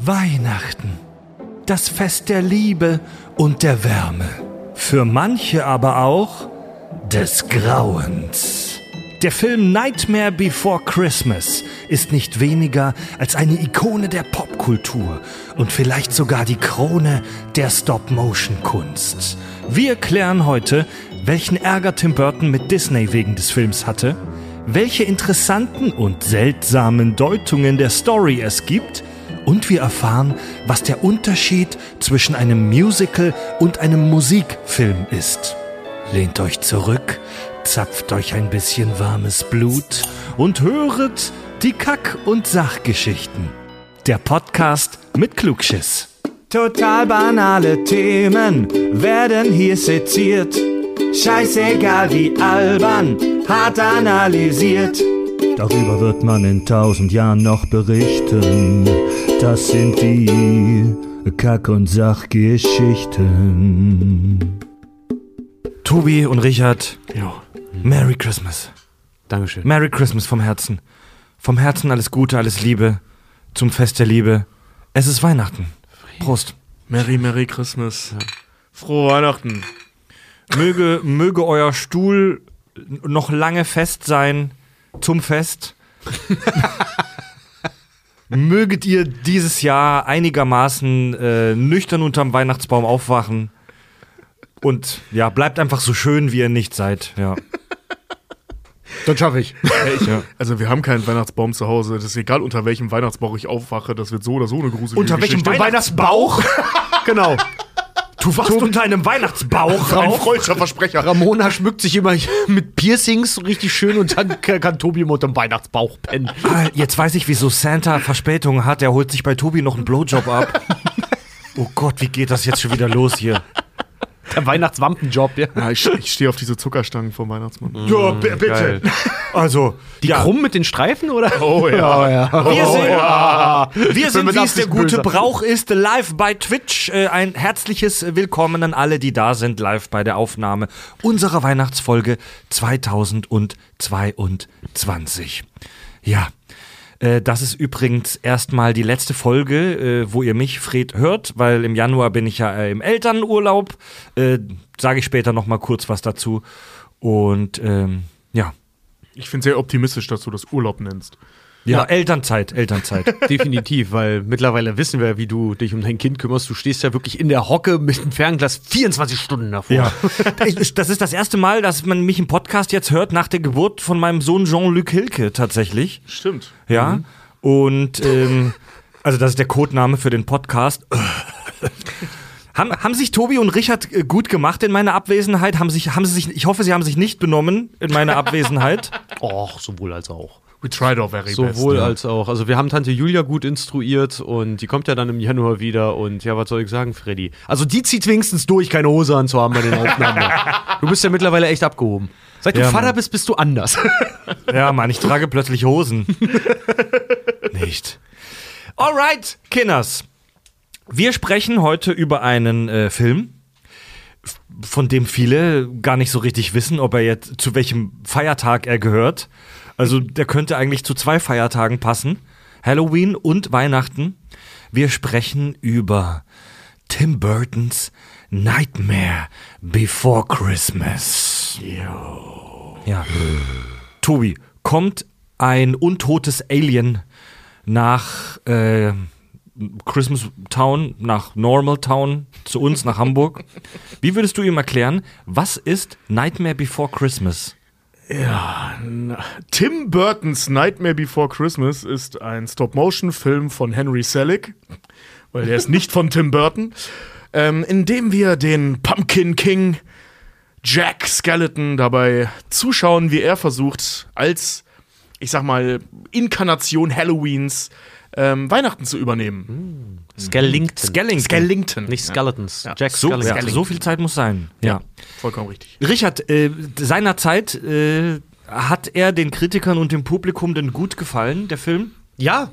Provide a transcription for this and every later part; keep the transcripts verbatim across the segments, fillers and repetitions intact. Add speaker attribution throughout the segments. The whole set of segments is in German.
Speaker 1: Weihnachten. Das Fest der Liebe und der Wärme. Für manche aber auch des Grauens. Der Film Nightmare Before Christmas ist nicht weniger als eine Ikone der Popkultur und vielleicht sogar die Krone der Stop-Motion-Kunst. Wir klären heute, welchen Ärger Tim Burton mit Disney wegen des Films hatte, welche interessanten und seltsamen Deutungen der Story es gibt und wir erfahren, was der Unterschied zwischen einem Musical und einem Musikfilm ist. Lehnt euch zurück, zapft euch ein bisschen warmes Blut und höret die Kack- und Sachgeschichten. Der Podcast mit Klugschiss.
Speaker 2: Total banale Themen werden hier seziert. Scheißegal wie albern, hart analysiert.
Speaker 1: Darüber wird man in tausend Jahren noch berichten. Das sind die Kack- und Sachgeschichten. Tobi und Richard,
Speaker 3: jo.
Speaker 1: Merry Christmas.
Speaker 3: Dankeschön.
Speaker 1: Merry Christmas vom Herzen. Vom Herzen alles Gute, alles Liebe zum Fest der Liebe. Es ist Weihnachten. Prost.
Speaker 3: Merry, Merry Christmas. Ja. Frohe Weihnachten.
Speaker 1: Möge, möge euer Stuhl noch lange fest sein zum Fest. Möget ihr dieses Jahr einigermaßen äh, nüchtern unterm Weihnachtsbaum aufwachen. Und ja, bleibt einfach so schön, wie ihr nicht seid. Ja.
Speaker 3: Das schaffe ich. Ja, ich ja. Also wir haben keinen Weihnachtsbaum zu Hause. Das ist egal, unter welchem Weihnachtsbauch ich aufwache. Das wird so oder so eine gruselige
Speaker 1: Unter welchem
Speaker 3: Geschichte.
Speaker 1: Weihnachtsbauch?
Speaker 3: Genau.
Speaker 1: Du wachst du unter einem Weihnachtsbauch
Speaker 3: Ein
Speaker 1: auf.
Speaker 3: freudscher Versprecher.
Speaker 4: Ramona schmückt sich immer mit Piercings so richtig schön und dann kann Tobi mit dem Weihnachtsbauch pennen.
Speaker 1: Ah, jetzt weiß ich, wieso Santa Verspätung hat. Er holt sich bei Tobi noch einen Blowjob ab. Oh Gott, wie geht das jetzt schon wieder los hier?
Speaker 4: Der Weihnachtswampenjob, ja.
Speaker 3: Ja, ich, ich stehe auf diese Zuckerstangen vom Weihnachtsmann.
Speaker 1: Ja, b- bitte.
Speaker 3: Geil.
Speaker 1: Also,
Speaker 4: Die
Speaker 1: ja.
Speaker 4: krumm mit den Streifen, oder?
Speaker 3: Oh ja.
Speaker 4: Oh, ja.
Speaker 1: Wir sind,
Speaker 4: ja.
Speaker 1: wir sind
Speaker 4: Bin
Speaker 1: wie
Speaker 4: mit
Speaker 1: es der
Speaker 4: Absicht
Speaker 1: gute
Speaker 4: böse.
Speaker 1: Brauch ist, live bei Twitch. Äh, ein herzliches Willkommen an alle, die da sind, live bei der Aufnahme unserer Weihnachtsfolge zweitausendzweiundzwanzig. Ja, äh, das ist übrigens erstmal die letzte Folge, äh, wo ihr mich, Fred, hört, weil im Januar bin ich ja äh, im Elternurlaub. Äh, Sage ich später noch mal kurz was dazu. Und ähm, ja.
Speaker 3: Ich finde sehr optimistisch, dass du das Urlaub nennst.
Speaker 1: Ja, Elternzeit, Elternzeit.
Speaker 4: Definitiv, weil mittlerweile wissen wir, wie du dich um dein Kind kümmerst. Du stehst ja wirklich in der Hocke mit dem Fernglas vierundzwanzig Stunden davor.
Speaker 1: Ja. Das ist das erste Mal, dass man mich im Podcast jetzt hört nach der Geburt von meinem Sohn Jean-Luc Hilke tatsächlich.
Speaker 3: Stimmt.
Speaker 1: Ja.
Speaker 3: Mhm.
Speaker 1: Und ähm, also das ist der Codename für den Podcast. haben, haben sich Tobi und Richard äh, gut gemacht in meiner Abwesenheit? Haben sich, haben sie sich, ich hoffe, sie haben sich nicht benommen in meiner Abwesenheit.
Speaker 4: Och, sowohl als auch.
Speaker 3: We tried our very best.
Speaker 4: Sowohl
Speaker 3: ja.
Speaker 4: als auch. Also wir haben Tante Julia gut instruiert und die kommt ja dann im Januar wieder und ja, was soll ich sagen, Freddy? Also die zieht wenigstens durch, keine Hose anzuhaben bei den Aufnahmen. Du bist ja mittlerweile echt abgehoben. Seit du
Speaker 1: Ja,
Speaker 4: Vater
Speaker 1: Mann.
Speaker 4: bist, bist du anders.
Speaker 1: Ja, Mann, ich trage plötzlich Hosen. Nicht. Alright, Kinders. Wir sprechen heute über einen äh, Film, f- von dem viele gar nicht so richtig wissen, ob er jetzt zu welchem Feiertag er gehört. Also der könnte eigentlich zu zwei Feiertagen passen. Halloween und Weihnachten. Wir sprechen über Tim Burtons Nightmare Before Christmas. Ja. Tobi, kommt ein untotes Alien nach äh, Christmas Town, nach Normal Town, zu uns, nach Hamburg. Wie würdest du ihm erklären, was ist Nightmare Before Christmas?
Speaker 3: Tim Burtons Nightmare Before Christmas ist ein Stop-Motion-Film von Henry Selick, weil der ist nicht von Tim Burton, ähm, in dem wir den Pumpkin King Jack Skeleton dabei zuschauen, wie er versucht, als, ich sag mal, Inkarnation Halloweens ähm, Weihnachten zu übernehmen.
Speaker 4: Skellington.
Speaker 1: Skellington.
Speaker 3: Skellington.
Speaker 4: Nicht Skeletons.
Speaker 3: Ja.
Speaker 4: Jack
Speaker 1: So,
Speaker 4: Skellington.
Speaker 1: ja, so viel Zeit muss sein. Ja.
Speaker 3: Vollkommen richtig.
Speaker 1: Richard, äh, seinerzeit äh, hat er den Kritikern und dem Publikum denn gut gefallen, der Film?
Speaker 4: Ja,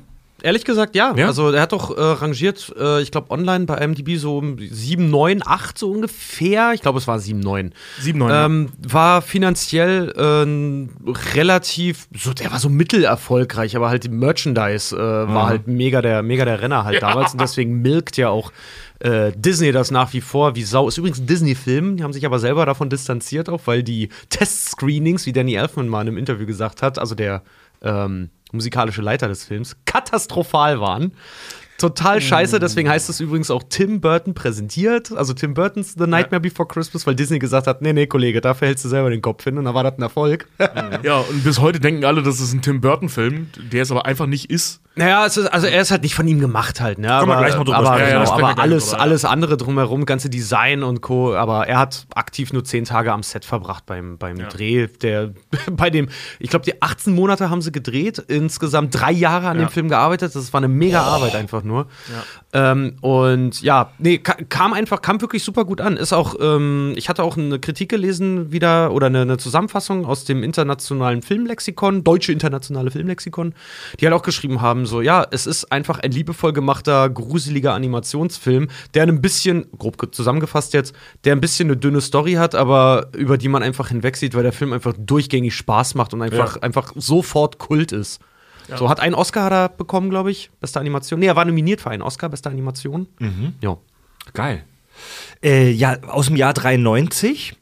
Speaker 4: Ehrlich gesagt, ja.
Speaker 1: Ja?
Speaker 4: Also er hat doch äh, rangiert, äh, ich glaube online bei I M D B so um sieben, neun, acht so ungefähr. Ich glaube, es war sieben, neun.
Speaker 3: sieben, neun.
Speaker 4: Ähm, war finanziell äh, relativ, so, der war so mittelerfolgreich, aber halt die Merchandise äh, war halt mega der, mega der Renner halt
Speaker 3: Ja.
Speaker 4: damals. Und deswegen milkt ja auch äh, Disney das nach wie vor wie Sau. Ist übrigens ein Disney-Film, die haben sich aber selber davon distanziert auch, weil die Test-Screenings, wie Danny Elfman mal in einem Interview gesagt hat, also der ähm, musikalische Leiter des Films, katastrophal waren. Total scheiße, deswegen heißt es übrigens auch Tim Burton präsentiert, also Tim Burtons The Nightmare Before Christmas, weil Disney gesagt hat, nee, nee, Kollege, dafür hältst du selber den Kopf hin und dann war das ein Erfolg.
Speaker 3: Ja, und bis heute denken alle, das ist ein Tim Burton-Film, der es aber einfach nicht ist.
Speaker 4: Naja, es ist, also er ist halt nicht von ihm gemacht halt, ne?
Speaker 1: Können wir
Speaker 4: aber,
Speaker 1: gleich noch drüber
Speaker 4: aber,
Speaker 1: sprechen.
Speaker 3: Ja, ja,
Speaker 4: genau,
Speaker 3: sprechen wir
Speaker 4: aber
Speaker 3: gleich
Speaker 4: alles,
Speaker 3: drüber, ja.
Speaker 4: alles andere drumherum, ganze Design und Co., aber er hat aktiv nur zehn Tage am Set verbracht beim, beim
Speaker 3: Ja.
Speaker 4: Dreh, der, bei dem, ich glaube, die achtzehn Monate haben sie gedreht, insgesamt drei Jahre an
Speaker 3: Ja.
Speaker 4: dem Film gearbeitet, das war eine mega Arbeit einfach nur. Ähm, und ja, nee, ka- kam einfach, kam wirklich super gut an. Ist auch, ähm, ich hatte auch eine Kritik gelesen wieder oder eine, eine Zusammenfassung aus dem internationalen Filmlexikon, deutsche internationale Filmlexikon, die halt auch geschrieben haben, so, ja, es ist einfach ein liebevoll gemachter, gruseliger Animationsfilm, der ein bisschen, grob zusammengefasst jetzt, der ein bisschen eine dünne Story hat, aber über die man einfach hinwegsieht, weil der Film einfach durchgängig Spaß macht und einfach,
Speaker 3: Ja.
Speaker 4: einfach sofort Kult ist. So, hat einen Oscar hat er bekommen, glaube ich, beste Animation. Nee, er war nominiert für einen Oscar, beste Animation. Ja.
Speaker 1: Geil. Äh, ja, aus dem Jahr dreiundneunzig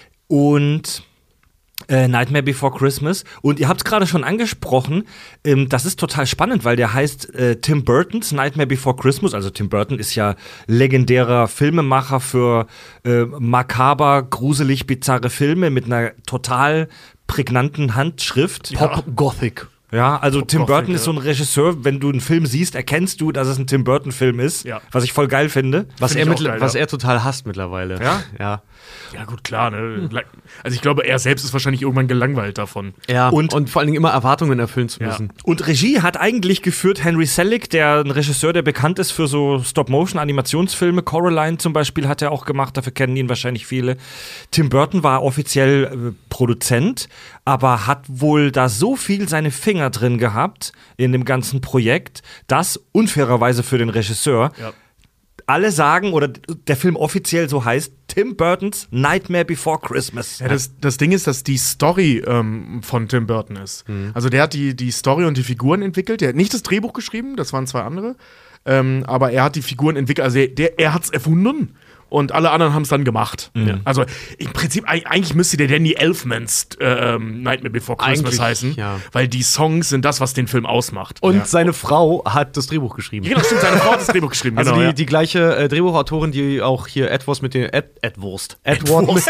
Speaker 1: und äh, Nightmare Before Christmas. Und ihr habt es gerade schon angesprochen, ähm, das ist total spannend, weil der heißt äh, Tim Burtons Nightmare Before Christmas. Also Tim Burton ist ja legendärer Filmemacher für äh, makaber, gruselig, bizarre Filme mit einer total prägnanten Handschrift.
Speaker 4: Pop-Gothic.
Speaker 1: Ja, also Tim
Speaker 3: Gothic,
Speaker 1: Burton ist so ein Regisseur, wenn du einen Film siehst, erkennst du, dass es ein Tim Burton-Film ist,
Speaker 3: Ja.
Speaker 1: was ich voll geil finde.
Speaker 4: Was,
Speaker 3: Find
Speaker 4: er,
Speaker 3: ich auch
Speaker 4: mittler-
Speaker 3: geil,
Speaker 4: was
Speaker 3: ja.
Speaker 4: er total hasst mittlerweile.
Speaker 1: Ja?
Speaker 4: Ja.
Speaker 3: Ja, gut, klar, ne? Also ich glaube, er selbst ist wahrscheinlich irgendwann gelangweilt davon.
Speaker 4: ja.
Speaker 1: Und-
Speaker 4: Und, vor allen Dingen immer Erwartungen erfüllen zu
Speaker 3: Ja.
Speaker 4: müssen.
Speaker 1: Und Regie hat eigentlich geführt Henry Selick, der ein Regisseur, der bekannt ist für so Stop-Motion-Animationsfilme. Coraline zum Beispiel hat er auch gemacht, dafür kennen ihn wahrscheinlich viele. Tim Burton war offiziell äh, Produzent, aber hat wohl da so viel seine Finger drin gehabt in dem ganzen Projekt, dass unfairerweise für den Regisseur
Speaker 3: Ja.
Speaker 1: alle sagen, oder der Film offiziell so heißt, Tim Burtons Nightmare Before Christmas.
Speaker 3: Ja, das, das Ding ist, dass die Story ähm, von Tim Burton ist. Also der hat die, die Story und die Figuren entwickelt. Der hat nicht das Drehbuch geschrieben, das waren zwei andere. Ähm, aber er hat die Figuren entwickelt, also er, der, er hat es erfunden. Und alle anderen haben es dann gemacht. Also im Prinzip, eig- eigentlich müsste der Danny Elfmans äh, ähm, Nightmare Before Christmas
Speaker 4: Eigentlich,
Speaker 3: heißen.
Speaker 4: ja.
Speaker 3: Weil die Songs sind das, was den Film ausmacht.
Speaker 4: Und
Speaker 3: ja.
Speaker 4: seine Frau hat das Drehbuch geschrieben.
Speaker 3: Genau, stimmt, seine Frau hat das Drehbuch geschrieben.
Speaker 4: Also
Speaker 3: genau,
Speaker 4: die,
Speaker 3: ja.
Speaker 4: die gleiche äh, Drehbuchautorin, die auch hier Edwurst mit den Ed, Edwurst. Edward mit,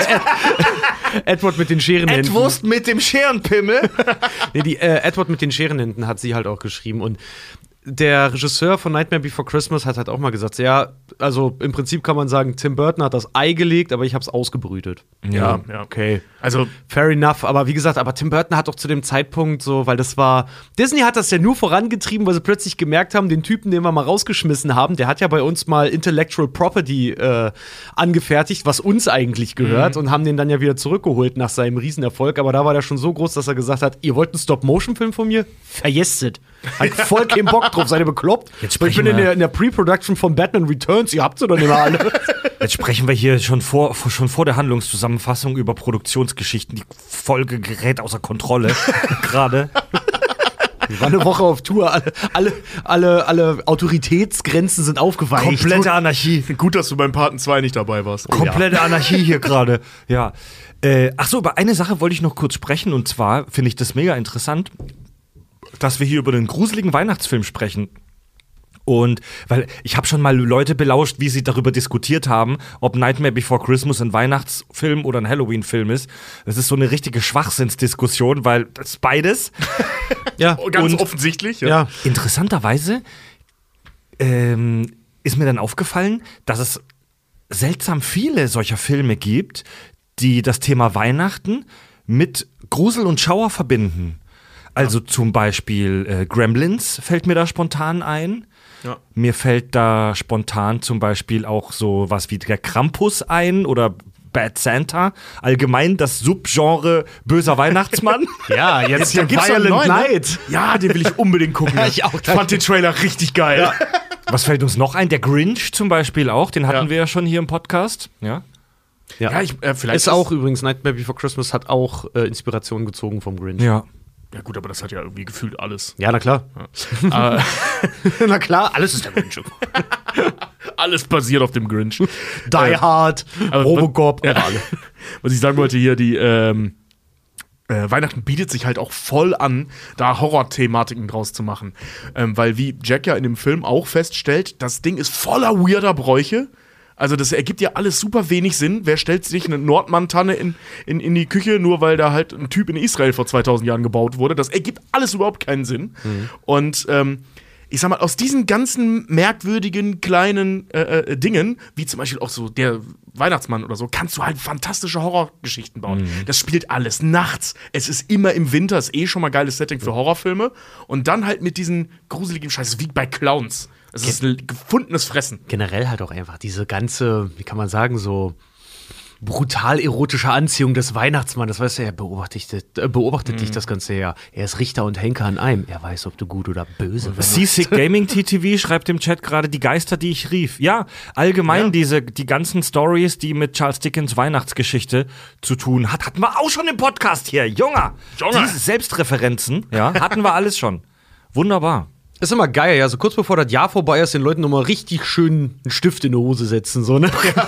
Speaker 4: Edward mit den Scherenhänden.
Speaker 1: Edwurst mit dem Scherenpimmel.
Speaker 4: Nee, die äh, Edward mit den Scherenhänden hat sie halt auch geschrieben. Und der Regisseur von Nightmare Before Christmas hat halt auch mal gesagt, ja, also im Prinzip kann man sagen, Tim Burton hat das Ei gelegt, aber ich hab's ausgebrütet.
Speaker 3: ja, ja.
Speaker 4: Okay.
Speaker 3: Also
Speaker 4: Fair enough, aber wie gesagt, aber Tim Burton hat doch zu dem Zeitpunkt so, weil das war, Disney hat das ja nur vorangetrieben, weil sie plötzlich gemerkt haben, den Typen, den wir mal rausgeschmissen haben, der hat ja bei uns mal Intellectual Property äh, angefertigt, was uns eigentlich gehört, und haben den dann ja wieder zurückgeholt nach seinem Riesenerfolg, aber da war der schon so groß, dass er gesagt hat, ihr wollt einen Stop-Motion-Film von mir? Verjesset. Hat voll keinen Bock drauf, seid ihr bekloppt?
Speaker 1: Jetzt
Speaker 4: Weil ich bin
Speaker 1: sprechen
Speaker 4: in
Speaker 1: wir-
Speaker 4: der, in der Pre-Production von Batman Returns, ihr habt sie doch nicht mehr alle.
Speaker 1: Jetzt sprechen wir hier schon vor, vor- schon vor der Handlungszusammenfassung über Produktionsgeschichten. Die Folge gerät außer Kontrolle gerade.
Speaker 4: Wir waren eine Woche auf Tour, alle, alle, alle, alle Autoritätsgrenzen sind aufgeweicht.
Speaker 1: Komplette Anarchie.
Speaker 3: gut, dass du beim Paten zwei nicht dabei warst.
Speaker 1: Komplette Anarchie hier gerade. Ja. Äh, ach so, über eine Sache wollte ich noch kurz sprechen. Und zwar finde ich das mega interessant, dass wir hier über den gruseligen Weihnachtsfilm sprechen. Und weil ich habe schon mal Leute belauscht, wie sie darüber diskutiert haben, ob Nightmare Before Christmas ein Weihnachtsfilm oder ein Halloween-Film ist. Das ist so eine richtige Schwachsinnsdiskussion, weil das ist beides.
Speaker 4: Ja,
Speaker 3: Oh, ganz
Speaker 1: Und-
Speaker 3: offensichtlich.
Speaker 4: ja.
Speaker 1: Interessanterweise ähm, ist mir dann aufgefallen, dass es seltsam viele solcher Filme gibt, die das Thema Weihnachten mit Grusel und Schauer verbinden. Also zum Beispiel äh, Gremlins fällt mir da spontan ein.
Speaker 3: Ja.
Speaker 1: Mir fällt da spontan zum Beispiel auch so was wie der Krampus ein oder Bad Santa. Allgemein das Subgenre böser Weihnachtsmann.
Speaker 4: Ja, jetzt
Speaker 3: Ja,
Speaker 4: hier
Speaker 3: gibt's doch einen
Speaker 4: Violent
Speaker 3: neuen, ne?
Speaker 4: Night.
Speaker 3: Ja, den will ich unbedingt gucken.
Speaker 4: Ja, ich auch,
Speaker 3: Ich fand den Trailer richtig geil.
Speaker 1: Was fällt uns noch ein? Der Grinch zum Beispiel auch. Den hatten
Speaker 3: Ja.
Speaker 1: wir ja schon hier im Podcast. Ja.
Speaker 4: Ja,
Speaker 3: Ja, ich, äh, vielleicht
Speaker 4: ist auch übrigens, Nightmare Before Christmas hat auch äh, Inspiration gezogen vom Grinch.
Speaker 1: Ja.
Speaker 3: Ja gut, aber das hat ja irgendwie gefühlt alles.
Speaker 4: Ja, na klar.
Speaker 3: Aber
Speaker 4: Na klar, alles ist der Grinch.
Speaker 3: alles basiert auf dem Grinch.
Speaker 4: Die Hard,
Speaker 3: aber-
Speaker 4: Robocop,
Speaker 3: Ja.
Speaker 4: alle.
Speaker 3: Was ich sagen wollte hier, die ähm, äh, Weihnachten bietet sich halt auch voll an, da Horror-Thematiken draus zu machen. Ähm, weil wie Jack ja in dem Film auch feststellt, das Ding ist voller weirder Bräuche. Also das ergibt ja alles super wenig Sinn. Wer stellt sich eine Nordmann-Tanne in, in, in die Küche, nur weil da halt ein Typ in Israel vor zweitausend Jahren gebaut wurde? Das ergibt alles überhaupt keinen Sinn.
Speaker 4: Mhm.
Speaker 3: Und ähm, ich sag mal, aus diesen ganzen merkwürdigen kleinen äh, äh, Dingen, wie zum Beispiel auch so der Weihnachtsmann oder so, kannst du halt fantastische Horrorgeschichten bauen.
Speaker 4: Mhm.
Speaker 3: Das spielt alles nachts. Es ist immer im Winter, ist eh schon mal geiles Setting für Horrorfilme. Und dann halt mit diesen gruseligen Scheiß, wie bei Clowns. Es ist ein gefundenes Fressen.
Speaker 4: Generell halt auch einfach diese ganze, wie kann man sagen, so brutal erotische Anziehung des Weihnachtsmanns. Das weißt du, er beobachtet, äh, beobachtet dich das ganze Jahr. Er ist Richter und Henker an einem. Er weiß, ob du gut oder böse bist.
Speaker 1: Seasick Gaming T T V schreibt im Chat gerade die Geister, die ich rief. Ja, allgemein
Speaker 3: Ja.
Speaker 1: diese die ganzen Stories, die mit Charles Dickens Weihnachtsgeschichte zu tun hat, hatten wir auch schon im Podcast hier, Junge.
Speaker 3: Junge.
Speaker 1: Diese Selbstreferenzen, ja, hatten wir alles schon. Wunderbar.
Speaker 4: Ist immer geil, ja, so kurz bevor das Jahr vorbei ist, den Leuten nochmal richtig schön einen Stift in die Hose setzen, so, ne?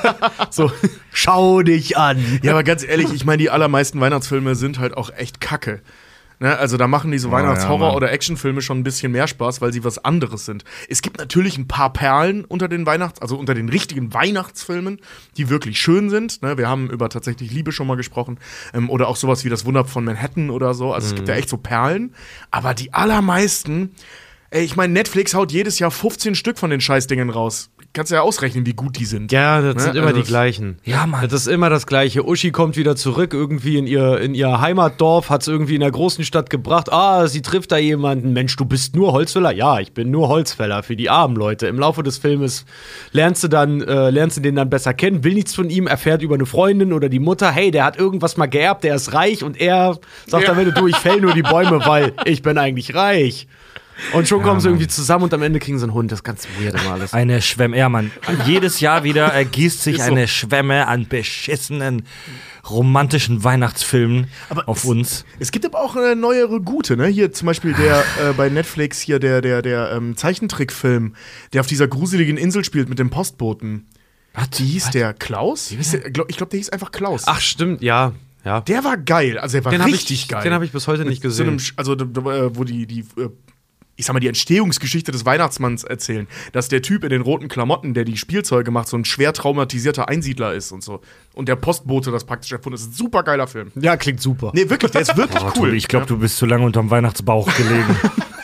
Speaker 4: So, schau dich an.
Speaker 3: Ja, aber ganz ehrlich, ich meine, die allermeisten Weihnachtsfilme sind halt auch echt kacke. Ne? Also da machen diese
Speaker 1: ja,
Speaker 3: Weihnachtshorror-
Speaker 1: Mann.
Speaker 3: oder Actionfilme schon ein bisschen mehr Spaß, weil sie was anderes sind. Es gibt natürlich ein paar Perlen unter den Weihnachts-, also unter den richtigen Weihnachtsfilmen, die wirklich schön sind. Ne? Wir haben über tatsächlich Liebe schon mal gesprochen. Ähm, oder auch sowas wie Das Wunder von Manhattan oder so. Also es gibt ja echt so Perlen. Aber die allermeisten, ey, ich meine, Netflix haut jedes Jahr fünfzehn Stück von den Scheißdingen raus. Kannst ja ausrechnen, wie gut die sind.
Speaker 4: Ja, das
Speaker 3: Ne?
Speaker 4: sind immer
Speaker 3: Also
Speaker 4: die
Speaker 3: das-
Speaker 4: gleichen.
Speaker 1: Ja, Mann.
Speaker 4: Das ist immer das Gleiche. Uschi kommt wieder zurück, irgendwie in ihr, in ihr Heimatdorf, hat es irgendwie in der großen Stadt gebracht. Ah, sie trifft da jemanden. Mensch, du bist nur Holzfäller? Ja, ich bin nur Holzfäller für die armen Leute. Im Laufe des Filmes lernst du dann, äh, lernst du den dann besser kennen, will nichts von ihm, erfährt über eine Freundin oder die Mutter, hey, der hat irgendwas mal geerbt, der ist reich und er sagt
Speaker 3: Ja.
Speaker 4: am Ende, du, ich fäll nur die Bäume, weil ich bin eigentlich reich. Und schon kommen sie irgendwie zusammen und am Ende kriegen sie einen Hund. Das ist ganz weird immer alles.
Speaker 1: Eine Schwemme, ja, Mann. Jedes Jahr wieder ergießt sich
Speaker 3: Ist so.
Speaker 1: eine Schwemme an beschissenen romantischen Weihnachtsfilmen auf
Speaker 3: es,
Speaker 1: uns.
Speaker 3: Es gibt aber auch äh, neuere gute, ne? Hier zum Beispiel der äh, bei Netflix hier der der der ähm, Zeichentrickfilm, der auf dieser gruseligen Insel spielt mit dem Postboten.
Speaker 1: Was?
Speaker 3: Wie hieß der? Klaus? Hieß der, glaub, ich glaube, der hieß einfach Klaus.
Speaker 4: Ach, stimmt, ja. ja.
Speaker 3: Der war geil, also der war
Speaker 4: Den habe
Speaker 3: richtig
Speaker 4: ich,
Speaker 3: geil.
Speaker 4: den hab ich bis heute nicht
Speaker 3: Mit so
Speaker 4: gesehen.
Speaker 3: einem, Sch- also da- da- äh, wo die die äh, ich sag mal, die Entstehungsgeschichte des Weihnachtsmanns erzählen, dass der Typ in den roten Klamotten, der die Spielzeuge macht, so ein schwer traumatisierter Einsiedler ist und so. Und der Postbote das praktisch erfunden ist. Ein super geiler Film.
Speaker 4: Ja, klingt super.
Speaker 3: Nee, wirklich, der ist wirklich
Speaker 1: Oh,
Speaker 3: cool.
Speaker 1: Tobi, ich glaube, du bist zu lange unterm Weihnachtsbauch gelegen.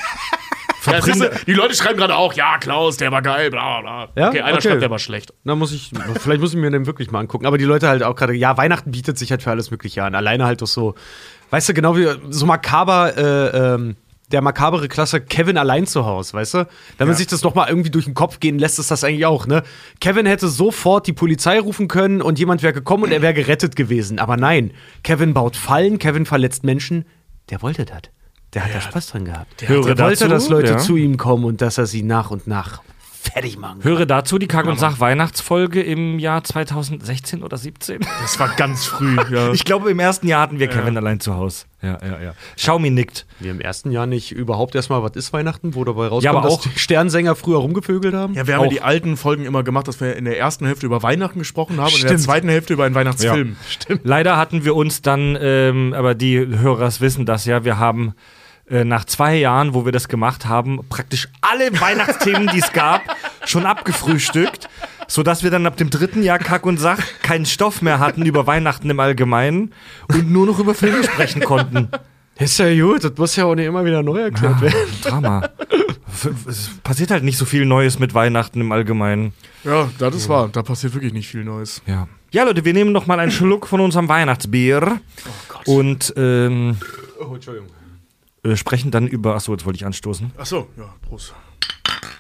Speaker 3: Ja, siehst du, die Leute schreiben gerade auch, ja, Klaus, der war geil, bla bla.
Speaker 4: Ja?
Speaker 3: Okay, einer
Speaker 4: Okay.
Speaker 3: schreibt, der war schlecht.
Speaker 4: Na, muss ich, vielleicht muss ich mir den wirklich mal angucken. Aber die Leute halt auch gerade, ja, Weihnachten bietet sich halt für alles Mögliche an. Alleine halt doch so, weißt du, genau wie so makaber, äh, ähm, der makabere Klasse Kevin allein zu Hause, weißt du? Wenn man
Speaker 3: Ja.
Speaker 4: sich das noch mal irgendwie durch den Kopf gehen lässt, ist das eigentlich auch, ne? Kevin hätte sofort die Polizei rufen können und jemand wäre gekommen und er wäre gerettet gewesen. Aber nein, Kevin baut Fallen, Kevin verletzt Menschen. Der wollte das. Der hat da Spaß dran gehabt. Der,
Speaker 1: Höre
Speaker 4: der wollte,
Speaker 1: dazu,
Speaker 4: dass Leute
Speaker 1: ja.
Speaker 4: zu ihm kommen und dass er sie nach und nach fertig machen kann.
Speaker 1: Höre dazu die Kack- und Sach-Weihnachtsfolge im Jahr zweitausendsechzehn oder siebzehn.
Speaker 3: Das war ganz früh, ja.
Speaker 1: Ich glaube, im ersten Jahr hatten wir Kevin allein zu Hause. Ja, ja, ja. Xiaomi nickt.
Speaker 4: Wir im ersten Jahr nicht überhaupt erstmal, was ist Weihnachten, wo dabei rauskommt,
Speaker 1: Ja, aber
Speaker 4: dass
Speaker 1: auch-
Speaker 4: die Sternsänger früher rumgevögelt haben?
Speaker 3: Ja, wir haben ja
Speaker 1: Auch.
Speaker 3: die alten Folgen immer gemacht, dass wir in der ersten Hälfte über Weihnachten gesprochen haben und in der
Speaker 4: Stimmt.
Speaker 3: zweiten Hälfte über einen Weihnachtsfilm.
Speaker 1: Stimmt. Leider hatten wir uns dann, ähm, aber die Hörers wissen das ja, wir haben äh, nach zwei Jahren, wo wir das gemacht haben, praktisch alle Weihnachtsthemen, die es gab, schon abgefrühstückt, sodass wir dann ab dem dritten Jahr Kack und Sach keinen Stoff mehr hatten über Weihnachten im Allgemeinen und nur noch über Filme sprechen konnten.
Speaker 4: Ist ja gut, das muss ja auch nicht immer wieder neu erklärt werden.
Speaker 1: Drama. F- Es passiert halt nicht so viel Neues mit Weihnachten im Allgemeinen.
Speaker 3: Ja, das ist wahr. Da passiert wirklich nicht viel Neues.
Speaker 1: Ja. Ja, Leute, wir nehmen noch mal einen Schluck von unserem Weihnachtsbier und ähm,
Speaker 4: Oh, Entschuldigung.
Speaker 1: äh, sprechen dann über. Achso, jetzt wollte ich anstoßen.
Speaker 3: Ach so, ja, Prost.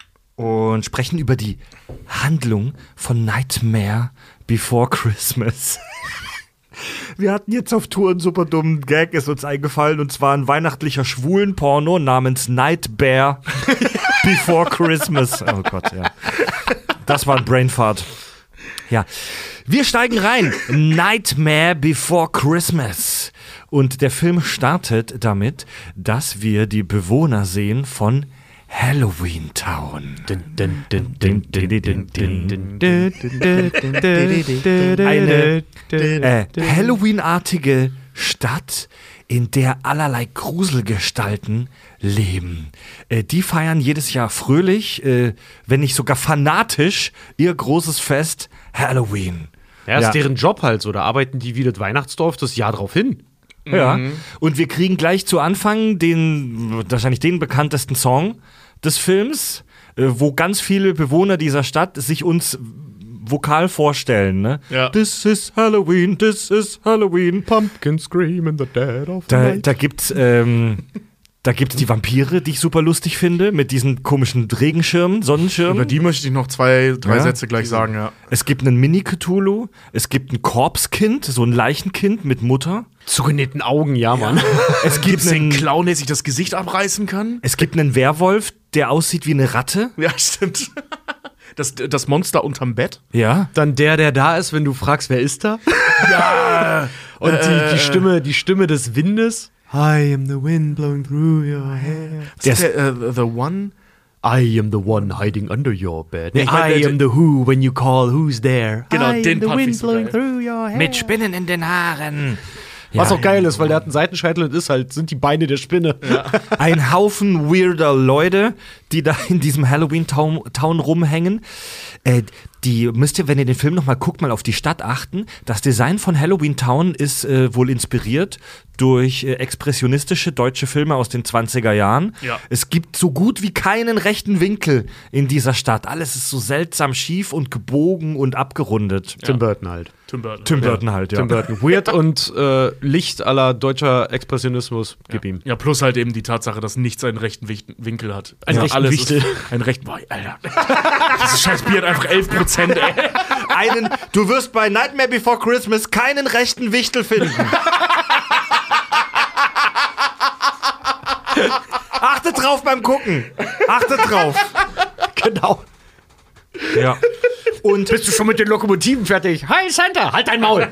Speaker 1: und sprechen über die Handlung von Nightmare Before Christmas. Wir hatten jetzt auf Tour einen super dummen Gag, ist uns eingefallen, und zwar ein weihnachtlicher Schwulenporno namens Night Bear Before Christmas. Oh Gott, ja. Das war ein Brainfart. Ja. Wir steigen rein. Nightmare Before Christmas. Und der Film startet damit, dass wir die Bewohner sehen von Halloween Town. Eine äh, Halloween-artige Stadt, in der allerlei Gruselgestalten leben. Äh, die feiern jedes Jahr fröhlich, äh, wenn nicht sogar fanatisch, ihr großes Fest Halloween.
Speaker 4: Ja, ist ja deren Job halt so. Da arbeiten die wie das Weihnachtsdorf das Jahr drauf hin.
Speaker 1: Ja, mhm. Und wir kriegen gleich zu Anfang den, wahrscheinlich den bekanntesten Song des Films, äh, wo ganz viele Bewohner dieser Stadt sich uns vokal vorstellen, ne?
Speaker 3: Ja.
Speaker 1: This is Halloween, this is Halloween.
Speaker 4: Pumpkin scream in the dead of the
Speaker 1: Da,
Speaker 4: night.
Speaker 1: da gibt's, ähm, da gibt's die Vampire, die ich super lustig finde, mit diesen komischen Regenschirmen, Sonnenschirmen.
Speaker 3: Über die möchte ich noch zwei, drei
Speaker 1: Ja.
Speaker 3: Sätze gleich sagen, ja.
Speaker 1: Es gibt einen Mini-Cthulhu, es gibt ein Korpskind, so ein Leichenkind mit Mutter.
Speaker 4: Zugenähten Augen, ja, Mann.
Speaker 1: Es gibt
Speaker 3: Den
Speaker 1: einen,
Speaker 3: Clown, der sich das Gesicht abreißen kann.
Speaker 1: es gibt einen Werwolf, der aussieht wie eine Ratte.
Speaker 3: Ja, stimmt. Das, das Monster unterm Bett.
Speaker 1: Ja.
Speaker 4: Dann der, der da ist, wenn du fragst, wer ist da?
Speaker 3: Ja.
Speaker 4: Und die, die, Stimme, die Stimme des Windes. I am the wind blowing through your hair.
Speaker 3: Der ist der, äh, The One.
Speaker 4: I am the one hiding under your bed.
Speaker 3: Nee, ich mein,
Speaker 4: I
Speaker 3: der-
Speaker 4: am the who when you call who's there.
Speaker 3: Genau,
Speaker 4: I
Speaker 3: den
Speaker 4: am the
Speaker 3: Part find
Speaker 4: wind
Speaker 3: ich so
Speaker 4: blowing
Speaker 3: geil.
Speaker 4: through your hair.
Speaker 1: Mit Spinnen in den Haaren.
Speaker 4: Was
Speaker 1: Ja.
Speaker 4: auch geil ist, weil der hat einen Seitenscheitel und ist halt, sind die Beine der Spinne.
Speaker 1: Ein Haufen weirder Leute, die da in diesem Halloween-Town Town rumhängen. Äh, die müsst ihr, wenn ihr den Film nochmal guckt, mal auf die Stadt achten. Das Design von Halloween Town ist äh, wohl inspiriert durch äh, expressionistische deutsche Filme aus den zwanziger Jahren.
Speaker 3: Ja.
Speaker 1: Es gibt so gut wie keinen rechten Winkel in dieser Stadt. Alles ist so seltsam schief und gebogen und abgerundet.
Speaker 4: Tim Burton halt.
Speaker 3: Tim Burton.
Speaker 1: Tim Burton halt, ja.
Speaker 4: Tim Burton. Weird und äh, Licht aller deutscher Expressionismus. Gib ihm.
Speaker 3: Ja, plus halt eben die Tatsache, dass nichts einen rechten Wicht- Winkel hat.
Speaker 4: Einen
Speaker 3: Also
Speaker 4: rechten
Speaker 3: alles
Speaker 4: Wichtel.
Speaker 3: ist ein recht. Boah, Alter. Dieses scheiß Bier hat einfach elf Prozent, ey.
Speaker 1: Einen, du wirst bei Nightmare Before Christmas keinen rechten Wichtel finden. Achtet drauf beim Gucken. Achtet drauf.
Speaker 4: Genau.
Speaker 1: Ja. Und
Speaker 4: Bist du schon mit den Lokomotiven fertig? Hi Santa, halt dein Maul.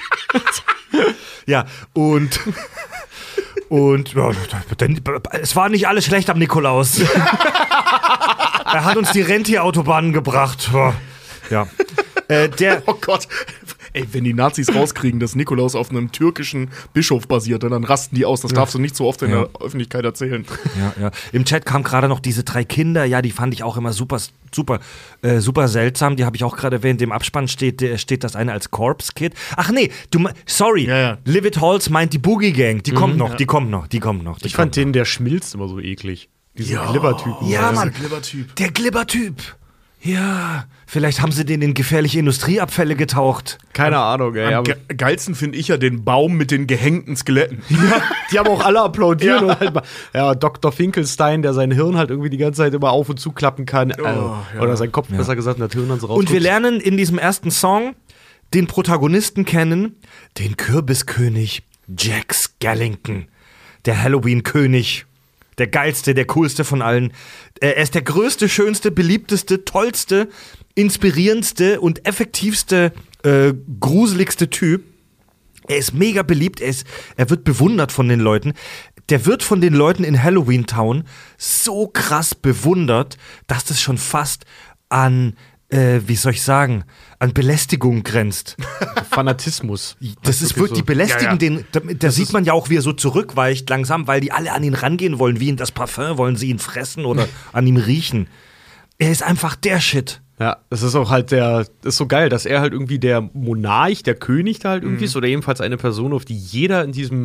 Speaker 1: ja, und und ja, denn, es war nicht alles schlecht am Nikolaus. Er hat uns die Rentierautobahnen gebracht. Ja. Äh, der
Speaker 3: Oh Gott. Ey, wenn die Nazis rauskriegen, dass Nikolaus auf einem türkischen Bischof basiert, dann rasten die aus. Das darfst du nicht so oft in
Speaker 1: Ja.
Speaker 3: der Öffentlichkeit erzählen.
Speaker 1: Ja, ja. Im Chat kamen gerade noch diese drei Kinder, ja, die fand ich auch immer super, super, äh, super seltsam. Die habe ich auch gerade erwähnt. Im Abspann steht, der, steht das eine als Corpse Kid. Ach nee, du, me- sorry,
Speaker 3: Ja, ja.
Speaker 1: Live It Halls meint die Boogie Gang. Die kommt noch, die kommt noch, die kommt noch. Die
Speaker 4: Ich fand
Speaker 1: kommt
Speaker 4: den, der schmilzt immer so eklig. Diesen Glibbertypen.
Speaker 1: noch. Ja, Mann,
Speaker 3: Glibbertyp.
Speaker 1: der Glibber-Typ. Ja, vielleicht haben sie den in gefährliche Industrieabfälle getaucht.
Speaker 4: Keine Ahnung, ey.
Speaker 3: Am
Speaker 4: Aber
Speaker 3: ge geilsten finde ich ja den Baum mit den gehängten Skeletten.
Speaker 4: die haben auch alle applaudiert.
Speaker 3: Ja.
Speaker 4: Und halt mal, ja, Doktor Finkelstein, der sein Hirn halt irgendwie die ganze Zeit immer auf und zu klappen kann. also,
Speaker 3: ja.
Speaker 4: Oder sein Kopf, besser gesagt, und das Hirn dann so
Speaker 1: Und wir
Speaker 4: rausrutscht.
Speaker 1: lernen in diesem ersten Song den Protagonisten kennen, den Kürbiskönig Jack Skellington, der Halloween-König, der geilste, der coolste von allen. Er ist der größte, schönste, beliebteste, tollste, inspirierendste und effektivste, äh, gruseligste Typ. Er ist mega beliebt, er, ist, er wird bewundert von den Leuten. Der wird von den Leuten in Halloween Town so krass bewundert, dass das schon fast an, äh, wie soll ich sagen, an Belästigung grenzt.
Speaker 4: Fanatismus.
Speaker 1: Das ist wirklich, die belästigen
Speaker 3: Ja, ja.
Speaker 1: den, da, da sieht man ja auch, wie er so zurückweicht langsam, weil die alle an ihn rangehen wollen, wie in das Parfum, wollen sie ihn fressen oder an ihm riechen. Er ist einfach der Shit.
Speaker 4: Ja, das ist auch halt der, das ist so geil, dass er halt irgendwie der Monarch, der König da halt irgendwie ist, oder jedenfalls eine Person, auf die jeder in diesem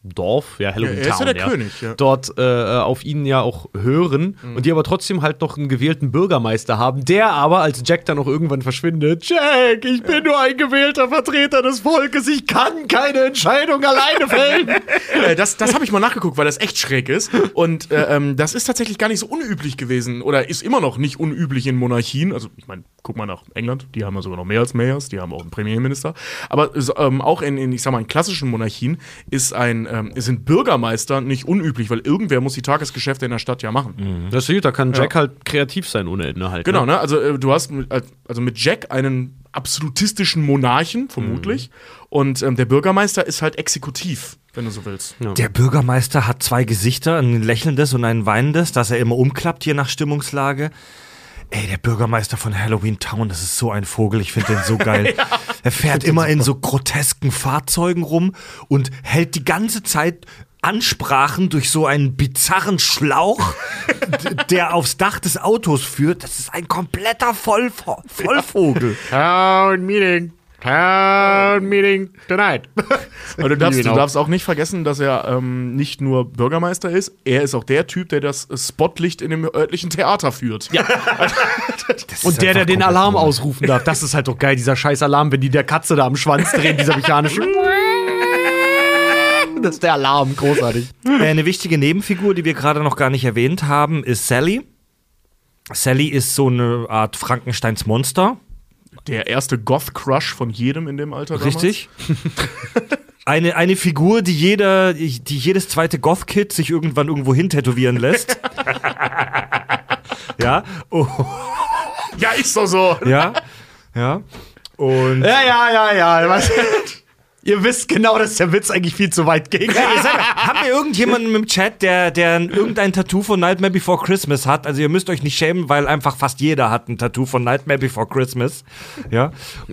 Speaker 4: Dorf, ja, Halloween
Speaker 3: Ja, er ist
Speaker 4: Town,
Speaker 3: ja der König, ja.
Speaker 4: dort äh, auf ihn ja auch hören
Speaker 3: Mhm.
Speaker 4: und die aber trotzdem halt noch einen gewählten Bürgermeister haben, der aber, als Jack dann auch irgendwann verschwindet, Jack, ich bin nur ein gewählter Vertreter des Volkes, ich kann keine Entscheidung alleine fällen.
Speaker 3: Äh, das das habe ich mal nachgeguckt, weil das echt schräg ist. Und äh, ähm, das ist tatsächlich gar nicht so unüblich gewesen oder ist immer noch nicht unüblich in Monarchien. Also, ich meine, guck mal nach England, die haben ja sogar noch mehr als Mayors, die haben auch einen Premierminister. Aber ähm, auch in, in, ich sag mal, in klassischen Monarchien ist ein, ähm, sind Bürgermeister nicht unüblich, weil irgendwer muss die Tagesgeschäfte in der Stadt ja machen.
Speaker 4: Das sieht, da kann Jack
Speaker 3: Ja.
Speaker 4: halt kreativ sein ohne Ende halt.
Speaker 3: Genau,
Speaker 4: ne?
Speaker 3: ne? Also äh, du hast mit, also mit Jack einen absolutistischen Monarchen, vermutlich. Und ähm, der Bürgermeister ist halt exekutiv, wenn du so willst.
Speaker 4: Ja.
Speaker 1: Der Bürgermeister hat zwei Gesichter, ein lächelndes und ein weinendes, das er immer umklappt, je nach Stimmungslage. Ey, der Bürgermeister von Halloween Town, das ist so ein Vogel, ich finde den so geil. Er fährt immer in so grotesken Fahrzeugen rum und hält die ganze Zeit Ansprachen durch so einen bizarren Schlauch, d- der aufs Dach des Autos führt. Das ist ein kompletter Vollvo- Vollvogel.
Speaker 4: Town Meeting. Town Meeting tonight.
Speaker 3: Aber du darfst, du
Speaker 4: Genau.
Speaker 3: darfst auch nicht vergessen, dass er ähm, nicht nur Bürgermeister ist, er ist auch der Typ, der das Spotlicht in dem örtlichen Theater führt. Ja.
Speaker 1: Das ist
Speaker 4: Und der, der
Speaker 1: einfach
Speaker 4: den
Speaker 1: komplett
Speaker 4: Alarm
Speaker 1: Vogel.
Speaker 4: ausrufen darf, das ist halt doch geil, dieser scheiß Alarm, wenn die der Katze da am Schwanz drehen, dieser mechanische. Das ist der Alarm, großartig.
Speaker 1: Äh, Eine wichtige Nebenfigur, die wir gerade noch gar nicht erwähnt haben, ist Sally. Sally ist so eine Art Frankensteins Monster.
Speaker 3: Der erste Goth-Crush von jedem in dem Alter damals.
Speaker 1: Richtig. Eine, eine Figur, die jeder, die jedes zweite Goth-Kid sich irgendwann irgendwo hin tätowieren lässt. Ja. Oh,
Speaker 3: Ja, ist doch so.
Speaker 1: ja. Ja. Und
Speaker 4: Ja, ja, ja, ja. Was? Ihr wisst genau, dass der Witz eigentlich viel zu weit ging.
Speaker 1: haben wir irgendjemanden im Chat, der, der irgendein Tattoo von Nightmare Before Christmas hat? Also ihr müsst euch nicht schämen, weil einfach fast jeder hat ein Tattoo von Nightmare Before Christmas. Ja.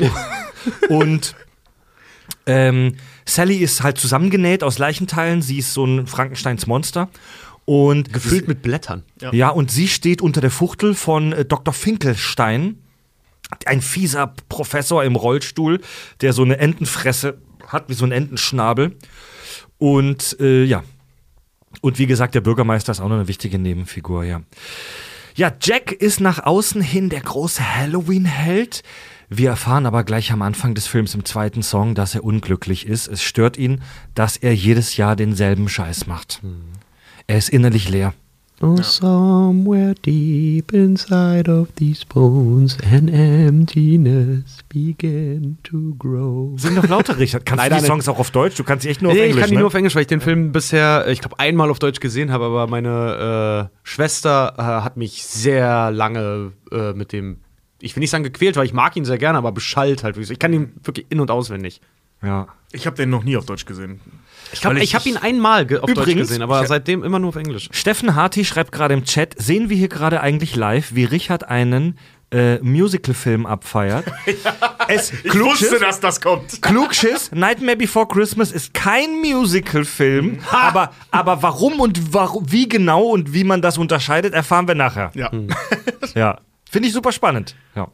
Speaker 1: Und ähm, Sally ist halt zusammengenäht aus Leichenteilen. Sie ist so ein Frankensteins Monster. Und
Speaker 4: Gefüllt mit Blättern.
Speaker 3: Ja.
Speaker 1: ja, und sie steht unter der Fuchtel von äh, Doktor Finkelstein. Ein fieser Professor im Rollstuhl, der so eine Entenfresse hat, wie so ein Entenschnabel. Und äh, ja. Und wie gesagt, der Bürgermeister ist auch noch eine wichtige Nebenfigur, ja. Ja, Jack ist nach außen hin der große Halloween-Held. Wir erfahren aber gleich am Anfang des Films im zweiten Song, dass er unglücklich ist. Es stört ihn, dass er jedes Jahr denselben Scheiß macht. Er ist innerlich leer.
Speaker 4: Oh, somewhere deep inside of these bones an emptiness began to grow.
Speaker 1: Sing doch lauter, Richard. Kannst
Speaker 4: Leider
Speaker 1: du die
Speaker 4: nicht.
Speaker 1: Songs auch auf Deutsch? Du kannst sie echt nur auf
Speaker 4: Nee,
Speaker 1: Englisch,
Speaker 4: ich kann die
Speaker 1: ne?
Speaker 4: nur auf Englisch, weil ich den Film bisher, ich glaube, einmal auf Deutsch gesehen habe, aber meine äh, Schwester äh, hat mich sehr lange äh, mit dem, ich will nicht sagen gequält, weil ich mag ihn sehr gerne, aber beschallt halt. Ich kann ihn wirklich in- und auswendig.
Speaker 1: Ja.
Speaker 3: Ich habe den noch nie auf Deutsch gesehen.
Speaker 4: Ich glaube,
Speaker 1: Weil
Speaker 4: ich,
Speaker 1: ich-
Speaker 4: habe ihn einmal ge- auf Deutsch
Speaker 1: Übrigens,
Speaker 4: gesehen, aber
Speaker 1: ich-
Speaker 4: seitdem immer nur auf Englisch.
Speaker 1: Steffen Harty schreibt gerade im Chat, sehen wir hier gerade eigentlich live, wie Richard einen äh, Musical-Film abfeiert. Es,
Speaker 3: Ich wusste, dass das kommt.
Speaker 1: Klugschiss, Nightmare Before Christmas ist kein Musical-Film, aber, aber warum und warum, wie genau und wie man das unterscheidet, erfahren wir nachher.
Speaker 3: Ja.
Speaker 1: Ja. Finde ich super spannend. Ja.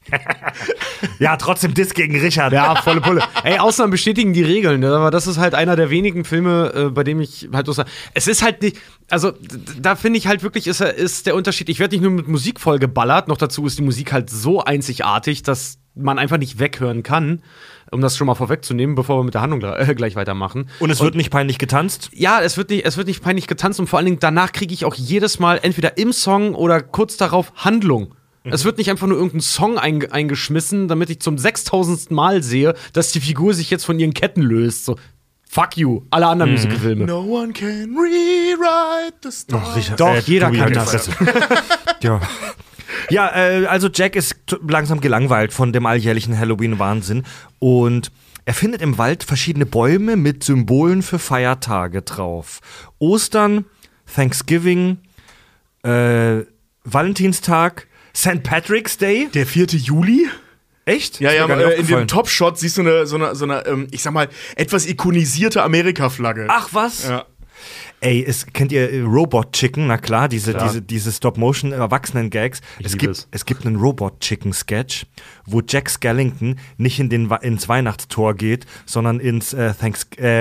Speaker 1: Ja, trotzdem Diss gegen Richard.
Speaker 4: Ja, volle Pulle. Ey, Ausnahmen bestätigen die Regeln, ne? Aber das ist halt einer der wenigen Filme, äh, bei dem ich halt so sage, es ist halt nicht, also d- da finde ich halt wirklich, ist, ist der Unterschied, ich werde nicht nur mit Musik vollgeballert, noch dazu ist die Musik halt so einzigartig, dass man einfach nicht weghören kann, um das schon mal vorwegzunehmen, bevor wir mit der Handlung äh, gleich weitermachen.
Speaker 1: Und es wird nicht peinlich getanzt.
Speaker 4: Ja, es wird nicht, es wird nicht peinlich getanzt und vor allen Dingen danach kriege ich auch jedes Mal entweder im Song oder kurz darauf Handlung. Es wird nicht einfach nur irgendein Song einge- eingeschmissen, damit ich zum sechstausendsten Mal sehe, dass die Figur sich jetzt von ihren Ketten löst. So, fuck you, alle anderen Musicalfilme.
Speaker 3: No one can rewrite the story.
Speaker 1: Ach, Richard,
Speaker 4: Doch, jeder
Speaker 1: du,
Speaker 4: kann
Speaker 1: halt die
Speaker 4: das.
Speaker 1: Fresse. Ja. Ja, äh, also Jack ist t- langsam gelangweilt von dem alljährlichen Halloween-Wahnsinn und er findet im Wald verschiedene Bäume mit Symbolen für Feiertage drauf. Ostern, Thanksgiving, äh, Valentinstag, Sankt Patrick's Day.
Speaker 3: Der vierte Juli?
Speaker 1: Echt?
Speaker 3: Ja,
Speaker 1: Ist
Speaker 3: ja,
Speaker 1: mir gar nicht
Speaker 3: äh, in
Speaker 1: aufgefallen.
Speaker 3: dem Top-Shot siehst du eine, so eine, so eine ähm, ich sag mal, etwas ikonisierte Amerika-Flagge.
Speaker 1: Ach was?
Speaker 3: Ja.
Speaker 1: Ey, es, kennt ihr äh, Robot Chicken? Na klar, diese, diese, diese Stop-Motion-Erwachsenen-Gags. Es
Speaker 4: liebe
Speaker 1: gibt,
Speaker 4: es.
Speaker 1: es gibt einen Robot Chicken-Sketch, wo Jack Skellington nicht in den, Wa- ins Weihnachtstor geht, sondern ins äh, Thanks ähm,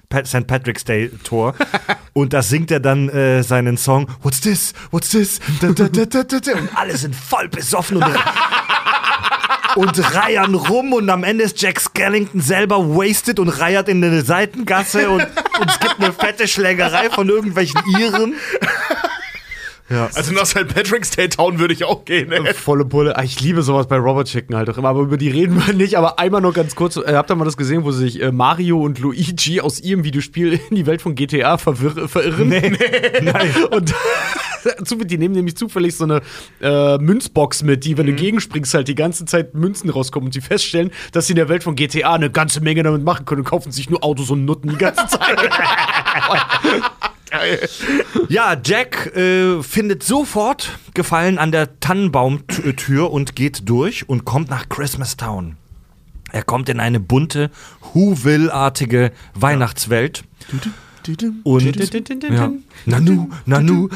Speaker 1: Sankt Patrick's Day Tour. Und da singt er dann äh, seinen Song What's this? What's this? Da, da, da, da, da. Und alle sind voll besoffen und, und reiern rum. Und am Ende ist Jack Skellington selber wasted und reiert in eine Seitengasse. Und, und es gibt eine fette Schlägerei von irgendwelchen Iren. Ja.
Speaker 3: Also nach Sankt Patrick's Day Town würde ich auch gehen. Ey.
Speaker 4: Volle Pulle. Ah, ich liebe sowas bei Robot Chicken halt auch immer, aber über die reden wir nicht. Aber einmal noch ganz kurz, äh, habt ihr mal das gesehen, wo sich äh, Mario und Luigi aus ihrem Videospiel in die Welt von G T A verwirr- verirren?
Speaker 1: Nee, nee. Nein.
Speaker 4: Und die nehmen nämlich zufällig so eine äh, Münzbox mit, die, wenn du gegenspringst, halt die ganze Zeit Münzen rauskommen und die feststellen, dass sie in der Welt von G T A eine ganze Menge damit machen können und kaufen sich nur Autos und Nutten die ganze Zeit.
Speaker 3: Geil.
Speaker 1: Ja, Jack äh, findet sofort Gefallen an der Tannenbaumtür und geht durch und kommt nach Christmas Town. Er kommt in eine bunte, Whoville-artige Weihnachtswelt. Und ja. Nanu, Nanu,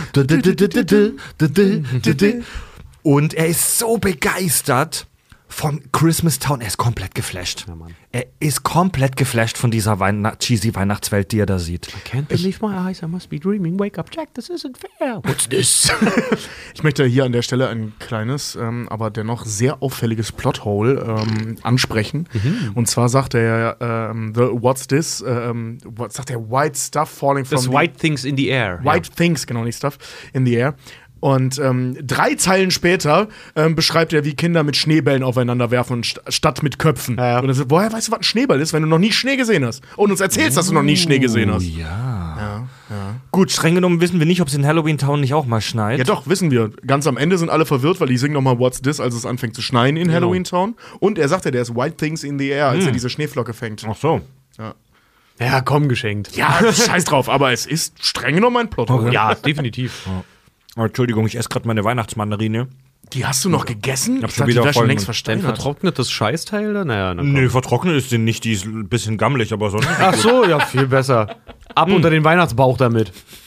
Speaker 1: und er ist so begeistert von Christmas Town. Er ist komplett geflasht. Ja, er ist komplett geflasht von dieser Weihn- cheesy Weihnachtswelt, die er da sieht.
Speaker 4: I can't believe my eyes, I must be dreaming. Wake up, Jack, this isn't fair. What's this?
Speaker 3: Ich möchte hier an der Stelle ein kleines, ähm, aber dennoch sehr auffälliges Plothole ähm, ansprechen. Mhm. Und zwar sagt er, ähm, the, what's this? Ähm, what, sagt er, white stuff falling from
Speaker 4: Das
Speaker 3: the
Speaker 4: white things in the air.
Speaker 3: White ja. things, genau, nicht stuff, in the air. Und ähm, drei Zeilen später ähm, beschreibt er, wie Kinder mit Schneebällen aufeinander werfen st- statt mit Köpfen.
Speaker 4: Ja.
Speaker 3: Und er sagt, woher weißt du, was ein Schneeball ist, wenn du noch nie Schnee gesehen hast? Und uns erzählst, dass du noch nie Schnee gesehen hast.
Speaker 1: Ja.
Speaker 3: Ja, ja.
Speaker 1: Gut, streng genommen wissen wir nicht, ob es in Halloween Town nicht auch mal schneit.
Speaker 3: Ja doch, wissen wir. Ganz am Ende sind alle verwirrt, weil die singen nochmal What's this, als es anfängt zu schneien in
Speaker 1: Genau.
Speaker 3: Halloween Town. Und er sagt ja, der ist White Things in the Air, als
Speaker 1: hm.
Speaker 3: er diese Schneeflocke fängt.
Speaker 1: Ach so.
Speaker 3: Ja,
Speaker 4: Ja, komm, geschenkt.
Speaker 3: ja scheiß drauf, aber es ist streng genommen ein Plot.
Speaker 1: Okay.
Speaker 4: Ja, definitiv.
Speaker 1: Oh, Entschuldigung, ich esse gerade meine Weihnachtsmandarine.
Speaker 3: Die hast du noch gegessen?
Speaker 1: Ich hab
Speaker 3: Ich
Speaker 1: schon
Speaker 3: dachte, die
Speaker 1: wieder
Speaker 3: wäre schon
Speaker 1: voll
Speaker 3: längst
Speaker 1: mit-
Speaker 4: Dein
Speaker 3: versteinert.
Speaker 4: vertrocknetes Scheißteil da? Naja, dann komm.
Speaker 1: Nee, vertrocknet ist sie nicht, die ist ein bisschen gammelig, aber sonst.
Speaker 4: Ach so, ja, viel besser. Ab unter den Weihnachtsbauch damit.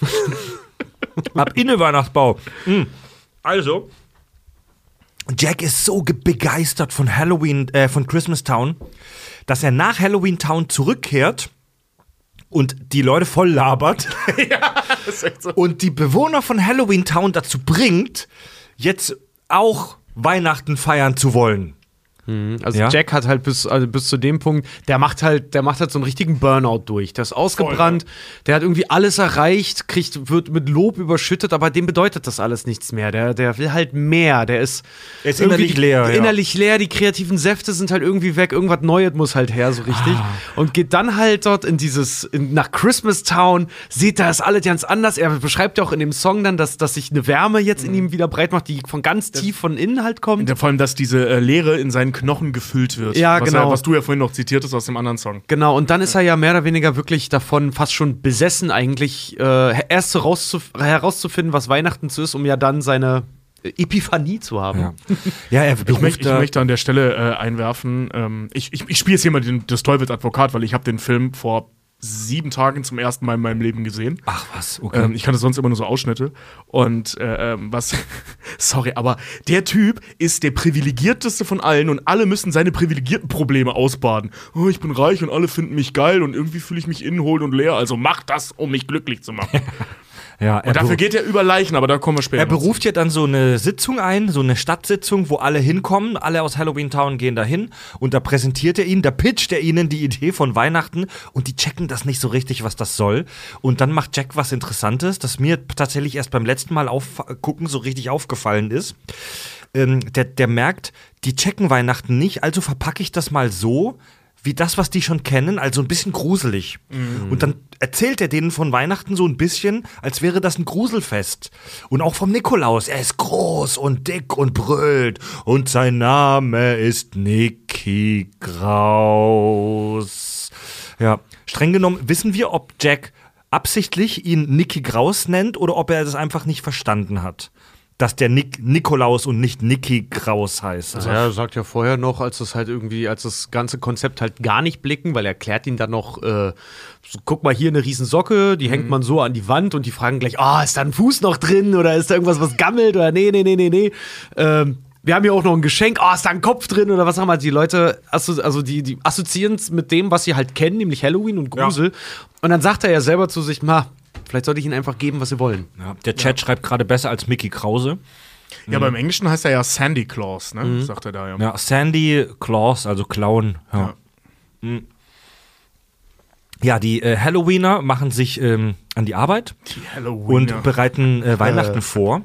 Speaker 1: Ab in den Weihnachtsbau. Mhm. Also, Jack ist so ge- begeistert von Halloween, äh, von Christmas Town, dass er nach Halloween Town zurückkehrt und die Leute voll labert.
Speaker 3: Das ist echt so.
Speaker 1: Und die Bewohner von Halloween Town dazu bringt, jetzt auch Weihnachten feiern zu wollen.
Speaker 4: Also
Speaker 1: Ja?
Speaker 4: Jack hat halt bis, also bis zu dem Punkt, der macht halt, der macht halt so einen richtigen Burnout durch. Der ist ausgebrannt, der hat irgendwie alles erreicht, kriegt, wird mit Lob überschüttet, aber dem bedeutet das alles nichts mehr. Der, der will halt mehr. Der ist,
Speaker 1: Er ist
Speaker 4: irgendwie
Speaker 1: innerlich leer, ja.
Speaker 4: Innerlich leer, die kreativen Säfte sind halt irgendwie weg, irgendwas Neues muss halt her, so richtig.
Speaker 1: Ah.
Speaker 4: Und geht dann halt dort in dieses, in, nach Christmas Town, sieht da ist alles ganz anders. Er beschreibt ja auch in dem Song dann, dass, dass sich eine Wärme jetzt in ihm wieder breit macht, die von ganz tief von innen halt kommt.
Speaker 3: Vor allem, dass diese äh, Leere in seinen Knochen gefüllt wird.
Speaker 4: Ja,
Speaker 3: was
Speaker 4: genau.
Speaker 3: Ja, was du ja vorhin noch zitiert hast aus dem anderen Song.
Speaker 4: Genau, und dann ist er ja mehr oder weniger wirklich davon fast schon besessen, eigentlich äh, erst so rauszuf- herauszufinden, was Weihnachten so ist, um ja dann seine Epiphanie zu haben.
Speaker 1: Ja, ja er
Speaker 3: Ich,
Speaker 1: beruft
Speaker 3: möcht, ich
Speaker 1: da-
Speaker 3: möchte an der Stelle äh, einwerfen, ähm, ich, ich, ich spiele jetzt hier mal den, das Teufels Advokat, weil ich habe den Film vor sieben Tagen zum ersten Mal in meinem Leben gesehen.
Speaker 1: Ach was, okay.
Speaker 3: Ähm, ich kannte sonst immer nur so Ausschnitte. Und äh, ähm, was, sorry, aber der Typ ist der privilegierteste von allen und alle müssen seine privilegierten Probleme ausbaden. Oh, ich bin reich und alle finden mich geil und irgendwie fühle ich mich innen hohl und leer, also mach das, um mich glücklich zu machen.
Speaker 1: ja, er
Speaker 3: Und dafür
Speaker 1: beruft-
Speaker 3: geht er über Leichen, aber da kommen wir später.
Speaker 1: Er beruft ja dann so eine Sitzung ein, so eine Stadtsitzung, wo alle hinkommen, alle aus Halloween Town gehen da hin und da präsentiert er ihnen, da pitcht er ihnen die Idee von Weihnachten und die checken das nicht so richtig, was das soll. Und dann macht Jack was Interessantes, das mir tatsächlich erst beim letzten Mal aufgucken so richtig aufgefallen ist. Ähm, der, der merkt, die checken Weihnachten nicht, also verpacke ich das mal so, wie das, was die schon kennen, also ein bisschen gruselig.
Speaker 3: Mhm.
Speaker 1: Und dann erzählt er denen von Weihnachten so ein bisschen, als wäre das ein Gruselfest. Und auch vom Nikolaus. Er ist groß und dick und brüllt. Und sein Name ist Nicky Graus. Ja, streng genommen wissen wir, ob Jack absichtlich ihn Nicky Graus nennt oder ob er das einfach nicht verstanden hat. Dass der Nik- Nikolaus und nicht Nicky Graus heißt.
Speaker 4: Also er sagt ja vorher noch, als das halt irgendwie, als das ganze Konzept halt gar nicht blicken, weil er erklärt ihn dann noch, äh, so, guck mal hier eine riesen Socke, die hängt man so an die Wand und die fragen gleich, ah, oh, ist da ein Fuß noch drin oder ist da irgendwas, was gammelt oder nee, nee, nee, nee, nee. Ähm, wir haben hier auch noch ein Geschenk, oh, ist da ein Kopf drin oder was haben wir? Die Leute, assozi- also die, die assoziieren es mit dem, was sie halt kennen, nämlich Halloween und Grusel. Ja. Und dann sagt er ja selber zu sich, ma, vielleicht sollte ich ihnen einfach geben, was sie wollen.
Speaker 1: Ja, der Chat ja. schreibt gerade besser als Mickey Krause.
Speaker 3: Ja, mhm. aber im Englischen heißt er ja Sandy Claus, ne? Mhm. Sagt er da ja.
Speaker 1: Ja, Sandy Claus, also Clown. Ja, ja. Mhm. ja die äh, Halloweener machen sich ähm, an die Arbeit
Speaker 3: die Halloweener.
Speaker 1: und bereiten äh, Weihnachten äh. vor.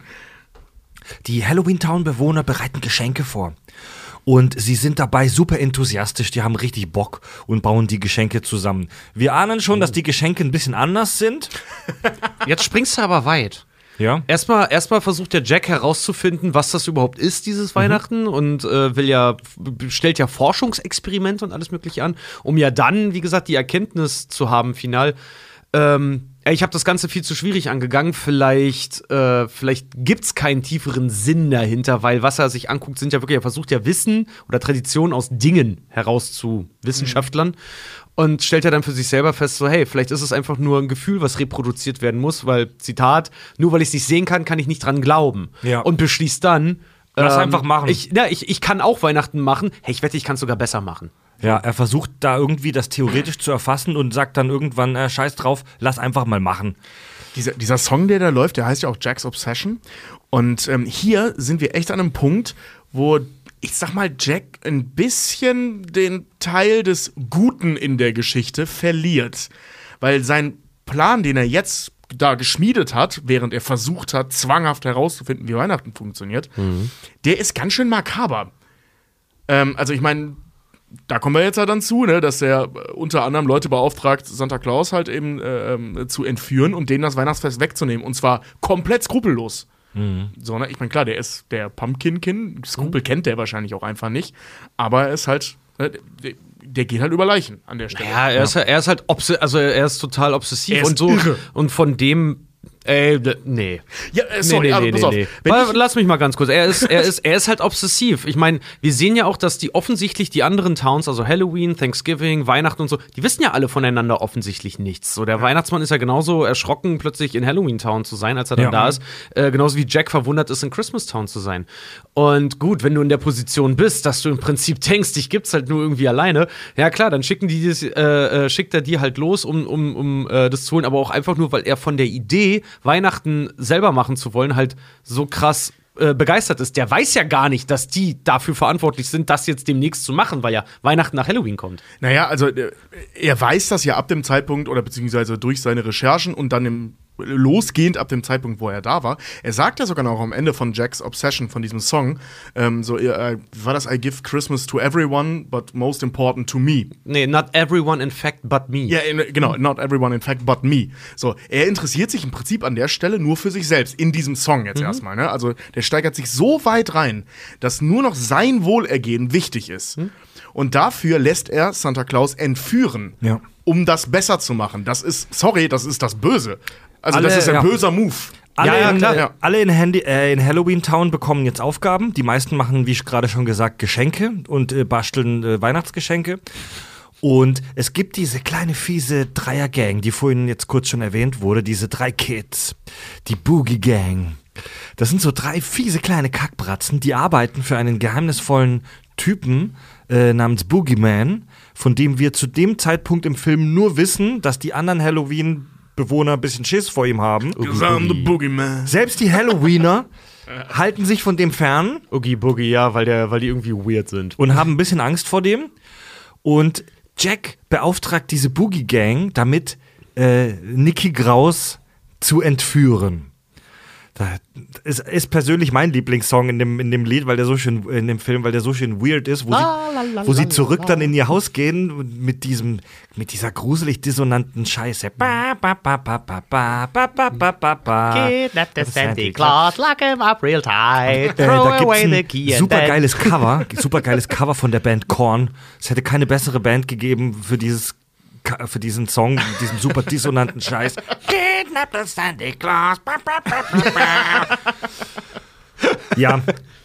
Speaker 1: Die Halloween-Town-Bewohner bereiten Geschenke vor. Und sie sind dabei super enthusiastisch, die haben richtig Bock und bauen die Geschenke zusammen. Wir ahnen schon, oh. dass die Geschenke ein bisschen anders sind.
Speaker 4: Jetzt springst du aber weit.
Speaker 1: Ja.
Speaker 4: Erstmal, erstmal versucht der Jack herauszufinden, was das überhaupt ist, dieses mhm. Weihnachten, und äh, will ja, stellt ja Forschungsexperimente und alles Mögliche an, um ja dann, wie gesagt, die Erkenntnis zu haben, final, ähm, ich habe das Ganze viel zu schwierig angegangen. Vielleicht, äh, vielleicht gibt's keinen tieferen Sinn dahinter, weil was er sich anguckt, sind ja wirklich, er versucht ja Wissen oder Tradition aus Dingen heraus zu Wissenschaftlern mhm. und stellt ja dann für sich selber fest, so hey, vielleicht ist es einfach nur ein Gefühl, was reproduziert werden muss, weil, Zitat, nur weil ich es nicht sehen kann, kann ich nicht dran glauben.
Speaker 1: Ja.
Speaker 4: Und beschließt dann,
Speaker 1: Lass
Speaker 4: ähm,
Speaker 1: einfach machen.
Speaker 4: Ich, ja, ich, ich kann auch Weihnachten machen. Hey, ich wette, ich kann es sogar besser machen.
Speaker 1: Ja, er versucht da irgendwie das theoretisch zu erfassen und sagt dann irgendwann, äh, scheiß drauf, lass einfach mal machen.
Speaker 3: Dieser, dieser Song, der da läuft, der heißt ja auch Jack's Obsession. Und ähm, hier sind wir echt an einem Punkt, wo, ich sag mal, Jack ein bisschen den Teil des Guten in der Geschichte verliert. Weil sein Plan, den er jetzt da geschmiedet hat, während er versucht hat, zwanghaft herauszufinden, wie Weihnachten funktioniert, mhm. der ist ganz schön makaber. Ähm, also ich meine, da kommen wir jetzt ja dann zu, ne, dass er unter anderem Leute beauftragt, Santa Claus halt eben äh, zu entführen und denen das Weihnachtsfest wegzunehmen. Und zwar komplett skrupellos. Mhm. So, ne? Ich meine, klar, der ist der Pumpkin-Kin. Skrupel mhm. kennt der wahrscheinlich auch einfach nicht. Aber er ist halt, ne, der, der geht halt über Leichen an der Stelle.
Speaker 4: Ja, er, ja. Ist, er ist halt, obs- also er ist total obsessiv
Speaker 3: er ist
Speaker 4: und so.
Speaker 3: Irre.
Speaker 4: Und von dem. Ey, nee.
Speaker 3: Ja, äh, sorry,
Speaker 4: nee, nee,
Speaker 3: aber
Speaker 4: nee,
Speaker 3: pass
Speaker 4: nee,
Speaker 3: auf.
Speaker 4: nee.
Speaker 3: Wenn
Speaker 4: Warte,
Speaker 3: ich
Speaker 4: lass mich mal ganz kurz. Er ist, er ist, er ist halt obsessiv. Ich meine, wir sehen ja auch, dass die offensichtlich die anderen Towns, also Halloween, Thanksgiving, Weihnachten und so, die wissen ja alle voneinander offensichtlich nichts. So, der ja. Weihnachtsmann ist ja genauso erschrocken, plötzlich in Halloween Town zu sein, als er dann ja. da ist. Äh, genauso wie Jack verwundert ist, in Christmas Town zu sein. Und gut, wenn du in der Position bist, dass du im Prinzip denkst, dich gibt's halt nur irgendwie alleine, ja klar, dann schicken die das, äh, schickt er die halt los, um, um, um äh, das zu holen, aber auch einfach nur, weil er von der Idee, Weihnachten selber machen zu wollen, halt so krass äh, begeistert ist. Der weiß ja gar nicht, dass die dafür verantwortlich sind, das jetzt demnächst zu machen, weil ja Weihnachten nach Halloween kommt.
Speaker 3: Naja, also äh, er weiß das ja ab dem Zeitpunkt oder beziehungsweise durch seine Recherchen und dann im losgehend ab dem Zeitpunkt, wo er da war. Er sagt ja sogar noch am Ende von Jack's Obsession, von diesem Song, ähm, so, äh, war das I give Christmas to everyone, but most important to me.
Speaker 4: Nee, not everyone in fact but me.
Speaker 3: Ja, in, genau, not everyone in fact but me. So, er interessiert sich im Prinzip an der Stelle nur für sich selbst, in diesem Song jetzt mhm. erstmal, ne? Also, der steigert sich so weit rein, dass nur noch sein Wohlergehen wichtig ist. Mhm. Und dafür lässt er Santa Claus entführen,
Speaker 1: ja.
Speaker 3: um das besser zu machen. Das ist, sorry, das ist das Böse. Also
Speaker 1: alle,
Speaker 3: das ist ein
Speaker 1: ja.
Speaker 3: böser Move.
Speaker 1: Alle,
Speaker 3: ja,
Speaker 1: in,
Speaker 3: klar. Ja.
Speaker 1: alle in, Handy, äh, in Halloween Town bekommen jetzt Aufgaben. Die meisten machen, wie ich gerade schon gesagt, Geschenke und äh, basteln äh, Weihnachtsgeschenke. Und es gibt diese kleine fiese Dreier-Gang, die vorhin jetzt kurz schon erwähnt wurde, diese drei Kids, die Boogie Gang. Das sind so drei fiese kleine Kackbratzen, die arbeiten für einen geheimnisvollen Typen äh, namens Boogeyman, von dem wir zu dem Zeitpunkt im Film nur wissen, dass die anderen Halloween Bewohner ein bisschen Schiss vor ihm haben.
Speaker 3: Oogie Boogeyman.
Speaker 1: Selbst die Halloweener halten sich von dem fern.
Speaker 4: Oogie Boogie, ja, weil, der, weil die irgendwie weird sind.
Speaker 1: Und haben ein bisschen Angst vor dem. Und Jack beauftragt diese Boogie Gang damit, äh, Nicky Graus zu entführen. Das ist, ist persönlich mein Lieblingssong in dem, in dem Lied, weil der so schön, in dem Film, weil der so schön weird ist, wo,
Speaker 5: la,
Speaker 1: sie,
Speaker 5: la, la,
Speaker 1: wo sie
Speaker 5: la,
Speaker 1: zurück
Speaker 5: la.
Speaker 1: dann in ihr Haus gehen mit diesem, mit dieser gruselig dissonanten Scheiße. Ba, ba, ba, ba, ba, ba, ba, ba, ba, ba.
Speaker 5: Kidnap the Santa Claus, lock him up real tight,
Speaker 1: Äh,
Speaker 5: throw
Speaker 1: da
Speaker 5: away the
Speaker 1: gibt's
Speaker 5: key
Speaker 1: ein
Speaker 5: and
Speaker 1: super
Speaker 5: then...
Speaker 1: geiles Cover, super geiles Cover von der Band Korn. Es hätte keine bessere Band gegeben für dieses für diesen Song, diesen super dissonanten Scheiß. Kidnap the Santa Claus. Ba, ba, ba, ba, ba. Ja.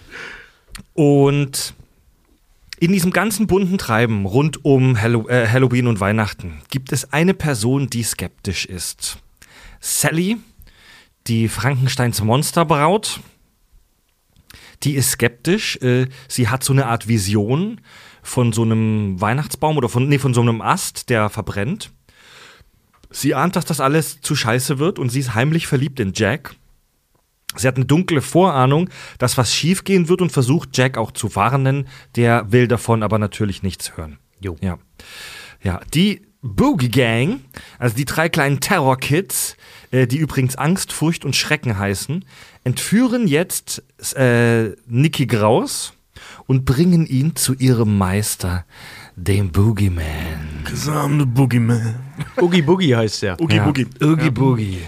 Speaker 1: Und in diesem ganzen bunten Treiben rund um Hallo- äh, Halloween und Weihnachten gibt es eine Person, die skeptisch ist. Sally, die Frankensteins Monsterbraut, die ist skeptisch. Äh, sie hat so eine Art Vision von so einem Weihnachtsbaum oder von, nee, von so einem Ast, der verbrennt. Sie ahnt, dass das alles zu scheiße wird und sie ist heimlich verliebt in Jack. Sie hat eine dunkle Vorahnung, dass was schiefgehen wird und versucht, Jack auch zu warnen. Der will davon aber natürlich nichts hören.
Speaker 4: Jo.
Speaker 1: Ja. Ja, die Boogie Gang, also die drei kleinen Terror-Kids, äh, die übrigens Angst, Furcht und Schrecken heißen, entführen jetzt äh, Nicky Graus und bringen ihn zu ihrem Meister, dem Boogeyman.
Speaker 3: Gesamte Boogeyman.
Speaker 4: Oogie Boogie heißt der.
Speaker 3: Oogie
Speaker 1: Ja.
Speaker 3: Boogie.
Speaker 1: Oogie Boogie.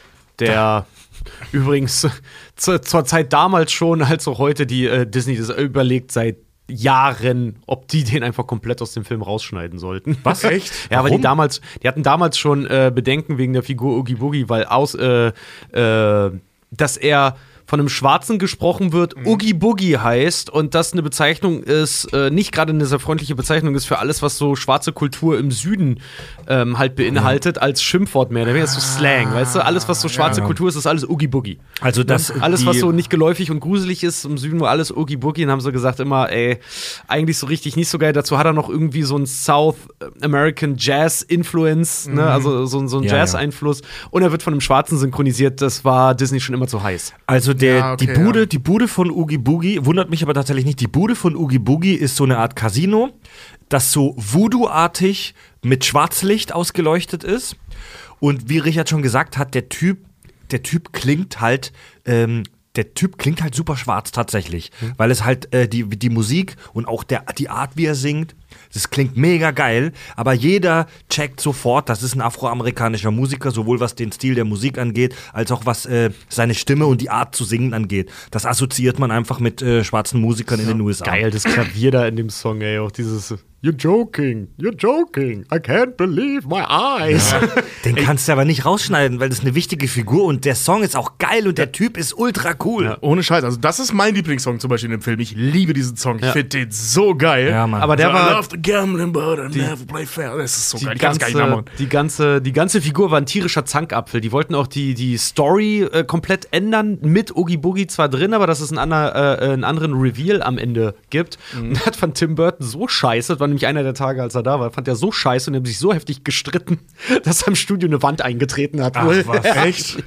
Speaker 4: Der übrigens zur, zur Zeit damals schon, als auch heute, die äh, Disney das überlegt seit Jahren, ob die den einfach komplett aus dem Film rausschneiden sollten.
Speaker 1: Was?
Speaker 3: Echt?
Speaker 4: Ja, weil
Speaker 1: Warum?
Speaker 4: die damals, die hatten damals schon äh, Bedenken wegen der Figur Oogie Boogie, weil aus, äh, äh, dass er von einem Schwarzen gesprochen wird,
Speaker 3: Mhm.
Speaker 4: Oogie Boogie heißt und das eine Bezeichnung ist, äh, nicht gerade eine sehr freundliche Bezeichnung ist für alles, was so schwarze Kultur im Süden ähm, halt beinhaltet, als Schimpfwort mehr. Da wäre so Slang, weißt du? Alles, was so schwarze
Speaker 1: Ja.
Speaker 4: Kultur ist, ist alles Oogie Boogie.
Speaker 1: Also das,
Speaker 4: Alles,
Speaker 1: die,
Speaker 4: was so nicht geläufig und gruselig ist, im Süden war alles Oogie Boogie. Und haben sie gesagt immer, ey, eigentlich so richtig nicht so geil. Dazu hat er noch irgendwie so einen South American Jazz-Influence, ne? Also so, so einen
Speaker 1: Ja,
Speaker 4: Jazz-Einfluss. Und er wird von einem Schwarzen synchronisiert. Das war Disney schon immer zu heiß.
Speaker 1: Also der,
Speaker 3: Ja, okay,
Speaker 1: die, Bude,
Speaker 3: ja.
Speaker 1: die Bude von Oogie Boogie, wundert mich aber tatsächlich nicht, die Bude von Oogie Boogie ist so eine Art Casino, das so Voodoo-artig mit Schwarzlicht ausgeleuchtet ist. Und wie Richard schon gesagt hat, der Typ, der Typ klingt halt, ähm, der Typ klingt halt super schwarz tatsächlich,
Speaker 3: Mhm.
Speaker 1: weil es halt äh, die, die Musik und auch der, die Art, wie er singt, das klingt mega geil, aber jeder checkt sofort, das ist ein afroamerikanischer Musiker, sowohl was den Stil der Musik angeht, als auch was äh, seine Stimme und die Art zu singen angeht. Das assoziiert man einfach mit äh, schwarzen Musikern in den U S A.
Speaker 4: Geil, das Klavier da in dem Song, ey. Auch dieses You're joking, you're joking, I can't believe my eyes.
Speaker 1: Den kannst du aber nicht rausschneiden, weil das ist eine wichtige Figur und der Song ist auch geil und der Typ ist ultra cool.
Speaker 3: Ja, ohne Scheiß. Also, das ist mein Lieblingssong zum Beispiel in dem Film. Ich liebe diesen Song. Ich
Speaker 4: Ja.
Speaker 3: finde den so geil.
Speaker 1: Ja, Mann.
Speaker 4: Aber der
Speaker 3: I
Speaker 4: war.
Speaker 3: love the gambling, but I never play fair. Das ist so
Speaker 4: Die
Speaker 3: geil. Ich kann es gar nicht
Speaker 4: ganze,
Speaker 3: nachmachen.
Speaker 4: die, ganze, die ganze Figur war ein tierischer Zankapfel. Die wollten auch die, die Story äh, komplett ändern, mit Oogie Boogie zwar drin, aber dass es einen, ander, äh, einen anderen Reveal am Ende gibt.
Speaker 3: Mhm.
Speaker 4: Und das fand Tim Burton so scheiße, das war nämlich einer der Tage, als er da war, fand er so scheiße und er hat sich so heftig gestritten, dass er im Studio eine Wand eingetreten hat.
Speaker 1: Ach,
Speaker 4: wohl.
Speaker 1: was?
Speaker 3: Echt?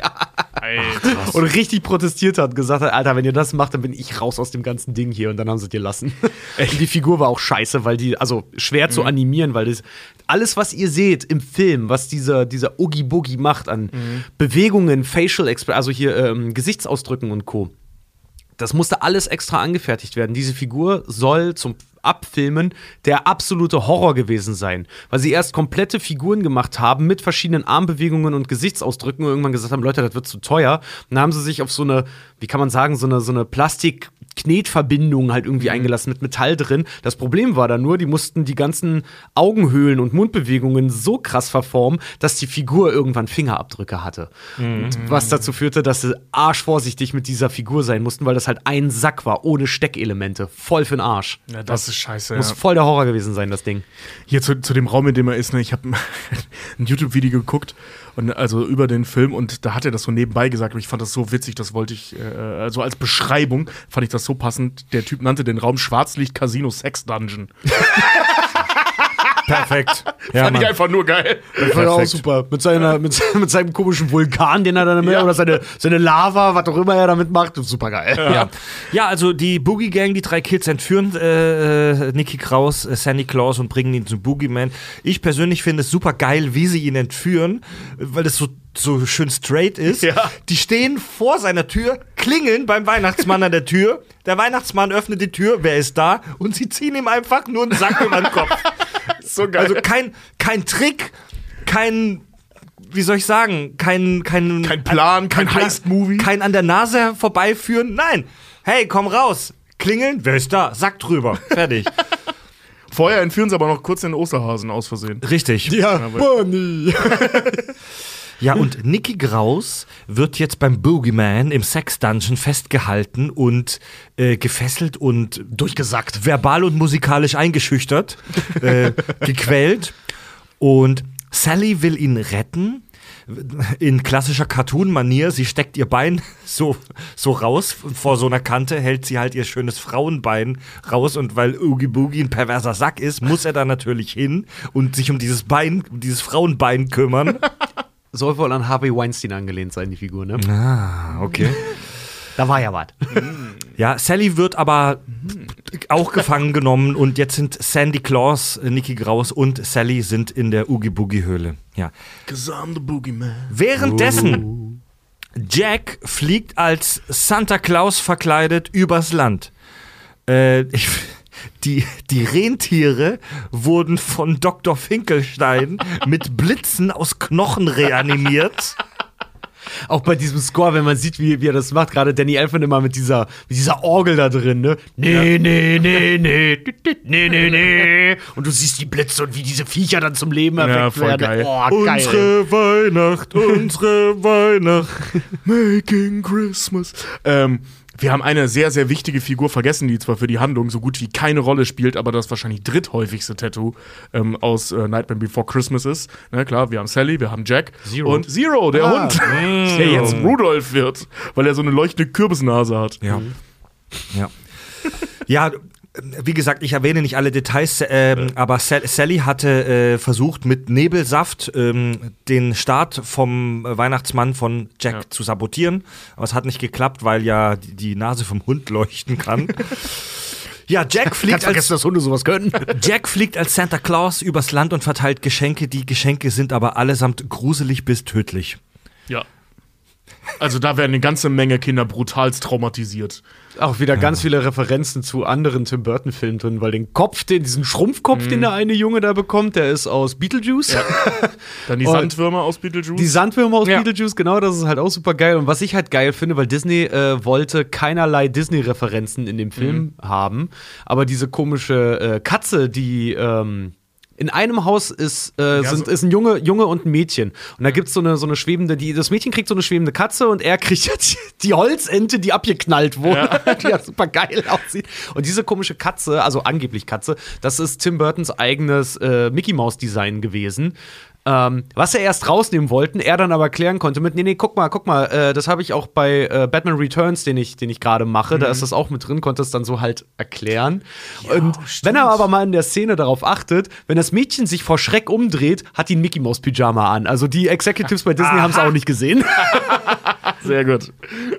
Speaker 1: Krass.
Speaker 4: Und richtig protestiert hat, gesagt hat, Alter, wenn ihr das macht, dann bin ich raus aus dem ganzen Ding hier. Und dann haben sie dir lassen. Und die Figur war auch scheiße, weil die, also schwer zu animieren, weil das, alles, was ihr seht im Film, was dieser, dieser Oogie Boogie macht an Bewegungen, Facial Expression, also hier ähm, Gesichtsausdrücken und Co., das musste alles extra angefertigt werden. Diese Figur soll zum Abfilmen der absolute Horror gewesen sein, weil sie erst komplette Figuren gemacht haben mit verschiedenen Armbewegungen und Gesichtsausdrücken und irgendwann gesagt haben, Leute, das wird zu teuer. Und dann haben sie sich auf so eine, wie kann man sagen, so eine, so eine Plastik-Knetverbindung halt irgendwie eingelassen mit Metall drin. Das Problem war da nur, die mussten die ganzen Augenhöhlen und Mundbewegungen so krass verformen, dass die Figur irgendwann Fingerabdrücke hatte. Und was dazu führte, dass sie arschvorsichtig mit dieser Figur sein mussten, weil das halt ein Sack war, ohne Steckelemente. Voll für den Arsch.
Speaker 3: Ja, das ist scheiße.
Speaker 4: Muss
Speaker 3: Ja.
Speaker 4: voll der Horror gewesen sein, das Ding.
Speaker 3: Hier zu, zu dem Raum, in dem er ist, ne, ich habe ein YouTube-Video geguckt und also über den Film und da hat er das so nebenbei gesagt und ich fand das so witzig, das wollte ich, äh, also als Beschreibung fand ich das so passend. Der Typ nannte den Raum Schwarzlicht Casino Sex Dungeon.
Speaker 1: Perfekt. Ja,
Speaker 3: fand
Speaker 1: Mann.
Speaker 3: ich einfach nur geil.
Speaker 4: Das war ja auch
Speaker 1: Perfekt.
Speaker 4: super. Mit, seiner, mit, mit seinem komischen Vulkan, den er dann damit,
Speaker 3: Ja.
Speaker 4: oder seine, seine Lava, was auch immer er damit macht. Super geil.
Speaker 1: Ja. ja, also die Boogie Gang, die drei Kids entführen äh, Nicky Kraus, äh, Sandy Claus und bringen ihn zum Boogeyman. Ich persönlich finde es super geil, wie sie ihn entführen, weil das so, so schön straight ist.
Speaker 3: Ja.
Speaker 1: Die stehen vor seiner Tür, klingeln beim Weihnachtsmann an der Tür. Der Weihnachtsmann öffnet die Tür, wer ist da? Und sie ziehen ihm einfach nur einen Sack über den Kopf.
Speaker 3: So geil.
Speaker 1: Also kein, kein Trick, kein, wie soll ich sagen, kein, kein,
Speaker 3: Kein Plan, kein
Speaker 1: Plan,
Speaker 3: Heist-Movie.
Speaker 1: Kein an der Nase vorbeiführen. Nein. Hey, komm raus. Klingeln, wer ist da? Sack drüber. Fertig.
Speaker 3: Vorher entführen sie aber noch kurz den Osterhasen aus Versehen.
Speaker 1: Richtig.
Speaker 4: Ja, Bonnie.
Speaker 1: Ja, und Nicky Graus wird jetzt beim Boogeyman im Sex-Dungeon festgehalten und äh, gefesselt und durchgesackt, verbal und musikalisch eingeschüchtert, äh, gequält. Und Sally will ihn retten, in klassischer Cartoon-Manier, sie steckt ihr Bein so, so raus vor so einer Kante, hält sie halt ihr schönes Frauenbein raus und weil Oogie Boogie ein perverser Sack ist, muss er da natürlich hin und sich um dieses Bein, um dieses Frauenbein kümmern.
Speaker 4: Soll wohl an Harvey Weinstein angelehnt sein, die Figur, ne?
Speaker 1: Ah, okay.
Speaker 5: Da war ja was.
Speaker 1: Ja, Sally wird aber auch gefangen genommen und jetzt sind Sandy Claus, Nikki Graus und Sally sind in der Oogie Boogie Höhle. Ja.
Speaker 3: Cause I'm the Boogeyman.
Speaker 1: Währenddessen Jack fliegt als Santa Claus verkleidet übers Land. Äh, ich, die, die Rentiere wurden von Doktor Finkelstein mit Blitzen aus Knochen reanimiert.
Speaker 4: Auch bei diesem Score, wenn man sieht, wie, wie er das macht, gerade Danny Elfman immer mit dieser, mit dieser Orgel da drin, ne? Nee, ja. nee, nee, nee, nee, nee, nee. Und du siehst die Blitze und wie diese Viecher dann zum Leben erweckt
Speaker 3: ja, voll
Speaker 4: werden.
Speaker 3: Geil.
Speaker 4: Oh, geil.
Speaker 3: Unsere Weihnacht, unsere Weihnacht, making Christmas. Ähm, wir haben eine sehr, sehr wichtige Figur vergessen, die zwar für die Handlung so gut wie keine Rolle spielt, aber das wahrscheinlich dritthäufigste Tattoo ähm, aus äh, Nightmare Before Christmas ist. Na klar, wir haben Sally, wir haben Jack
Speaker 4: Zero.
Speaker 3: und Zero, der
Speaker 1: Ah.
Speaker 3: Hund, der jetzt Rudolph wird, weil er so eine leuchtende Kürbisnase hat.
Speaker 1: Ja. Ja. Ja, wie gesagt, ich erwähne nicht alle Details, ähm, aber Sally hatte äh, versucht, mit Nebelsaft ähm, den Start vom Weihnachtsmann von Jack
Speaker 3: Ja.
Speaker 1: zu sabotieren. Aber es hat nicht geklappt, weil ja die, die Nase vom Hund leuchten kann. Ja, Jack fliegt,
Speaker 4: Kannst vergessen,
Speaker 1: als,
Speaker 4: dass Hunde sowas können.
Speaker 1: Jack fliegt als Santa Claus übers Land und verteilt Geschenke. Die Geschenke sind aber allesamt gruselig bis tödlich.
Speaker 3: Ja. Also da werden eine ganze Menge Kinder brutalst traumatisiert.
Speaker 4: Auch wieder ganz viele Referenzen zu anderen Tim Burton-Filmen drin, weil den Kopf, den, diesen Schrumpfkopf, den der eine Junge da bekommt, der ist aus Beetlejuice.
Speaker 3: Ja. Dann die
Speaker 4: Und
Speaker 3: Sandwürmer aus Beetlejuice.
Speaker 4: Die Sandwürmer aus
Speaker 3: Ja.
Speaker 4: Beetlejuice, genau, das ist halt auch super geil. Und was ich halt geil finde, weil Disney äh, wollte keinerlei Disney-Referenzen in dem Film
Speaker 3: Mhm.
Speaker 4: haben, aber diese komische äh, Katze, die ähm, in einem Haus ist, äh, sind,
Speaker 3: so-
Speaker 4: ist ein Junge, Junge und ein Mädchen. Und da gibt's so eine, so eine schwebende, die, das Mädchen kriegt so eine schwebende Katze und er kriegt die, die Holzente, die abgeknallt wurde, die ja super geil aussieht. Und diese komische Katze, also angeblich Katze, das ist Tim Burtons eigenes äh, Mickey-Mouse-Design gewesen. Ähm, was er erst rausnehmen wollten, er dann aber klären konnte mit, nee, nee, guck mal, guck mal, äh, das habe ich auch bei äh, Batman Returns, den ich, den ich gerade mache, da ist das auch mit drin, konnte es dann so halt erklären. Und wenn er aber mal in der Szene darauf achtet, wenn das Mädchen sich vor Schreck umdreht, hat die ein Mickey-Maus-Pyjama an. Also die Executives bei Disney haben es auch nicht gesehen.
Speaker 3: Sehr gut.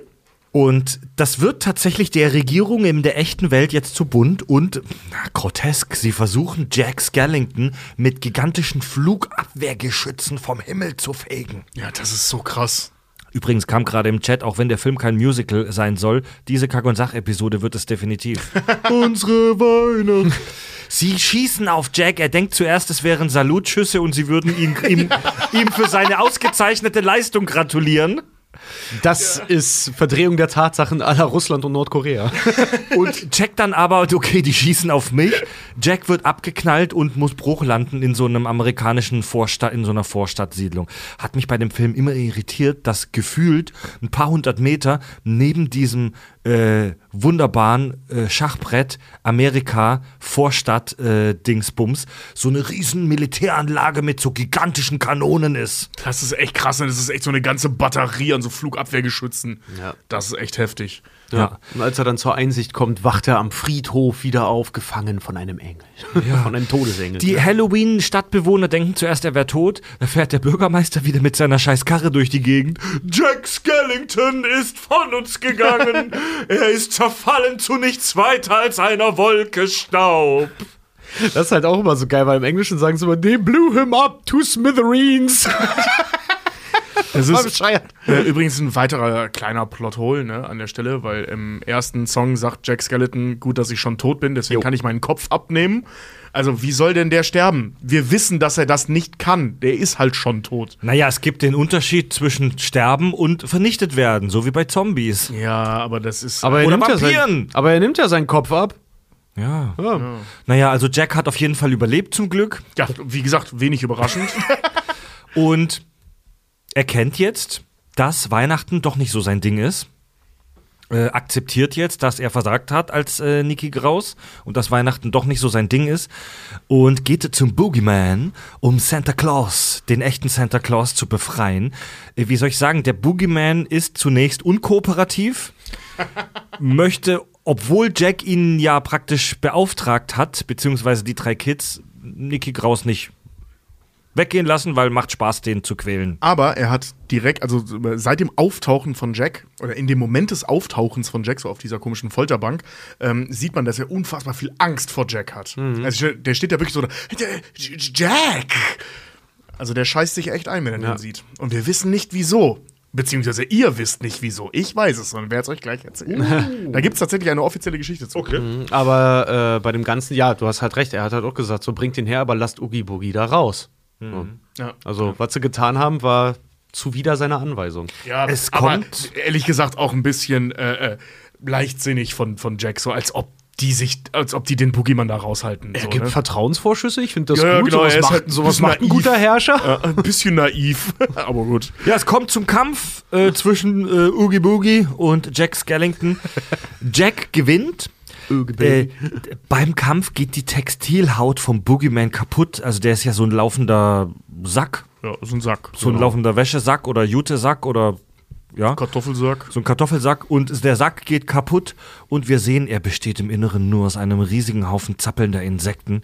Speaker 1: Und das wird tatsächlich der Regierung in der echten Welt jetzt zu bunt und na, grotesk. Sie versuchen, Jack Skellington mit gigantischen Flugabwehrgeschützen vom Himmel zu fegen.
Speaker 3: Ja, das ist so krass.
Speaker 1: Übrigens kam gerade im Chat, auch wenn der Film kein Musical sein soll, diese Kack- und Sach-Episode wird es definitiv. Unsere Weihnacht. Sie schießen auf Jack. Er denkt zuerst, es wären Salutschüsse und sie würden ihn, ihm, ihm für seine ausgezeichnete Leistung gratulieren.
Speaker 4: Das ist Verdrehung der Tatsachen à la Russland und Nordkorea.
Speaker 1: Und Jack dann aber, okay, die schießen auf mich. Jack wird abgeknallt und muss Bruch landen in so einem amerikanischen Vorstadt, in so einer Vorstadtsiedlung. Hat mich bei dem Film immer irritiert, dass gefühlt ein paar hundert Meter neben diesem äh, wunderbaren äh, Schachbrett Amerika Vorstadt äh, Dingsbums so eine riesen Militäranlage mit so gigantischen Kanonen ist.
Speaker 3: Das ist echt krass. Das ist echt so eine ganze Batterie an so Flugabwehrgeschützen.
Speaker 4: Ja.
Speaker 3: Das ist echt heftig.
Speaker 4: Ja. Und als er dann zur Einsicht kommt, wacht er am Friedhof wieder auf, gefangen von einem Engel. Von einem Todesengel.
Speaker 1: Die Halloween-Stadtbewohner denken zuerst, er wäre tot. Da fährt der Bürgermeister wieder mit seiner scheiß Karre durch die Gegend. Jack Skellington ist von uns gegangen. Er ist zerfallen zu nichts weiter als einer Wolke Staub.
Speaker 4: Das ist halt auch immer so geil, weil im Englischen sagen sie immer, they blew him up to smithereens.
Speaker 3: Das
Speaker 4: War
Speaker 3: ist
Speaker 4: bescheuert.
Speaker 3: äh, übrigens ein weiterer kleiner Plothole, ne, an der Stelle, weil im ersten Song sagt Jack Skellington, gut, dass ich schon tot bin, deswegen
Speaker 4: Jo.
Speaker 3: kann ich meinen Kopf abnehmen. Also, wie soll denn der sterben? Wir wissen, dass er das nicht kann. Der ist halt schon tot.
Speaker 1: Naja, es gibt den Unterschied zwischen sterben und vernichtet werden, so wie bei Zombies.
Speaker 3: Ja, aber das ist.
Speaker 4: Aber er,
Speaker 1: Oder
Speaker 4: nimmt ja
Speaker 1: Vampiren.
Speaker 4: sein, aber er nimmt ja seinen Kopf ab.
Speaker 1: Ja.
Speaker 4: Ja.
Speaker 1: Naja, also Jack hat auf jeden Fall überlebt zum Glück.
Speaker 3: ja, wie gesagt, wenig überraschend.
Speaker 1: Und erkennt jetzt, dass Weihnachten doch nicht so sein Ding ist. äh, akzeptiert jetzt, dass er versagt hat als äh, Nicky Graus und dass Weihnachten doch nicht so sein Ding ist und geht zum Boogeyman, um Santa Claus, den echten Santa Claus, zu befreien. Äh, wie soll ich sagen, der Boogeyman ist zunächst unkooperativ, möchte, obwohl Jack ihn ja praktisch beauftragt hat, beziehungsweise die drei Kids, Nicky Graus nicht weggehen lassen, weil macht Spaß, den zu quälen.
Speaker 3: Aber er hat direkt, also seit dem Auftauchen von Jack, oder in dem Moment des Auftauchens von Jack, so auf dieser komischen Folterbank, ähm, sieht man, dass er unfassbar viel Angst vor Jack hat. Mhm. Also der steht da wirklich so da, Jack! Also der scheißt sich echt ein, wenn er ja. den sieht. Und wir wissen nicht, wieso. Beziehungsweise ihr wisst nicht, wieso. Ich weiß es und werde es euch gleich erzählen. Uh. Da gibt es tatsächlich eine offizielle Geschichte zu.
Speaker 4: Okay. Mhm, aber äh, bei dem Ganzen, ja, du hast halt recht, er hat halt auch gesagt, so bringt ihn her, aber lasst Oogie Boogie da raus. Mhm. Ja. Also, was sie getan haben, war zuwider seiner Anweisung.
Speaker 3: Ja, es aber kommt ehrlich gesagt auch ein bisschen äh, äh, leichtsinnig von, von Jack, so als ob die sich, als ob die den Boogeyman da raushalten.
Speaker 4: Er
Speaker 3: so,
Speaker 4: gibt
Speaker 3: ne?
Speaker 4: Vertrauensvorschüsse, ich finde das
Speaker 3: ja,
Speaker 4: gut.
Speaker 3: Genau,
Speaker 4: sowas
Speaker 3: er ist
Speaker 4: macht,
Speaker 3: halt
Speaker 4: sowas macht ein guter Herrscher.
Speaker 3: Ja, ein bisschen naiv, aber gut.
Speaker 1: Ja, es kommt zum Kampf äh, zwischen äh, Oogie Boogie und Jack Skellington. Jack gewinnt. Äh, beim Kampf geht die Textilhaut vom Boogeyman kaputt. Also der ist ja so ein laufender Sack.
Speaker 3: Ja, so ein Sack.
Speaker 1: So ein genau. laufender Wäschesack oder Jutesack oder ja.
Speaker 3: Kartoffelsack.
Speaker 1: So ein Kartoffelsack. Und der Sack geht kaputt und wir sehen, er besteht im Inneren nur aus einem riesigen Haufen zappelnder Insekten.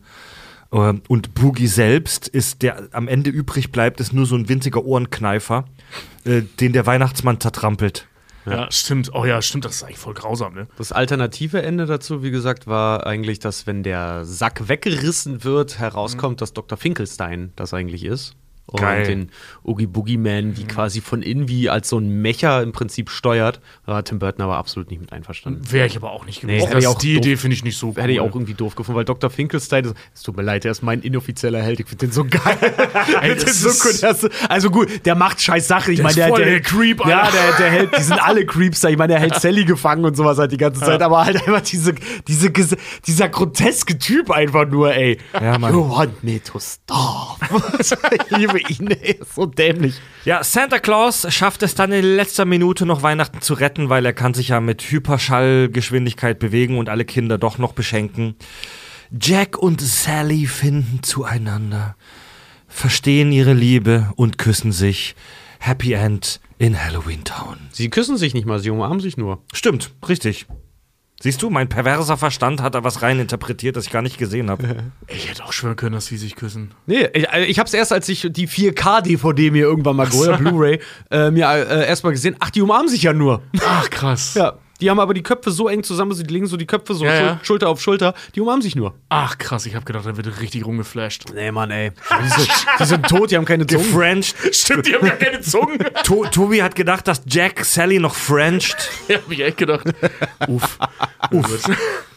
Speaker 1: Und Boogie selbst ist, der am Ende übrig bleibt, ist nur so ein winziger Ohrenkneifer, äh, den der Weihnachtsmann zertrampelt.
Speaker 3: Ja. ja, stimmt. Oh ja, stimmt, das ist eigentlich voll grausam, ne?
Speaker 4: Das alternative Ende dazu, wie gesagt, war eigentlich, dass, wenn der Sack weggerissen wird, herauskommt, mhm. dass Doktor Finkelstein das eigentlich ist. Und
Speaker 1: Geil.
Speaker 4: den Oogie Boogie Man, die mhm. quasi von innen wie als so ein Mecher im Prinzip steuert. Da war Tim Burton aber absolut nicht mit einverstanden.
Speaker 3: Wäre ich aber auch nicht gewesen.
Speaker 4: Nee, hätte ich auch
Speaker 3: die
Speaker 4: doof,
Speaker 3: Idee finde ich nicht so cool.
Speaker 4: Hätte ich auch irgendwie doof gefunden, weil Doktor Finkelstein, es tut mir leid, der ist mein inoffizieller Held. Ich finde den so geil.
Speaker 3: Ey,
Speaker 4: das ist so cool. Also gut, der macht scheiß Sachen. Ich meine, der,
Speaker 3: voll
Speaker 4: der,
Speaker 3: der Creep, Alter.
Speaker 4: Ja, der, der hält, die sind alle Creeps da. Ich meine, der hält Sally gefangen und sowas halt die ganze Zeit. Ja. Aber halt einfach diese, diese, dieser groteske Typ einfach nur, ey.
Speaker 1: Ja, Mann.
Speaker 4: You want me to stop. Ich liebe ihn, ey. So dämlich.
Speaker 1: Ja, Santa Claus schafft es dann in letzter Minute noch Weihnachten zu retten, weil er kann sich ja mit Hyperschallgeschwindigkeit bewegen und alle Kinder doch noch beschenken. Jack und Sally finden zueinander, verstehen ihre Liebe und küssen sich. Happy End in Halloween Town.
Speaker 4: Sie küssen sich nicht mal, sie umarmen sich nur.
Speaker 1: Stimmt, richtig. Siehst du, mein perverser Verstand hat da was rein interpretiert, das ich gar nicht gesehen habe.
Speaker 3: Ich hätte auch schwören können, dass sie sich küssen.
Speaker 4: Nee, ich, ich hab's erst, als ich die vier K D V D mir irgendwann mal geholt, Blu-ray, äh, mir äh, erstmal gesehen, ach, die umarmen sich ja nur.
Speaker 3: Ach, krass.
Speaker 4: Ja, die haben aber die Köpfe so eng zusammen, sie legen so die Köpfe so
Speaker 3: ja,
Speaker 4: Schul-
Speaker 3: ja.
Speaker 4: Schulter auf Schulter, die umarmen sich nur.
Speaker 3: Ach, krass, ich hab gedacht, da wird richtig rumgeflasht.
Speaker 4: Nee, Mann, ey. Die sind, die sind tot, die haben keine Zungen.
Speaker 1: Gefrencht.
Speaker 3: Stimmt, die haben ja keine Zungen.
Speaker 1: To- Tobi hat gedacht, dass Jack Sally noch frencht.
Speaker 3: Ja, hab ich echt gedacht. Uff. Uff.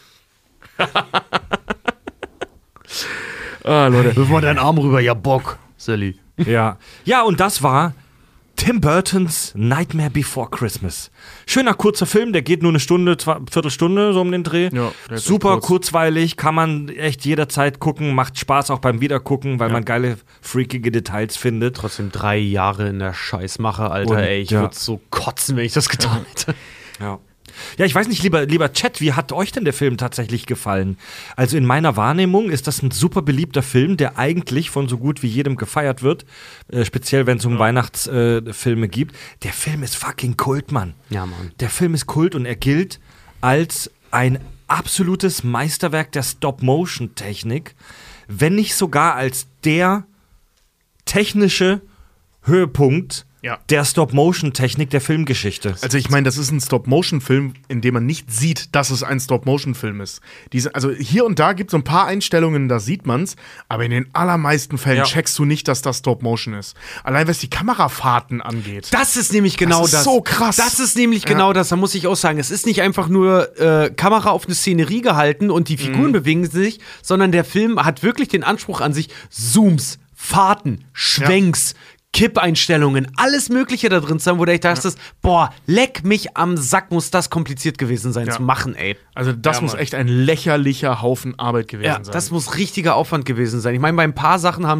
Speaker 3: Ah, Leute.
Speaker 4: Wirf mal deinen Arm rüber, ja Bock, Sally.
Speaker 1: Ja. Ja, und das war Tim Burtons Nightmare Before Christmas. Schöner kurzer Film, der geht nur eine Stunde, zwei, Viertelstunde so um den Dreh.
Speaker 3: Ja, der ist
Speaker 1: super
Speaker 3: kurz.
Speaker 1: kurzweilig, kann man echt jederzeit gucken, macht Spaß auch beim Wiedergucken, weil
Speaker 3: ja.
Speaker 1: man geile, freakige Details findet.
Speaker 4: Trotzdem drei Jahre in der Scheißmache, Alter,
Speaker 1: Und,
Speaker 4: ey. Ich
Speaker 1: ja.
Speaker 4: würde so kotzen, wenn ich das getan hätte.
Speaker 1: Ja. Ja, ich weiß nicht, lieber, lieber Chat, wie hat euch denn der Film tatsächlich gefallen? Also in meiner Wahrnehmung ist das ein super beliebter Film, der eigentlich von so gut wie jedem gefeiert wird, äh, speziell wenn es um ja. Weihnachtsfilme äh, gibt. Der Film ist fucking Kult, Mann.
Speaker 4: Ja, Mann.
Speaker 1: Der Film ist Kult und er gilt als ein absolutes Meisterwerk der Stop-Motion-Technik, wenn nicht sogar als der technische Höhepunkt
Speaker 3: Ja.
Speaker 1: der Stop-Motion-Technik der Filmgeschichte.
Speaker 3: Also ich meine, das ist ein Stop-Motion-Film, in dem man nicht sieht, dass es ein Stop-Motion-Film ist. Diese, also hier und da gibt es so ein paar Einstellungen, da sieht man's, aber in den allermeisten Fällen
Speaker 1: Ja.
Speaker 3: checkst du nicht, dass das Stop-Motion ist. Allein was die Kamerafahrten angeht.
Speaker 4: Das ist nämlich genau das.
Speaker 3: Das ist so krass.
Speaker 4: Das ist nämlich
Speaker 3: Ja.
Speaker 4: genau das, da muss ich auch sagen. Es ist nicht einfach nur äh, Kamera auf eine Szenerie gehalten und die Figuren
Speaker 3: Mhm.
Speaker 4: bewegen sich, sondern der Film hat wirklich den Anspruch an sich, Zooms, Fahrten, Schwenks, Kippeinstellungen, alles Mögliche da drin zu haben, wo du echt dachtest, ja. boah, leck mich am Sack, muss das kompliziert gewesen sein
Speaker 3: Ja.
Speaker 4: zu machen, ey.
Speaker 3: Also das
Speaker 4: Ja,
Speaker 3: muss
Speaker 4: Mann.
Speaker 3: echt ein lächerlicher Haufen Arbeit gewesen
Speaker 4: Ja,
Speaker 3: sein.
Speaker 4: das muss richtiger Aufwand gewesen sein. Ich meine, bei ein paar Sachen haben sie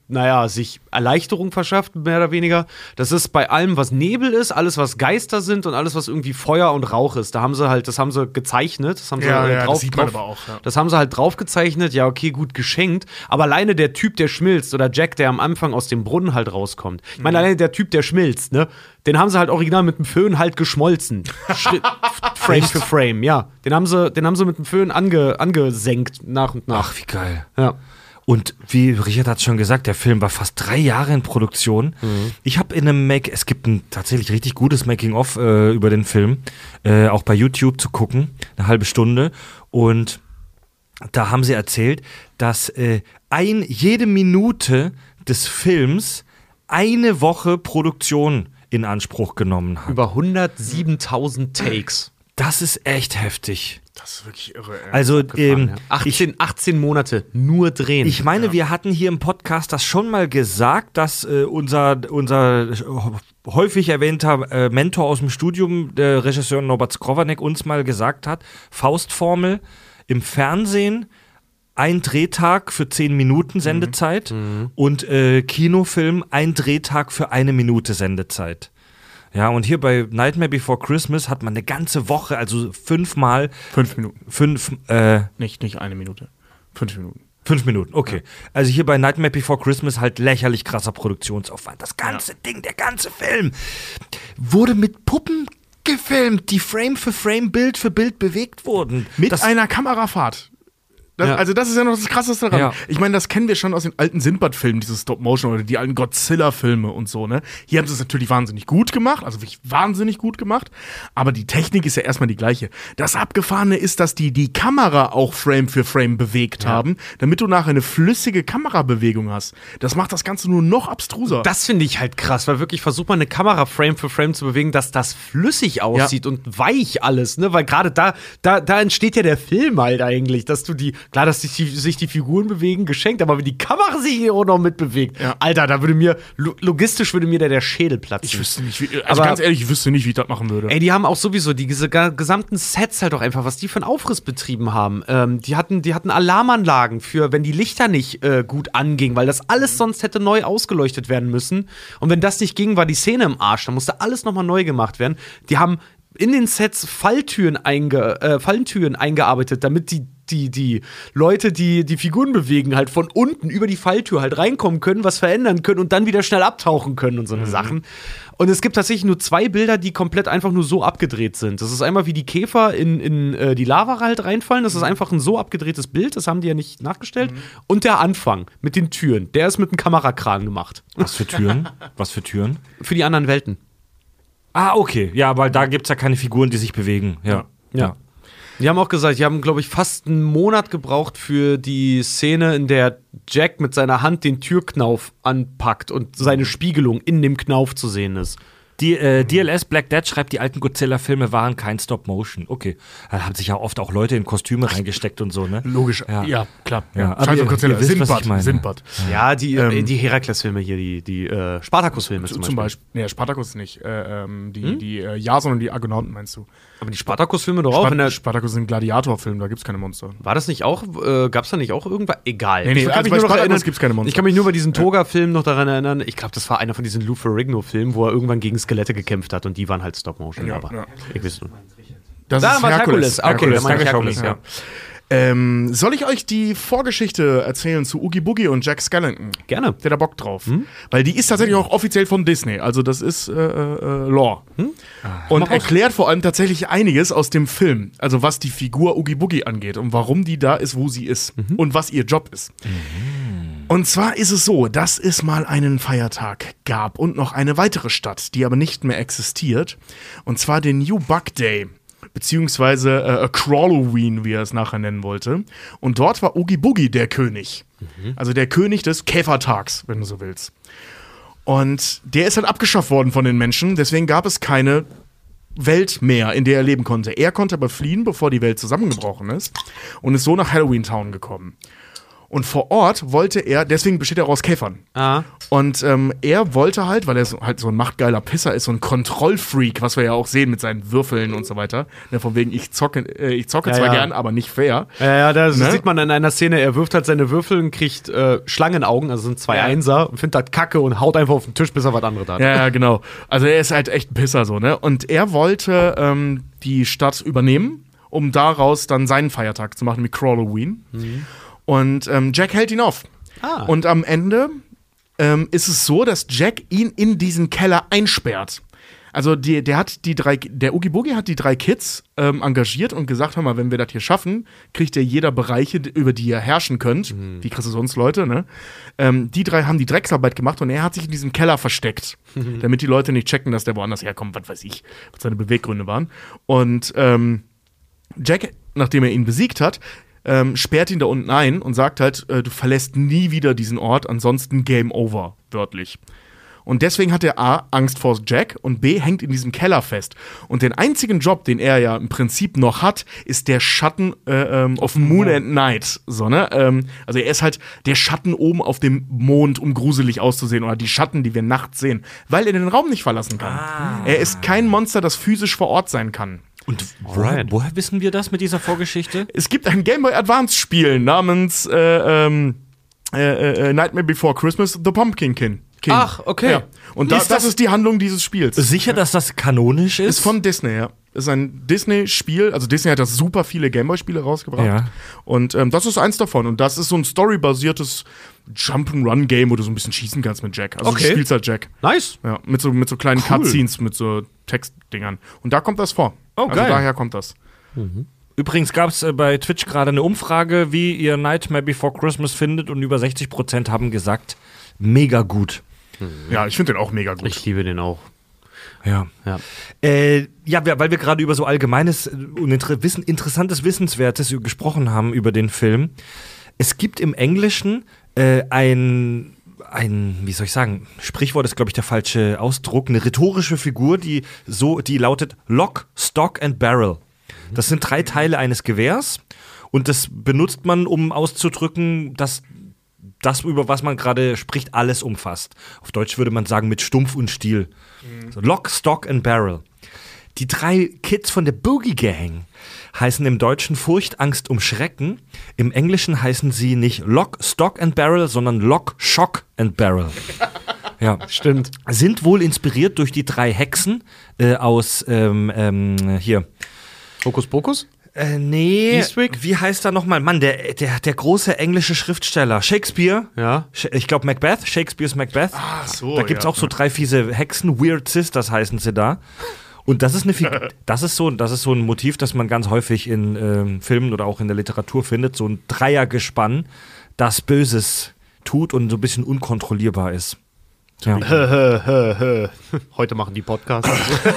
Speaker 4: naja, sich Erleichterung verschafft, mehr oder weniger. Das ist bei allem, was Nebel ist, alles, was Geister sind und alles, was irgendwie Feuer und Rauch ist. Da haben sie halt, das haben sie gezeichnet. Das haben sie
Speaker 3: Ja,
Speaker 4: äh,
Speaker 3: ja,
Speaker 4: drauf,
Speaker 3: das sieht man
Speaker 4: drauf,
Speaker 3: aber auch, ja.
Speaker 4: Das haben sie halt drauf gezeichnet. Ja, okay, gut geschenkt. Aber alleine der Typ, der schmilzt, oder Jack, der am Anfang aus dem Brunnen halt rauskommt. Ich meine,
Speaker 3: Mhm.
Speaker 4: alleine der Typ, der schmilzt, ne? Den haben sie halt original mit dem Föhn halt geschmolzen. Schritt, Frame für Frame, ja. Den haben sie, den haben sie mit dem Föhn ange, angesenkt nach und nach.
Speaker 1: Ach, wie geil.
Speaker 4: Ja.
Speaker 1: Und wie Richard hat schon gesagt, der Film war fast drei Jahre in Produktion. Mhm. Ich habe in einem Make, es gibt ein tatsächlich richtig gutes Making-of äh, über den Film, äh, auch bei YouTube zu gucken, eine halbe Stunde. Und da haben sie erzählt, dass äh, ein, jede Minute des Films eine Woche Produktion in Anspruch genommen hat.
Speaker 4: Über hundertsiebentausend Takes.
Speaker 1: Das ist echt heftig.
Speaker 3: Das ist wirklich irre, ey.
Speaker 1: Also, ähm,
Speaker 4: Ja. achtzehn, achtzehn Monate nur drehen.
Speaker 1: ich meine, wir hatten hier im Podcast das schon mal gesagt, dass äh, unser, unser häufig erwähnter äh, Mentor aus dem Studium, der Regisseur Norbert Skrovanek, uns mal gesagt hat, Faustformel im Fernsehen, ein Drehtag für zehn Minuten Sendezeit
Speaker 4: Mhm.
Speaker 1: und äh, Kinofilm, ein Drehtag für eine Minute Sendezeit. Ja, und hier bei Nightmare Before Christmas hat man eine ganze Woche, also fünfmal,
Speaker 3: Fünf Minuten.
Speaker 1: fünf, äh,
Speaker 3: Nicht, nicht eine Minute. Fünf Minuten.
Speaker 1: Fünf Minuten, okay. Also hier bei Nightmare Before Christmas halt lächerlich krasser Produktionsaufwand. Das ganze Ding, der ganze Film wurde mit Puppen gefilmt, die Frame für Frame, Bild für Bild bewegt wurden.
Speaker 3: Mit
Speaker 1: das,
Speaker 3: einer Kamerafahrt. Das,
Speaker 4: Ja.
Speaker 3: Also das ist ja noch das Krasseste daran.
Speaker 1: Ja.
Speaker 3: Ich meine, das kennen wir schon aus den alten Sinbad-Filmen, diese Stop-Motion oder die alten Godzilla-Filme und so, ne? Hier haben sie es natürlich wahnsinnig gut gemacht, also wirklich wahnsinnig gut gemacht, aber die Technik ist ja erstmal die gleiche. Das Abgefahrene ist, dass die die Kamera auch Frame für Frame bewegt haben, damit du nachher eine flüssige Kamerabewegung hast. Das macht das Ganze nur noch abstruser.
Speaker 4: Das finde ich halt krass, weil wirklich versucht man eine Kamera Frame für Frame zu bewegen, dass das flüssig aussieht und weich alles, ne? Weil gerade da, da, da entsteht ja der Film halt eigentlich, dass du die, klar, dass sich die, sich die Figuren bewegen, geschenkt, aber wenn die Kamera sich hier auch noch mitbewegt,
Speaker 3: Ja.
Speaker 4: Alter, da würde mir, lo- logistisch würde mir da der Schädel platzen.
Speaker 3: ich wüsste nicht, wie, also
Speaker 4: Aber-
Speaker 3: ganz ehrlich, ich wüsste nicht, wie ich das machen würde.
Speaker 4: Ey, die haben auch sowieso die diese ga- gesamten Sets halt auch einfach, was die für einen Aufriss betrieben haben. Ähm, die hatten, die hatten Alarmanlagen für, wenn die Lichter nicht äh, gut angingen, weil das alles sonst hätte neu ausgeleuchtet werden müssen. Und wenn das nicht ging, war die Szene im Arsch. Da musste alles nochmal neu gemacht werden. Die haben in den Sets Falltüren, einge, äh, Falltüren eingearbeitet, damit die die, die Leute, die die Figuren bewegen, halt von unten über die Falltür halt reinkommen können, was verändern können und dann wieder schnell abtauchen können und so eine Sachen. Und es gibt tatsächlich nur zwei Bilder, die komplett einfach nur so abgedreht sind. Das ist einmal, wie die Käfer in, in äh, die Lava halt reinfallen. Das ist einfach ein so abgedrehtes Bild, das haben die ja nicht nachgestellt. Und der Anfang mit den Türen, der ist mit einem Kamerakran gemacht.
Speaker 1: was für Türen? Was für Türen?
Speaker 4: Für die anderen Welten.
Speaker 1: Ah, okay. Ja, weil da gibt es ja keine Figuren, die sich bewegen. Ja.
Speaker 4: Ja. Die haben auch gesagt, die haben, glaube ich, fast einen Monat gebraucht für die Szene, in der Jack mit seiner Hand den Türknauf anpackt und seine Spiegelung in dem Knauf zu sehen ist.
Speaker 1: Die äh, D L S Black Death schreibt, die alten Godzilla-Filme waren kein Stop-Motion. Okay. Da haben sich ja oft auch Leute in Kostüme reingesteckt und so, ne?
Speaker 3: Logisch,
Speaker 1: Ja.
Speaker 3: ja, klar.
Speaker 1: Ja, aber
Speaker 3: Scheiß
Speaker 1: ihr-
Speaker 3: auf Godzilla.
Speaker 1: ihr wisst, was
Speaker 3: Sinbad,
Speaker 1: ich meine.
Speaker 3: Sinbad.
Speaker 4: Ja, die,
Speaker 3: Ähm,
Speaker 4: äh, die Herakles-Filme hier, die, die äh, Spartacus-Filme zum,
Speaker 3: Zum
Speaker 4: Beispiel.
Speaker 3: Beispiel. Nee, Spartacus nicht. Äh, ähm, die, die äh, Jason und die Argonauten meinst du?
Speaker 4: Aber die Spartacus-Filme doch auch.
Speaker 3: Spart
Speaker 4: Wenn der,
Speaker 3: Spartacus ist ein Gladiator-Film, da gibt's keine Monster.
Speaker 4: war das nicht auch, äh, gab's da nicht auch irgendwas? Egal.
Speaker 3: Nee, nee,
Speaker 4: ich kann
Speaker 3: also
Speaker 4: mich
Speaker 3: bei
Speaker 4: nur noch
Speaker 3: Spartacus
Speaker 4: erinnern,
Speaker 3: gibt's keine Monster.
Speaker 4: Ich kann mich nur bei diesem Toga-Film noch daran erinnern, ich glaube, das war einer von diesen Lou Ferrigno-Filmen, wo er irgendwann gegen Skelette gekämpft hat und die waren halt Stop-Motion.
Speaker 3: Ja,
Speaker 4: aber
Speaker 3: ja.
Speaker 4: ich weiß nur.
Speaker 3: Das
Speaker 4: Da
Speaker 3: ist
Speaker 4: war
Speaker 3: Herkules.
Speaker 4: Herkules. Okay,
Speaker 3: Herkules,
Speaker 4: da meine ich
Speaker 3: danke,
Speaker 4: Herkules,
Speaker 3: ja. Ähm, soll ich euch die Vorgeschichte erzählen zu Oogie Boogie und Jack Skellington?
Speaker 4: Gerne.
Speaker 3: Habt ihr da Bock drauf? Weil die ist tatsächlich auch offiziell von Disney. Also das ist äh, äh, Lore. Und erklärt vor allem tatsächlich einiges aus dem Film. Also was die Figur Oogie Boogie angeht und warum die da ist, wo sie ist. Und was ihr Job ist. Und zwar ist es so, dass es mal einen Feiertag gab und noch eine weitere Stadt, die aber nicht mehr existiert. Und zwar den New Bug Day. Beziehungsweise äh, Crawloween, wie er es nachher nennen wollte. Und dort war Oogie Boogie der König. Also der König des Käfertags, wenn du so willst. Und der ist halt abgeschafft worden von den Menschen, deswegen gab es keine Welt mehr, in der er leben konnte. Er konnte aber fliehen, bevor die Welt zusammengebrochen ist und ist so nach Halloween Town gekommen. Und vor Ort wollte er, deswegen besteht er aus Käfern.
Speaker 4: Ah.
Speaker 3: Und ähm, er wollte halt, weil er so, halt so ein machtgeiler Pisser ist, so ein Kontrollfreak, was wir ja auch sehen mit seinen Würfeln und so weiter. Ne, von wegen, ich zocke, äh, ich zocke
Speaker 4: Ja,
Speaker 3: zwar
Speaker 4: ja.
Speaker 3: gern, aber nicht fair.
Speaker 4: Ja, ja, da
Speaker 3: Ne?
Speaker 4: sieht man in einer Szene, er wirft halt seine Würfel und kriegt äh, Schlangenaugen, also sind zwei
Speaker 3: Ja.
Speaker 4: Einser, und findet das Kacke und haut einfach auf den Tisch, bis er was anderes hat.
Speaker 3: Ja, ja, genau. Also er ist halt echt ein Pisser so, ne? Und er wollte ähm, die Stadt übernehmen, um daraus dann seinen Feiertag zu machen, wie Halloween. Mhm. Und ähm, Jack hält ihn auf.
Speaker 4: Ah.
Speaker 3: Und am Ende ähm, ist es so, dass Jack ihn in diesen Keller einsperrt. Also die, der hat die drei, der Oogie Boogie hat die drei Kids ähm, engagiert und gesagt, hör mal, wenn wir das hier schaffen, kriegt ihr jeder Bereiche, über die ihr herrschen könnt. Mhm. Wie kriegst du sonst Leute, ne? Ähm, die drei haben die Drecksarbeit gemacht und er hat sich in diesem Keller versteckt, mhm. damit die Leute nicht checken, dass der woanders herkommt, was weiß ich, was seine Beweggründe waren. Und ähm, Jack, nachdem er ihn besiegt hat, ähm, sperrt ihn da unten ein und sagt halt, äh, du verlässt nie wieder diesen Ort, ansonsten Game Over, wörtlich. Und deswegen hat er A, Angst vor Jack und B, hängt in diesem Keller fest. Und den einzigen Job, den er ja im Prinzip noch hat, ist der Schatten äh, ähm, of Moon and Night. So, ne? ähm, also er ist halt der Schatten oben auf dem Mond, um gruselig auszusehen. Oder die Schatten, die wir nachts sehen. Weil er den Raum nicht verlassen kann. Ah. Er ist kein Monster, das physisch vor Ort sein kann.
Speaker 1: Und woher, woher wissen wir das mit dieser Vorgeschichte?
Speaker 3: Es gibt ein Game Boy Advance Spiel namens äh, ähm, äh, äh, Nightmare Before Christmas, The Pumpkin King. King.
Speaker 4: Ach, okay.
Speaker 3: Ja. Und da,
Speaker 1: Ist
Speaker 3: das,
Speaker 1: das
Speaker 3: ist die Handlung dieses Spiels.
Speaker 1: Sicher, dass das kanonisch ist?
Speaker 3: Ist von Disney, ja. Ist ein Disney-Spiel. Also Disney hat da super viele Gameboy-Spiele rausgebracht.
Speaker 1: Ja.
Speaker 3: Und ähm, das ist eins davon. Und das ist so ein storybasiertes Jump'n'Run-Game, wo du so ein bisschen schießen kannst mit Jack. Also
Speaker 4: Okay.
Speaker 3: du spielst halt Jack.
Speaker 4: Nice.
Speaker 3: Ja, mit so, mit so kleinen
Speaker 1: Cool.
Speaker 3: Cutscenes, mit so Textdingern. Und da kommt das vor.
Speaker 1: Oh,
Speaker 3: also
Speaker 1: geil.
Speaker 3: daher kommt das.
Speaker 1: Übrigens gab es äh, bei Twitch gerade eine Umfrage, wie ihr Nightmare Before Christmas findet, und über sechzig Prozent haben gesagt, mega gut.
Speaker 3: Ja, ich finde den auch mega gut.
Speaker 4: Ich liebe den auch.
Speaker 1: Ja.
Speaker 4: Ja.
Speaker 1: Äh, ja, wir- weil wir gerade über so allgemeines äh, und inter Wissen, interessantes, Wissenswertes gesprochen haben über den Film. Es gibt im Englischen äh, ein, ein, wie soll ich sagen, Sprichwort ist, glaube ich, der falsche Ausdruck, eine rhetorische Figur, die so, die lautet Lock, Stock and Barrel. Das sind drei Teile eines Gewehrs und das benutzt man, um auszudrücken, dass das, über was man gerade spricht, alles umfasst. Auf Deutsch würde man sagen, mit Stumpf und Stiel. So, Lock, Stock and Barrel. Die drei Kids von der Boogie Gang heißen im Deutschen Furcht, Angst, Umschrecken. Im Englischen heißen sie nicht Lock, Stock and Barrel, sondern Lock, Shock and Barrel. Ja,
Speaker 4: Stimmt.
Speaker 1: sind wohl inspiriert durch die drei Hexen äh, aus, ähm, ähm, hier,
Speaker 4: Hokus Pokus?
Speaker 1: Äh, nee.
Speaker 4: Eastwick?
Speaker 1: Wie heißt er nochmal? Mann, der, der, der große englische Schriftsteller. Shakespeare.
Speaker 4: Ja.
Speaker 1: Sch- Ich glaube Macbeth. Shakespeares Macbeth.
Speaker 3: Ach so,
Speaker 1: Da gibt's
Speaker 3: ja.
Speaker 1: auch so drei fiese Hexen. Weird Sisters heißen sie da. Und das ist eine Fig- das ist so, das ist so ein Motiv, das man ganz häufig in ähm, Filmen oder auch in der Literatur findet. So ein Dreiergespann, das Böses tut und so ein bisschen unkontrollierbar ist. Ja.
Speaker 4: Heute machen die Podcasts.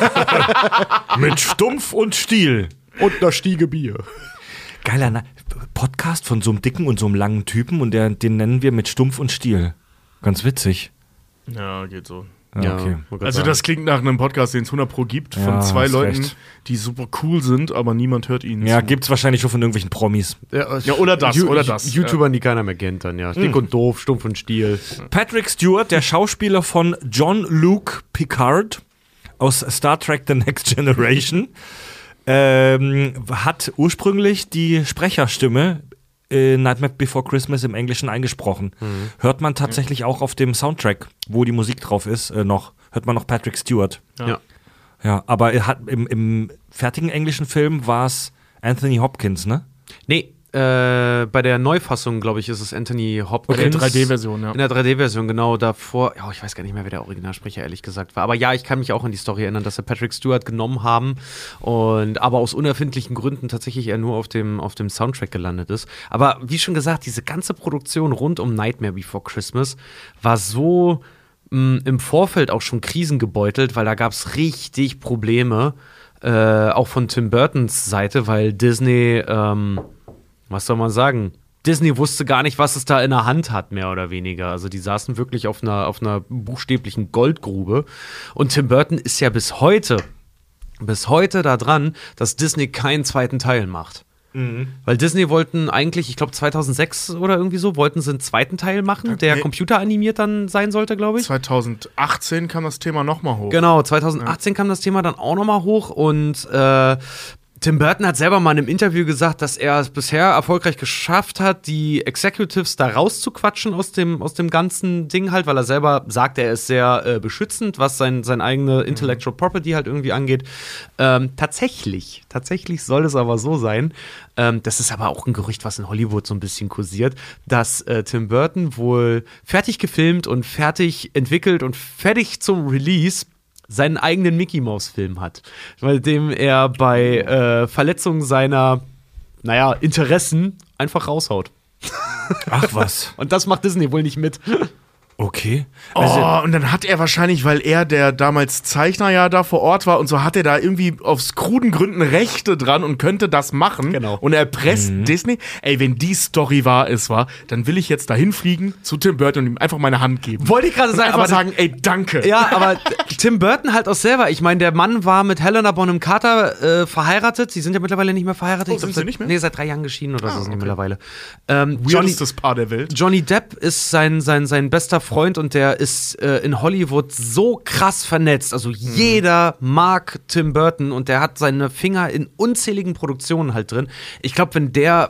Speaker 1: Mit Stumpf und Stiel.
Speaker 4: Und einer Stiege Bier.
Speaker 1: Geiler Na- Podcast von so einem dicken und so einem langen Typen und der, den nennen wir mit Stumpf und Stiel. Ganz witzig.
Speaker 3: Ja, geht so.
Speaker 1: Ja, okay.
Speaker 3: Also das klingt nach einem Podcast, den es hundert Pro gibt, von
Speaker 1: Ja,
Speaker 3: zwei
Speaker 1: hast
Speaker 3: Leuten,
Speaker 1: recht.
Speaker 3: die super cool sind, aber niemand hört ihnen
Speaker 1: Ja,
Speaker 3: zu.
Speaker 1: gibt's wahrscheinlich schon von irgendwelchen Promis.
Speaker 4: Ja,
Speaker 3: Ja, oder das, oder das.
Speaker 4: YouTubern, die keiner mehr kennt dann, ja. Dick und doof, stumpf und stiel.
Speaker 1: Patrick Stewart, der Schauspieler von John Luke Picard aus Star Trek The Next Generation, ähm, hat ursprünglich die Sprecherstimme äh, Nightmare Before Christmas im Englischen eingesprochen. Hört man tatsächlich auch auf dem Soundtrack, wo die Musik drauf ist, äh, noch, hört man noch Patrick Stewart.
Speaker 4: Ja.
Speaker 1: Ja, aber er hat im, im fertigen englischen Film war es Anthony Hopkins, ne?
Speaker 4: Nee, äh, bei der Neufassung, glaube ich, ist es Anthony Hopkins.
Speaker 3: Bei der drei D-Version, ja.
Speaker 4: In der drei D-Version, genau, davor, ja, ich weiß gar nicht mehr, wer der Originalsprecher ehrlich gesagt war. Aber ja, ich kann mich auch an die Story erinnern, dass sie Patrick Stewart genommen haben und aber aus unerfindlichen Gründen tatsächlich eher nur auf dem, auf dem Soundtrack gelandet ist. Aber wie schon gesagt, diese ganze Produktion rund um Nightmare Before Christmas war so mh, im Vorfeld auch schon krisengebeutelt, weil da gab es richtig Probleme, äh, auch von Tim Burtons Seite, weil Disney, ähm, was soll man sagen? Disney wusste gar nicht, was es da in der Hand hat, mehr oder weniger. Also die saßen wirklich auf einer, auf einer buchstäblichen Goldgrube. Und Tim Burton ist ja bis heute, bis heute da dran, dass Disney keinen zweiten Teil macht. Mhm. Weil Disney wollten eigentlich, ich glaube zweitausendsechs oder irgendwie so, wollten sie einen zweiten Teil machen, der
Speaker 3: nee.
Speaker 4: computeranimiert dann sein sollte, glaube ich.
Speaker 3: zweitausendachtzehn kam das Thema nochmal hoch.
Speaker 4: Genau, zweitausendachtzehn ja. kam das Thema dann auch nochmal hoch und äh, Tim Burton hat selber mal in einem Interview gesagt, dass er es bisher erfolgreich geschafft hat, die Executives da rauszuquatschen aus dem, aus dem ganzen Ding halt, weil er selber sagt, er ist sehr äh, beschützend, was sein, sein eigene Intellectual Property halt irgendwie angeht. Ähm, tatsächlich, tatsächlich soll es aber so sein, ähm, das ist aber auch ein Gerücht, was in Hollywood so ein bisschen kursiert, dass äh, Tim Burton wohl fertig gefilmt und fertig entwickelt und fertig zum Release seinen eigenen Mickey-Maus-Film hat, bei dem er bei äh, Verletzung seiner, naja, Interessen einfach raushaut.
Speaker 1: Ach was.
Speaker 4: Und das macht Disney wohl nicht mit.
Speaker 1: Okay.
Speaker 3: Also, oh, und dann hat er wahrscheinlich, weil er der damals Zeichner ja da vor Ort war und so, hat er da irgendwie aus kruden Gründen Rechte dran und könnte das machen.
Speaker 4: Genau.
Speaker 3: Und er presst mhm. Disney. Ey, wenn die Story wahr ist, war, dann will ich jetzt dahin fliegen zu Tim Burton und ihm einfach meine Hand geben.
Speaker 4: Wollte ich gerade sagen,
Speaker 3: einfach
Speaker 4: aber
Speaker 3: sagen, ey, danke.
Speaker 4: Ja, aber Tim Burton halt auch selber. Ich meine, der Mann war mit Helena Bonham Carter äh, verheiratet. Sie sind ja mittlerweile nicht mehr verheiratet.
Speaker 3: Oh, sind sie nicht mehr?
Speaker 4: Nee, seit drei Jahren geschieden oder
Speaker 3: ah,
Speaker 4: so sind die
Speaker 3: okay.
Speaker 4: mittlerweile. Ähm,
Speaker 3: Weirdestes Paar der Welt.
Speaker 4: Johnny Depp ist sein, sein, sein bester Freund und der ist äh, in Hollywood so krass vernetzt. Also jeder mag Tim Burton und der hat seine Finger in unzähligen Produktionen halt drin. Ich glaube, wenn der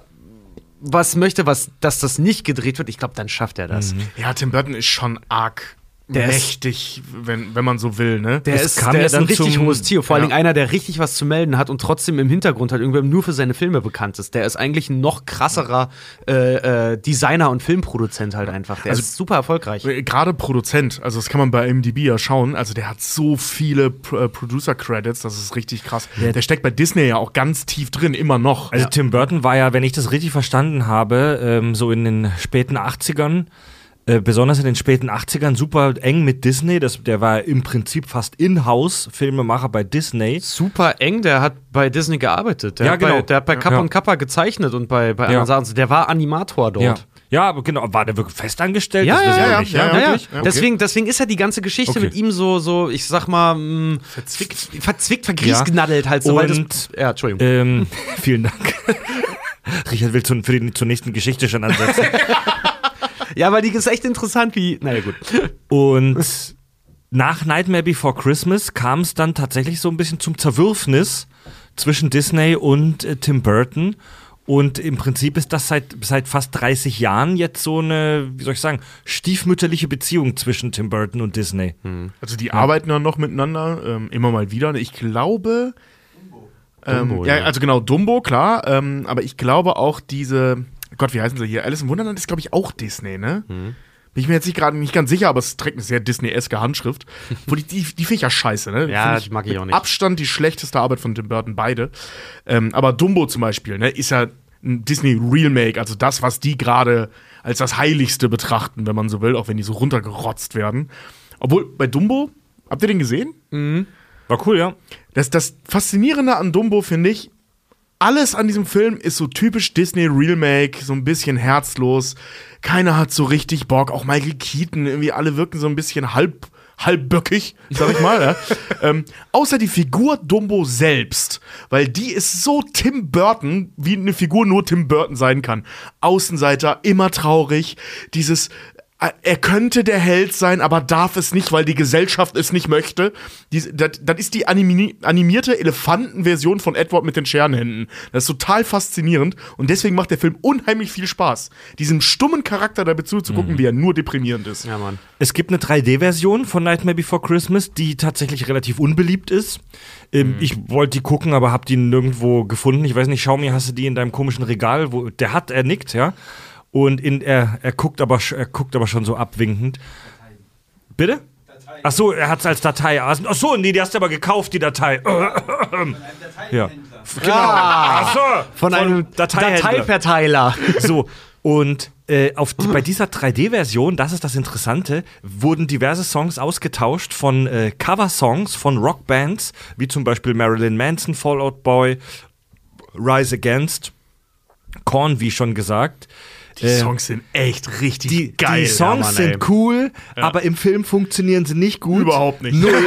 Speaker 4: was möchte, was, dass das nicht gedreht wird, ich glaube, dann schafft er das.
Speaker 3: Mhm. Ja, Tim Burton ist schon arg
Speaker 4: der
Speaker 3: mächtig,
Speaker 4: ist,
Speaker 3: wenn, wenn man so will, ne?
Speaker 4: Der
Speaker 3: das
Speaker 4: ist, der ist ein richtig
Speaker 3: zum,
Speaker 4: hohes Tier. Vor
Speaker 3: ja.
Speaker 4: allen Dingen einer, der richtig was zu melden hat und trotzdem im Hintergrund halt irgendwie nur für seine Filme bekannt ist. Der ist eigentlich ein noch krasserer äh, äh, Designer und Filmproduzent halt einfach. Der
Speaker 3: also,
Speaker 4: ist super erfolgreich.
Speaker 3: Gerade Produzent, also das kann man bei I M D B ja schauen, also der hat so viele P- Producer-Credits, das ist richtig krass. Ja. Der steckt bei Disney ja auch ganz tief drin, immer noch.
Speaker 1: Also
Speaker 3: ja.
Speaker 1: Tim Burton war ja, wenn ich das richtig verstanden habe, ähm, so in den späten achtzigern, Äh, besonders in den späten achtzigern super eng mit Disney. Das, der war im Prinzip fast In-House-Filmemacher bei Disney.
Speaker 4: Super eng, der hat bei Disney gearbeitet. Der
Speaker 1: ja,
Speaker 4: hat
Speaker 1: genau.
Speaker 4: bei, der hat bei Kappa
Speaker 1: ja.
Speaker 4: und Kappa gezeichnet und bei, bei
Speaker 1: ja.
Speaker 4: anderen Sachen. Der war Animator dort.
Speaker 1: Ja. Ja, aber genau, war der wirklich festangestellt?
Speaker 4: Ja,
Speaker 1: das
Speaker 4: ja,
Speaker 1: wissen wir
Speaker 3: ja,
Speaker 1: nicht.
Speaker 3: ja,
Speaker 1: ja,
Speaker 3: ja,
Speaker 1: wirklich?
Speaker 3: ja. Okay.
Speaker 4: Deswegen, deswegen ist ja die ganze Geschichte
Speaker 1: Okay.
Speaker 4: mit ihm so, so, ich sag mal, mh,
Speaker 3: Verzwickt.
Speaker 4: verzwickt, vergriesgnaddelt halt so.
Speaker 1: Und,
Speaker 4: weil das, ja, Entschuldigung.
Speaker 1: Ähm, vielen Dank. Richard will zu, für die, zur nächsten Geschichte schon ansetzen.
Speaker 4: Ja, weil die ist echt interessant, wie. Naja, gut.
Speaker 1: Und nach Nightmare Before Christmas kam es dann tatsächlich so ein bisschen zum Zerwürfnis zwischen Disney und äh, Tim Burton. Und im Prinzip ist das seit, seit fast dreißig Jahren jetzt so eine, wie soll ich sagen, stiefmütterliche Beziehung zwischen Tim Burton und Disney.
Speaker 4: Hm.
Speaker 3: Also die ja. arbeiten dann noch miteinander, ähm, immer mal wieder. Ich glaube, ähm,
Speaker 4: Dumbo,
Speaker 3: ja,
Speaker 4: ja.
Speaker 3: also genau, Dumbo, klar, ähm, aber ich glaube auch diese, Gott, wie heißen sie hier? Alice im Wunderland ist, glaube ich, auch Disney, ne?
Speaker 4: Hm.
Speaker 3: Bin ich mir jetzt nicht gerade nicht ganz sicher, aber es trägt eine sehr Disney-eske Handschrift. Wo die, die, die finde ich ja scheiße, ne?
Speaker 4: Ja,
Speaker 3: Find
Speaker 4: ich mag ich auch
Speaker 3: mit
Speaker 4: nicht.
Speaker 3: Abstand die schlechteste Arbeit von Tim Burton, beide. Ähm, aber Dumbo zum Beispiel, ne, ist ja ein Disney-Remake, also das, was die gerade als das Heiligste betrachten, wenn man so will, auch wenn die so runtergerotzt werden. Obwohl, bei Dumbo, habt ihr den gesehen?
Speaker 4: Mhm.
Speaker 1: War cool, ja.
Speaker 3: Das, das Faszinierende an Dumbo, finde ich, alles an diesem Film ist so typisch Disney-Remake, so ein bisschen herzlos. Keiner hat so richtig Bock, auch Michael Keaton, irgendwie alle wirken so ein bisschen halb, halbböckig, sag ich mal. Ja. ähm, außer die Figur Dumbo selbst, weil die ist so Tim Burton, wie eine Figur nur Tim Burton sein kann. Außenseiter, immer traurig, dieses er könnte der Held sein, aber darf es nicht, weil die Gesellschaft es nicht möchte. Dies, das, das ist die animi- animierte Elefantenversion von Edward mit den Scherenhänden. Das ist total faszinierend und deswegen macht der Film unheimlich viel Spaß, diesem stummen Charakter dabei zuzugucken, mhm. wie er nur deprimierend ist.
Speaker 4: Ja, Mann.
Speaker 1: Es gibt eine drei D-Version von Nightmare Before Christmas, die tatsächlich relativ unbeliebt ist. Ähm, mhm. Ich wollte die gucken, aber habe die nirgendwo gefunden. Ich weiß nicht, Xiaomi, hast du die in deinem komischen Regal? Wo, der hat, er nickt, ja. Und in, er, er, guckt aber, er guckt aber schon so abwinkend. Datei. Bitte? Datei. Ach so, er hat es als Datei. Ach so, nee, die hast du aber gekauft, die Datei. Von einem
Speaker 4: ja.
Speaker 1: Genau.
Speaker 4: Ah,
Speaker 1: Ach so,
Speaker 4: von, von einem Dateiverteiler.
Speaker 1: So, und äh, auf die, bei dieser drei D-Version, das ist das Interessante, wurden diverse Songs ausgetauscht von äh, Cover-Songs von Rockbands, wie zum Beispiel Marilyn Manson, Fall Out Boy, Rise Against, Korn, wie schon gesagt.
Speaker 3: Die äh, Songs sind echt richtig
Speaker 1: die,
Speaker 3: geil.
Speaker 1: Die Songs ja, Mann, sind cool, ja. aber im Film funktionieren sie nicht gut.
Speaker 3: Überhaupt nicht.
Speaker 1: Null.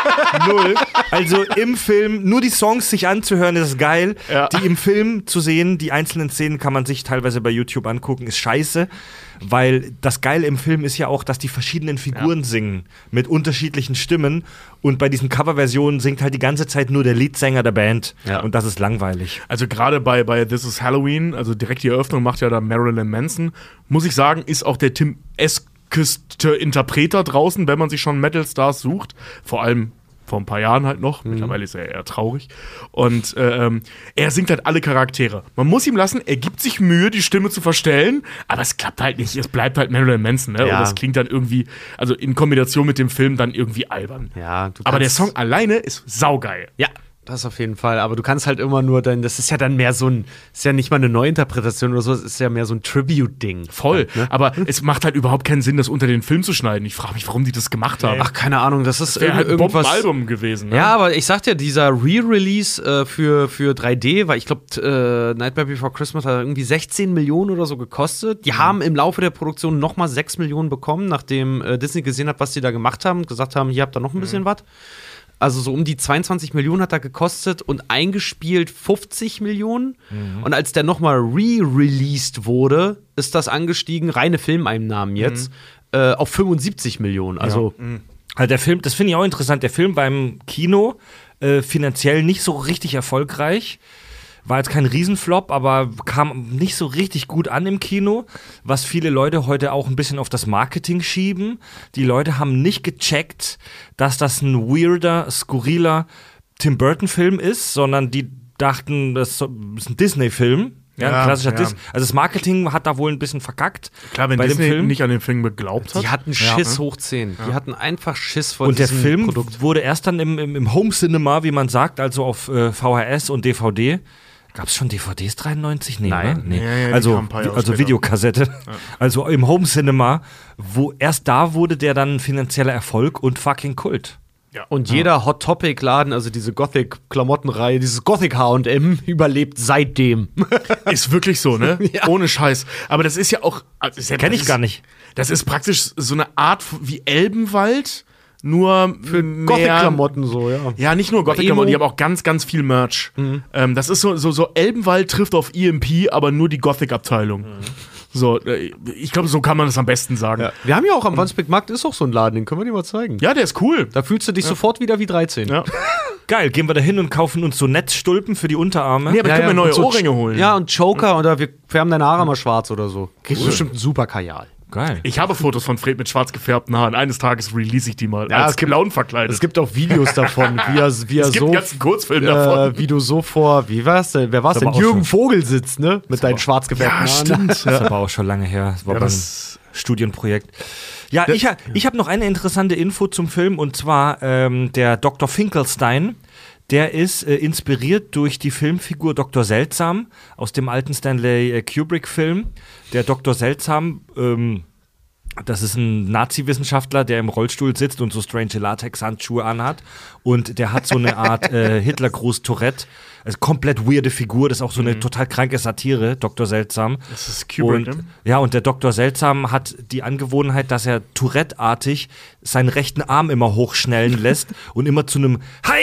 Speaker 1: Null. Also im Film, nur die Songs sich anzuhören, ist geil. Ja. Die im Film zu sehen, die einzelnen Szenen kann man sich teilweise bei YouTube angucken, ist scheiße. Weil das Geile im Film ist ja auch, dass die verschiedenen Figuren ja. singen mit unterschiedlichen Stimmen und bei diesen Coverversionen singt halt die ganze Zeit nur der Leadsänger der Band ja. und das ist langweilig.
Speaker 3: Also gerade bei, bei This is Halloween, also direkt die Eröffnung macht ja da Marilyn Manson, muss ich sagen, ist auch der Tim-eskeste Interpreter draußen, wenn man sich schon Metal-Stars sucht, vor allem vor ein paar Jahren halt noch. Mhm. Mittlerweile ist er eher traurig. Und ähm, er singt halt alle Charaktere. Man muss ihm lassen, er gibt sich Mühe, die Stimme zu verstellen, aber es klappt halt nicht. Es bleibt halt Marilyn Manson, ne? Ja. Und das klingt dann irgendwie, also in Kombination mit dem Film dann irgendwie albern.
Speaker 4: Ja, du
Speaker 3: aber der Song alleine ist saugeil.
Speaker 4: Ja. Das auf jeden Fall, aber du kannst halt immer nur dann, das ist ja dann mehr so ein, ist ja nicht mal eine Neuinterpretation oder so, es ist ja mehr so ein Tribute-Ding.
Speaker 3: Voll, halt, ne? Aber es macht halt überhaupt keinen Sinn, das unter den Film zu schneiden. Ich frage mich, warum die das gemacht haben.
Speaker 4: Ach, keine Ahnung, das ist
Speaker 3: das wäre halt ein
Speaker 4: irgendwas
Speaker 3: Bombenalbum gewesen. Ne?
Speaker 4: Ja, aber ich sag dir, dieser Re-Release äh, für, für drei D, weil ich glaube, äh, Nightmare Before Christmas hat irgendwie sechzehn Millionen oder so gekostet. Die mhm. haben im Laufe der Produktion nochmal sechs Millionen bekommen, nachdem äh, Disney gesehen hat, was die da gemacht haben und gesagt haben, hier habt ihr noch ein bisschen mhm. was. Also so um die zweiundzwanzig Millionen hat er gekostet und eingespielt fünfzig Millionen. Mhm. Und als der nochmal re-released wurde, ist das angestiegen, reine Filmeinnahmen jetzt, mhm. äh, auf fünfundsiebzig Millionen. Also,
Speaker 1: ja. mhm. also der Film, das finde ich auch interessant, der Film beim Kino äh, finanziell nicht so richtig erfolgreich. War jetzt kein Riesenflop, aber kam nicht so richtig gut an im Kino, was viele Leute heute auch ein bisschen auf das Marketing schieben. Die Leute haben nicht gecheckt, dass das ein weirder, skurriler Tim Burton-Film ist, sondern die dachten, das ist ein Disney-Film. Ja,
Speaker 3: ja,
Speaker 1: ein klassischer
Speaker 3: ja.
Speaker 1: Dis- Also das Marketing hat da wohl ein bisschen verkackt.
Speaker 3: Klar, wenn
Speaker 1: bei
Speaker 3: Disney
Speaker 1: dem Film
Speaker 3: nicht an den Film geglaubt hat.
Speaker 4: Die hatten Schiss
Speaker 3: ja.
Speaker 4: hoch zehn. Ja. Die hatten einfach Schiss vor
Speaker 1: und
Speaker 4: diesem
Speaker 1: der Film
Speaker 4: Produkt.
Speaker 1: Wurde erst dann im, im, im Home-Cinema, wie man sagt, also auf äh, V H S und D V D. Gab es schon D V Ds dreiundneunzig? Nee,
Speaker 4: Nein.
Speaker 1: Ne? Nee.
Speaker 3: Ja, ja,
Speaker 1: also also Videokassette. Ja. Also im Home Cinema, wo erst da wurde der dann ein finanzieller Erfolg und fucking Kult.
Speaker 4: Ja. Und jeder Hot Topic Laden, also diese Gothic Klamottenreihe, dieses Gothic H und M überlebt seitdem.
Speaker 3: Ist wirklich so, ne? Ja. Ohne Scheiß. Aber das ist ja auch also
Speaker 1: kenn ich gar nicht.
Speaker 3: Das ist praktisch so eine Art wie Elbenwald. Nur für
Speaker 4: Gothic-Klamotten so, ja.
Speaker 3: Ja, nicht nur Gothic-Klamotten, die haben auch ganz, ganz viel Merch. Mhm. Ähm, das ist so, so, so Elbenwald trifft auf E M P, aber nur die Gothic-Abteilung. Mhm. So, äh, ich glaube, so kann man das am besten sagen.
Speaker 4: Ja. Wir haben ja auch am Wandsbek-Markt ist auch so ein Laden, den können wir dir mal zeigen.
Speaker 3: Ja, der ist cool.
Speaker 4: Da fühlst du dich ja. sofort wieder wie dreizehn.
Speaker 1: Ja. Geil, gehen wir da hin und kaufen uns so Netzstulpen für die Unterarme.
Speaker 3: Nee, aber
Speaker 4: ja,
Speaker 3: können
Speaker 4: ja,
Speaker 3: wir neue
Speaker 4: so
Speaker 3: Ohrringe holen.
Speaker 4: Ja, und Joker oder wir färben deine Haare mal schwarz oder so. Kriegst du bestimmt einen super Kajal.
Speaker 1: Geil.
Speaker 3: Ich habe Fotos von Fred mit schwarz gefärbten Haaren. Eines Tages release ich die mal.
Speaker 4: Ja,
Speaker 3: als
Speaker 4: es gibt
Speaker 3: Clown verkleidet.
Speaker 4: Es gibt auch Videos davon, wie er, wie er
Speaker 3: es gibt
Speaker 4: so.
Speaker 3: einen ganzen Kurzfilm
Speaker 4: äh,
Speaker 3: davon.
Speaker 4: Wie du so vor, wie war's denn? Wer war's denn? Jürgen Vogel sitzt, ne? Mit deinen schwarz gefärbten
Speaker 3: ja,
Speaker 4: Haaren.
Speaker 3: Stimmt.
Speaker 1: Das ist aber auch schon lange her. Das war ja, das beim Studienprojekt. Ja, ich, ich habe noch eine interessante Info zum Film und zwar ähm, der Doktor Finkelstein. Der ist äh, inspiriert durch die Filmfigur Doktor Seltsam aus dem alten Stanley äh, Kubrick-Film. Der Doktor Seltsam, ähm, das ist ein Nazi-Wissenschaftler, der im Rollstuhl sitzt und so strange Latex-Handschuhe anhat. Und der hat so eine Art äh, Hitlergruß-Tourette. Also komplett weirde Figur, das ist auch so eine mhm. total kranke Satire, Doktor Seltsam.
Speaker 3: Das ist Kubrick,
Speaker 1: und,
Speaker 3: ne?
Speaker 1: Ja, und der Doktor Seltsam hat die Angewohnheit, dass er Tourette-artig seinen rechten Arm immer hochschnellen lässt und immer zu einem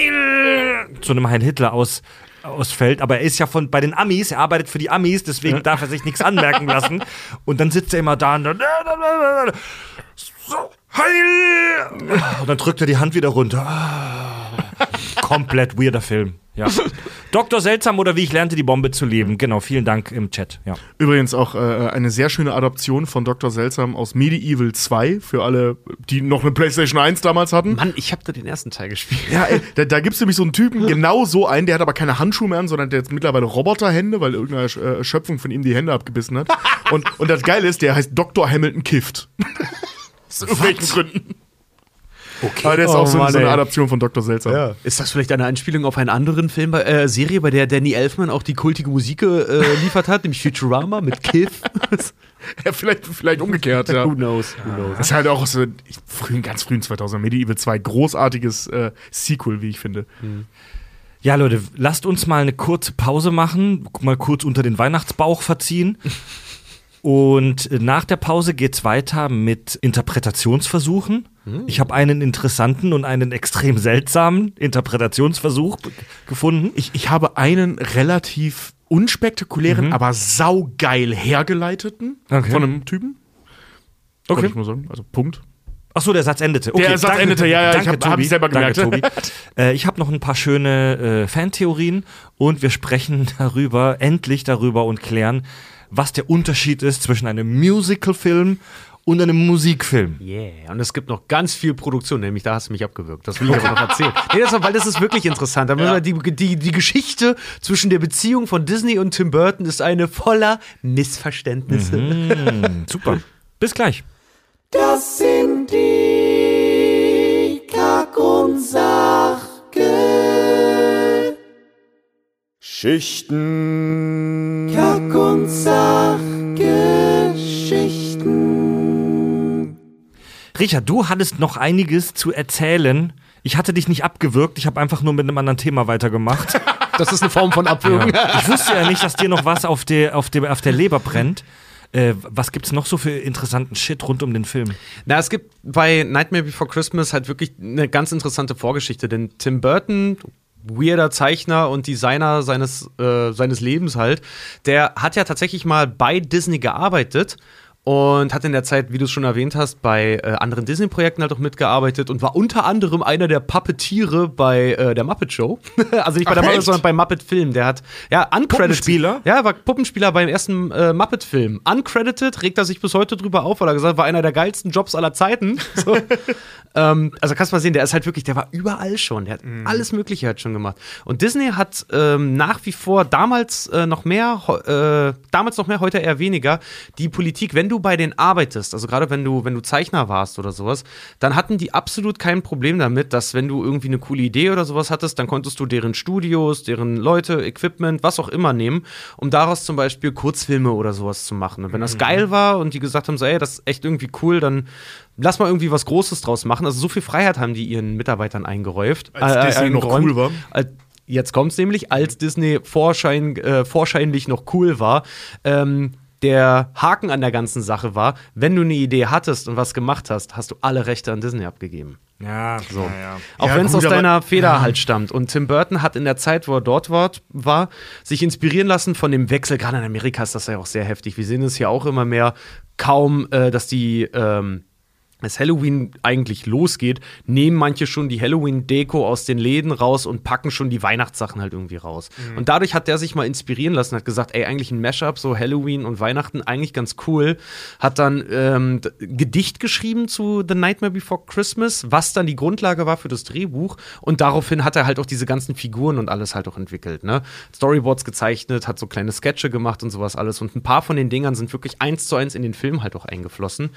Speaker 1: Heil, zu einem Heil Hitler aus, ausfällt. Aber er ist ja von bei den Amis, er arbeitet für die Amis, deswegen ja. darf er sich nichts anmerken lassen. Und dann sitzt er immer da und dann so, Heil! Und dann drückt er die Hand wieder runter. Komplett weirder Film. Ja. Doktor Seltsam oder Wie ich lernte, die Bombe zu lieben. Genau, vielen Dank im Chat. Ja.
Speaker 3: Übrigens auch äh, eine sehr schöne Adaption von Doktor Seltsam aus Medieval zwei, für alle, die noch eine PlayStation eins damals hatten.
Speaker 4: Mann, ich hab da den ersten Teil gespielt.
Speaker 3: Ja, ey, da, da gibt's nämlich so einen Typen, genau so einen, der hat aber keine Handschuhe mehr an, sondern der hat mittlerweile Roboterhände, weil irgendeine äh, Schöpfung von ihm die Hände abgebissen hat. und, und das Geile ist, der heißt Doktor Hamilton Kifft. Aus irgendwelchen Gründen. Okay. Aber der ist
Speaker 4: oh,
Speaker 3: auch so,
Speaker 4: Mann,
Speaker 3: so eine
Speaker 4: ey.
Speaker 3: Adaption von Doktor Seltsam.
Speaker 4: Ja. Ist das vielleicht eine Anspielung auf einen anderen Film, äh, Serie, bei der Danny Elfman auch die kultige Musik geliefert äh, hat, nämlich Futurama mit Kiff?
Speaker 3: Ja, vielleicht, vielleicht umgekehrt, ja.
Speaker 4: Who knows, who knows.
Speaker 3: Das ist halt auch so frühen, ganz frühen zweitausender, Medieval zwei, großartiges äh, Sequel, wie ich finde.
Speaker 4: Hm.
Speaker 1: Ja, Leute, lasst uns mal eine kurze Pause machen, mal kurz unter den Weihnachtsbauch verziehen Und nach der Pause geht's weiter mit Interpretationsversuchen. Hm. Ich habe einen interessanten und einen extrem seltsamen Interpretationsversuch b- gefunden.
Speaker 3: Ich, ich habe einen relativ unspektakulären,
Speaker 1: Mhm.
Speaker 3: aber saugeil hergeleiteten
Speaker 1: Okay.
Speaker 3: von einem Typen.
Speaker 1: Okay.
Speaker 3: Wollte ich mal sagen. Also Punkt.
Speaker 1: Ach so, der Satz endete. Okay,
Speaker 3: Der Satz
Speaker 1: danke,
Speaker 3: endete, ja, ja, ich
Speaker 1: danke,
Speaker 3: hab- hab
Speaker 1: Tobi.
Speaker 3: ich selber gemerkt.
Speaker 1: Danke, Tobi. äh, ich habe noch ein paar schöne äh, Fantheorien und wir sprechen darüber, endlich darüber und klären, was der Unterschied ist zwischen einem Musical-Film und einem Musikfilm.
Speaker 4: Yeah, und es gibt noch ganz viel Produktion, nämlich da hast du mich abgewürgt. Das will ich aber noch erzählen. Nee, das, weil das ist wirklich interessant. Da müssen wir die, die, die Geschichte zwischen der Beziehung von Disney und Tim Burton ist eine voller Missverständnisse.
Speaker 1: Mhm, super. Bis gleich.
Speaker 2: Das sind die Kack- und Sachgeschichten. Kack- und Sachgeschichten.
Speaker 1: Richard, du hattest noch einiges zu erzählen. Ich hatte dich nicht abgewürgt, ich habe einfach nur mit einem anderen Thema weitergemacht.
Speaker 4: Das ist eine Form von Abwürgen.
Speaker 1: Ja. Ich wusste ja nicht, dass dir noch was auf der, auf der, auf der Leber brennt. Äh, was gibt's noch so für interessanten Shit rund um den Film?
Speaker 4: Na, es gibt bei Nightmare Before Christmas halt wirklich eine ganz interessante Vorgeschichte, denn Tim Burton, weirder Zeichner und Designer seines, äh, seines Lebens halt, der hat ja tatsächlich mal bei Disney gearbeitet und hat in der Zeit, wie du es schon erwähnt hast, bei äh, anderen Disney-Projekten halt auch mitgearbeitet und war unter anderem einer der Puppetiere bei äh, der Muppet Show. Also nicht bei
Speaker 3: Ach,
Speaker 4: der Muppet,
Speaker 3: echt?
Speaker 4: sondern bei Muppet Film. Der hat, ja, uncredited.
Speaker 1: Puppenspieler?
Speaker 4: Ja, war Puppenspieler beim ersten äh, Muppet-Film. Uncredited, regt er sich bis heute drüber auf, weil er gesagt hat, war einer der geilsten Jobs aller Zeiten. So. ähm, also kannst du mal sehen, der ist halt wirklich, der war überall schon. Der hat
Speaker 3: Mhm.
Speaker 4: alles Mögliche halt schon gemacht. Und Disney hat ähm, nach wie vor damals äh, noch mehr, äh, damals noch mehr, heute eher weniger, die Politik, wenn du bei denen arbeitest, also gerade wenn du, wenn du Zeichner warst oder sowas, dann hatten die absolut kein Problem damit, dass wenn du irgendwie eine coole Idee oder sowas hattest, dann konntest du deren Studios, deren Leute, Equipment, was auch immer nehmen, um daraus zum Beispiel Kurzfilme oder sowas zu machen. Und wenn das geil war und die gesagt haben, so, ey, das ist echt irgendwie cool, dann lass mal irgendwie was Großes draus machen. Also so viel Freiheit haben die ihren Mitarbeitern eingeräuft.
Speaker 3: Als Disney noch
Speaker 4: eingeräumt.
Speaker 3: cool war.
Speaker 4: Als- Jetzt kommt's nämlich, als Disney vorschein, äh, vorscheinlich noch cool war. Ähm, der Haken an der ganzen Sache war, wenn du eine Idee hattest und was gemacht hast, hast du alle Rechte an Disney abgegeben.
Speaker 1: Ja, so. Ja, ja.
Speaker 4: Auch
Speaker 3: Ja,
Speaker 4: wenn es
Speaker 3: gut,
Speaker 4: aus
Speaker 3: aber-
Speaker 4: deiner Feder halt stammt. Und Tim Burton hat in der Zeit, wo er dort war, war, sich inspirieren lassen von dem Wechsel. Gerade in Amerika ist das ja auch sehr heftig. Wir sehen es hier auch immer mehr. Kaum, äh, dass die ähm, als Halloween eigentlich losgeht, nehmen manche schon die Halloween-Deko aus den Läden raus und packen schon die Weihnachtssachen halt irgendwie raus. Mhm. Und dadurch hat der sich mal inspirieren lassen, hat gesagt, ey, eigentlich ein Mashup, so Halloween und Weihnachten, eigentlich ganz cool. Hat dann ähm, d- Gedicht geschrieben zu The Nightmare Before Christmas, was dann die Grundlage war für das Drehbuch. Und daraufhin hat er halt auch diese ganzen Figuren und alles halt auch entwickelt, ne? Storyboards gezeichnet, hat so kleine Sketche gemacht und sowas alles. Und ein paar von den Dingern sind wirklich eins zu eins in den Film halt auch eingeflossen.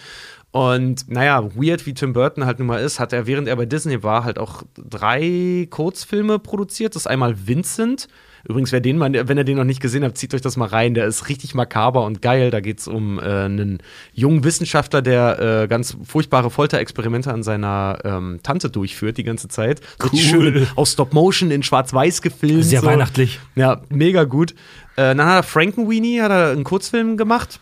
Speaker 4: Und naja, weird wie Tim Burton halt nun mal ist, hat er, während er bei Disney war, halt auch drei Kurzfilme produziert. Das ist einmal Vincent. Übrigens, wer den mal, wenn ihr den noch nicht gesehen habt, zieht euch das mal rein. Der ist richtig makaber und geil. Da geht es um äh, einen jungen Wissenschaftler, der äh, ganz furchtbare Folterexperimente an seiner ähm, Tante durchführt die ganze Zeit. Richtig
Speaker 1: Cool.
Speaker 4: schön aus Stop-Motion in Schwarz-Weiß gefilmt.
Speaker 1: Sehr
Speaker 4: so.
Speaker 1: weihnachtlich.
Speaker 4: Ja, mega gut. Äh, dann hat er Frankenweenie, hat er einen Kurzfilm gemacht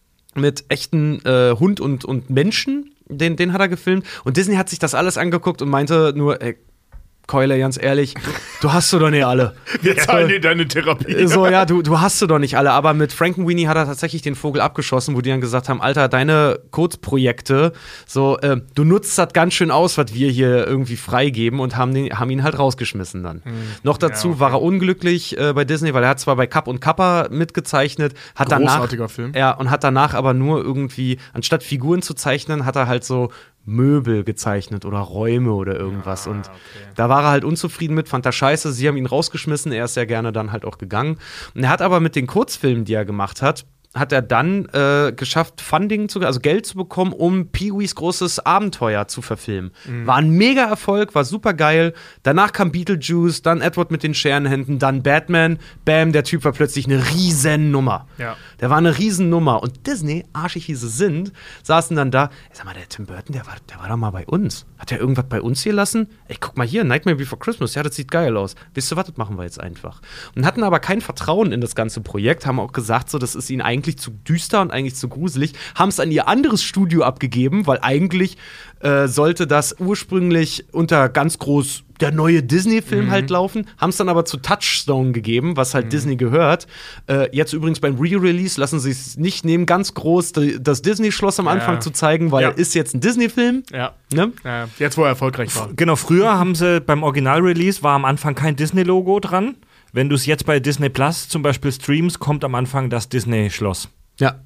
Speaker 4: mit echten äh, Hund und, und Menschen. Den, den hat er gefilmt. Und Disney hat sich das alles angeguckt und meinte nur, ey, Keule, ganz ehrlich, du hast du doch nicht alle.
Speaker 3: Wir zahlen dir deine Therapie.
Speaker 4: So, ja, du, du hast du doch nicht alle. Aber mit Frankenweenie hat er tatsächlich den Vogel abgeschossen, wo die dann gesagt haben, Alter, deine Kurzprojekte, so, äh, du nutzt das ganz schön aus, was wir hier irgendwie freigeben und haben, den, haben ihn halt rausgeschmissen dann. Mhm. Noch dazu
Speaker 3: Ja, okay.
Speaker 4: war er unglücklich äh, bei Disney, weil er hat zwar bei Kapp und Kappa mitgezeichnet, hat danach,
Speaker 3: Großartiger Film.
Speaker 4: ja, und hat danach aber nur irgendwie, anstatt Figuren zu zeichnen, hat er halt so Möbel gezeichnet oder Räume oder irgendwas.
Speaker 3: Ah,
Speaker 4: und
Speaker 3: okay.
Speaker 4: da war er halt unzufrieden mit, fand er scheiße. Sie haben ihn rausgeschmissen, er ist sehr gerne dann halt auch gegangen. Und er hat aber mit den Kurzfilmen, die er gemacht hat, hat er dann äh, geschafft, Funding zu, also Geld zu bekommen, um Pee-wees großes Abenteuer zu verfilmen.
Speaker 3: Mhm.
Speaker 4: War ein mega Erfolg, war super geil. Danach kam Beetlejuice, dann Edward mit den Scherenhänden, dann Batman. Bam, der Typ war plötzlich eine Riesennummer.
Speaker 3: Ja.
Speaker 4: Der war eine Riesennummer. Und Disney, arschig wie sie sind, saßen dann da. Ey, sag mal, der Tim Burton, der war, der war doch mal bei uns. Hat der irgendwas bei uns hier lassen? Ey, guck mal hier, Nightmare Before Christmas. Ja, das sieht geil aus. Wisst ihr was, das machen wir jetzt einfach. Und hatten aber kein Vertrauen in das ganze Projekt, haben auch gesagt, so, das ist ihnen eigentlich eigentlich zu düster und eigentlich zu gruselig, haben es an ihr anderes Studio abgegeben, weil eigentlich äh, sollte das ursprünglich unter ganz groß der neue Disney-Film mhm. halt laufen, haben es dann aber zu Touchstone gegeben, was halt mhm. Disney gehört. Äh, jetzt übrigens beim Re-Release lassen sie es nicht nehmen, ganz groß die, das Disney-Schloss am Anfang ja. zu zeigen, weil ja. ist jetzt ein Disney-Film.
Speaker 3: Ja.
Speaker 4: Ne?
Speaker 3: ja. Jetzt, wo er erfolgreich war.
Speaker 1: Genau, früher haben sie beim Original-Release war am Anfang kein Disney-Logo dran. Wenn du es jetzt bei Disney Plus zum Beispiel streamst, kommt am Anfang das Disney-Schloss.
Speaker 4: Ja.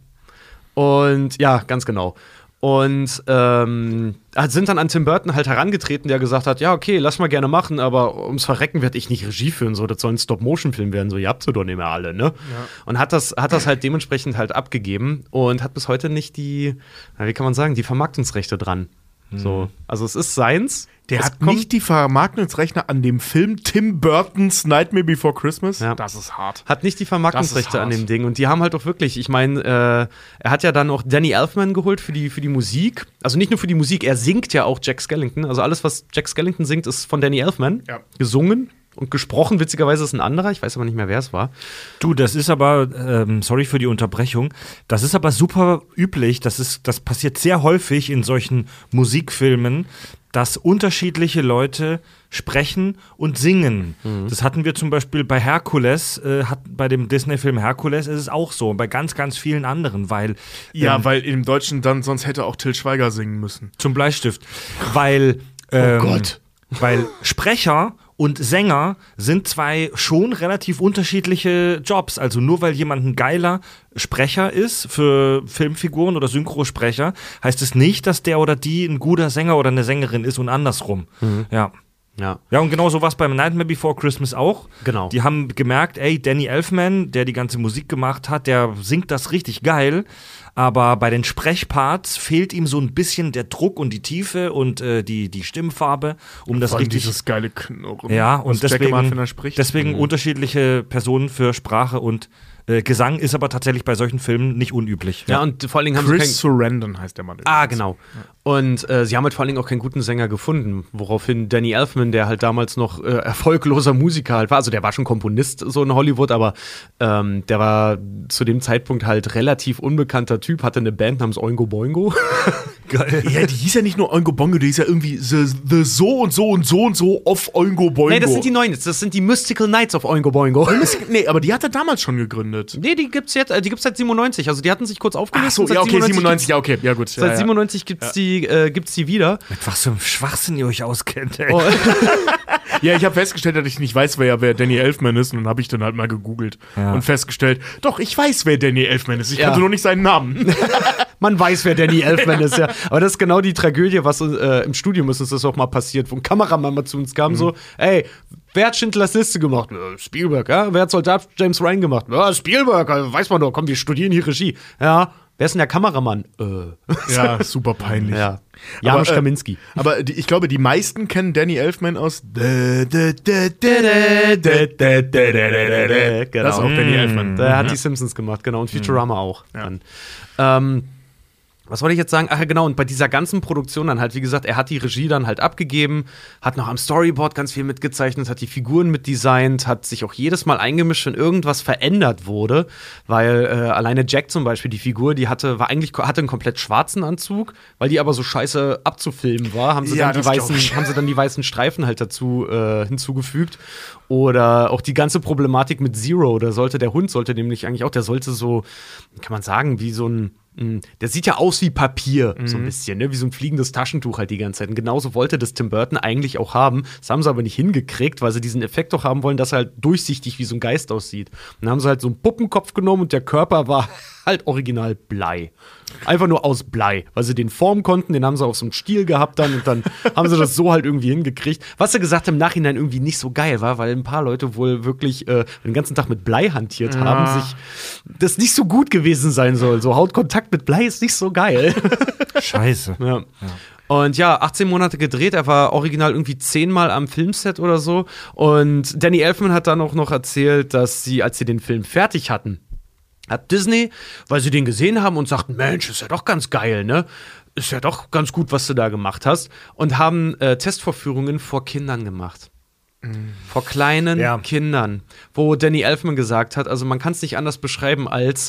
Speaker 4: Und ja, ganz genau. Und ähm, sind dann an Tim Burton halt herangetreten, der gesagt hat, ja, okay, lass mal gerne machen, aber ums Verrecken werde ich nicht Regie führen, so, das soll ein Stop-Motion-Film werden, so, ihr habt sie doch nicht mehr alle, ne? Ja. Und hat das, hat das halt dementsprechend halt abgegeben und hat bis heute nicht die, na, wie kann man sagen, die Vermarktungsrechte dran. Hm. So, also es ist seins.
Speaker 3: Der
Speaker 4: es
Speaker 3: hat nicht die Vermarktungsrechte an dem Film Tim Burtons Nightmare Before Christmas.
Speaker 4: Ja.
Speaker 3: Das ist hart.
Speaker 4: Hat nicht die Vermarktungsrechte an dem Ding. Und die haben halt auch wirklich, ich meine, äh, er hat ja dann auch Danny Elfman geholt für die, für die Musik. Also nicht nur für die Musik, er singt ja auch Jack Skellington. Also alles, was Jack Skellington singt, ist von Danny Elfman. Ja. Gesungen. Und gesprochen, witzigerweise, ist ein anderer. Ich weiß aber nicht mehr, wer es war.
Speaker 1: Du, das ist aber, ähm, sorry für die Unterbrechung, das ist aber super üblich. Das ist, das passiert sehr häufig in solchen Musikfilmen, dass unterschiedliche Leute sprechen und singen. Mhm. Das hatten wir zum Beispiel bei Herkules, äh, hat, bei dem Disney-Film Herkules ist es auch so, und bei ganz, ganz vielen anderen, weil
Speaker 3: Ja,
Speaker 1: ähm,
Speaker 3: weil im Deutschen dann sonst hätte auch Til Schweiger singen müssen.
Speaker 1: Zum Bleistift. Weil ähm,
Speaker 3: Oh Gott.
Speaker 1: Weil Sprecher und Sänger sind zwei schon relativ unterschiedliche Jobs. Also nur weil jemand ein geiler Sprecher ist für Filmfiguren oder Synchrosprecher, heißt es nicht, dass der oder die ein guter Sänger oder eine Sängerin ist und andersrum. Mhm. Ja.
Speaker 4: Ja.
Speaker 1: Ja, und genau so war es beim Nightmare Before Christmas auch.
Speaker 4: Genau.
Speaker 1: Die haben gemerkt, ey, Danny Elfman, der die ganze Musik gemacht hat, der singt das richtig geil. Aber bei den Sprechparts fehlt ihm so ein bisschen der Druck und die Tiefe und äh, die, die Stimmfarbe, um das
Speaker 3: Vor allem
Speaker 1: richtig.
Speaker 3: dieses geile Knurren.
Speaker 1: Ja, und deswegen,
Speaker 3: spricht.
Speaker 1: deswegen
Speaker 3: mhm.
Speaker 1: unterschiedliche Personen für Sprache und äh, Gesang ist aber tatsächlich bei solchen Filmen nicht unüblich.
Speaker 4: Ja, ja und vor allen Dingen haben
Speaker 3: Chris
Speaker 4: sie kein
Speaker 3: Sarandon heißt der Mann.
Speaker 4: Ah, genau. Ja. Und äh, sie haben halt vor allen Dingen auch keinen guten Sänger gefunden, woraufhin Danny Elfman, der halt damals noch äh, erfolgloser Musiker halt war, also der war schon Komponist so in Hollywood, aber ähm, der war zu dem Zeitpunkt halt relativ unbekannter Typ, hatte eine Band namens Oingo Boingo.
Speaker 3: Geil. Ja, die hieß ja nicht nur Oingo Boingo, die hieß ja irgendwie The, the So und So und So und So of Oingo Boingo.
Speaker 4: Nee, das sind die neuen jetzt, das sind die Mystical Knights of Oingo Boingo.
Speaker 3: Nee, aber die hat er damals schon gegründet.
Speaker 4: Nee, die gibt's jetzt, äh, die gibt's seit siebenundneunzig, also die hatten sich kurz aufgelöst.
Speaker 3: Ach so, ja, okay, siebenundneunzig, ja, okay, ja, gut. Ja,
Speaker 4: seit
Speaker 3: ja.
Speaker 4: siebenundneunzig gibt's ja. die, äh, gibt's die wieder.
Speaker 1: Mit was für einem Schwachsinn ihr euch auskennt, ey.
Speaker 4: Oh.
Speaker 3: Ja, ich habe festgestellt, dass ich nicht weiß, wer, wer Danny Elfman ist. Und dann habe ich dann halt mal gegoogelt
Speaker 1: ja.
Speaker 3: und festgestellt, doch, ich weiß, wer Danny Elfman ist. Ich
Speaker 4: ja.
Speaker 3: kannte nur nicht seinen Namen.
Speaker 4: Man weiß, wer Danny Elfman ist, ja. Aber das ist genau die Tragödie, was äh, im Studium ist uns das auch mal passiert, wo ein Kameramann mal zu uns kam, mhm. so, ey, wer hat Schindlers Liste gemacht? Äh, Spielberg, ja? Wer hat Soldat James Ryan gemacht? Ja, Spielberg, also, weiß man doch, komm, wir studieren hier Regie. Ja, wer ist denn der Kameramann? Äh.
Speaker 3: Ja, super peinlich.
Speaker 4: Ja. Janusz
Speaker 3: aber, äh,
Speaker 4: Kaminski.
Speaker 3: Aber die, ich glaube, die meisten kennen Danny Elfman aus
Speaker 4: Genau.
Speaker 3: Das ist auch Danny Elfman.
Speaker 4: Der hat die Simpsons gemacht, genau, und Futurama auch.
Speaker 3: Ja.
Speaker 4: Dann. Ähm, Was wollte ich jetzt sagen? Ach ja, genau, und bei dieser ganzen Produktion dann halt, wie gesagt, er hat die Regie dann halt abgegeben, hat noch am Storyboard ganz viel mitgezeichnet, hat die Figuren mitdesignt, hat sich auch jedes Mal eingemischt, wenn irgendwas verändert wurde, weil äh, alleine Jack zum Beispiel, die Figur, die hatte, war eigentlich, hatte einen komplett schwarzen Anzug, weil die aber so scheiße abzufilmen war, haben sie,
Speaker 3: Ja,
Speaker 4: dann, die
Speaker 3: das
Speaker 4: weißen,
Speaker 3: glaub ich.
Speaker 4: haben sie dann die weißen Streifen halt dazu äh, hinzugefügt. Oder auch die ganze Problematik mit Zero, da sollte der Hund, sollte nämlich eigentlich auch, der sollte so, kann man sagen, wie so ein der sieht ja aus wie Papier, mhm. so ein bisschen, ne? Wie so ein fliegendes Taschentuch halt die ganze Zeit. Und genauso wollte das Tim Burton eigentlich auch haben. Das haben sie aber nicht hingekriegt, weil sie diesen Effekt doch haben wollen, dass er halt durchsichtig wie so ein Geist aussieht. Und dann haben sie halt so einen Puppenkopf genommen und der Körper war halt original Blei. Einfach nur aus Blei. Weil sie den formen konnten, den haben sie auf so einem Stiel gehabt dann und dann haben sie das so halt irgendwie hingekriegt. Was sie gesagt haben, im Nachhinein irgendwie nicht so geil war, weil ein paar Leute wohl wirklich äh, den ganzen Tag mit Blei hantiert
Speaker 3: ja.
Speaker 4: haben, sich das nicht so gut gewesen sein soll. So Hautkontakt mit Blei ist nicht so geil.
Speaker 1: Scheiße.
Speaker 4: Ja.
Speaker 1: Ja.
Speaker 4: Und ja, achtzehn Monate gedreht, er war original irgendwie zehnmal am Filmset oder so. Und Danny Elfman hat dann auch noch erzählt, dass sie, als sie den Film fertig hatten, hat Disney, weil sie den gesehen haben und sagten, Mensch, ist ja doch ganz geil, ne? Ist ja doch ganz gut, was du da gemacht hast. Und haben äh, Testvorführungen vor Kindern gemacht. Mhm. Vor kleinen
Speaker 1: ja.
Speaker 4: Kindern. Wo Danny Elfman gesagt hat, also man kann es nicht anders beschreiben als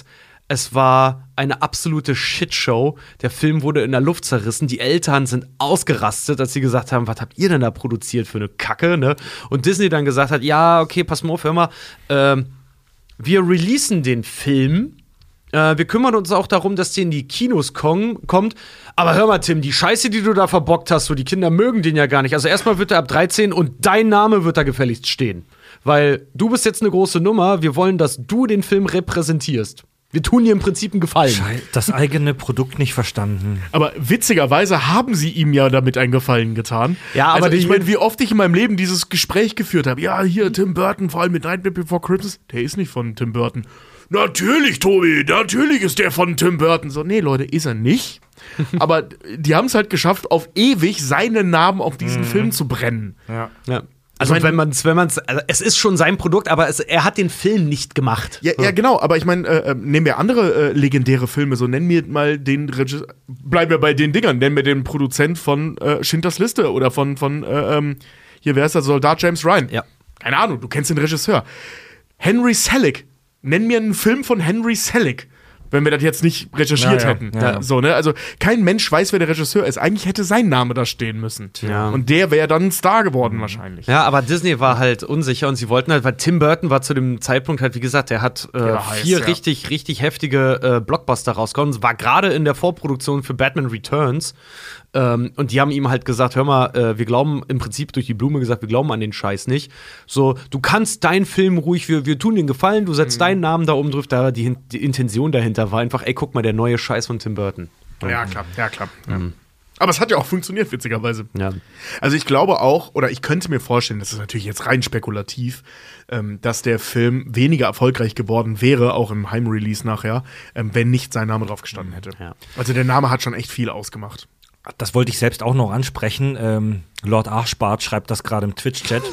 Speaker 4: Es war eine absolute Shitshow. Der Film wurde in der Luft zerrissen. Die Eltern sind ausgerastet, als sie gesagt haben, was habt ihr denn da produziert für eine Kacke, ne? Und Disney dann gesagt hat, ja, okay, pass mal auf, hör mal, ähm, wir releasen den Film. Äh, wir kümmern uns auch darum, dass der in die Kinos kom- kommt. Aber hör mal, Tim, die Scheiße, die du da verbockt hast, so, die Kinder mögen den ja gar nicht. Also erstmal wird er ab dreizehn und dein Name wird da gefälligst stehen. Weil du bist jetzt eine große Nummer. Wir wollen, dass du den Film repräsentierst. Wir tun dir im Prinzip einen Gefallen.
Speaker 1: Schei- Das eigene Produkt nicht verstanden.
Speaker 3: Aber witzigerweise haben sie ihm ja damit einen Gefallen getan.
Speaker 4: Ja, aber
Speaker 3: also, ich
Speaker 4: die-
Speaker 3: meine, wie oft ich in meinem Leben dieses Gespräch geführt habe. Ja, hier, Tim Burton, vor allem mit Nightmare Before Christmas. Der ist nicht von Tim Burton. Natürlich, Tobi, natürlich ist der von Tim Burton. So, nee, Leute, ist er nicht. Aber die haben es halt geschafft, auf ewig seinen Namen auf diesen Film zu brennen.
Speaker 1: Ja.
Speaker 4: Ja. Also,
Speaker 3: Ich mein-
Speaker 4: wenn man es, wenn man's, also es ist schon sein Produkt, aber es, er hat den Film nicht gemacht.
Speaker 3: Ja, ja, genau, aber ich meine, äh, äh, nehmen wir andere äh, legendäre Filme, so nennen wir mal den Regisseur, bleiben wir bei den Dingern, nennen wir den Produzent von äh, Schindlers Liste oder von, von äh, ähm, hier, wer ist der Soldat James Ryan?
Speaker 4: Ja.
Speaker 3: Keine Ahnung, du kennst den Regisseur. Henry Selick, nenn mir einen Film von Henry Selick, wenn wir das jetzt nicht recherchiert
Speaker 1: Ja, ja,
Speaker 3: hätten.
Speaker 1: ja, ja.
Speaker 3: So, ne? Also kein Mensch weiß, wer der Regisseur ist. Eigentlich hätte sein Name da stehen müssen.
Speaker 4: Ja.
Speaker 3: Und der wäre dann ein Star geworden wahrscheinlich.
Speaker 4: Ja, aber Disney war halt unsicher und sie wollten halt, weil Tim Burton war zu dem Zeitpunkt halt, wie gesagt, der hat äh,
Speaker 3: war heiß,
Speaker 4: vier
Speaker 3: ja.
Speaker 4: richtig, richtig heftige äh, Blockbuster rausgekommen, war gerade in der Vorproduktion für Batman Returns. Ähm, und die haben ihm halt gesagt, hör mal, äh, wir glauben im Prinzip durch die Blume gesagt, wir glauben an den Scheiß nicht. So, du kannst deinen Film ruhig, wir, wir tun den Gefallen, du setzt deinen Namen da oben drauf, da die, die Intention dahinter war einfach, ey, guck mal, der neue Scheiß von Tim Burton.
Speaker 3: Ja, klar, ja, klar. Ja. Aber es hat ja auch funktioniert, witzigerweise.
Speaker 4: Ja.
Speaker 3: Also ich glaube auch, oder ich könnte mir vorstellen, das ist natürlich jetzt rein spekulativ, ähm, dass der Film weniger erfolgreich geworden wäre, auch im Heimrelease nachher, ähm, wenn nicht sein Name drauf gestanden hätte.
Speaker 4: Ja.
Speaker 3: Also der Name hat schon echt viel ausgemacht.
Speaker 1: Das wollte ich selbst auch noch ansprechen. Ähm, Lord Arschbart schreibt das gerade im Twitch-Chat.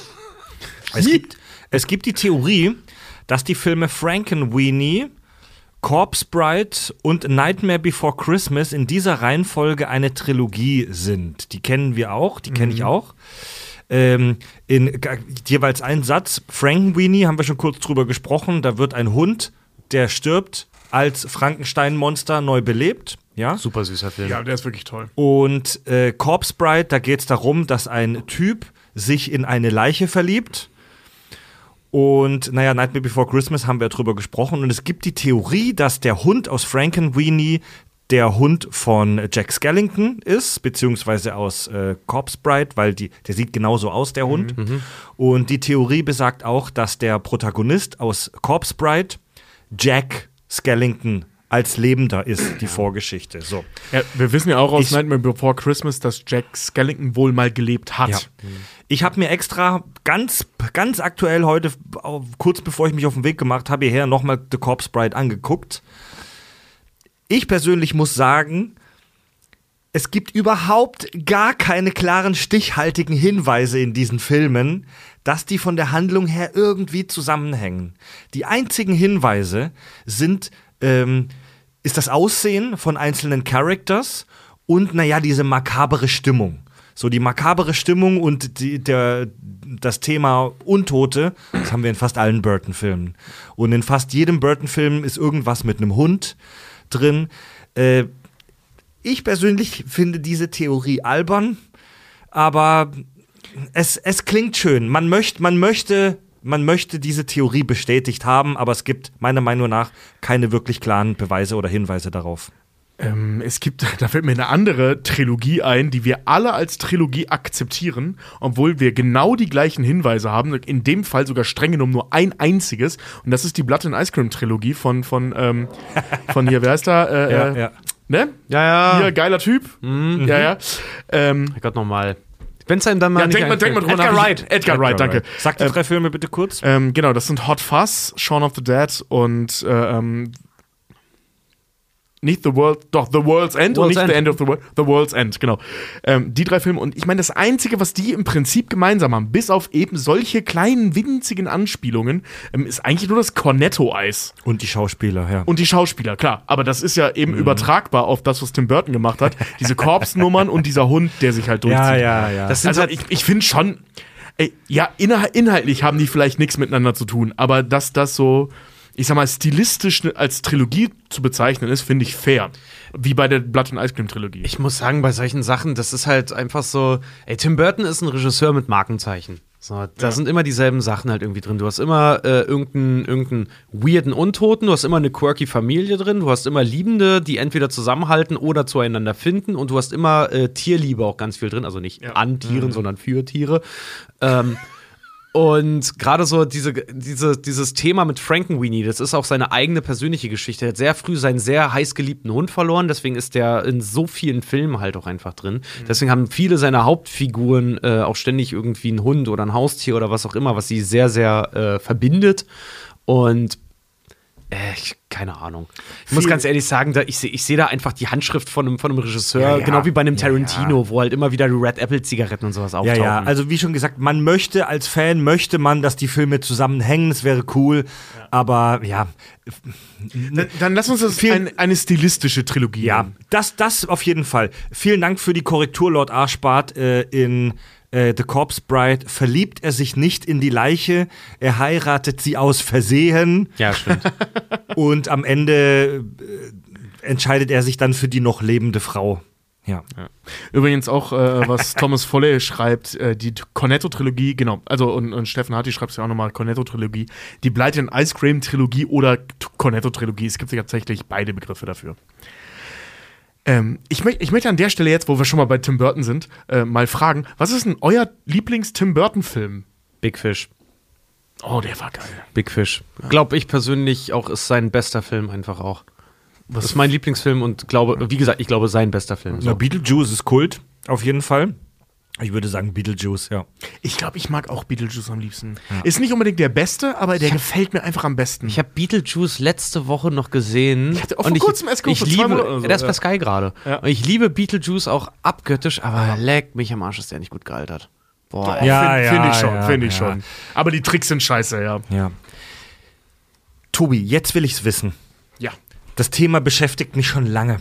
Speaker 1: Es gibt, es gibt die Theorie, dass die Filme Frankenweenie, Corpse Bride und Nightmare Before Christmas in dieser Reihenfolge eine Trilogie sind. Die kennen wir auch, die kenne ich auch. Ähm, in g- jeweils ein Satz. Frankenweenie haben wir schon kurz drüber gesprochen. Da wird ein Hund, der stirbt, als Frankenstein-Monster neu belebt. Ja?
Speaker 4: Super süßer Film.
Speaker 3: Ja, der ist wirklich toll.
Speaker 1: Und äh, Corpse Bride, da geht es darum, dass ein Typ sich in eine Leiche verliebt. Und naja, Nightmare Before Christmas haben wir drüber gesprochen. Und es gibt die Theorie, dass der Hund aus Frankenweenie der Hund von Jack Skellington ist, beziehungsweise aus äh, Corpse Bride, weil die, der sieht genauso aus, der Hund. Und die Theorie besagt auch, dass der Protagonist aus Corpse Bride Jack Skellington als Lebender ist, die Vorgeschichte. So.
Speaker 3: Ja, wir wissen ja auch aus
Speaker 1: Ich-
Speaker 3: Nightmare Before Christmas, dass Jack Skellington wohl mal gelebt hat.
Speaker 1: Ja. Ich habe mir extra ganz, ganz aktuell heute, au- kurz bevor ich mich auf den Weg gemacht habe, hierher nochmal The Corpse Bride angeguckt. Ich persönlich muss sagen, es gibt überhaupt gar keine klaren, stichhaltigen Hinweise in diesen Filmen, dass die von der Handlung her irgendwie zusammenhängen. Die einzigen Hinweise sind, ähm, ist das Aussehen von einzelnen Characters und, naja, diese makabere Stimmung. So die makabere Stimmung und die, der, das Thema Untote, das haben wir in fast allen Burton-Filmen. Und in fast jedem Burton-Film ist irgendwas mit einem Hund drin. Äh, ich persönlich finde diese Theorie albern, aber es, es klingt schön. Man, möcht, man, möchte, man möchte diese Theorie bestätigt haben, aber es gibt meiner Meinung nach keine wirklich klaren Beweise oder Hinweise darauf.
Speaker 3: Ähm, es gibt, da fällt mir eine andere Trilogie ein, die wir alle als Trilogie akzeptieren, obwohl wir genau die gleichen Hinweise haben. In dem Fall sogar streng genommen nur ein einziges. Und das ist die Blood and Ice Cream Trilogie von, von, ähm, von hier, wer heißt da? Äh,
Speaker 1: Ja,
Speaker 3: äh,
Speaker 1: ja.
Speaker 3: Ne?
Speaker 4: Ja, ja.
Speaker 3: Hier, geiler Typ. Ja, ja. Ähm,
Speaker 4: Gott nochmal. Wenn es einem dann mal
Speaker 3: ja,
Speaker 4: nicht
Speaker 3: denk mal, denk mal drüber
Speaker 4: Edgar
Speaker 3: nach.
Speaker 4: Wright.
Speaker 3: Edgar, Edgar Wright, danke.
Speaker 1: Sag die drei Filme bitte kurz.
Speaker 3: Ähm, genau, das sind Hot Fuzz, Shaun of the Dead und äh, ähm, nicht The World, doch The World's End und
Speaker 4: World's
Speaker 3: nicht
Speaker 4: End.
Speaker 3: The End of the World, The World's End, genau. Ähm, die drei Filme und ich meine, das Einzige, was die im Prinzip gemeinsam haben, bis auf eben solche kleinen, winzigen Anspielungen, ähm, ist eigentlich nur das Cornetto-Eis.
Speaker 1: Und die Schauspieler, ja.
Speaker 3: Und die Schauspieler, klar. Aber das ist ja eben übertragbar auf das, was Tim Burton gemacht hat. Diese Korpsnummern und dieser Hund, der sich halt durchzieht.
Speaker 1: ja, ja, ja.
Speaker 4: Das sind
Speaker 3: Also
Speaker 4: halt,
Speaker 3: ich, ich finde schon, ey, ja, inhal- inhaltlich haben die vielleicht nichts miteinander zu tun, aber dass das so, ich sag mal, stilistisch als Trilogie zu bezeichnen ist, finde ich fair. Wie bei der Blood and Ice Cream Trilogie.
Speaker 4: Ich muss sagen, bei solchen Sachen, das ist halt einfach so, ey, Tim Burton ist ein Regisseur mit Markenzeichen. So, da ja. sind immer dieselben Sachen halt irgendwie drin. Du hast immer äh, irgendeinen, irgendeinen weirden Untoten, du hast immer eine quirky Familie drin, du hast immer Liebende, die entweder zusammenhalten oder zueinander finden und du hast immer äh, Tierliebe auch ganz viel drin, also nicht ja. an Tieren, mhm. sondern für Tiere. Ähm, Und gerade so diese, diese, dieses Thema mit Frankenweenie, das ist auch seine eigene persönliche Geschichte. Er hat sehr früh seinen sehr heiß geliebten Hund verloren, deswegen ist der in so vielen Filmen halt auch einfach drin. Mhm. Deswegen haben viele seiner Hauptfiguren äh, auch ständig irgendwie einen Hund oder ein Haustier oder was auch immer, was sie sehr, sehr äh, verbindet. Und äh, ich, keine Ahnung. Ich muss ganz ehrlich sagen, da, ich sehe ich seh da einfach die Handschrift von einem, von einem Regisseur, ja, ja. genau wie bei einem Tarantino, ja, ja. wo halt immer wieder die Red Apple-Zigaretten und sowas auftauchen.
Speaker 1: Ja, ja, also wie schon gesagt, man möchte als Fan, möchte man, dass die Filme zusammenhängen, das wäre cool, ja. aber ja.
Speaker 3: Dann, dann lass uns das ein, eine stilistische Trilogie
Speaker 1: Ja,
Speaker 3: nehmen.
Speaker 1: das, das auf jeden Fall. Vielen Dank für die Korrektur, Lord Arschbart, äh, in äh, The Corpse Bride verliebt er sich nicht in die Leiche, er heiratet sie aus Versehen.
Speaker 4: Ja, stimmt.
Speaker 1: Und am Ende äh, entscheidet er sich dann für die noch lebende Frau. Ja.
Speaker 3: ja. Übrigens auch, äh, was Thomas Foley schreibt, äh, die Cornetto-Trilogie, genau, also und, und Steffen Harty schreibt es ja auch nochmal, Cornetto-Trilogie, die Blood and Ice Cream-Trilogie oder Cornetto-Trilogie, es gibt ja tatsächlich beide Begriffe dafür. Ähm, ich, mö- ich möchte an der Stelle jetzt, wo wir schon mal bei Tim Burton sind, äh, mal fragen, was ist denn euer Lieblings-Tim Burton-Film?
Speaker 4: Big Fish.
Speaker 3: Oh, der war geil.
Speaker 4: Big Fish. Ja. Glaube ich persönlich auch, ist sein bester Film einfach auch. Das ist mein Lieblingsfilm und glaube, wie gesagt, ich glaube, sein bester Film.
Speaker 1: So. Ja, Beetlejuice ist Kult, auf jeden Fall. Ich würde sagen Beetlejuice, ja.
Speaker 3: Ich glaube, ich mag auch Beetlejuice am liebsten. Ja. Ist nicht unbedingt der beste, aber der hab, gefällt mir einfach am besten.
Speaker 4: Ich habe Beetlejuice letzte Woche noch gesehen.
Speaker 3: Ich hatte auch vor kurzem erst
Speaker 4: geguckt, ich liebe,
Speaker 3: so,
Speaker 4: der ist
Speaker 3: ja.
Speaker 4: bei Sky gerade. Ja. Und ich liebe Beetlejuice auch abgöttisch, aber ja. leck mich am Arsch, ist der nicht gut gealtert.
Speaker 3: Boah, ja, finde ja, find ich schon, ja, finde ich ja. schon. Aber die Tricks sind scheiße, ja.
Speaker 1: Ja. Tobi, jetzt will ich's wissen.
Speaker 3: Ja.
Speaker 1: Das Thema beschäftigt mich schon lange.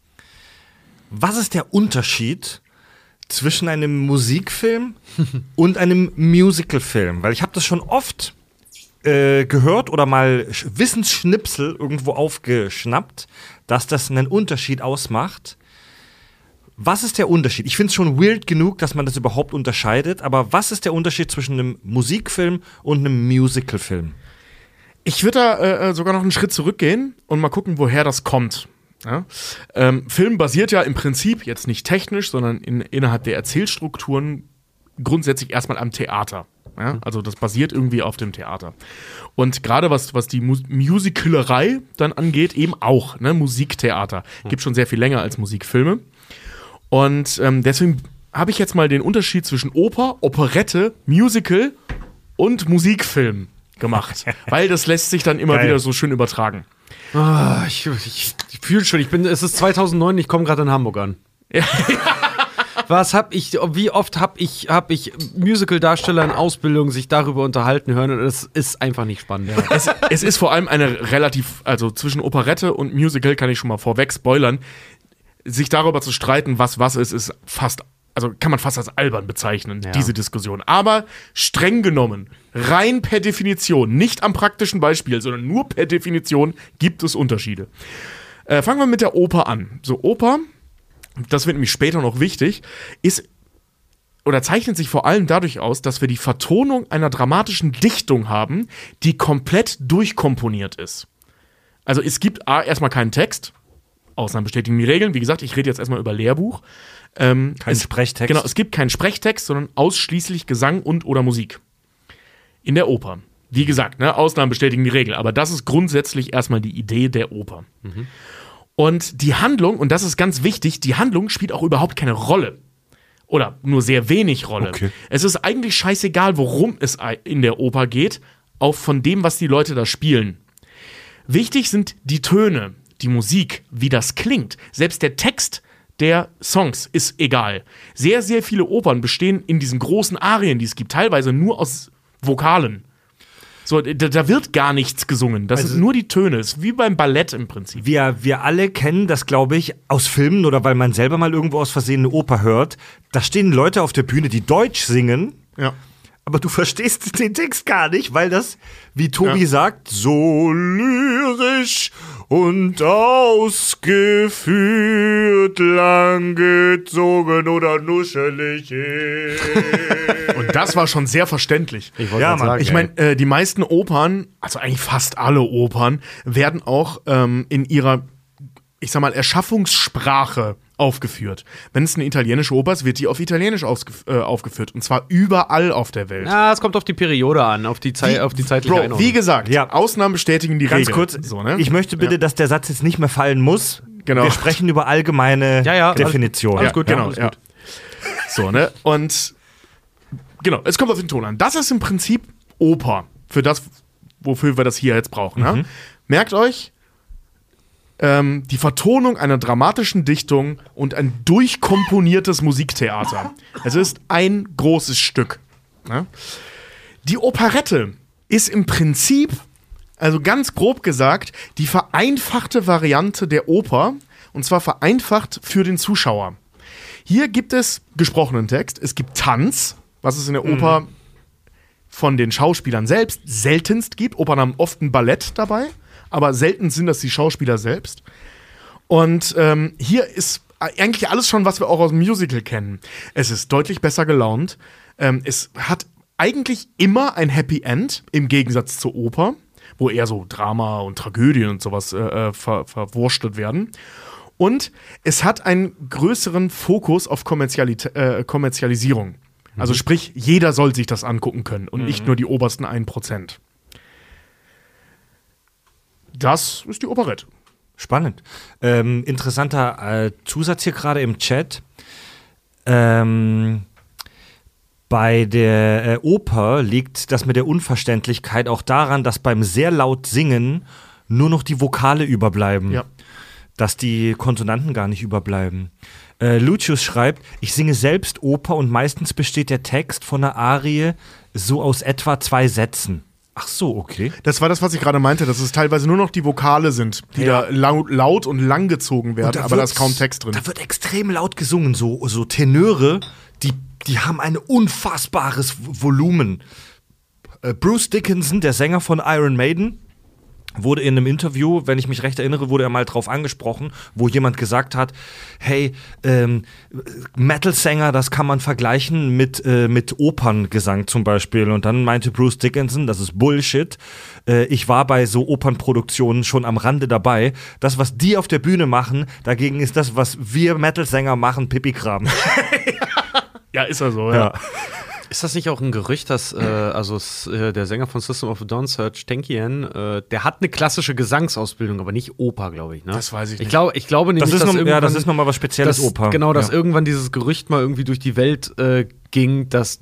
Speaker 1: Was ist der Unterschied zwischen einem Musikfilm und einem Musicalfilm? Weil ich habe das schon oft äh, gehört oder mal Wissensschnipsel irgendwo aufgeschnappt, dass das einen Unterschied ausmacht. Was ist der Unterschied? Ich finde es schon weird genug, dass man das überhaupt unterscheidet, aber was ist der Unterschied zwischen einem Musikfilm und einem Musicalfilm?
Speaker 3: Ich würde da äh, sogar noch einen Schritt zurückgehen und mal gucken, woher das kommt. Ja? Ähm, Film basiert ja im Prinzip, jetzt nicht technisch, sondern in, innerhalb der Erzählstrukturen grundsätzlich erstmal am Theater. Ja? Also das basiert irgendwie auf dem Theater. Und gerade was, was die Mu- Musicalerei dann angeht, eben auch, ne? Musiktheater. Gibt schon sehr viel länger als Musikfilme. Und ähm, deswegen habe ich jetzt mal den Unterschied zwischen Oper, Operette, Musical und Musikfilm gemacht. Weil das lässt sich dann immer Geil. wieder so schön übertragen.
Speaker 4: Oh, ich ich, ich fühle schon, ich bin, es ist zweitausendneun, ich komme gerade in Hamburg an. Ja. Was hab ich, wie oft habe ich, hab ich Musical-Darsteller in Ausbildung sich darüber unterhalten hören und es ist einfach nicht spannend.
Speaker 3: Ja. Es, es ist vor allem eine relativ, also zwischen Operette und Musical kann ich schon mal vorweg spoilern, sich darüber zu streiten, was was ist, ist fast, also kann man fast als albern bezeichnen, ja. diese Diskussion. Aber streng genommen, rein per Definition, nicht am praktischen Beispiel, sondern nur per Definition gibt es Unterschiede. Äh, fangen wir mit der Oper an. So, Oper, das wird nämlich später noch wichtig, ist oder zeichnet sich vor allem dadurch aus, dass wir die Vertonung einer dramatischen Dichtung haben, die komplett durchkomponiert ist. Also es gibt A, erstmal keinen Text, Ausnahmen bestätigen die Regeln. Wie gesagt, ich rede jetzt erstmal über Lehrbuch. Ähm,
Speaker 1: Kein
Speaker 3: es,
Speaker 1: Sprechtext.
Speaker 3: Genau, es gibt keinen Sprechtext, sondern ausschließlich Gesang und oder Musik. In der Oper. Wie gesagt, ne, Ausnahmen bestätigen die Regeln. Aber das ist grundsätzlich erstmal die Idee der Oper. Mhm. Und die Handlung, und das ist ganz wichtig, die Handlung spielt auch überhaupt keine Rolle. Oder nur sehr wenig Rolle.
Speaker 1: Okay.
Speaker 3: Es ist eigentlich scheißegal, worum es in der Oper geht, auch von dem, was die Leute da spielen. Wichtig sind die Töne, die Musik, wie das klingt. Selbst der Text der Songs ist egal. Sehr, sehr viele Opern bestehen in diesen großen Arien, die es gibt, teilweise nur aus Vokalen. So, da, da wird gar nichts gesungen. Das also, sind nur die Töne. Das ist wie beim Ballett im Prinzip.
Speaker 1: Wir, wir alle kennen das, glaube ich, aus Filmen oder weil man selber mal irgendwo aus Versehen eine Oper hört. Da stehen Leute auf der Bühne, die Deutsch singen.
Speaker 3: Ja.
Speaker 1: aber du verstehst den Text gar nicht, weil das, wie Tobi
Speaker 3: Ja.
Speaker 1: sagt, so lyrisch und ausgeführt, langgezogen oder nuschelig ist.
Speaker 3: Und das war schon sehr verständlich.
Speaker 4: Ich wollte
Speaker 1: Ja,
Speaker 4: gerade
Speaker 1: Mann,
Speaker 4: sagen,
Speaker 3: Ich meine, äh, die meisten Opern, also eigentlich fast alle Opern, werden auch ähm, in ihrer, ich sag mal, Erschaffungssprache aufgeführt. Wenn es eine italienische Oper ist, wird die auf Italienisch ausgef- äh, aufgeführt. Und zwar überall auf der Welt.
Speaker 4: ja, es kommt auf die Periode an, auf die, Zei- auf die zeitliche
Speaker 3: Bro,
Speaker 4: Einordnung.
Speaker 3: wie gesagt,
Speaker 1: Ja.
Speaker 3: Ausnahmen bestätigen die
Speaker 1: Ganz
Speaker 3: Regel.
Speaker 1: kurz,
Speaker 3: So, ne?
Speaker 1: ich möchte bitte,
Speaker 3: Ja.
Speaker 1: dass der Satz jetzt nicht mehr fallen muss.
Speaker 3: Genau.
Speaker 1: Wir sprechen über allgemeine
Speaker 4: Ja, ja, alles-
Speaker 1: Definitionen.
Speaker 4: alles gut,
Speaker 3: genau,
Speaker 4: alles
Speaker 3: ja.
Speaker 4: gut.
Speaker 3: So, ne? Und genau, es kommt auf den Ton an. Das ist im Prinzip Oper. Für das, wofür wir das hier jetzt brauchen. Ja? Merkt euch, ähm, die Vertonung einer dramatischen Dichtung und ein durchkomponiertes Musiktheater. Es ist ein großes Stück. Ne? Die Operette ist im Prinzip, also ganz grob gesagt, die vereinfachte Variante der Oper. Und zwar vereinfacht für den Zuschauer. Hier gibt es gesprochenen Text, es gibt Tanz, was es in der Oper von den Schauspielern selbst seltenst gibt. Opern haben oft ein Ballett dabei, aber selten sind das die Schauspieler selbst. Und ähm, hier ist eigentlich alles schon, was wir auch aus dem Musical kennen. Es ist deutlich besser gelaunt. Ähm, es hat eigentlich immer ein Happy End, im Gegensatz zur Oper, wo eher so Drama und Tragödien und sowas äh, ver verwurstet werden. Und es hat einen größeren Fokus auf Kommerzialit äh, Kommerzialisierung. Also sprich, jeder soll sich das angucken können und nicht nur die obersten ein Prozent. Das ist die Operette.
Speaker 1: Spannend. Ähm, interessanter äh, Zusatz hier gerade im Chat. Ähm, bei der äh, Oper liegt das mit der Unverständlichkeit auch daran, dass beim sehr laut Singen nur noch die Vokale überbleiben.
Speaker 3: Ja.
Speaker 1: Dass die Konsonanten gar nicht überbleiben. Äh, Lucius schreibt, ich singe selbst Oper und meistens besteht der Text von einer Arie so aus etwa zwei Sätzen. Ach so, okay.
Speaker 3: Das war das, was ich gerade meinte, dass es teilweise nur noch die Vokale sind, die
Speaker 1: Ja.
Speaker 3: da laut, laut und lang gezogen werden, aber da ist kaum Text drin.
Speaker 1: Da wird extrem laut gesungen, so, so Tenöre, die, die haben ein unfassbares Volumen. Äh, Bruce Dickinson, der Sänger von Iron Maiden, wurde in einem Interview, wenn ich mich recht erinnere, wurde er mal drauf angesprochen, wo jemand gesagt hat, hey, ähm, Metal-Sänger, das kann man vergleichen mit, äh, mit Operngesang zum Beispiel. Und dann meinte Bruce Dickinson, das ist Bullshit. Äh, ich war bei so Opernproduktionen schon am Rande dabei. Das, was die auf der Bühne machen, dagegen ist das, was wir Metal-Sänger machen, Pipi-Kram.
Speaker 3: Ja, ist er so, ja.
Speaker 4: Ist das nicht auch ein Gerücht, dass äh, also s- äh, der Sänger von System of a Down, Serge Tankian, äh, der hat eine klassische Gesangsausbildung, aber nicht Oper, glaube ich. Ne?
Speaker 3: Das weiß ich
Speaker 4: Ich,
Speaker 3: nicht.
Speaker 4: glaub, ich glaube nämlich,
Speaker 1: Das ist
Speaker 4: dass
Speaker 1: noch, ja,
Speaker 4: irgendwann,
Speaker 1: das ist nochmal was Spezielles,
Speaker 4: dass,
Speaker 1: Oper.
Speaker 4: Genau, dass
Speaker 1: ja.
Speaker 4: irgendwann dieses Gerücht mal irgendwie durch die Welt äh, ging, dass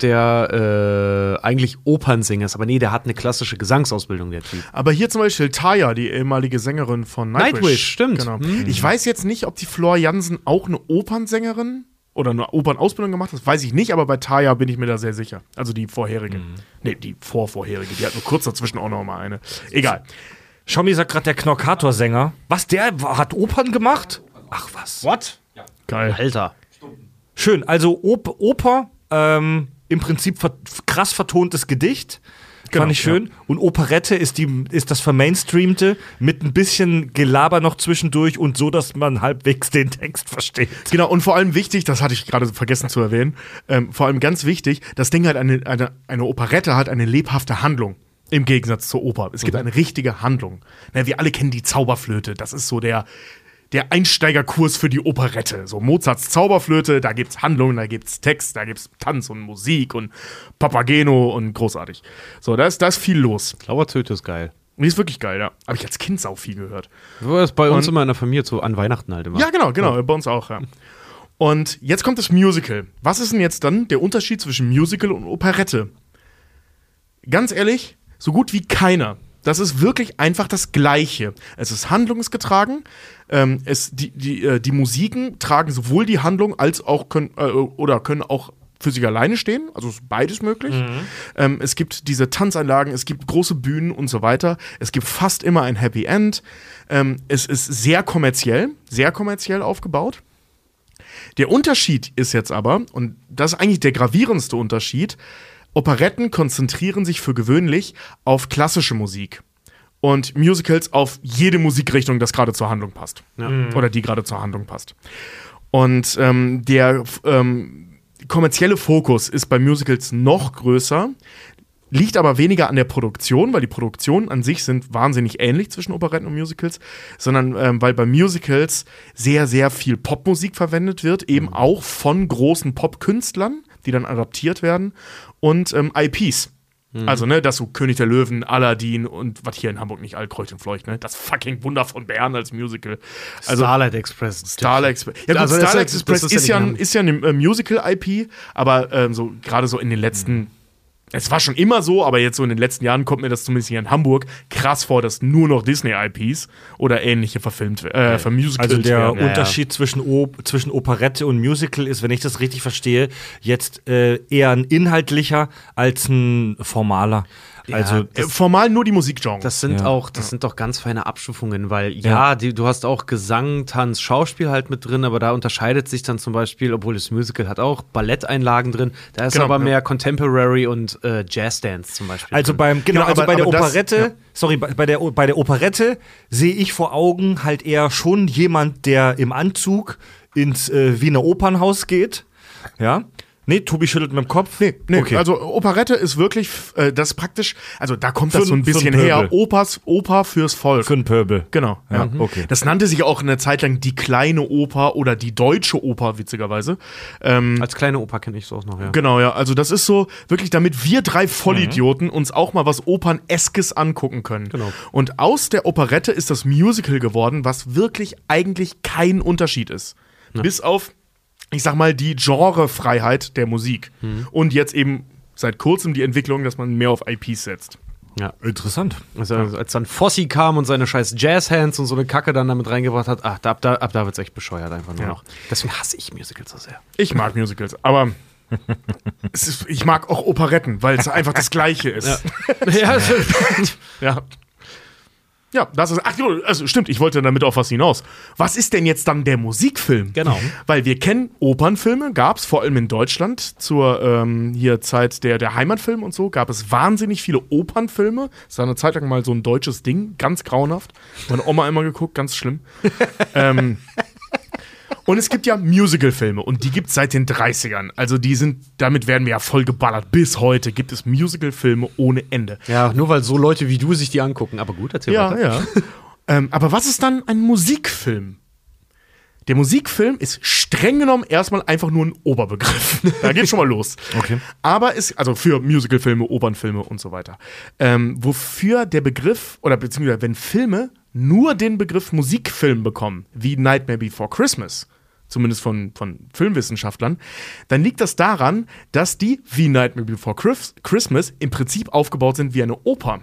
Speaker 4: der äh, eigentlich Opernsänger ist. Aber nee, der hat eine klassische Gesangsausbildung, der Typ.
Speaker 3: Aber hier zum Beispiel Taya, die ehemalige Sängerin von Nightwish.
Speaker 4: Nightwish, stimmt.
Speaker 3: Genau.
Speaker 4: Hm.
Speaker 3: Ich weiß jetzt nicht, ob die Flor Jansen auch eine Opernsängerin oder eine Opernausbildung gemacht hat, weiß ich nicht, aber bei Taya bin ich mir da sehr sicher. Also die vorherige.
Speaker 4: Mhm.
Speaker 3: Nee, die vorvorherige. Die hat nur kurz dazwischen auch noch mal eine. Egal.
Speaker 1: Schommi sagt gerade der Knorkator-Sänger. Was, der war- hat Opern gemacht? Ach was.
Speaker 4: What?
Speaker 3: Geil.
Speaker 4: Alter.
Speaker 1: Schön, also Op Oper, ähm, im Prinzip ver krass vertontes Gedicht.
Speaker 3: Genau,
Speaker 1: Fand ich schön. Und Operette ist, die, ist das Vermainstreamte mit ein bisschen Gelaber noch zwischendurch und so, dass man halbwegs den Text versteht.
Speaker 3: Genau, und vor allem wichtig, das hatte ich gerade vergessen zu erwähnen, ähm, vor allem ganz wichtig, das Ding hat eine, eine, eine Operette hat eine lebhafte Handlung. Im Gegensatz zur Oper. Es gibt eine richtige Handlung. Na, wir alle kennen die Zauberflöte. Das ist so der, der Einsteigerkurs für die Operette. So Mozarts Zauberflöte, da gibt's Handlung, da gibt's Text, da gibt's Tanz und Musik und Papageno und großartig. So, da ist, da ist viel los.
Speaker 4: Zaubertöte ist geil.
Speaker 3: Und die ist wirklich geil, ja. Habe ich als Kind sau viel gehört.
Speaker 4: Das ist bei uns
Speaker 3: Und-
Speaker 4: immer in der Familie, so an Weihnachten halt immer.
Speaker 3: Ja, genau, genau, bei uns auch, ja. Und jetzt kommt das Musical. Was ist denn jetzt dann der Unterschied zwischen Musical und Operette? Ganz ehrlich, so gut wie keiner. Das ist wirklich einfach das Gleiche. Es ist handlungsgetragen. Ähm, es, die, die, äh, die Musiken tragen sowohl die Handlung als auch können, äh, oder können auch für sich alleine stehen. Also ist beides möglich. Ähm, es gibt diese Tanzeinlagen, es gibt große Bühnen und so weiter. Es gibt fast immer ein Happy End. Ähm, es ist sehr kommerziell, sehr kommerziell aufgebaut. Der Unterschied ist jetzt aber, und das ist eigentlich der gravierendste Unterschied, Operetten konzentrieren sich für gewöhnlich auf klassische Musik und Musicals auf jede Musikrichtung, das gerade zur Handlung passt.
Speaker 4: Ja.
Speaker 3: Oder die gerade zur Handlung passt. Und ähm, der ähm, kommerzielle Fokus ist bei Musicals noch größer, liegt aber weniger an der Produktion, weil die Produktionen an sich sind wahnsinnig ähnlich zwischen Operetten und Musicals, sondern ähm, weil bei Musicals sehr, sehr viel Popmusik verwendet wird, eben mhm. auch von großen Popkünstlern, die dann adaptiert werden, und ähm, I Ps. Mhm. Also, ne, das so König der Löwen, Aladdin und was hier in Hamburg nicht Allkreuch und Fleucht, ne? Das fucking Wunder von Bern als Musical. Also,
Speaker 4: Starlight Express.
Speaker 3: Starlight Express. Ja, gut,
Speaker 4: also
Speaker 3: Starlight
Speaker 4: das,
Speaker 3: Express
Speaker 4: das
Speaker 3: ist,
Speaker 4: ist
Speaker 3: ja
Speaker 4: ja
Speaker 3: ein, ist ja ein äh, Musical-I P, aber ähm, so gerade so in den letzten mhm. Es war schon immer so, aber jetzt so in den letzten Jahren kommt mir das zumindest hier in Hamburg krass vor, dass nur noch Disney-I Ps oder ähnliche verfilmt äh, vermusicalt
Speaker 1: Also der
Speaker 3: werden.
Speaker 1: Unterschied ja. zwischen, o- zwischen Operette und Musical ist, wenn ich das richtig verstehe, jetzt äh, eher ein inhaltlicher als ein formaler.
Speaker 4: Ja,
Speaker 1: also
Speaker 3: äh, formal nur die Musikgenre.
Speaker 4: Das sind
Speaker 1: Ja.
Speaker 4: auch, das sind doch ganz feine Abstufungen, weil ja,
Speaker 1: Ja.
Speaker 4: Die, du hast auch Gesang, Tanz, Schauspiel halt mit drin, aber da unterscheidet sich dann zum Beispiel, obwohl das Musical hat auch Balletteinlagen drin, da ist
Speaker 3: Genau,
Speaker 4: aber
Speaker 3: ja.
Speaker 4: mehr Contemporary und äh, Jazzdance zum Beispiel.
Speaker 1: Also
Speaker 4: drin.
Speaker 1: beim genau,
Speaker 3: Genau,
Speaker 1: also
Speaker 3: aber-
Speaker 1: bei der
Speaker 3: aber das-
Speaker 1: Operette,
Speaker 3: ja.
Speaker 1: sorry, bei, bei der bei der Operette sehe ich vor Augen halt eher schon jemand, der im Anzug ins äh, Wiener Opernhaus geht. Ja? Nee, Tobi schüttelt mit dem Kopf.
Speaker 3: Nee, nee,
Speaker 1: okay.
Speaker 3: also Operette ist wirklich, äh, das ist praktisch, also da kommt
Speaker 1: Für
Speaker 3: das so ein
Speaker 1: n- für
Speaker 3: bisschen
Speaker 1: n
Speaker 3: her,
Speaker 1: Pöbel.
Speaker 3: Opas, Oper fürs Volk.
Speaker 1: Für einen Pöbel.
Speaker 3: Genau, ja.
Speaker 1: Ja, okay.
Speaker 3: Das nannte sich auch eine Zeit lang die kleine Oper oder die deutsche Oper, witzigerweise. Ähm,
Speaker 4: Als kleine Oper kenne ich es auch noch, ja.
Speaker 3: Genau, ja. Also das ist so wirklich, damit wir drei Vollidioten uns auch mal was Operneskes angucken können.
Speaker 4: Genau.
Speaker 3: Und aus der Operette ist das Musical geworden, was wirklich eigentlich kein Unterschied ist. Bis auf, ich sag mal, die Genrefreiheit der Musik. Und jetzt eben seit kurzem die Entwicklung, dass man mehr auf I Ps setzt.
Speaker 4: Ja.
Speaker 1: Interessant.
Speaker 4: Also, als dann Fossi kam und seine scheiß Jazzhands und so eine Kacke dann damit reingebracht hat, ach, da, ab da, ab da wird's echt bescheuert einfach nur
Speaker 3: Ja.
Speaker 4: noch. Deswegen hasse ich Musicals so sehr.
Speaker 3: Ich mag Musicals, aber es ist, ich mag auch Operetten, weil es einfach das Gleiche ist.
Speaker 4: Ja,
Speaker 3: Ja. Ja, das ist, ach, also stimmt, ich wollte damit auf was hinaus. Was ist denn jetzt dann der Musikfilm?
Speaker 4: Genau.
Speaker 3: Weil wir kennen Opernfilme, gab es vor allem in Deutschland zur ähm, hier Zeit der, der Heimatfilm und so, gab es wahnsinnig viele Opernfilme. Das war eine Zeit lang mal so ein deutsches Ding, ganz grauenhaft. Meine Oma immer geguckt, ganz schlimm. ähm, Und es gibt ja Musicalfilme und die gibt es seit den dreißigern. Also die sind, damit werden wir ja voll geballert. Bis heute gibt es Musicalfilme ohne Ende.
Speaker 4: ja, nur weil so Leute wie du sich die angucken. Aber gut, erzähl
Speaker 3: Ja,
Speaker 4: weiter.
Speaker 3: ja. ähm, aber was ist dann ein Musikfilm? Der Musikfilm ist streng genommen erstmal einfach nur ein Oberbegriff. Da geht schon mal los.
Speaker 1: Okay.
Speaker 3: Aber ist, also für Musicalfilme, Opernfilme und so weiter. Ähm, wofür der Begriff, oder beziehungsweise wenn Filme nur den Begriff Musikfilm bekommen, wie Nightmare Before Christmas, zumindest von, von Filmwissenschaftlern, dann liegt das daran, dass die, wie Nightmare Before Chris- Christmas, im Prinzip aufgebaut sind wie eine Oper.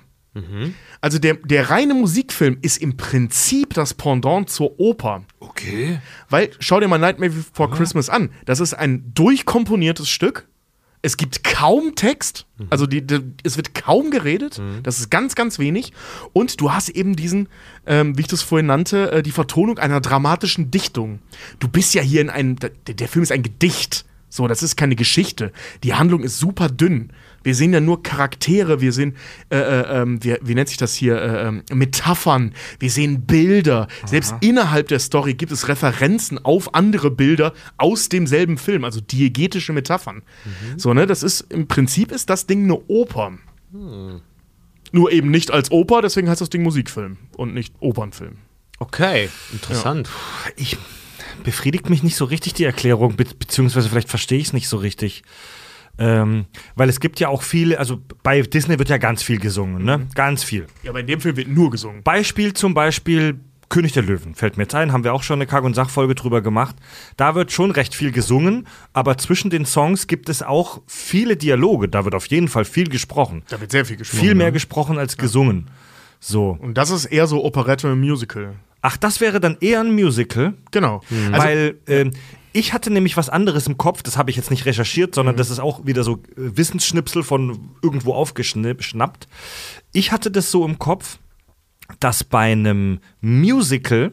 Speaker 3: Also der, der reine Musikfilm ist im Prinzip das Pendant zur Oper.
Speaker 1: Okay.
Speaker 3: Weil, schau dir mal Nightmare Before Christmas an. Das ist ein durchkomponiertes Stück. Es gibt kaum Text. Also die, die, es wird kaum geredet. Das ist ganz, ganz wenig. Und du hast eben diesen, ähm, wie ich das vorhin nannte, äh, die Vertonung einer dramatischen Dichtung. Du bist ja hier in einem, der, der Film ist ein Gedicht. So, das ist keine Geschichte. Die Handlung ist super dünn. Wir sehen ja nur Charaktere, wir sehen, äh, äh, äh, wie, wie nennt sich das hier, äh, äh, Metaphern, wir sehen Bilder. Aha. Selbst innerhalb der Story gibt es Referenzen auf andere Bilder aus demselben Film, also diegetische Metaphern. Mhm. So, ne, das ist, im Prinzip ist das Ding eine Oper. Hm. Nur eben nicht als Oper, deswegen heißt das Ding Musikfilm und nicht Opernfilm.
Speaker 4: Okay, interessant.
Speaker 1: Ich befriedigt mich nicht so richtig die Erklärung, be- beziehungsweise vielleicht verstehe ich es nicht so richtig. Ähm, weil es gibt ja auch viele, also bei Disney wird ja ganz viel gesungen, ne? Ganz viel.
Speaker 3: Ja, aber in dem Film wird nur gesungen.
Speaker 1: Beispiel zum Beispiel König der Löwen, fällt mir jetzt ein, haben wir auch schon eine Kack- und Sachfolge drüber gemacht. Da wird schon recht viel gesungen, aber zwischen den Songs gibt es auch viele Dialoge. Da wird auf jeden Fall viel gesprochen.
Speaker 3: Da wird sehr viel gesprochen.
Speaker 1: Viel mehr
Speaker 3: ja.
Speaker 1: gesprochen als gesungen. So.
Speaker 3: Und das ist eher so Operette Musical.
Speaker 1: Ach, das wäre dann eher ein Musical?
Speaker 3: Genau. Also,
Speaker 1: Weil ähm, ich hatte nämlich was anderes im Kopf, das habe ich jetzt nicht recherchiert, sondern
Speaker 3: Mhm.
Speaker 1: das ist auch wieder so äh, Wissensschnipsel von irgendwo aufgeschnappt. Ich hatte das so im Kopf, dass bei einem Musical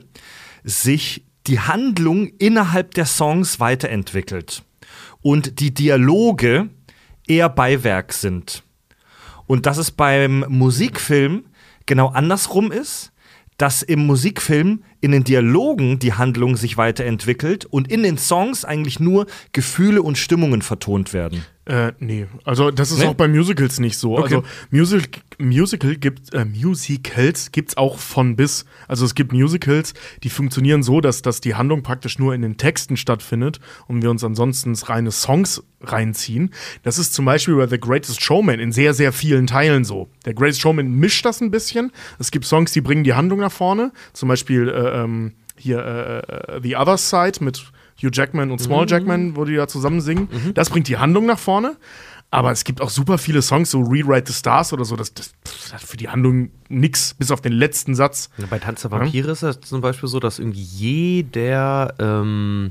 Speaker 1: sich die Handlung innerhalb der Songs weiterentwickelt und die Dialoge eher Beiwerk sind. Und dass es beim Musikfilm genau andersrum ist, dass im Musikfilm in den Dialogen die Handlung sich weiterentwickelt und in den Songs eigentlich nur Gefühle und Stimmungen vertont werden.
Speaker 3: Äh, nee. Also das ist
Speaker 1: Nee?
Speaker 3: auch bei Musicals nicht so.
Speaker 1: Okay.
Speaker 3: Also Music, Musical gibt, äh, Musicals gibt's auch von bis. Also es gibt Musicals, die funktionieren so, dass, dass die Handlung praktisch nur in den Texten stattfindet und wir uns ansonsten reine Songs reinziehen. Das ist zum Beispiel bei The Greatest Showman in sehr, sehr vielen Teilen so. Der Greatest Showman mischt das ein bisschen. Es gibt Songs, die bringen die Handlung nach vorne. Zum Beispiel äh, ähm, hier äh, The Other Side mit Hugh Jackman und Small mhm. Jackman, wo die da zusammen singen. Mhm. Das bringt die Handlung nach vorne. Aber es gibt auch super viele Songs, so Rewrite the Stars oder so, das, das, das hat für die Handlung nix, bis auf den letzten Satz.
Speaker 4: Ja, bei Tanz der Vampire ja. ist es zum Beispiel so, dass irgendwie jeder, ähm,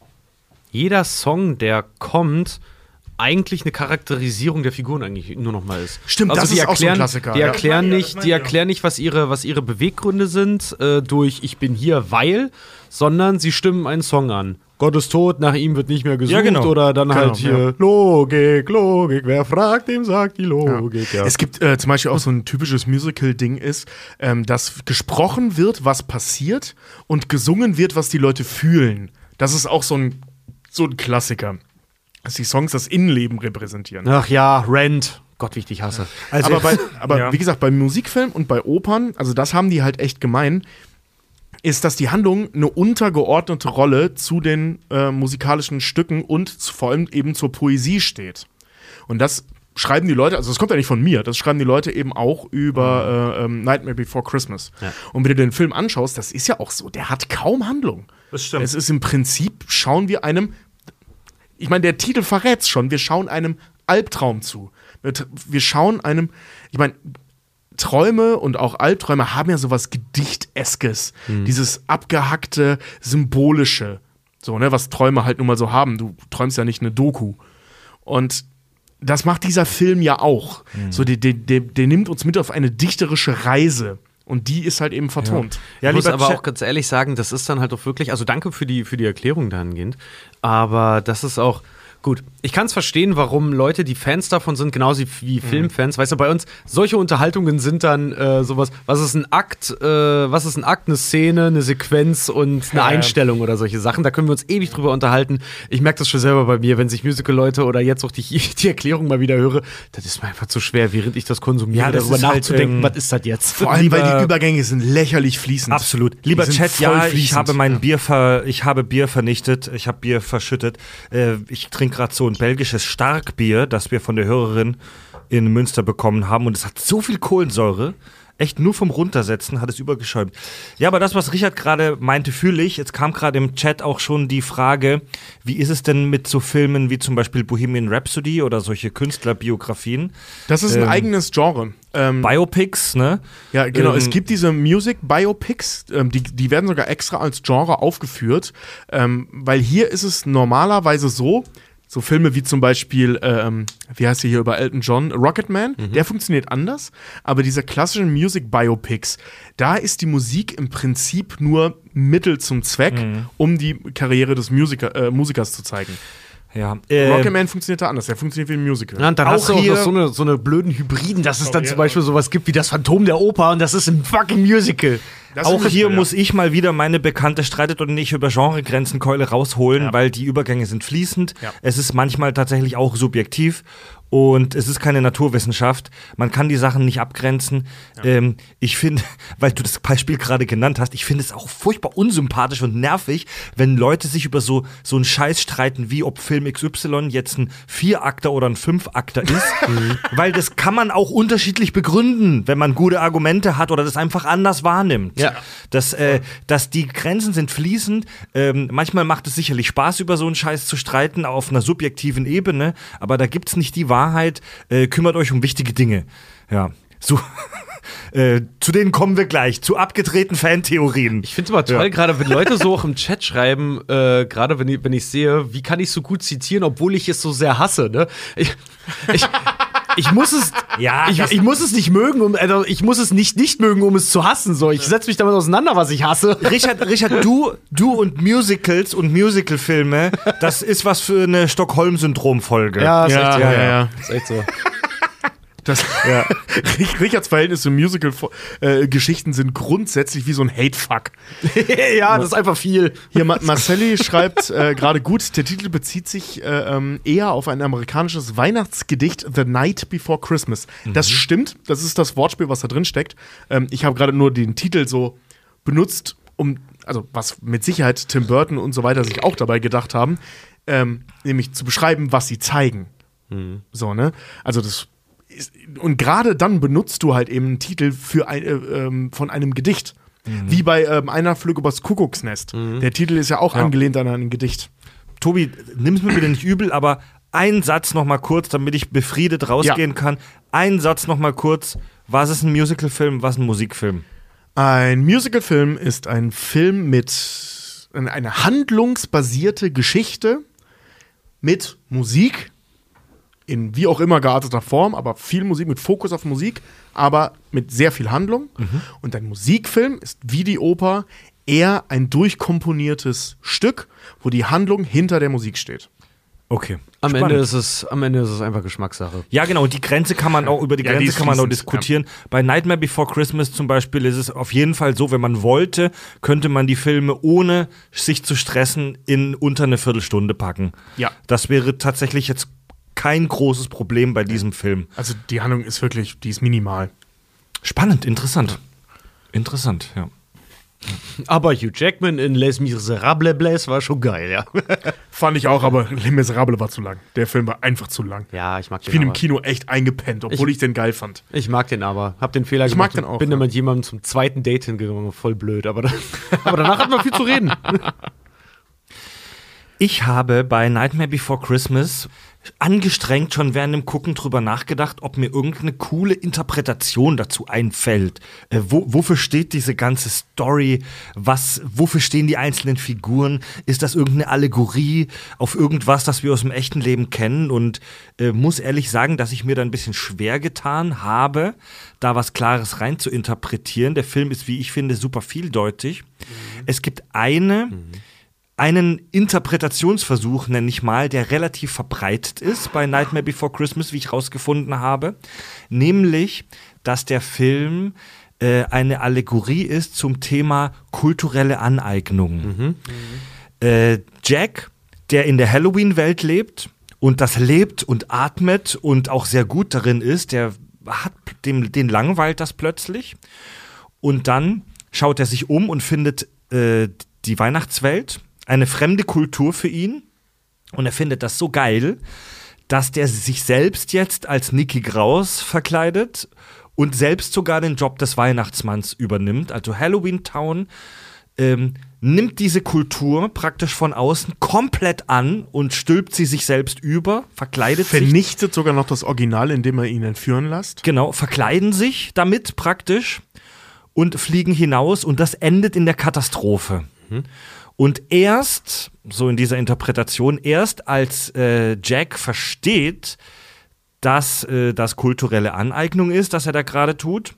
Speaker 4: jeder Song, der kommt, eigentlich eine Charakterisierung der Figuren eigentlich nur noch mal ist.
Speaker 3: Stimmt,
Speaker 4: also
Speaker 3: das
Speaker 4: die
Speaker 3: ist
Speaker 4: erklären,
Speaker 3: auch so ein Klassiker.
Speaker 4: Die
Speaker 3: ja.
Speaker 4: erklären
Speaker 1: ja,
Speaker 4: nicht, die erklären nicht, was ihre, was ihre Beweggründe sind äh, durch ich bin hier, weil, sondern sie stimmen einen Song an. Gott ist tot, nach ihm wird nicht mehr gesucht
Speaker 1: Ja, genau.
Speaker 4: oder dann
Speaker 3: Genau,
Speaker 4: halt hier
Speaker 3: ja.
Speaker 4: Logik, Logik, wer fragt, dem sagt die Logik. Ja. Ja.
Speaker 3: Es gibt äh, zum Beispiel auch so ein typisches Musical-Ding ist, ähm, dass gesprochen wird, was passiert und gesungen wird, was die Leute fühlen. Das ist auch so ein, so ein Klassiker. Dass die Songs das Innenleben repräsentieren.
Speaker 4: Ach ja, Rent. Gott, wie ich dich hasse.
Speaker 1: Also,
Speaker 3: aber bei, aber
Speaker 1: ja.
Speaker 3: wie gesagt, bei Musikfilmen und bei Opern, also das haben die halt echt gemein, ist, dass die Handlung eine untergeordnete Rolle zu den äh, musikalischen Stücken und zu, vor allem eben zur Poesie steht. Und das schreiben die Leute, also das kommt ja nicht von mir, das schreiben die Leute eben auch über äh, ähm, Nightmare Before Christmas.
Speaker 4: Ja.
Speaker 3: Und wenn du den Film anschaust, das ist ja auch so, der hat kaum Handlung.
Speaker 1: Das stimmt.
Speaker 3: Es ist im Prinzip, schauen wir einem, ich meine, der Titel verrät's schon, wir schauen einem Albtraum zu. Wir, wir schauen einem, ich meine, Träume und auch Albträume haben ja sowas Gedichteskes. Mhm. Dieses abgehackte, symbolische. So, ne, was Träume halt nun mal so haben. Du träumst ja nicht eine Doku. Und das macht dieser Film ja auch. Mhm. So, der, der, der, der nimmt uns mit auf eine dichterische Reise. Und die ist halt eben vertont.
Speaker 4: Ja, ich muss aber
Speaker 1: Chat-
Speaker 4: auch ganz ehrlich sagen, das ist dann halt auch wirklich, also danke für die, für die Erklärung dahingehend, aber das ist auch, gut, ich kann es verstehen, warum Leute, die Fans davon sind, genauso wie Filmfans, mhm. weißt du, bei uns, solche Unterhaltungen sind dann äh, sowas, was ist ein Akt, äh, was ist ein Akt, eine Szene, eine Sequenz und eine
Speaker 3: Ja.
Speaker 4: Einstellung oder solche Sachen, da können wir uns ewig drüber unterhalten. Ich merke das schon selber bei mir, wenn sich Musical-Leute oder jetzt auch die, die Erklärung mal wieder höre, das ist mir einfach zu schwer, während ich das konsumiere,
Speaker 1: Ja, das
Speaker 4: darüber
Speaker 1: ist halt,
Speaker 4: nachzudenken,
Speaker 1: ähm,
Speaker 4: was ist das jetzt?
Speaker 3: Vor allem, weil
Speaker 1: Lieber-
Speaker 3: die Übergänge sind lächerlich fließend.
Speaker 1: Absolut. Lieber
Speaker 3: Die sind
Speaker 1: Chat,
Speaker 3: voll
Speaker 1: ja, ich
Speaker 3: fließend.
Speaker 1: habe mein Bier ver, ich habe Bier vernichtet, ich habe Bier verschüttet. Äh, ich trinke gerade so ein belgisches Starkbier, das wir von der Hörerin in Münster bekommen haben und es hat so viel Kohlensäure. Echt nur vom Runtersetzen hat es übergeschäumt. Ja, aber das, was Richard gerade meinte, fühle ich. Jetzt kam gerade im Chat auch schon die Frage, wie ist es denn mit so Filmen wie zum Beispiel Bohemian Rhapsody oder solche Künstlerbiografien?
Speaker 3: Das ist ein
Speaker 1: Ähm,
Speaker 3: eigenes Genre. Ähm,
Speaker 1: Biopics, ne?
Speaker 3: Ja, genau.
Speaker 1: Ähm,
Speaker 3: es gibt diese Music-Biopics, ähm, die, die werden sogar extra als Genre aufgeführt, ähm, weil hier ist es normalerweise so, so Filme wie zum Beispiel, ähm, wie heißt der hier über Elton John, Rocketman,
Speaker 1: Mhm.
Speaker 3: der funktioniert anders, aber diese klassischen Music-Biopics, da ist die Musik im Prinzip nur Mittel zum Zweck,
Speaker 1: Mhm.
Speaker 3: um die Karriere des Musiker, äh, Musikers zu zeigen.
Speaker 1: Ja. Äh,
Speaker 3: Rocketman funktioniert da anders, der funktioniert wie ein Musical.
Speaker 4: Ja, und dann
Speaker 1: Auch
Speaker 4: hast du auch
Speaker 1: hier-
Speaker 4: noch so eine, so eine blöden Hybriden, dass es dann
Speaker 3: ja.
Speaker 4: zum Beispiel sowas gibt wie das Phantom der Oper und das ist ein fucking Musical.
Speaker 3: Das ist
Speaker 1: Auch
Speaker 3: ein
Speaker 1: hier
Speaker 3: Musical, ja.
Speaker 1: muss ich mal wieder meine Bekannte streitet und nicht über Genregrenzenkeule rausholen,
Speaker 3: Ja.
Speaker 1: weil die Übergänge sind fließend.
Speaker 3: Ja.
Speaker 1: Es ist manchmal tatsächlich auch subjektiv und es ist keine Naturwissenschaft. Man kann die Sachen nicht abgrenzen. Ähm, ich finde, weil du das Beispiel gerade genannt hast, ich finde es auch furchtbar unsympathisch und nervig, wenn Leute sich über so, so einen Scheiß streiten, wie ob Film X Y jetzt ein Vierakter oder ein Fünfakter ist. Weil das kann man auch unterschiedlich begründen, wenn man gute Argumente hat oder das einfach anders wahrnimmt.
Speaker 4: Ja.
Speaker 1: Dass, äh, dass die Grenzen sind fließend. Ähm, manchmal macht es sicherlich Spaß, über so einen Scheiß zu streiten, auf einer subjektiven Ebene, aber da gibt's nicht die Wahrheit. Äh, kümmert euch um wichtige Dinge. Ja. So. äh, zu denen kommen wir gleich. Zu abgedrehten Fantheorien.
Speaker 4: Ich finde es aber toll,
Speaker 1: Ja.
Speaker 4: gerade wenn Leute so auch im Chat schreiben, äh, gerade wenn ich, wenn ich sehe, wie kann ich so gut zitieren, obwohl ich es so sehr hasse, ne? Ich, ich, ich muss es,
Speaker 1: Ja,
Speaker 4: ich,
Speaker 1: das-
Speaker 4: ich muss es nicht mögen, um, also ich muss es nicht nicht mögen, um es zu hassen. So, ich setze mich damit auseinander, was ich hasse.
Speaker 1: Richard, Richard, du, du und Musicals und Musicalfilme, das ist was für eine Stockholm-Syndrom-Folge.
Speaker 4: Ja, ist
Speaker 3: Ja,
Speaker 4: echt so.
Speaker 3: ja, ja.
Speaker 4: Ist echt so.
Speaker 3: Das, ja. Richards Verhältnis zu Musical-Geschichten sind grundsätzlich wie so ein Hate-Fuck.
Speaker 4: Ja, das ist einfach viel.
Speaker 3: Hier, Ma Marcelli schreibt äh, gerade gut, der Titel bezieht sich äh, ähm, eher auf ein amerikanisches Weihnachtsgedicht, The Night Before Christmas. Das stimmt, das ist das Wortspiel, was da drin steckt. Ähm, ich habe gerade nur den Titel so benutzt, um, also was mit Sicherheit Tim Burton und so weiter sich auch dabei gedacht haben, ähm, nämlich zu beschreiben, was sie zeigen. So, ne? Also das ist, und gerade dann benutzt du halt eben einen Titel für ein, äh, ähm, von einem Gedicht. Wie bei ähm, Einer flog übers Kuckucksnest. Der Titel ist ja auch angelehnt an ein Gedicht.
Speaker 1: Tobi, nimm's mir bitte nicht übel, aber ein Satz noch mal kurz, damit ich befriedet rausgehen
Speaker 3: Ja.
Speaker 1: kann. Ein Satz noch mal kurz. Was ist ein Musicalfilm, was ein Musikfilm?
Speaker 3: Ein Musicalfilm ist ein Film mit eine handlungsbasierte Geschichte mit Musik in wie auch immer gearteter Form, aber viel Musik, mit Fokus auf Musik, aber mit sehr viel Handlung. Und ein Musikfilm ist wie die Oper eher ein durchkomponiertes Stück, wo die Handlung hinter der Musik steht.
Speaker 1: Okay.
Speaker 4: Am
Speaker 1: Spannend.
Speaker 4: Ende, ist es, am Ende ist es einfach Geschmackssache.
Speaker 1: Ja, genau, und die Grenze kann man auch, über die
Speaker 3: Ja, die
Speaker 1: Grenze
Speaker 3: ist
Speaker 1: kann man auch
Speaker 3: fließend,
Speaker 1: diskutieren. Bei Nightmare Before Christmas zum Beispiel ist es auf jeden Fall so, wenn man wollte, könnte man die Filme ohne sich zu stressen in unter eine Viertelstunde packen.
Speaker 3: Ja.
Speaker 1: Das wäre tatsächlich jetzt kein großes Problem bei diesem Film.
Speaker 3: Also die Handlung ist wirklich, die ist minimal.
Speaker 1: Spannend, interessant. Interessant, ja.
Speaker 4: Aber Hugh Jackman in Les Miserables war schon geil, ja.
Speaker 3: Fand ich auch, aber Les Miserables war zu lang. Der Film war einfach zu lang.
Speaker 4: Ja, ich mag
Speaker 3: Ich
Speaker 4: den
Speaker 3: bin im
Speaker 4: aber.
Speaker 3: Kino echt eingepennt, obwohl ich, den geil fand.
Speaker 4: Ich mag den aber. Hab den Fehler
Speaker 3: Ich
Speaker 4: gemacht.
Speaker 3: mag den auch,
Speaker 4: Bin
Speaker 3: ja.
Speaker 4: dann mit jemandem zum zweiten Date hingegangen. Voll blöd. Aber, dann, aber danach hatten wir viel zu reden.
Speaker 1: Ich habe bei Nightmare Before Christmas angestrengt schon während dem Gucken drüber nachgedacht, ob mir irgendeine coole Interpretation dazu einfällt. Äh, wo, wofür steht diese ganze Story? Was, wofür stehen die einzelnen Figuren? Ist das irgendeine Allegorie auf irgendwas, das wir aus dem echten Leben kennen? Und äh, muss ehrlich sagen, dass ich mir da ein bisschen schwer getan habe, da was Klares rein zu interpretieren. Der Film ist, wie ich finde, super vieldeutig. Mhm. Es gibt eine mhm. einen Interpretationsversuch, nenne ich mal, der relativ verbreitet ist bei Nightmare Before Christmas, wie ich rausgefunden habe. Nämlich, dass der Film äh, eine Allegorie ist zum Thema kulturelle Aneignung. Mhm. Äh, Jack, der in der Halloween-Welt lebt und das lebt und atmet und auch sehr gut darin ist, der hat dem, den langweilt das plötzlich. Und dann schaut er sich um und findet äh, die Weihnachtswelt, eine fremde Kultur für ihn, und er findet das so geil, dass der sich selbst jetzt als Nicky Graus verkleidet und selbst sogar den Job des Weihnachtsmanns übernimmt. Also Halloween Town ähm, nimmt diese Kultur praktisch von außen komplett an und stülpt sie sich selbst über, verkleidet sich.
Speaker 3: Vernichtet sogar noch das Original, indem er ihn entführen lässt.
Speaker 1: Genau, verkleiden sich damit praktisch und fliegen hinaus, und das endet in der Katastrophe. Mhm. Und erst, so in dieser Interpretation, erst als äh, Jack versteht, dass äh, das kulturelle Aneignung ist, das er da gerade tut,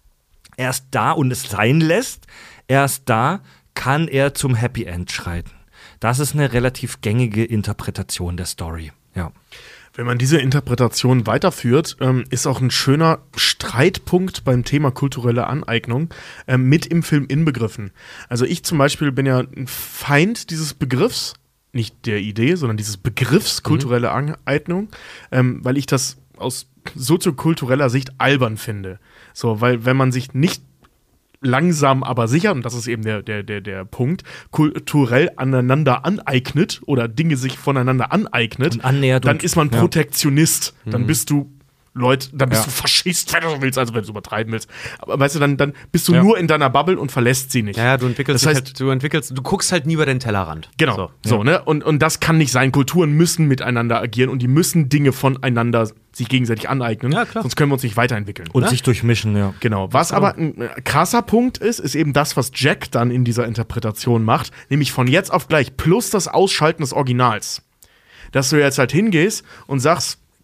Speaker 1: erst da, und es sein lässt, erst da kann er zum Happy End schreiten. Das ist eine relativ gängige Interpretation der Story, ja.
Speaker 3: Wenn man diese Interpretation weiterführt, ähm, ist auch ein schöner Streitpunkt beim Thema kulturelle Aneignung ähm, mit im Film inbegriffen. Also ich zum Beispiel bin ja ein Feind dieses Begriffs, nicht der Idee, sondern dieses Begriffs kulturelle Aneignung, ähm, weil ich das aus soziokultureller Sicht albern finde. So, weil wenn man sich nicht langsam, aber sicher, und das ist eben der, der, der, der Punkt, kulturell aneinander aneignet oder Dinge sich voneinander aneignet,
Speaker 1: und annähert,
Speaker 3: dann
Speaker 1: und,
Speaker 3: ist man
Speaker 1: ja.
Speaker 3: Protektionist. Dann
Speaker 1: Mhm.
Speaker 3: bist du Leute, dann bist
Speaker 1: Ja.
Speaker 3: du Faschist, wenn du so willst, also wenn du übertreiben willst. Aber weißt du, dann, dann bist du
Speaker 1: Ja.
Speaker 3: nur in deiner Bubble und verlässt sie nicht.
Speaker 4: Ja, du entwickelst,
Speaker 3: Das heißt-
Speaker 4: dich halt, du entwickelst, du guckst halt nie über den Tellerrand.
Speaker 3: Genau,
Speaker 4: So.
Speaker 3: so, ne? Und, und das kann nicht sein. Kulturen müssen miteinander agieren und die müssen Dinge voneinander sich gegenseitig aneignen.
Speaker 4: Ja, klar.
Speaker 3: Sonst können wir uns nicht weiterentwickeln.
Speaker 1: Und
Speaker 3: ne?
Speaker 1: sich durchmischen, ja.
Speaker 3: Genau. Was aber ein äh, krasser Punkt ist, ist eben das, was Jack dann in dieser Interpretation macht, nämlich von jetzt auf gleich plus das Ausschalten des Originals. Dass du jetzt halt hingehst und sagst,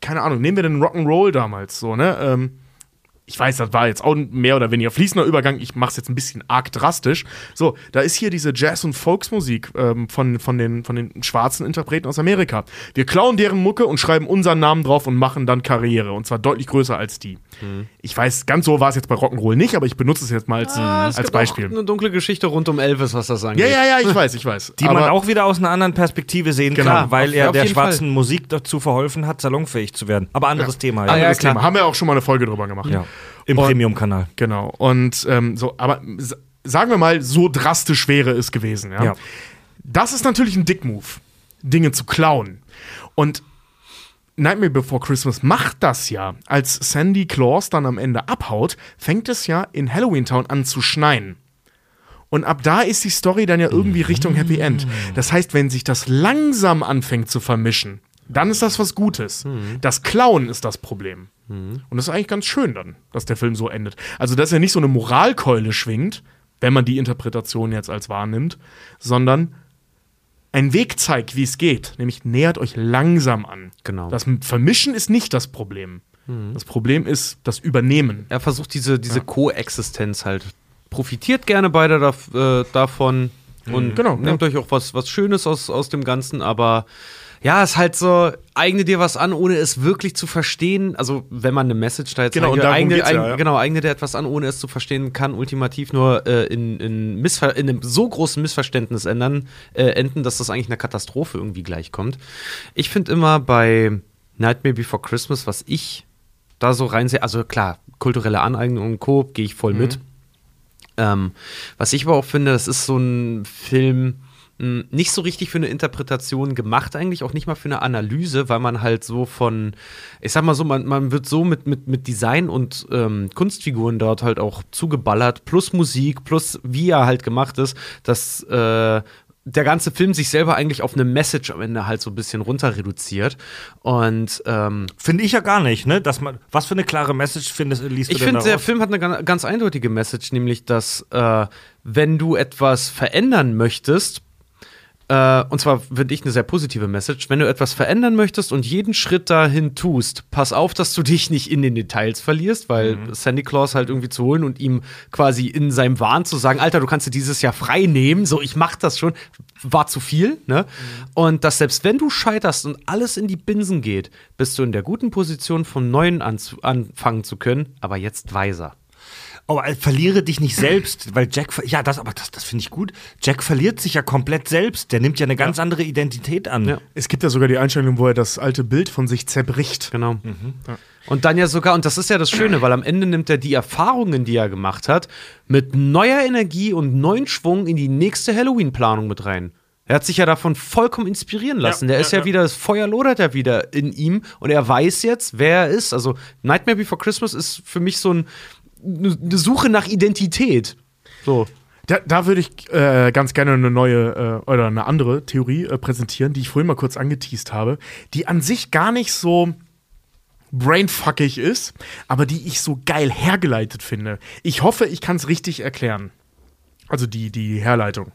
Speaker 3: keine Ahnung, nehmen wir den Rock'n'Roll damals so, ne? Ähm, ich weiß, das war jetzt auch mehr oder weniger fließender Übergang. Ich mach's jetzt ein bisschen arg drastisch. So, da ist hier diese Jazz- und Folksmusik ähm, von, von, den, von den schwarzen Interpreten aus Amerika. Wir klauen deren Mucke und schreiben unseren Namen drauf und machen dann Karriere. Und zwar deutlich größer als die. Mhm. Ich weiß, ganz so war es jetzt bei Rock'n'Roll nicht, aber ich benutze es jetzt mal als,
Speaker 4: ah,
Speaker 3: als Beispiel.
Speaker 4: Auch eine dunkle Geschichte rund um Elvis, was das angeht.
Speaker 3: Ja, ja, ja, ich weiß, ich weiß.
Speaker 1: Die
Speaker 3: aber
Speaker 1: man auch wieder aus einer anderen Perspektive sehen
Speaker 3: genau,
Speaker 1: kann, weil
Speaker 4: auf,
Speaker 1: er
Speaker 4: auf
Speaker 1: der
Speaker 4: jeden
Speaker 1: schwarzen
Speaker 4: Fall.
Speaker 1: Musik dazu verholfen hat, salonfähig zu werden. Aber anderes
Speaker 3: ja.
Speaker 1: Thema.
Speaker 3: Ja.
Speaker 1: Ja.
Speaker 3: Anderes
Speaker 4: Ah, ja,
Speaker 3: Thema. Haben wir auch schon mal eine Folge drüber gemacht.
Speaker 1: Ja. Im
Speaker 3: Und-
Speaker 1: Premium-Kanal.
Speaker 3: Genau. Und ähm, so, aber s- sagen wir mal, so drastisch wäre es gewesen. Ja?
Speaker 1: Ja.
Speaker 3: Das ist natürlich ein Dick-Move, Dinge zu klauen. Und Nightmare Before Christmas macht das ja. Als Sandy Claus dann am Ende abhaut, fängt es ja in Halloween Town an zu schneien. Und ab da ist die Story dann ja irgendwie Richtung Happy End. Das heißt, wenn sich das langsam anfängt zu vermischen, dann ist das was Gutes. Das Klauen ist das Problem. Und das ist eigentlich ganz schön dann, dass der Film so endet. Also, dass er nicht so eine Moralkeule schwingt, wenn man die Interpretation jetzt als wahrnimmt, sondern einen Weg zeigt, wie es geht. Nämlich nähert euch langsam an.
Speaker 4: Genau.
Speaker 3: Das Vermischen ist nicht das Problem. Das Problem ist das Übernehmen.
Speaker 4: Er versucht diese, diese Koexistenz halt. Profitiert gerne beide da, äh, davon und
Speaker 3: Genau,
Speaker 4: nehmt
Speaker 3: ja.
Speaker 4: euch auch was, was Schönes aus, aus dem Ganzen, aber ja, ist halt so, eigne dir was an, ohne es wirklich zu verstehen. Also, wenn man eine Message da jetzt
Speaker 3: Genau, und
Speaker 4: eigne,
Speaker 3: darum
Speaker 4: eigne,
Speaker 3: geht's ja,
Speaker 4: eigne,
Speaker 3: ja.
Speaker 4: genau, eigne dir etwas an, ohne es zu verstehen, kann ultimativ nur äh, in, in, Missver- in einem so großen Missverständnis ändern, äh, enden, dass das eigentlich einer Katastrophe irgendwie gleichkommt. Ich finde immer bei Nightmare Before Christmas, was ich da so reinsehe, also klar, kulturelle Aneignung und Co., gehe ich voll
Speaker 3: Mhm.
Speaker 4: mit. Ähm, was ich aber auch finde, das ist so ein Film mh, nicht so richtig für eine Interpretation gemacht, eigentlich auch nicht mal für eine Analyse, weil man halt so von, ich sag mal so, man, man wird so mit, mit, mit Design und ähm, Kunstfiguren dort halt auch zugeballert, plus Musik, plus wie er halt gemacht ist, dass äh, der ganze Film sich selber eigentlich auf eine Message am Ende halt so ein bisschen runter reduziert. Und ähm,
Speaker 1: Finde ich ja gar nicht, ne? Dass man, was für eine klare Message findest, liest
Speaker 4: ich
Speaker 1: du denn
Speaker 4: finde, der
Speaker 1: daraus?
Speaker 4: Film hat eine ganz, ganz eindeutige Message, nämlich, dass äh, wenn du etwas verändern möchtest, äh, und zwar finde ich eine sehr positive Message, wenn du etwas verändern möchtest und jeden Schritt dahin tust, pass auf, dass du dich nicht in den Details verlierst, weil mhm. Sandy Claus halt irgendwie zu holen und ihm quasi in seinem Wahn zu sagen, Alter, du kannst dir dieses Jahr frei nehmen, so, ich mach das schon, war zu viel, ne? Mhm. Und dass selbst wenn du scheiterst und alles in die Binsen geht, bist du in der guten Position, vom Neuen anzu- anfangen zu können, aber jetzt weiser.
Speaker 1: Oh, äh, verliere dich nicht selbst, weil Jack, ver- ja, das, aber das, das finde ich gut. Jack verliert sich ja komplett selbst. Der nimmt ja eine ganz andere Identität an.
Speaker 4: Ja.
Speaker 3: Es gibt ja sogar die Einstellung, wo er das alte Bild von sich zerbricht.
Speaker 4: Genau. Ja. Und dann ja sogar, und das ist ja das Schöne, weil am Ende nimmt er die Erfahrungen, die er gemacht hat, mit neuer Energie und neuen Schwung in die nächste Halloween-Planung mit rein. Er hat sich ja davon vollkommen inspirieren lassen.
Speaker 3: Ja,
Speaker 4: Der
Speaker 3: ja,
Speaker 4: ist ja,
Speaker 3: ja.
Speaker 4: wieder, das Feuer lodert ja wieder in ihm und er weiß jetzt, wer er ist. Also Nightmare Before Christmas ist für mich so ein, eine Suche nach Identität. So.
Speaker 3: Da, da würde ich äh, ganz gerne eine neue äh, oder eine andere Theorie äh, präsentieren, die ich vorhin mal kurz angeteast habe, die an sich gar nicht so brainfuckig ist, aber die ich so geil hergeleitet finde. Ich hoffe, ich kann es richtig erklären. Also die, die Herleitung.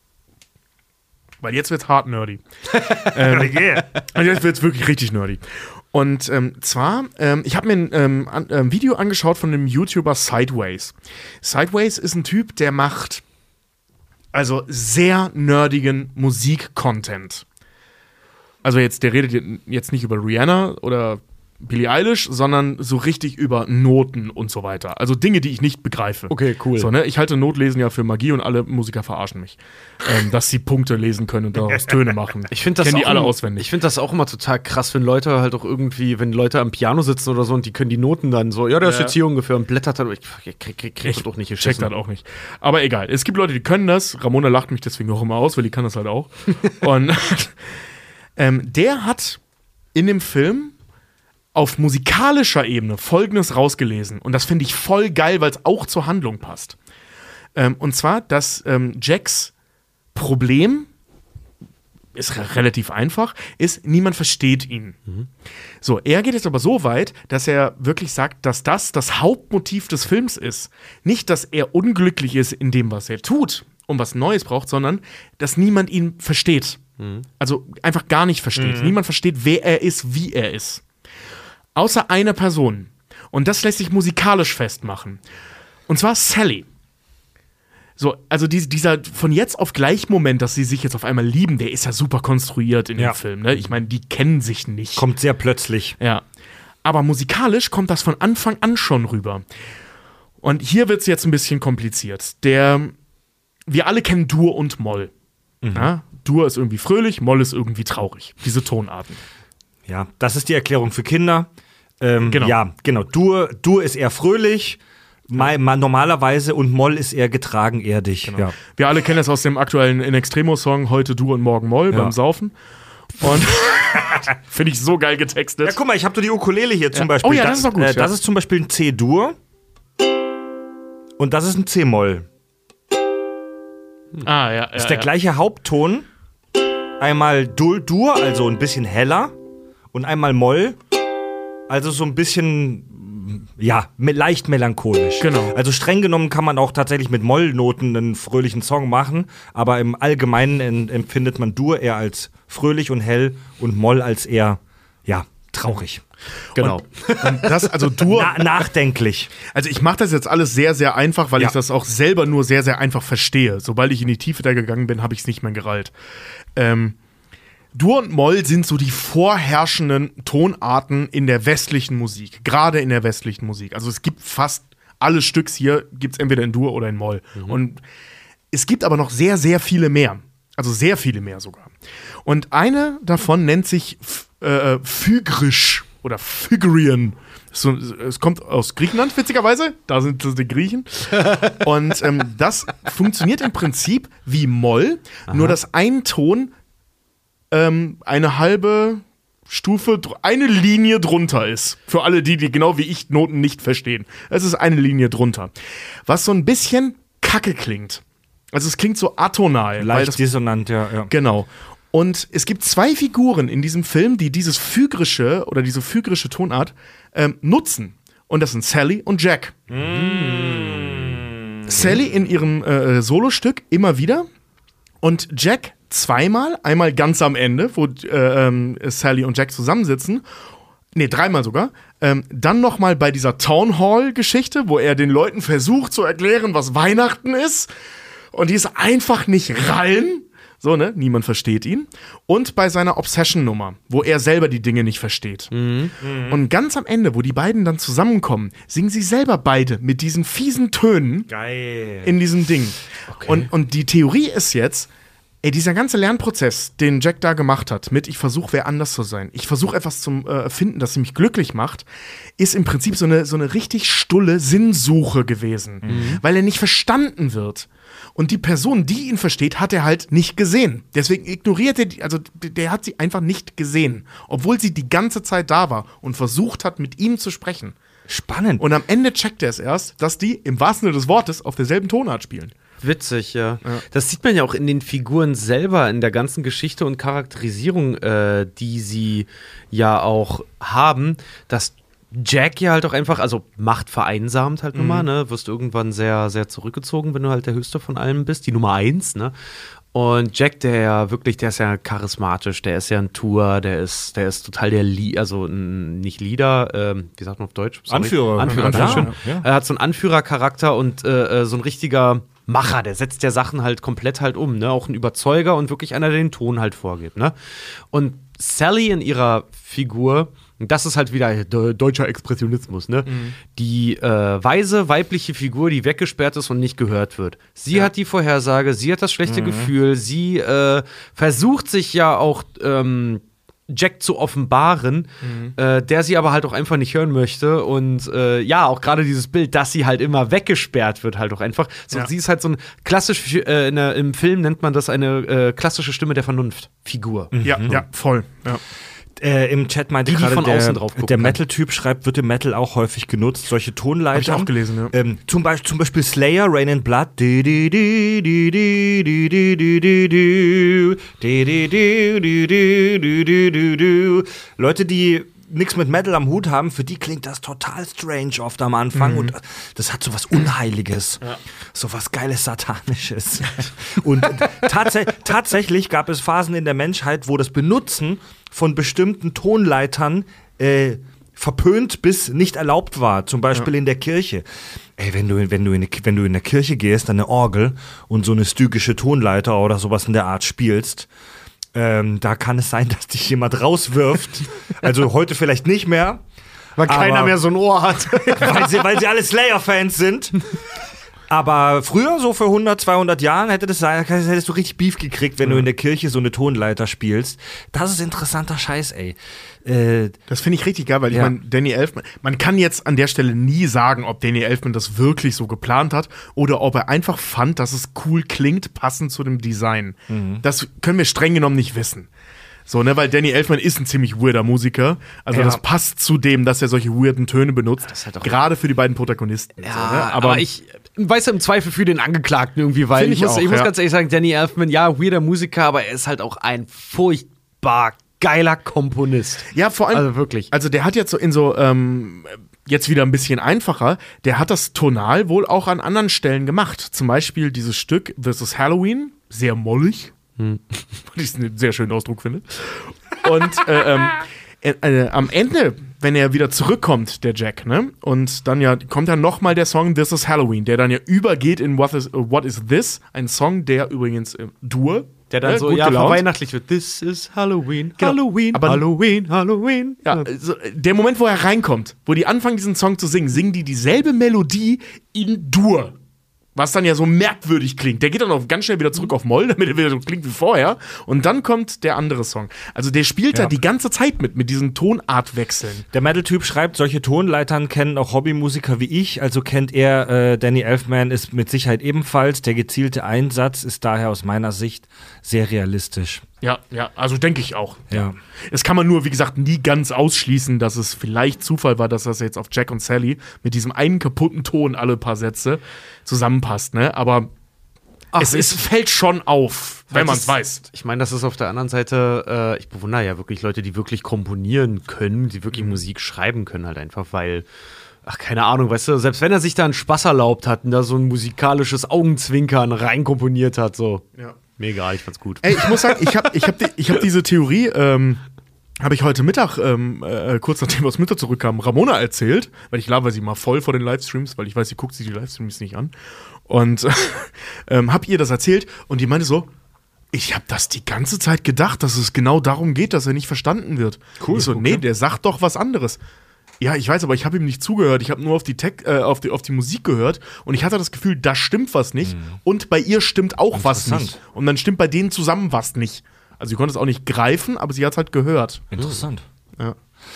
Speaker 3: Weil jetzt wird's hart nerdy. ähm,
Speaker 1: Yeah.
Speaker 3: und jetzt wird's wirklich richtig nerdy. Und ähm, zwar, ähm, ich habe mir ein ähm, an, ähm, Video angeschaut von dem YouTuber Sideways. Sideways ist ein Typ, der macht also sehr nerdigen Musik-Content. Also jetzt, der redet jetzt nicht über Rihanna oder Billie Eilish, sondern so richtig über Noten und so weiter. Also Dinge, die ich nicht begreife.
Speaker 4: Okay, cool.
Speaker 3: So, ne? Ich halte Notlesen ja für Magie und alle Musiker verarschen mich. ähm, dass sie Punkte lesen können und daraus Töne machen.
Speaker 4: Ich finde das,
Speaker 3: Kennen die
Speaker 4: auch
Speaker 3: alle
Speaker 4: immer-
Speaker 3: auswendig.
Speaker 4: Ich finde das auch immer total krass, wenn Leute halt auch irgendwie, wenn Leute am Piano sitzen oder so und die können die Noten dann so, ja, der ist
Speaker 3: Ja.
Speaker 4: jetzt hier ungefähr und blättert dann. Ich krieg, krieg, krieg, krieg das doch nicht
Speaker 3: check
Speaker 4: geschissen.
Speaker 3: das auch nicht. Aber egal. Es gibt Leute, die können das. Ramona lacht mich deswegen auch immer aus, weil die kann das halt auch. Und ähm, der hat in dem Film auf musikalischer Ebene Folgendes rausgelesen. Und das finde ich voll geil, weil es auch zur Handlung passt. Ähm, und zwar, dass ähm, Jacks Problem ist re- relativ einfach, ist, niemand versteht ihn. So, er geht jetzt aber so weit, dass er wirklich sagt, dass das das Hauptmotiv des Films ist. Nicht, dass er unglücklich ist in dem, was er tut und was Neues braucht, sondern dass niemand ihn versteht. Also einfach gar nicht versteht. Niemand versteht, wer er ist, wie er ist. Außer einer Person. Und das lässt sich musikalisch festmachen. Und zwar Sally. So, also die, dieser von jetzt auf gleich Moment, dass sie sich jetzt auf einmal lieben, der ist ja super konstruiert in
Speaker 1: Ja.
Speaker 3: dem Film. Ne? Ich meine, die kennen sich nicht.
Speaker 1: Kommt sehr plötzlich.
Speaker 3: Ja. Aber musikalisch kommt das von Anfang an schon rüber. Und hier wird es jetzt ein bisschen kompliziert. Der, wir alle kennen Dur und Moll.
Speaker 1: Mhm.
Speaker 3: Ja? Dur ist irgendwie fröhlich, Moll ist irgendwie traurig. Diese Tonarten.
Speaker 1: Ja, das ist die Erklärung für Kinder. Ähm,
Speaker 3: Genau.
Speaker 1: Ja, genau. Dur, Dur ist eher fröhlich, mal, mal normalerweise, und Moll ist eher getragen, erdig.
Speaker 3: Genau.
Speaker 1: Ja.
Speaker 3: Wir alle kennen das aus dem aktuellen In Extremo-Song Heute Dur und Morgen Moll
Speaker 1: Ja.
Speaker 3: beim Saufen. Und finde ich so geil getextet.
Speaker 1: Ja, guck mal, ich habe doch die Ukulele hier zum Beispiel.
Speaker 3: Oh ja, das ist doch gut,
Speaker 1: Äh,
Speaker 3: ja.
Speaker 1: Das ist zum Beispiel ein C-Dur. Und das ist ein C-Moll.
Speaker 3: Ah, ja, ja.
Speaker 1: Das ist der
Speaker 3: ja.
Speaker 1: gleiche Hauptton. Einmal Dur, Dur, also ein bisschen heller. Und einmal Moll, also so ein bisschen, ja, me- leicht melancholisch.
Speaker 3: Genau.
Speaker 1: Also streng genommen kann man auch tatsächlich mit Mollnoten einen fröhlichen Song machen, aber im Allgemeinen en- empfindet man Dur eher als fröhlich und hell und Moll als eher, ja, traurig.
Speaker 4: Genau.
Speaker 3: Und das, also Dur.
Speaker 1: Na, nachdenklich.
Speaker 3: Also ich mache das jetzt alles sehr, sehr einfach, weil
Speaker 1: Ja.
Speaker 3: ich das auch selber nur sehr, sehr einfach verstehe. Sobald ich in die Tiefe da gegangen bin, habe ich es nicht mehr gereilt. Ähm, Dur und Moll sind so die vorherrschenden Tonarten in der westlichen Musik. Gerade in der westlichen Musik. Also es gibt fast alle Stücks hier, gibt es entweder in Dur oder in Moll. Und es gibt aber noch sehr, sehr viele mehr. Also sehr viele mehr sogar. Und eine davon nennt sich F- äh, Phygrisch oder Phygrian. So, es kommt aus Griechenland, witzigerweise. Da sind das die Griechen. Und ähm, das funktioniert im Prinzip wie Moll, nur dass ein Ton ähm, eine halbe Stufe, dr- eine Linie drunter ist. Für alle die, die genau wie ich Noten nicht verstehen. Es ist eine Linie drunter. Was so ein bisschen kacke klingt. Also es klingt so atonal. weil
Speaker 1: Leicht
Speaker 3: das
Speaker 1: dissonant, ja. ja.
Speaker 3: Genau. Und es gibt zwei Figuren in diesem Film, die dieses phygrische oder diese phygrische Tonart ähm, nutzen. Und das sind Sally und Jack. Sally in ihrem äh, Solostück immer wieder und Jack zweimal. Einmal ganz am Ende, wo äh, ähm, Sally und Jack zusammensitzen. Nee, dreimal sogar. Ähm, dann noch mal bei dieser Town Hall-Geschichte, wo er den Leuten versucht zu erklären, was Weihnachten ist. Und die ist einfach nicht rein. So, ne? Niemand versteht ihn. Und bei seiner Obsession-Nummer, wo er selber die Dinge nicht versteht. Und ganz am Ende, wo die beiden dann zusammenkommen, singen sie selber beide mit diesen fiesen Tönen
Speaker 1: Geil.
Speaker 3: in diesem Ding. Und, und die Theorie ist jetzt, ey, dieser ganze Lernprozess, den Jack da gemacht hat, mit ich versuche, wer anders zu sein, ich versuche etwas zu äh, finden, das mich glücklich macht, ist im Prinzip so eine, so eine richtig stulle Sinnsuche gewesen. Weil er nicht verstanden wird. Und die Person, die ihn versteht, hat er halt nicht gesehen. Deswegen ignoriert er die, also der hat sie einfach nicht gesehen. Obwohl sie die ganze Zeit da war und versucht hat, mit ihm zu sprechen.
Speaker 1: Spannend.
Speaker 3: Und am Ende checkt er es erst, dass die im wahrsten Sinne des Wortes auf derselben Tonart spielen.
Speaker 4: Witzig, ja. Das sieht man ja auch in den Figuren selber, in der ganzen Geschichte und Charakterisierung, äh, die sie ja auch haben, dass Jack ja halt auch einfach, also Macht vereinsamt halt nun mal, ne? Wirst irgendwann sehr, sehr zurückgezogen, wenn du halt der Höchste von allem bist, die Nummer eins, ne? Und Jack, der ja wirklich, der ist ja charismatisch, der ist ja ein Tour, der ist, der ist total der, Li- also n- nicht Leader, ähm, wie sagt man auf Deutsch? Sorry.
Speaker 1: Anführer.
Speaker 4: Anführer,
Speaker 1: Ja,
Speaker 4: Dankeschön.
Speaker 1: ja.
Speaker 4: Er hat so einen Anführercharakter und äh, äh, so ein richtiger Macher, der setzt ja Sachen halt komplett halt um, ne? Auch ein Überzeuger und wirklich einer, der den Ton halt vorgibt, ne? Und Sally in ihrer Figur, das ist halt wieder de- deutscher Expressionismus, ne? Die äh, weise weibliche Figur, die weggesperrt ist und nicht gehört wird. Sie hat die Vorhersage, sie hat das schlechte Gefühl, sie äh, versucht sich ja auch ähm, Jack zu offenbaren, äh, der sie aber halt auch einfach nicht hören möchte. Und äh, ja, auch gerade dieses Bild, dass sie halt immer weggesperrt wird, halt auch einfach. So,
Speaker 3: Ja.
Speaker 4: Sie ist halt so ein klassisch, äh, in der, im Film nennt man das eine äh, klassische Stimme der Vernunft-Figur.
Speaker 3: Ja, ja, voll. Ja.
Speaker 1: Äh, Im Chat meinte
Speaker 4: Die, die
Speaker 1: gerade
Speaker 4: von
Speaker 1: der,
Speaker 4: außen drauf gucken
Speaker 1: der
Speaker 4: kann.
Speaker 1: Metal-Typ schreibt, wird im Metal auch häufig genutzt, solche Tonleitern.
Speaker 3: Hab ich auch gelesen, ja.
Speaker 1: Ähm, zum, Beispiel, zum Beispiel Slayer, Rain and Blood. Di, di, di, di, di, di, di, di, di, di, di, di, di, di, di, di, di, di, di. Leute, die nichts mit Metal am Hut haben, für die klingt das total strange oft am Anfang und das hat so was Unheiliges, so was Geiles Satanisches. Und tats tatsächlich gab es Phasen in der Menschheit, wo das Benutzen von bestimmten Tonleitern äh, verpönt bis nicht erlaubt war, zum Beispiel ja. in der Kirche. Ey, wenn du, wenn, du in, wenn du in der Kirche gehst, an eine Orgel und so eine stygische Tonleiter oder sowas in der Art spielst, ähm, da kann es sein, dass dich jemand rauswirft. Also heute vielleicht nicht mehr.
Speaker 4: Weil keiner mehr so ein Ohr hat.
Speaker 1: weil, sie, weil sie alle Slayer-Fans sind. Aber früher, so vor hundert, zweihundert Jahren, hätte das sein, hättest du richtig Beef gekriegt, wenn ja. du in der Kirche so eine Tonleiter spielst. Das ist interessanter Scheiß, ey. Äh,
Speaker 3: das finde ich richtig geil, weil
Speaker 1: ja.
Speaker 3: ich meine, Danny Elfman, man kann jetzt an der Stelle nie sagen, ob Danny Elfman das wirklich so geplant hat oder ob er einfach fand, dass es cool klingt, passend zu dem Design. Mhm. Das können wir streng genommen nicht wissen. So, ne, weil Danny Elfman ist ein ziemlich weirder Musiker. Also
Speaker 1: ja.
Speaker 3: das passt zu dem, dass er solche weirden Töne benutzt. Halt gerade für die beiden Protagonisten.
Speaker 4: Ja,
Speaker 3: so, ne? aber,
Speaker 4: aber ich weiß im Zweifel für den Angeklagten irgendwie, weil ich, ich muss, auch, ich muss ja. ganz ehrlich sagen, Danny Elfman, ja, weirder Musiker, aber er ist halt auch ein furchtbar geiler Komponist.
Speaker 3: Ja, vor allem.
Speaker 4: Also wirklich.
Speaker 3: Also der hat jetzt so in so, ähm, jetzt wieder ein bisschen einfacher, der hat das tonal wohl auch an anderen Stellen gemacht. Zum Beispiel dieses Stück This is Halloween, sehr mollig. Hm. Was ich einen sehr schönen Ausdruck finde. Und äh, ähm, äh, äh, am Ende, wenn er wieder zurückkommt, der Jack, ne? Und dann ja kommt dann nochmal der Song This is Halloween, der dann ja übergeht in What is, uh, What is This? Ein Song, der übrigens äh, Dur.
Speaker 4: Der dann
Speaker 3: äh,
Speaker 4: so, ja, weihnachtlich wird. This is Halloween,
Speaker 3: genau.
Speaker 4: Halloween,
Speaker 3: aber,
Speaker 4: Halloween, Halloween.
Speaker 3: Ja, also, der Moment, wo er reinkommt, wo die anfangen, diesen Song zu singen, singen die dieselbe Melodie in Dur. Was dann ja so merkwürdig klingt. Der geht dann auch ganz schnell wieder zurück auf Moll, damit er wieder so klingt wie vorher. Und dann kommt der andere Song. Also der spielt ja. da die ganze Zeit mit, mit diesen Tonartwechseln.
Speaker 1: Der Metal-Typ schreibt, solche Tonleitern kennen auch Hobbymusiker wie ich. Also kennt er, äh, Danny Elfman ist mit Sicherheit ebenfalls. Der gezielte Einsatz ist daher aus meiner Sicht sehr realistisch.
Speaker 3: Ja, ja, also denke ich auch.
Speaker 1: Ja.
Speaker 3: Es kann man nur, wie gesagt, nie ganz ausschließen, dass es vielleicht Zufall war, dass das jetzt auf Jack und Sally mit diesem einen kaputten Ton alle paar Sätze zusammenpasst, ne? Aber Ach, es, es fällt schon auf, wenn man es weiß.
Speaker 4: Ich meine, das ist auf der anderen Seite, äh, ich bewundere ja wirklich Leute, die wirklich komponieren können, die wirklich mhm. Musik schreiben können, halt einfach, weil ach, keine Ahnung, weißt du, selbst wenn er sich da einen Spaß erlaubt hat und da so ein musikalisches Augenzwinkern reinkomponiert hat, so.
Speaker 3: Ja.
Speaker 4: Mega, ich fand's gut.
Speaker 3: Ey, ich muss sagen, ich habe ich hab die, ich hab diese Theorie, ähm, habe ich heute Mittag, ähm, äh, kurz nachdem wir aus Mittag zurückkamen, Ramona erzählt, weil ich laber sie mal voll vor den Livestreams, weil ich weiß, sie guckt sich die Livestreams nicht an. Und ähm, hab ihr das erzählt und die meinte so, ich habe das die ganze Zeit gedacht, dass es genau darum geht, dass er nicht verstanden wird. Cool. Ich so, okay. Nee, der sagt doch was anderes. Ja, ich weiß, aber ich habe ihm nicht zugehört. Ich habe nur auf die, Tech, äh, auf, die, auf die Musik gehört und ich hatte das Gefühl, da stimmt was nicht mhm. und bei ihr stimmt auch was nicht. Und dann stimmt bei denen zusammen was nicht. Also sie konnte es auch nicht greifen, aber sie hat es halt gehört.
Speaker 1: Interessant.
Speaker 3: Ja.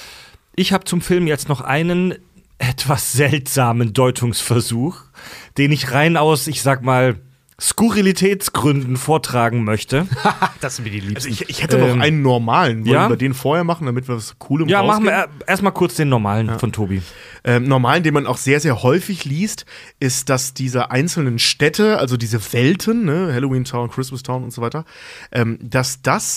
Speaker 1: Ich habe zum Film jetzt noch einen etwas seltsamen Deutungsversuch, den ich rein aus, ich sag mal, Skurrilitätsgründen vortragen möchte.
Speaker 4: Das sind mir die Liebsten.
Speaker 3: Also ich, ich hätte
Speaker 1: ähm,
Speaker 3: noch einen normalen. Wollen
Speaker 1: ja?
Speaker 3: wir den vorher machen, damit wir was Coolem
Speaker 1: Ja,
Speaker 3: rausgehen?
Speaker 1: machen wir erstmal kurz den normalen
Speaker 3: ja.
Speaker 1: von Tobi.
Speaker 3: Ähm, normalen, den man auch sehr, sehr häufig liest, ist, dass diese einzelnen Städte, also diese Welten, ne, Halloween Town, Christmas Town und so weiter, ähm, dass das,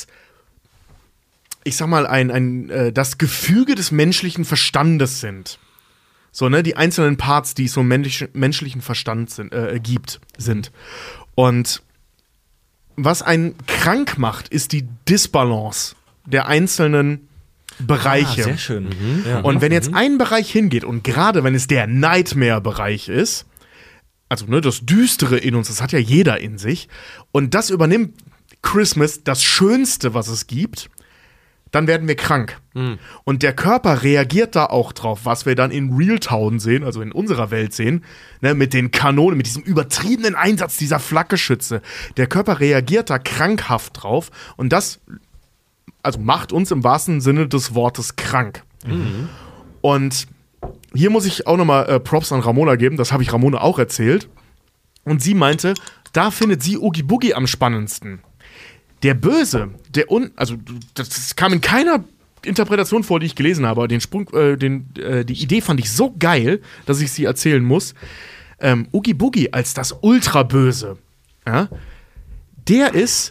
Speaker 3: ich sag mal, ein, ein, äh, das Gefüge des menschlichen Verstandes sind. So, ne, die einzelnen Parts, die es so menschlich, menschlichen Verstand sind, äh, gibt, sind. Und was einen krank macht, ist die Disbalance der einzelnen Bereiche.
Speaker 1: Ah, sehr schön. Mhm. Ja.
Speaker 3: Und wenn jetzt ein Bereich hingeht, und gerade wenn es der Nightmare-Bereich ist, also ne, das Düstere in uns, das hat ja jeder in sich, und das übernimmt Christmas, das Schönste, was es gibt, dann werden wir krank. Mhm. Und der Körper reagiert da auch drauf, was wir dann in Real Town sehen, also in unserer Welt sehen, ne, mit den Kanonen, mit diesem übertriebenen Einsatz dieser Flakgeschütze. Der Körper reagiert da krankhaft drauf und das also macht uns im wahrsten Sinne des Wortes krank. Mhm. Und hier muss ich auch nochmal äh, Props an Ramona geben, das habe ich Ramona auch erzählt. Und sie meinte, da findet sie Oogie Boogie am spannendsten. Der Böse, der un, also das kam in keiner Interpretation vor, die ich gelesen habe, aber den Sprung, äh, den, äh, die Idee fand ich so geil, dass ich sie erzählen muss. Ähm, Oogie Boogie als das Ultraböse, ja, der ist,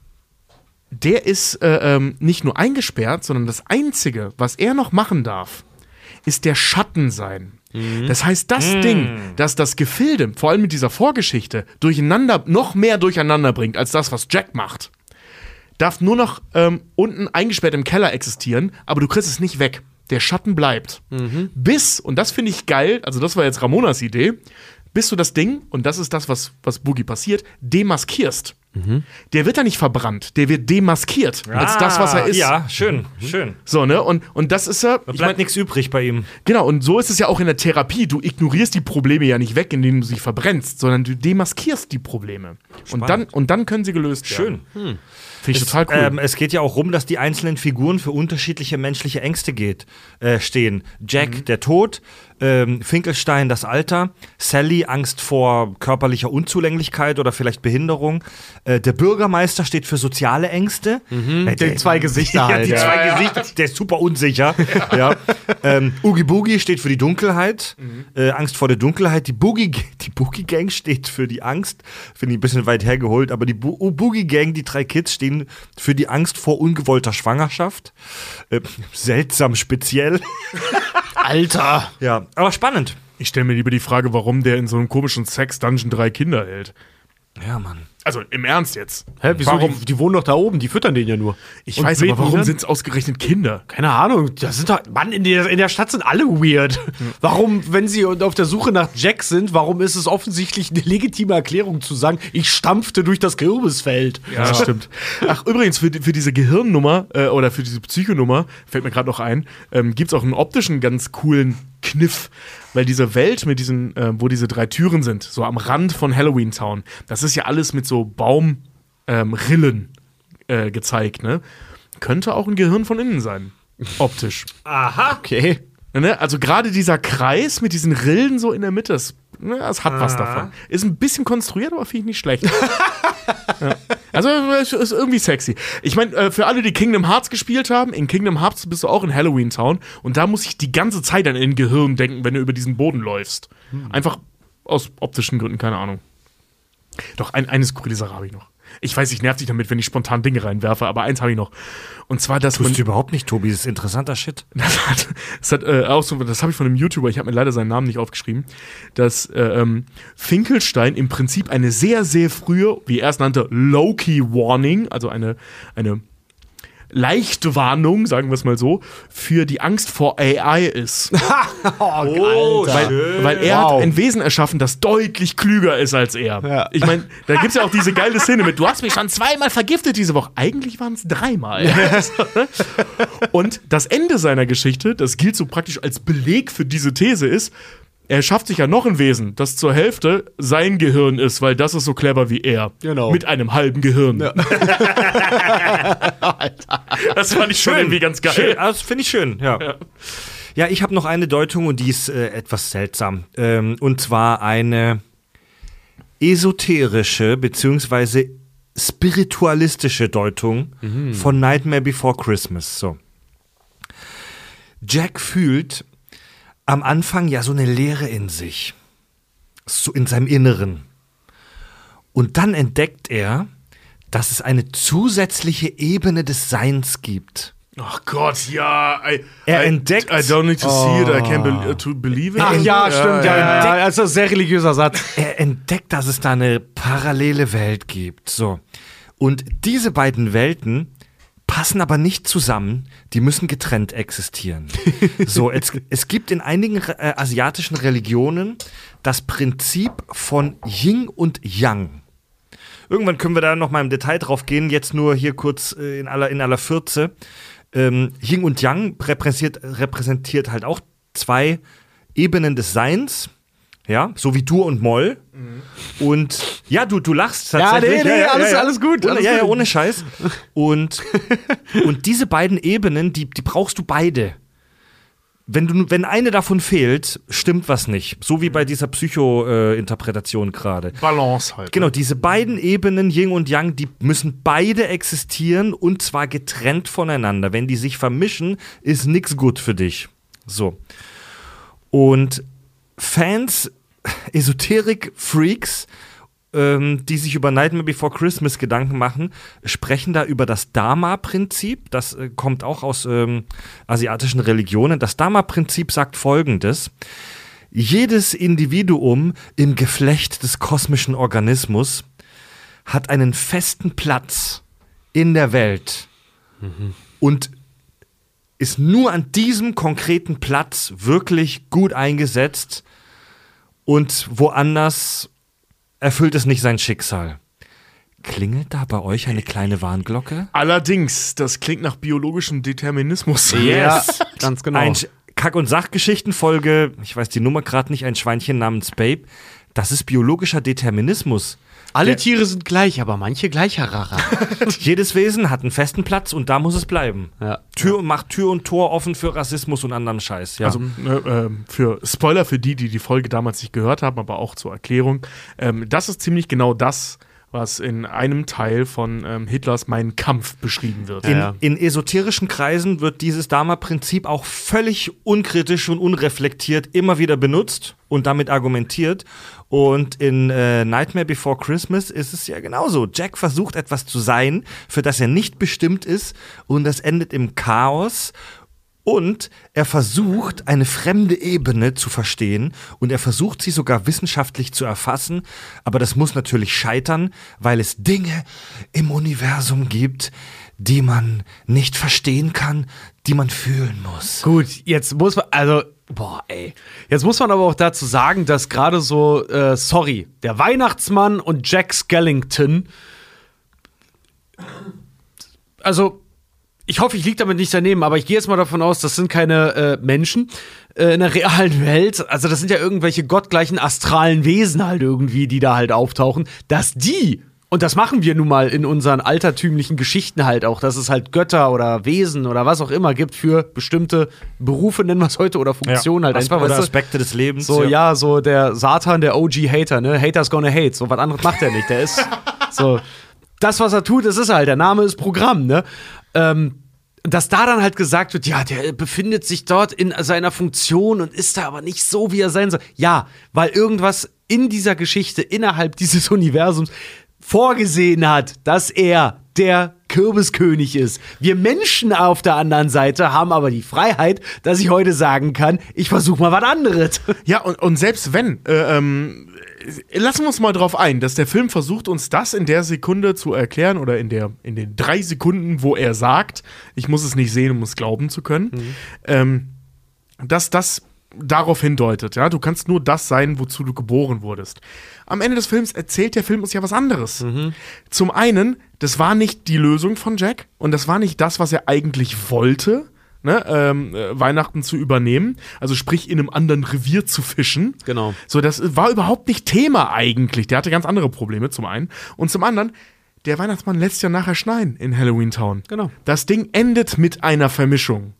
Speaker 3: der ist äh, ähm, nicht nur eingesperrt, sondern das Einzige, was er noch machen darf, ist der Schatten sein. Mhm. Das heißt, das mhm. Ding, das das Gefilde, vor allem mit dieser Vorgeschichte, durcheinander, noch mehr durcheinander bringt, als das, was Jack macht, darf nur noch ähm, unten eingesperrt im Keller existieren, aber du kriegst es nicht weg. der Schatten bleibt.
Speaker 4: Mhm.
Speaker 3: Bis, und das finde ich geil, also das war jetzt Ramonas Idee, bis du das Ding, und das ist das, was, was Boogie passiert, demaskierst. Mhm. Der wird da nicht verbrannt, der wird demaskiert
Speaker 1: Ah,
Speaker 3: als das, was er ist.
Speaker 1: Ja, schön, schön.
Speaker 3: So, ne? Und, und das ist ja.
Speaker 1: Da bleibt nichts übrig bei ihm.
Speaker 3: Genau, und so ist es ja auch in der Therapie. Du ignorierst die Probleme ja nicht weg, indem du sie verbrennst, sondern du demaskierst die Probleme. Und dann, und dann können sie gelöst werden.
Speaker 1: Schön. Hm.
Speaker 3: Finde ich
Speaker 1: Es,
Speaker 3: total cool.
Speaker 1: ähm, es geht ja auch rum, dass die einzelnen Figuren für unterschiedliche menschliche Ängste geht, äh, stehen. Jack,
Speaker 3: Mhm.
Speaker 1: der Tod, ähm, Finkelstein, das Alter, Sally, Angst vor körperlicher Unzulänglichkeit oder vielleicht Behinderung. Äh, der Bürgermeister steht für soziale Ängste. Mhm. Äh,
Speaker 4: Die zwei Gesichter halt.
Speaker 1: Ja, die
Speaker 4: ja.
Speaker 1: zwei Gesichter, der ist super unsicher. ja. Ja. Ähm, Oogie Boogie steht für die Dunkelheit,
Speaker 3: Mhm.
Speaker 1: äh, Angst vor der Dunkelheit. Die Boogie, die Boogie Gang steht für die Angst. Finde ich ein bisschen weit hergeholt, aber die Bo- Boogie Gang, die drei Kids, stehen für die Angst vor ungewollter Schwangerschaft. Äh, seltsam speziell.
Speaker 4: Alter.
Speaker 1: Ja, aber spannend.
Speaker 3: Ich stelle mir lieber die Frage, warum der in so einem komischen Sex-Dungeon drei Kinder hält.
Speaker 1: Ja, Mann.
Speaker 3: Also im Ernst jetzt.
Speaker 4: Hä, wieso?
Speaker 3: Warum?
Speaker 4: Die, die wohnen doch da oben, die füttern den ja nur.
Speaker 3: Ich
Speaker 4: Und
Speaker 3: weiß
Speaker 4: beten
Speaker 3: aber, warum
Speaker 4: ihnen?
Speaker 3: sind es ausgerechnet Kinder?
Speaker 4: Keine Ahnung, das sind doch, Mann, in der, in der Stadt sind alle weird. Warum, wenn sie auf der Suche nach Jack sind, warum ist es offensichtlich eine legitime Erklärung zu sagen, ich stampfte durch das Kürbisfeld?
Speaker 3: Ja, das stimmt. Ach, übrigens, für, die- für diese Gehirnnummer äh, oder für diese Psychonummer, fällt mir gerade noch ein, ähm, gibt es auch einen optischen ganz coolen Kniff. Weil diese Welt mit diesen, äh, wo diese drei Türen sind, so am Rand von Halloween Town, das ist ja alles mit so Baumrillen ähm, Rillen, äh, gezeigt, ne? Könnte auch ein Gehirn von innen sein. Optisch.
Speaker 1: Aha.
Speaker 4: Okay.
Speaker 3: Ne? Also gerade dieser Kreis mit diesen Rillen so in der Mitte, das, ne, das hat was davon. Ist ein bisschen konstruiert, aber finde ich nicht schlecht. ja. Also es ist irgendwie sexy. Ich meine, äh, für alle, die Kingdom Hearts gespielt haben, in Kingdom Hearts bist du auch in Halloween Town und da muss ich die ganze Zeit an in Gehirn denken, wenn du über diesen Boden läufst. Einfach aus optischen Gründen, keine Ahnung. Doch, ein, eine skurrile Sache habe ich noch. Ich weiß, ich nerv dich damit, wenn ich spontan Dinge reinwerfe, aber eins habe ich noch. Und zwar, dass man
Speaker 1: Tust du überhaupt nicht, Tobi. Das ist interessanter Shit.
Speaker 3: Das hat, das hat äh, auch so, das habe ich von einem YouTuber, ich habe mir leider seinen Namen nicht aufgeschrieben, dass äh, ähm, Finkelstein im Prinzip eine sehr, sehr frühe, wie er es nannte, Low-Key-Warning, also eine, eine leichte Warnung, sagen wir es mal so, für die Angst vor A I ist.
Speaker 1: Oh,
Speaker 3: Weil, weil er
Speaker 4: Wow.
Speaker 3: hat ein Wesen erschaffen, das deutlich klüger ist als er.
Speaker 4: Ja.
Speaker 3: Ich meine, da gibt es ja auch diese geile Szene mit, du hast mich schon zweimal vergiftet diese Woche. Eigentlich waren es dreimal. Und das Ende seiner Geschichte, das gilt so praktisch als Beleg für diese These, ist, er schafft sich ja noch ein Wesen, das zur Hälfte sein Gehirn ist, weil das ist so clever wie er.
Speaker 4: Genau.
Speaker 3: Mit einem halben Gehirn. Das fand ich schon irgendwie ganz geil.
Speaker 1: Schön, also, das finde ich schön, ja.
Speaker 3: Ja.
Speaker 1: Ja, ich habe noch eine Deutung und die ist äh, etwas seltsam. Ähm, und zwar eine esoterische beziehungsweise spiritualistische Deutung von Nightmare Before Christmas. So. Jack fühlt am Anfang ja so eine Leere in sich. So in seinem Inneren. Und dann entdeckt er, dass es eine zusätzliche Ebene des Seins gibt.
Speaker 3: Ach Gott, ja. I,
Speaker 1: Er
Speaker 3: I,
Speaker 1: entdeckt-
Speaker 3: I don't need to see it, I can't be, uh, to believe it.
Speaker 4: Ach ja, stimmt, ja, ja,
Speaker 1: ja.
Speaker 4: ja, das ist ein sehr religiöser Satz.
Speaker 1: Er entdeckt, dass es da eine parallele Welt gibt. So. Und diese beiden Welten passen aber nicht zusammen, die müssen getrennt existieren. So, es, es gibt in einigen äh, asiatischen Religionen das Prinzip von Yin und Yang. Irgendwann können wir da noch mal im Detail drauf gehen, jetzt nur hier kurz äh, in aller, in aller Fürze. Ähm, Yin und Yang repräsentiert, repräsentiert halt auch zwei Ebenen des Seins. Ja, so wie Dur und Moll. Mhm. Und ja, du, du lachst
Speaker 4: Ja,
Speaker 1: tatsächlich.
Speaker 4: nee, nee, alles- alles gut,
Speaker 1: Ohne,
Speaker 4: alles
Speaker 1: ja, ja,
Speaker 4: gut.
Speaker 1: ohne Scheiß. Und, und diese beiden Ebenen, die, die brauchst du beide. Wenn, du, wenn eine davon fehlt, stimmt was nicht. So wie bei dieser Psycho-Interpretation gerade.
Speaker 3: Balance halt.
Speaker 1: Genau, diese beiden Ebenen, Yin und Yang, die müssen beide existieren und zwar getrennt voneinander. Wenn die sich vermischen, ist nichts gut für dich. So. Und Fans, Esoterik-Freaks, ähm, die sich über Nightmare Before Christmas Gedanken machen, sprechen da über das Dharma-Prinzip. Das äh, kommt auch aus ähm, asiatischen Religionen. Das Dharma-Prinzip sagt Folgendes: Jedes Individuum im Geflecht des kosmischen Organismus hat einen festen Platz in der Welt. Mhm. Und ist nur an diesem konkreten Platz wirklich gut eingesetzt und woanders erfüllt es nicht sein Schicksal. Klingelt da bei euch eine kleine Warnglocke?
Speaker 3: Allerdings, das klingt nach biologischem Determinismus.
Speaker 4: Ja, ganz genau.
Speaker 1: Ein Kack- und Sachgeschichtenfolge, ich weiß die Nummer gerade nicht, ein Schweinchen namens Babe. Das ist biologischer Determinismus.
Speaker 4: Alle
Speaker 1: Der-
Speaker 4: Tiere sind gleich, aber manche gleicher.
Speaker 1: Jedes Wesen hat einen festen Platz und da muss es bleiben.
Speaker 4: Ja.
Speaker 1: Tür macht Tür und Tor offen für Rassismus und anderem Scheiß. Ja.
Speaker 3: Also ne, ähm, für Spoiler für die, die die Folge damals nicht gehört haben, aber auch zur Erklärung. Ähm, das ist ziemlich genau das, was in einem Teil von ähm, Hitlers Mein Kampf beschrieben wird.
Speaker 1: In,
Speaker 4: Ja.
Speaker 1: in esoterischen Kreisen wird dieses Dharma-Prinzip auch völlig unkritisch und unreflektiert immer wieder benutzt und damit argumentiert. Und in äh, Nightmare Before Christmas ist es ja genauso. Jack versucht etwas zu sein, für das er nicht bestimmt ist, und das endet im Chaos. Und er versucht, eine fremde Ebene zu verstehen, und er versucht, sie sogar wissenschaftlich zu erfassen, aber das muss natürlich scheitern, weil es Dinge im Universum gibt, die man nicht verstehen kann, die man fühlen muss.
Speaker 4: Gut, jetzt muss man, also, boah, ey. Jetzt muss man aber auch dazu sagen, dass gerade so, äh, sorry, der Weihnachtsmann und Jack Skellington, also, ich hoffe, ich liege damit nicht daneben, aber ich gehe jetzt mal davon aus, das sind keine äh, Menschen äh, in der realen Welt. Also das sind ja irgendwelche gottgleichen astralen Wesen halt irgendwie, die da halt auftauchen. Dass die, und das machen wir nun mal in unseren altertümlichen Geschichten halt auch, dass es halt Götter oder Wesen oder was auch immer gibt für bestimmte Berufe, nennen wir es heute, oder Funktionen halt
Speaker 1: As-
Speaker 4: einfach.
Speaker 1: oder
Speaker 4: weißt du?
Speaker 1: Aspekte des Lebens.
Speaker 4: So, ja. so der Satan, der O G-Hater, ne? Haters gonna hate. So, was anderes macht er nicht. Der ist so, das, was er tut, das ist halt, der Name ist Programm, ne? Ähm, dass da dann halt gesagt wird, ja, der befindet sich dort in seiner Funktion und ist da aber nicht so, wie er sein soll. Ja, weil irgendwas in dieser Geschichte, innerhalb dieses Universums vorgesehen hat, dass er der Kürbiskönig ist. Wir Menschen auf der anderen Seite haben aber die Freiheit, dass ich heute sagen kann, ich versuche mal was anderes.
Speaker 3: Ja, und, und selbst wenn, äh, ähm, lassen wir uns mal drauf ein, dass der Film versucht, uns das in der Sekunde zu erklären oder in, der, in den drei Sekunden, wo er sagt, ich muss es nicht sehen, um es glauben zu können, mhm. ähm, dass das darauf hindeutet. Ja? Du kannst nur das sein, wozu du geboren wurdest. Am Ende des Films erzählt der Film uns ja was anderes. Mhm. Zum einen, das war nicht die Lösung von Jack und das war nicht das, was er eigentlich wollte, ne, ähm, äh, Weihnachten zu übernehmen, also sprich in einem anderen Revier zu fischen.
Speaker 4: Genau.
Speaker 3: So, das war überhaupt nicht Thema eigentlich. Der hatte ganz andere Probleme, zum einen. Und zum anderen, der Weihnachtsmann lässt ja nachher schneien in Halloween Town.
Speaker 4: Genau.
Speaker 3: Das Ding endet mit einer Vermischung.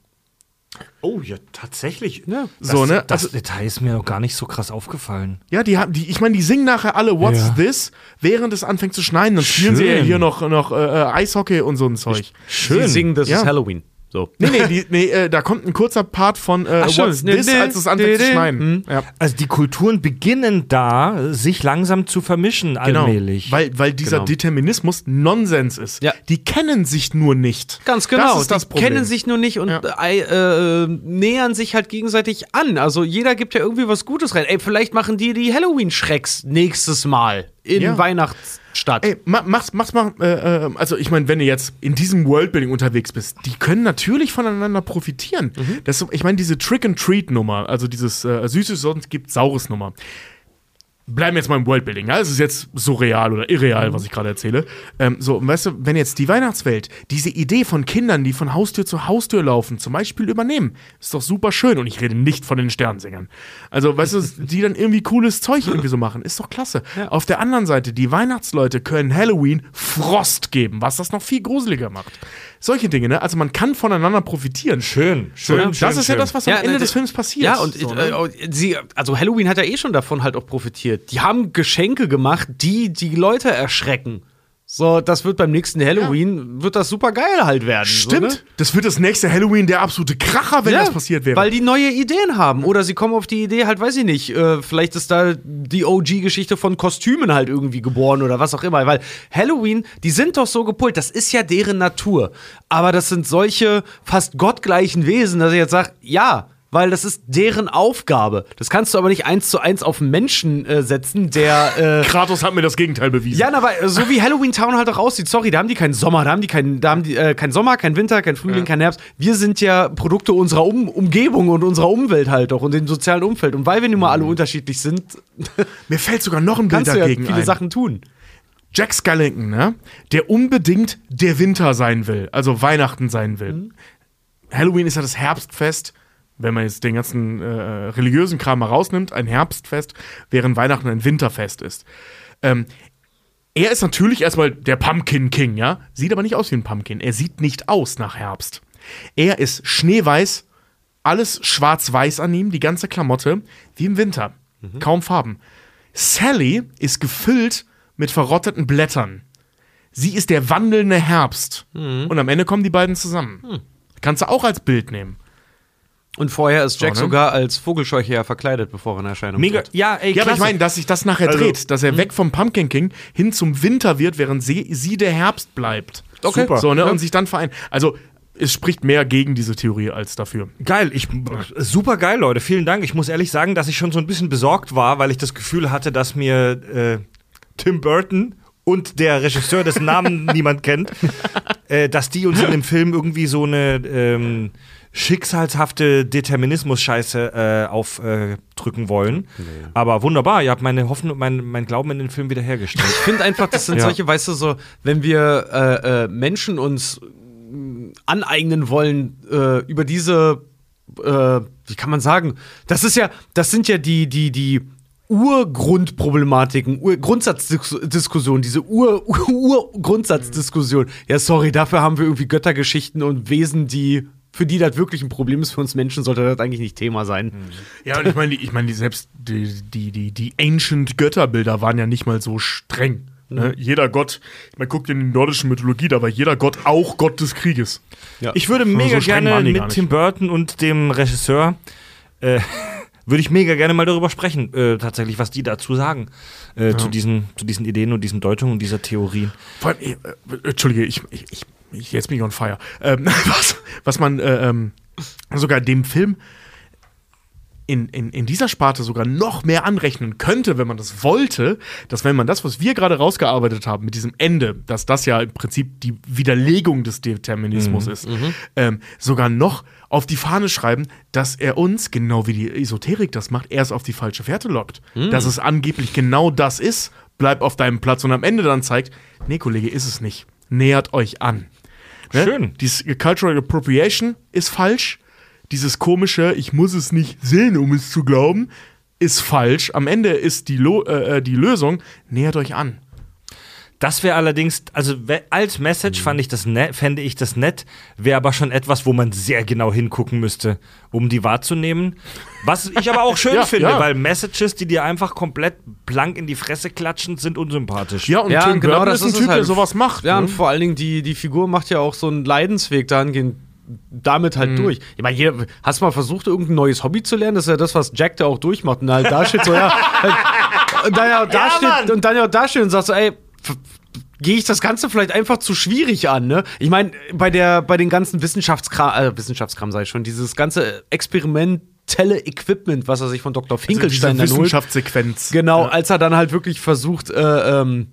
Speaker 1: Oh ja, tatsächlich.
Speaker 4: Ja.
Speaker 1: Das,
Speaker 3: So, ne?
Speaker 1: das
Speaker 3: Also-
Speaker 1: Detail ist mir noch gar nicht so krass aufgefallen.
Speaker 3: Ja, die haben, die, ich meine, die singen nachher alle What's
Speaker 1: Ja.
Speaker 3: This, während es anfängt zu schneien. Dann spielen sie ja
Speaker 1: Schön.
Speaker 3: hier noch, noch äh, Eishockey und so ein Zeug.
Speaker 4: Sie singen, das
Speaker 3: Ja.
Speaker 4: ist Halloween. So.
Speaker 3: Nee, nee, die, nee äh, da kommt ein kurzer Part von äh,
Speaker 4: Ach, schön.
Speaker 3: What's
Speaker 4: Nee,
Speaker 3: This,
Speaker 4: nee,
Speaker 3: als es anfängt
Speaker 4: nee,
Speaker 3: zu schneien.
Speaker 4: nee.
Speaker 3: Ja.
Speaker 1: Also die Kulturen beginnen da, sich langsam zu vermischen,
Speaker 3: Genau,
Speaker 1: allmählich.
Speaker 3: weil, weil dieser
Speaker 4: Genau.
Speaker 3: Determinismus Nonsens ist.
Speaker 4: Ja.
Speaker 3: Die kennen sich nur nicht.
Speaker 4: Ganz genau.
Speaker 3: Das ist das
Speaker 4: die
Speaker 3: Problem.
Speaker 4: kennen sich nur nicht und
Speaker 3: Ja.
Speaker 4: äh, äh, nähern sich halt gegenseitig an. Also jeder gibt ja irgendwie was Gutes rein. Ey, vielleicht machen die die Halloween-Schrecks nächstes Mal in
Speaker 3: Ja.
Speaker 4: Weihnachtsstadt.
Speaker 3: Ey, ma, mach's, mach's mal, äh, äh, also ich meine, wenn du jetzt in diesem Worldbuilding unterwegs bist, die können natürlich voneinander profitieren.
Speaker 4: Mhm.
Speaker 3: Das, ich meine, diese Trick-and-Treat-Nummer, also dieses äh, Süßes sonst gibt Saures-Nummer. Bleiben wir jetzt mal im Worldbuilding, ja? Es ist jetzt surreal oder irreal, was ich gerade erzähle. Ähm, so, und weißt du, wenn jetzt die Weihnachtswelt diese Idee von Kindern, die von Haustür zu Haustür laufen, zum Beispiel übernehmen, ist doch super schön. Und ich rede nicht von den Sternsängern. Also, weißt du, die dann irgendwie cooles Zeug irgendwie so machen, ist doch klasse.
Speaker 4: Ja.
Speaker 3: Auf der anderen Seite, die Weihnachtsleute können Halloween Frost geben, was das noch viel gruseliger macht. Solche Dinge, ne? Also man kann voneinander profitieren.
Speaker 1: schön,
Speaker 3: So,
Speaker 1: schön,
Speaker 3: das
Speaker 1: schön,
Speaker 3: ist ja
Speaker 1: schön.
Speaker 3: das, was am
Speaker 4: Ja,
Speaker 3: Ende
Speaker 4: ne,
Speaker 3: des Films passiert.
Speaker 4: Ja, und
Speaker 3: so,
Speaker 4: äh,
Speaker 3: ne?
Speaker 4: äh, sie, also Halloween hat ja eh schon davon halt auch profitiert. Die haben Geschenke gemacht, die die Leute erschrecken. So, das wird beim nächsten Halloween, wird das super geil halt werden.
Speaker 3: Stimmt.
Speaker 4: So, ne?
Speaker 3: Das wird das nächste Halloween der absolute Kracher, wenn
Speaker 4: Ja,
Speaker 3: das passiert wäre.
Speaker 4: Weil die neue Ideen haben. Oder sie kommen auf die Idee, halt, weiß ich nicht, äh, vielleicht ist da die O G-Geschichte von Kostümen halt irgendwie geboren oder was auch immer. Weil Halloween, die sind doch so gepult, das ist ja deren Natur. Aber das sind solche fast gottgleichen Wesen, dass ich jetzt sage, ja, weil das ist deren Aufgabe. Das kannst du aber nicht eins zu eins auf einen Menschen äh, setzen, der äh,
Speaker 3: Kratos hat mir das Gegenteil bewiesen.
Speaker 4: Ja, aber so wie Halloween Town halt auch aussieht, sorry, da haben die keinen Sommer, da haben die keinen, da haben die äh, keinen Sommer, keinen Winter, keinen Frühling, ja. keinen Herbst. Wir sind ja Produkte unserer um Umgebung und unserer Umwelt halt auch und dem sozialen Umfeld. Und weil wir nun mal alle unterschiedlich sind,
Speaker 3: mir fällt sogar noch ein Bild
Speaker 4: kannst
Speaker 3: dagegen
Speaker 4: du ja viele
Speaker 3: ein.
Speaker 4: Sachen tun.
Speaker 3: Jack Skellington, ne? Der unbedingt der Winter sein will, also Weihnachten sein will. Mhm. Halloween ist ja das Herbstfest, wenn man jetzt den ganzen äh, religiösen Kram mal rausnimmt, ein Herbstfest, während Weihnachten ein Winterfest ist. Ähm, er ist natürlich erstmal der Pumpkin King, ja? Sieht aber nicht aus wie ein Pumpkin. Er sieht nicht aus nach Herbst. Er ist schneeweiß, alles schwarz-weiß an ihm, die ganze Klamotte, wie im Winter. Mhm. Kaum Farben. Sally ist gefüllt mit verrotteten Blättern. Sie ist der wandelnde Herbst. Mhm. Und am Ende kommen die beiden zusammen. Mhm. Kannst du auch als Bild nehmen.
Speaker 4: Und vorher ist Jack
Speaker 3: so, ne?
Speaker 4: sogar als Vogelscheuche ja verkleidet, bevor er in Erscheinung
Speaker 1: Mega,
Speaker 4: tritt.
Speaker 1: ja, ey,
Speaker 3: Ja, aber ich meine, dass sich das nachher
Speaker 1: Also,
Speaker 3: dreht, dass er weg vom Pumpkin King hin zum Winter wird, während sie, sie der Herbst bleibt.
Speaker 1: Okay. Super.
Speaker 3: So, ne?
Speaker 1: Ja.
Speaker 3: Und sich dann vereint. Also, es spricht mehr gegen diese Theorie als dafür.
Speaker 1: Geil, ich, super geil, Leute. Vielen Dank. Ich muss ehrlich sagen, dass ich schon so ein bisschen besorgt war, weil ich das Gefühl hatte, dass mir äh, Tim Burton und der Regisseur, dessen Namen niemand kennt, äh, dass die uns in dem Film irgendwie so eine ähm, schicksalshafte Determinismus-Scheiße äh, aufdrücken äh, wollen. Nee. Aber wunderbar, ihr habt meine Hoffnung, mein, mein Glauben in den Film wiederhergestellt.
Speaker 4: Ich finde einfach, das sind
Speaker 3: ja.
Speaker 4: solche, weißt du, so, wenn wir äh, äh, Menschen uns aneignen wollen äh, über diese, äh, wie kann man sagen, das ist ja, das sind ja die, die, die Urgrundproblematiken, Ur Grundsatzdiskussion, diese Ur-Grundsatzdiskussion. Ja, sorry, dafür haben wir irgendwie Göttergeschichten und Wesen, die für die das wirklich ein Problem ist, für uns Menschen sollte das eigentlich nicht Thema sein.
Speaker 3: Ja, und ich meine, ich meine, selbst die, die, die, die Ancient Götterbilder waren ja nicht mal so streng. Ne? Jeder Gott, man guckt in die nordische Mythologie, da war jeder Gott auch Gott des Krieges.
Speaker 1: Ja. Ich würde mega
Speaker 3: so
Speaker 1: gerne mit Tim Burton und dem Regisseur äh, würde ich mega gerne mal darüber sprechen, äh, tatsächlich, was die dazu sagen, äh, ja. zu, diesen, zu diesen Ideen und diesen Deutungen und dieser Theorien.
Speaker 3: Vor allem, äh, Entschuldige, ich, ich, ich, jetzt bin ich on fire. Ähm, was, was man äh, ähm, sogar dem Film in, in, in dieser Sparte sogar noch mehr anrechnen könnte, wenn man das wollte, dass wenn man das, was wir gerade rausgearbeitet haben mit diesem Ende, dass das ja im Prinzip die Widerlegung des Determinismus
Speaker 4: mhm.
Speaker 3: ist,
Speaker 4: mhm.
Speaker 3: Ähm, sogar noch auf die Fahne schreiben, dass er uns, genau wie die Esoterik das macht, erst auf die falsche Fährte lockt. Mhm. Dass es angeblich genau das ist, bleib auf deinem Platz und am Ende dann zeigt, nee, Kollege, ist es nicht. Nähert euch an. Ne?
Speaker 1: Schön.
Speaker 3: Dieses Cultural Appropriation ist falsch. Dieses komische, ich muss es nicht sehen, um es zu glauben, ist falsch. Am Ende ist die, Lo- äh, die Lösung, nähert euch an.
Speaker 1: Das wäre allerdings, also als Message fand ich das net, fände ich das nett, wäre aber schon etwas, wo man sehr genau hingucken müsste, um die wahrzunehmen. Was ich aber auch schön
Speaker 3: ja,
Speaker 1: finde,
Speaker 3: ja.
Speaker 1: weil Messages, die dir einfach komplett blank in die Fresse klatschen, sind unsympathisch.
Speaker 3: Ja, und
Speaker 4: ja,
Speaker 3: Tim
Speaker 4: genau,
Speaker 3: Burton
Speaker 4: das
Speaker 3: ist ein
Speaker 4: ist
Speaker 3: Typ,
Speaker 4: halt,
Speaker 3: der sowas macht.
Speaker 4: Ja,
Speaker 3: ne?
Speaker 4: und vor allen Dingen, die, die Figur macht ja auch so einen Leidensweg dahingehend damit halt mhm. durch. Ich meine, jeder, hast du mal versucht, irgendein neues Hobby zu lernen? Das ist ja das, was Jack da auch durchmacht. Und halt da steht so, ja, halt, und dann ja, da
Speaker 1: Ja,
Speaker 4: steht,
Speaker 1: Mann.
Speaker 4: und dann ja da steht und sagt so, ey, gehe ich das Ganze vielleicht einfach zu schwierig an, ne? Ich meine, bei der, bei den ganzen Wissenschaftskram, äh, Wissenschaftskram sei schon, dieses ganze experimentelle Equipment, was er sich von Doktor Finkelstein
Speaker 3: also
Speaker 4: dann holt.
Speaker 3: Wissenschaftssequenz.
Speaker 4: Genau,
Speaker 3: ja.
Speaker 4: als er dann halt wirklich versucht, äh, ähm,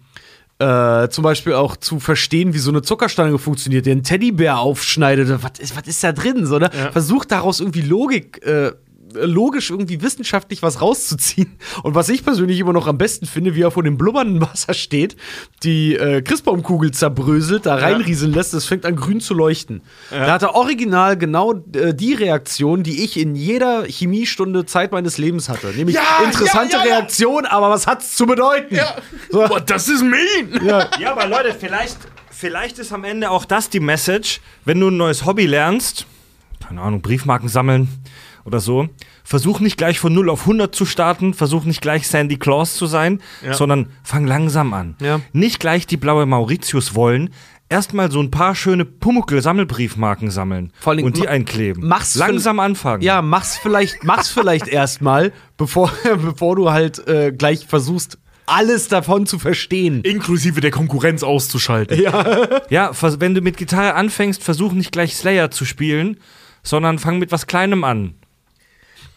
Speaker 4: Äh, zum Beispiel auch zu verstehen, wie so eine Zuckerstange funktioniert, der einen Teddybär aufschneidet. Was ist, was ist da drin? So, ne?
Speaker 3: Ja.
Speaker 4: Versucht daraus irgendwie Logik, äh, logisch irgendwie wissenschaftlich was rauszuziehen. Und was ich persönlich immer noch am besten finde, wie er vor dem blubbernden Wasser steht, die äh, Christbaumkugel zerbröselt, da reinrieseln lässt, es fängt an grün zu leuchten. Ja. Da hat er original genau äh, die Reaktion, die ich in jeder Chemiestunde Zeit meines Lebens hatte. Nämlich
Speaker 3: Ja,
Speaker 4: interessante
Speaker 3: ja, ja, ja.
Speaker 4: Reaktion, aber was hat's zu bedeuten?
Speaker 3: Ja.
Speaker 4: So.
Speaker 3: Boah, das ist mean.
Speaker 4: Ja.
Speaker 1: Ja, aber Leute, vielleicht, vielleicht ist am Ende auch das die Message, wenn du ein neues Hobby lernst, keine Ahnung, Briefmarken sammeln oder so, versuch nicht gleich von null auf hundert zu starten, versuch nicht gleich Sandy Claus zu sein,
Speaker 3: Ja.
Speaker 1: sondern fang langsam an.
Speaker 4: Ja.
Speaker 1: Nicht gleich die blaue Mauritius wollen, erstmal so ein paar schöne Pumuckl-Sammelbriefmarken sammeln
Speaker 4: Vor allen Dingen
Speaker 1: und die
Speaker 4: ma-
Speaker 1: einkleben.
Speaker 4: mach's
Speaker 1: langsam anfangen.
Speaker 4: Ja, mach's vielleicht, mach's vielleicht erstmal, bevor, bevor du halt äh, gleich versuchst, alles davon zu verstehen.
Speaker 3: Inklusive der Konkurrenz auszuschalten.
Speaker 1: Ja, vers- wenn du mit Gitarre anfängst, versuch nicht gleich Slayer zu spielen, sondern fang mit was Kleinem an.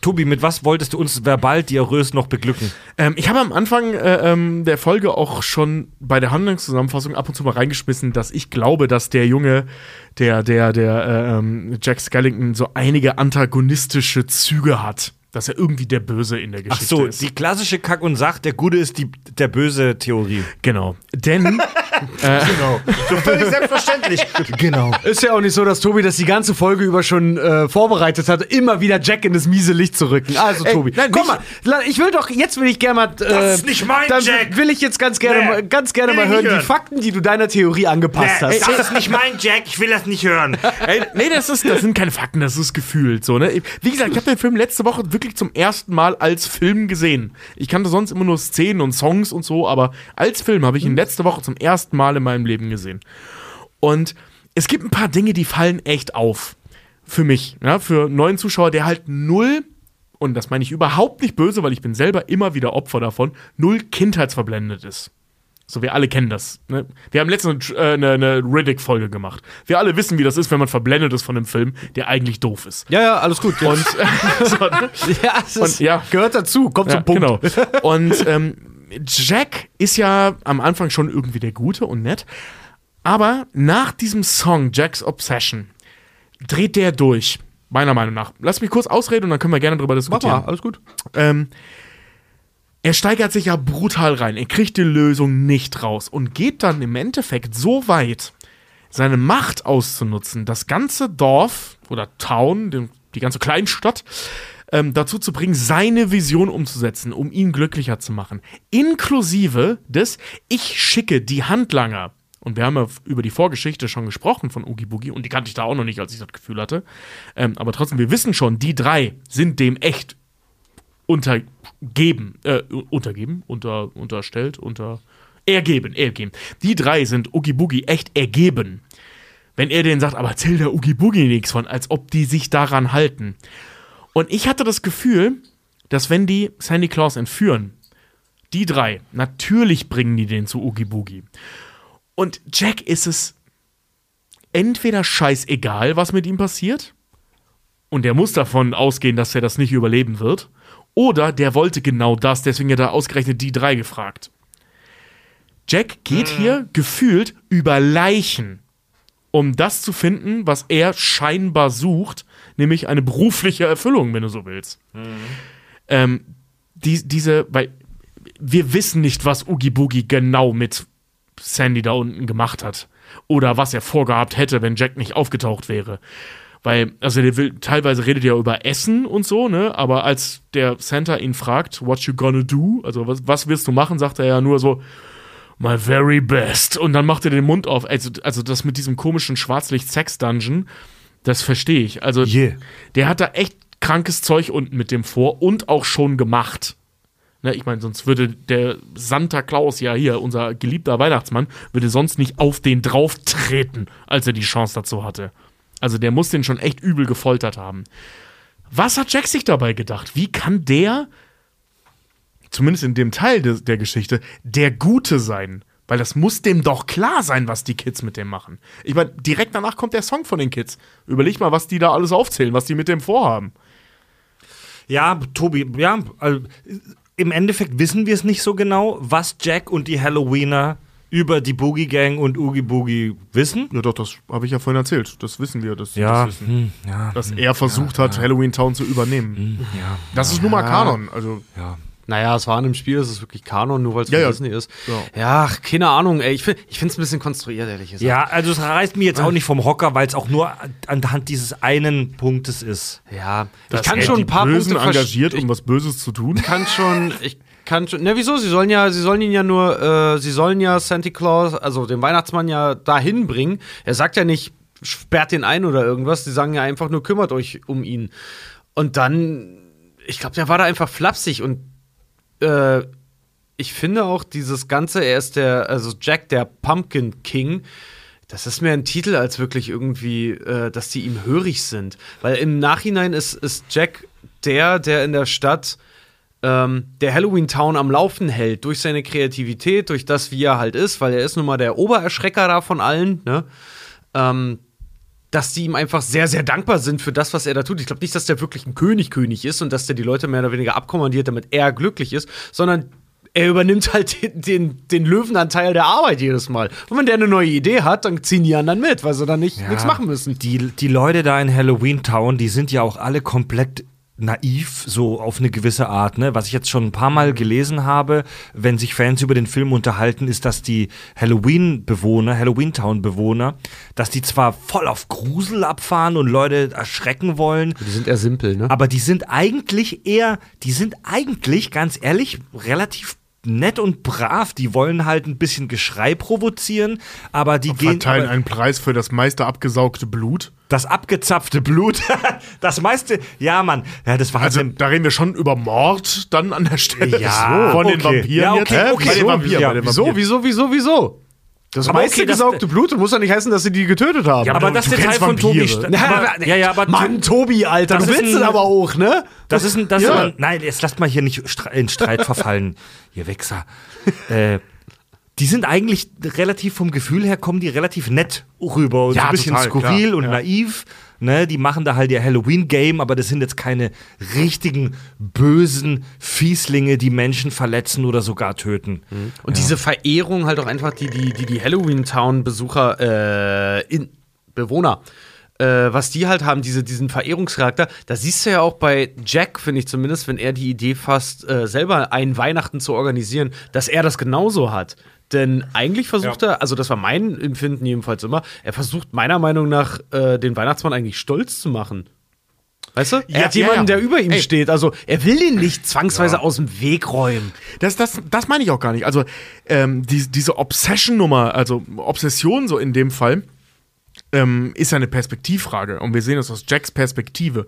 Speaker 1: Tobi, mit was wolltest du uns verbal diarrös noch beglücken?
Speaker 3: Ähm, ich habe am Anfang äh, ähm, der Folge auch schon bei der Handlungszusammenfassung ab und zu mal reingeschmissen, dass ich glaube, dass der Junge, der, der, der äh, ähm, Jack Skellington so einige antagonistische Züge hat. Dass er irgendwie der Böse in der
Speaker 1: Ach
Speaker 3: Geschichte
Speaker 1: so,
Speaker 3: ist.
Speaker 1: die klassische Kack- und Sach, der Gute ist die, der böse Theorie.
Speaker 3: Genau. Denn äh,
Speaker 1: Genau. So völlig selbstverständlich. Genau.
Speaker 4: Ist ja auch nicht so, dass Tobi das die ganze Folge über schon äh, vorbereitet hat, immer wieder Jack in das miese Licht zu rücken. Also,
Speaker 3: Ey,
Speaker 4: Tobi,
Speaker 3: nein,
Speaker 4: komm
Speaker 3: nicht-
Speaker 4: mal, la- ich will doch, jetzt will ich gerne mal. Äh,
Speaker 1: Das ist nicht mein
Speaker 4: dann
Speaker 1: Jack.
Speaker 4: will ich jetzt ganz gerne,
Speaker 1: Nee,
Speaker 4: mal, ganz gerne
Speaker 1: will
Speaker 4: mal
Speaker 1: ich
Speaker 4: hören,
Speaker 1: nicht
Speaker 4: die
Speaker 1: hören.
Speaker 4: Fakten, die du deiner Theorie angepasst
Speaker 1: Nee,
Speaker 4: hast.
Speaker 1: das ist nicht mein Jack, ich will das nicht hören.
Speaker 3: ey, nee, das, ist, das sind keine Fakten, das ist gefühlt so, ne? Wie gesagt, ich habe den Film letzte Woche wirklich zum ersten Mal als Film gesehen. Ich kannte sonst immer nur Szenen und Songs und so, aber als Film habe ich ihn letzte Woche zum ersten Mal in meinem Leben gesehen. Und es gibt ein paar Dinge, die fallen echt auf. Für mich, ja, für einen neuen Zuschauer, der halt null, und das meine ich überhaupt nicht böse, weil ich bin selber immer wieder Opfer davon, null kindheitsverblendet ist. So, wir alle kennen das. Ne? Wir haben letztens äh, eine, eine Riddick-Folge gemacht. Wir alle wissen, wie das ist, wenn man verblendet ist von einem Film, der eigentlich doof ist.
Speaker 4: Ja, ja, alles gut.
Speaker 3: Und, äh, so, ne?
Speaker 4: ja, es ist,
Speaker 3: und ja.
Speaker 4: gehört dazu, kommt
Speaker 3: Ja,
Speaker 4: zum Punkt.
Speaker 3: genau. Und ähm, Jack ist ja am Anfang schon irgendwie der Gute und nett. Aber nach diesem Song, Jack's Obsession, dreht der durch. Meiner Meinung nach. Lass mich kurz ausreden und dann können wir gerne drüber
Speaker 4: Mach
Speaker 3: diskutieren.
Speaker 4: mal, alles gut.
Speaker 3: Ähm, er steigert sich ja brutal rein. Er kriegt die Lösung nicht raus und geht dann im Endeffekt so weit, seine Macht auszunutzen, das ganze Dorf oder Town, den, die ganze Kleinstadt, ähm, dazu zu bringen, seine Vision umzusetzen, um ihn glücklicher zu machen. Inklusive des, ich schicke die Handlanger. Und wir haben ja über die Vorgeschichte schon gesprochen von Oogie Boogie und die kannte ich da auch noch nicht, als ich das Gefühl hatte. Ähm, aber trotzdem, wir wissen schon, die drei sind dem echt untergeben, äh, untergeben, unter, unterstellt, unter, ergeben, ergeben. Die drei sind Oogie Boogie echt ergeben. Wenn er denen sagt, aber erzähl der Oogie Boogie nichts von, als ob die sich daran halten. Und ich hatte das Gefühl, dass wenn die Sandy Claus entführen, die drei, natürlich bringen die den zu Oogie Boogie. Und Jack ist es entweder scheißegal, was mit ihm passiert, und er muss davon ausgehen, dass er das nicht überleben wird, oder der wollte genau das, deswegen hat er ausgerechnet die drei gefragt. Jack geht hier gefühlt über Leichen, um das zu finden, was er scheinbar sucht, nämlich eine berufliche Erfüllung, wenn du so willst. Ähm, die, diese, weil wir wissen nicht, was Oogie Boogie genau mit Sandy da unten gemacht hat. Oder was er vorgehabt hätte, wenn Jack nicht aufgetaucht wäre. Weil, also der will, teilweise redet er über Essen und so, ne? Aber als der Santa ihn fragt, what you gonna do? Also, was, was wirst du machen? Sagt er ja nur so, my very best. Und dann macht er den Mund auf. Also, also das mit diesem komischen Schwarzlicht-Sex-Dungeon, das verstehe ich. Also,
Speaker 1: Yeah.
Speaker 3: der hat da echt krankes Zeug unten mit dem vor und auch schon gemacht. Ne, ich meine, sonst würde der Santa Claus, ja hier, unser geliebter Weihnachtsmann, würde sonst nicht auf den drauf treten, als er die Chance dazu hatte. Also der muss den schon echt übel gefoltert haben. Was hat Jack sich dabei gedacht? Wie kann der, zumindest in dem Teil de- der Geschichte, der Gute sein? Weil das muss dem doch klar sein, was die Kids mit dem machen. Ich meine, direkt danach kommt der Song von den Kids. Überleg mal, was die da alles aufzählen, was die mit dem vorhaben.
Speaker 1: Ja, Tobi, ja, also, im Endeffekt wissen wir es nicht so genau, was Jack und die Halloweener über die Boogie Gang und Oogie Boogie wissen.
Speaker 3: Ja doch, das habe ich ja vorhin erzählt. Das wissen wir, dass
Speaker 1: Ja,
Speaker 3: das wissen.
Speaker 1: hm, ja,
Speaker 3: Dass
Speaker 1: hm,
Speaker 3: er versucht
Speaker 1: ja,
Speaker 3: hat,
Speaker 1: ja,
Speaker 3: Halloween Town zu übernehmen.
Speaker 1: hm, ja,
Speaker 3: Das ist nun mal Kanon. Also
Speaker 1: ja.
Speaker 4: Naja, es war in einem Spiel, das ist wirklich Kanon, nur weil es von
Speaker 3: Ja, ja.
Speaker 4: Disney ist.
Speaker 3: Ja.
Speaker 4: Ja, ach, keine Ahnung, ey. Ich finde es ein bisschen konstruiert, ehrlich gesagt.
Speaker 1: Ja, also es reißt mich jetzt auch nicht vom Hocker, weil es auch nur anhand dieses einen Punktes ist.
Speaker 4: Ja, ich
Speaker 3: dass
Speaker 4: kann
Speaker 3: er
Speaker 4: schon
Speaker 3: die
Speaker 4: ein paar
Speaker 3: Bösen
Speaker 4: Punkte verstehen.
Speaker 3: engagiert, um was Böses zu tun.
Speaker 4: Ich kann schon, ich kann schon. Na, wieso? Sie sollen ja, sie sollen ihn ja nur, äh, sie sollen ja Santa Claus, also den Weihnachtsmann ja dahin bringen. Er sagt ja nicht, sperrt den ein oder irgendwas. Sie sagen ja einfach nur, kümmert euch um ihn. Und dann, ich glaube, der war da einfach flapsig und äh, ich finde auch dieses Ganze, er ist der, also Jack, der Pumpkin King, das ist mehr ein Titel als wirklich irgendwie, äh, dass die ihm hörig sind. Weil im Nachhinein ist, ist Jack der, der in der Stadt ähm, der Halloween Town am Laufen hält, durch seine Kreativität, durch das, wie er halt ist, weil er ist nun mal der Obererschrecker da von allen, ne? Ähm, dass die ihm einfach sehr, sehr dankbar sind für das, was er da tut. Ich glaube nicht, dass der wirklich ein König-König ist und dass der die Leute mehr oder weniger abkommandiert, damit er glücklich ist, sondern er übernimmt halt den, den, den Löwenanteil der Arbeit jedes Mal. Und wenn der eine neue Idee hat, dann ziehen die anderen mit, weil sie dann nicht nichts machen müssen.
Speaker 1: Die, die Leute da in Halloween Town, die sind ja auch alle komplett naiv, so auf eine gewisse Art, ne? Was ich jetzt schon ein paar Mal gelesen habe, wenn sich Fans über den Film unterhalten, ist, dass die Halloween-Bewohner, Halloween-Town-Bewohner, dass die zwar voll auf Grusel abfahren und Leute erschrecken wollen,
Speaker 4: Die sind eher simpel, ne?
Speaker 1: aber die sind eigentlich eher, die sind eigentlich, ganz ehrlich, relativ nett und brav. Die wollen halt ein bisschen Geschrei provozieren, aber die gehen
Speaker 3: Verteilen
Speaker 1: aber,
Speaker 3: einen Preis für das meiste abgesaugte Blut.
Speaker 1: das abgezapfte Blut, das meiste, ja, Mann, ja, das war
Speaker 3: Also,
Speaker 1: halt
Speaker 3: da reden wir schon über Mord dann an der Stelle.
Speaker 1: Ja,
Speaker 3: Von den
Speaker 1: okay.
Speaker 3: Vampiren
Speaker 1: Ja, okay,
Speaker 3: jetzt. Hä?
Speaker 1: okay,
Speaker 3: Bei den
Speaker 1: so,
Speaker 3: Vampiren,
Speaker 1: ja,
Speaker 3: bei den
Speaker 4: Wieso,
Speaker 3: Vampiren.
Speaker 4: wieso, wieso, wieso? Das
Speaker 1: Aber
Speaker 4: meiste
Speaker 1: okay, das-
Speaker 4: gesaugte Blut muss ja nicht heißen, dass sie die getötet haben.
Speaker 1: Ja, aber das
Speaker 3: du
Speaker 1: Detail
Speaker 3: kennst
Speaker 1: von Tobi.
Speaker 3: Vampire.
Speaker 1: St- aber, ja, ja, aber
Speaker 4: Mann, Tobi, Alter,
Speaker 1: Das
Speaker 4: du
Speaker 1: ist
Speaker 4: willst
Speaker 1: ein-
Speaker 4: es aber auch, ne?
Speaker 1: Das ist ein, das
Speaker 4: Ja.
Speaker 1: ist ein, nein, jetzt lasst mal hier nicht stre- in Streit verfallen, ihr Wichser. äh, die sind eigentlich relativ vom Gefühl her, kommen die relativ nett rüber und
Speaker 3: Ja,
Speaker 1: so ein bisschen
Speaker 3: total,
Speaker 1: skurril
Speaker 3: klar,
Speaker 1: und
Speaker 3: ja.
Speaker 1: naiv. Ne, die machen da halt ihr Halloween-Game, aber das sind jetzt keine richtigen, bösen Fieslinge, die Menschen verletzen oder sogar töten.
Speaker 4: Und diese Verehrung halt auch einfach, die die, die, die Halloween-Town-Besucher, äh, in, Bewohner, äh, was die halt haben, diese, diesen Verehrungscharakter, da siehst du ja auch bei Jack, finde ich zumindest, wenn er die Idee fasst, äh, selber einen Weihnachten zu organisieren, dass er das genauso hat. Denn eigentlich versucht er, also das war mein Empfinden jedenfalls immer, er versucht meiner Meinung nach, äh, den Weihnachtsmann eigentlich stolz zu machen. Weißt du? Er
Speaker 3: Ja,
Speaker 4: hat
Speaker 3: ja,
Speaker 4: jemanden,
Speaker 3: ja.
Speaker 4: der über ihm
Speaker 3: Ey.
Speaker 4: steht. Also er will ihn nicht zwangsweise aus dem Weg räumen.
Speaker 3: Das, das, das meine ich auch gar nicht. Also, ähm, die, diese Obsession-Nummer, also Obsession so in dem Fall, ähm, ist ja eine Perspektivfrage. Und wir sehen das aus Jacks Perspektive.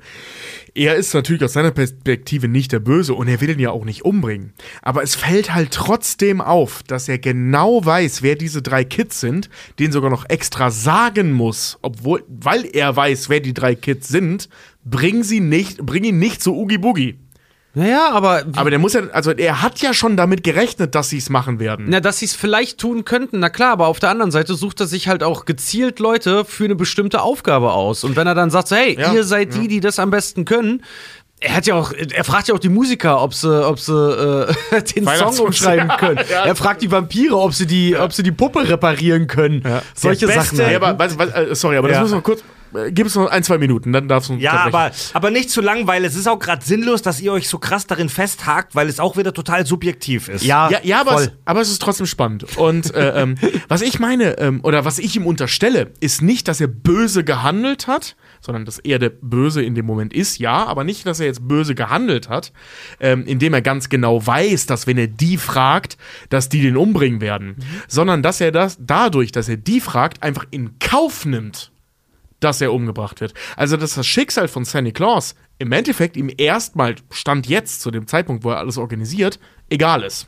Speaker 3: Er ist natürlich aus seiner Perspektive nicht der Böse und er will ihn ja auch nicht umbringen. Aber es fällt halt trotzdem auf, dass er genau weiß, wer diese drei Kids sind, denen sogar noch extra sagen muss, obwohl, weil er weiß, wer die drei Kids sind, bring sie nicht, bring ihn nicht zu Oogie Boogie.
Speaker 4: Naja, aber
Speaker 3: Aber der muss ja, also er hat ja schon damit gerechnet, dass sie es machen werden.
Speaker 4: Na, dass sie es vielleicht tun könnten, na klar, aber auf der anderen Seite sucht er sich halt auch gezielt Leute für eine bestimmte Aufgabe aus. Und wenn er dann sagt, so, hey,
Speaker 3: Ja,
Speaker 4: ihr seid die, die das am besten können, er hat ja auch, er fragt ja auch die Musiker, ob sie, ob sie äh, den Song
Speaker 3: Weihnachtsmusik.
Speaker 4: umschreiben können.
Speaker 3: Ja.
Speaker 4: Er fragt die Vampire, ob sie die, ob sie die Puppe reparieren können. Solche
Speaker 1: Der
Speaker 4: Sachen.
Speaker 1: Beste-
Speaker 3: Ja,
Speaker 4: Halt.
Speaker 3: aber, was, was, äh, sorry, aber das
Speaker 1: Ja.
Speaker 3: müssen wir kurz. Äh, gib es noch ein, zwei Minuten, dann darfst du uns
Speaker 1: Ja,
Speaker 3: unterbrechen.
Speaker 1: aber, aber nicht zu lang, weil es ist auch gerade sinnlos, dass ihr euch so krass darin festhakt, weil es auch wieder total subjektiv ist.
Speaker 4: ja,
Speaker 3: Ja, ja aber,
Speaker 4: voll.
Speaker 3: es, aber es ist trotzdem spannend. Und äh, ähm, was ich meine, ähm, oder was ich ihm unterstelle, ist nicht, dass er böse gehandelt hat, sondern dass er der Böse in dem Moment ist, ja, aber nicht, dass er jetzt böse gehandelt hat, ähm, indem er ganz genau weiß, dass wenn er die fragt, dass die den umbringen werden, sondern dass er das dadurch, dass er die fragt, einfach in Kauf nimmt, dass er umgebracht wird. Also, dass das Schicksal von Santa Claus im Endeffekt ihm erstmal, Stand jetzt, zu dem Zeitpunkt, wo er alles organisiert, egal ist.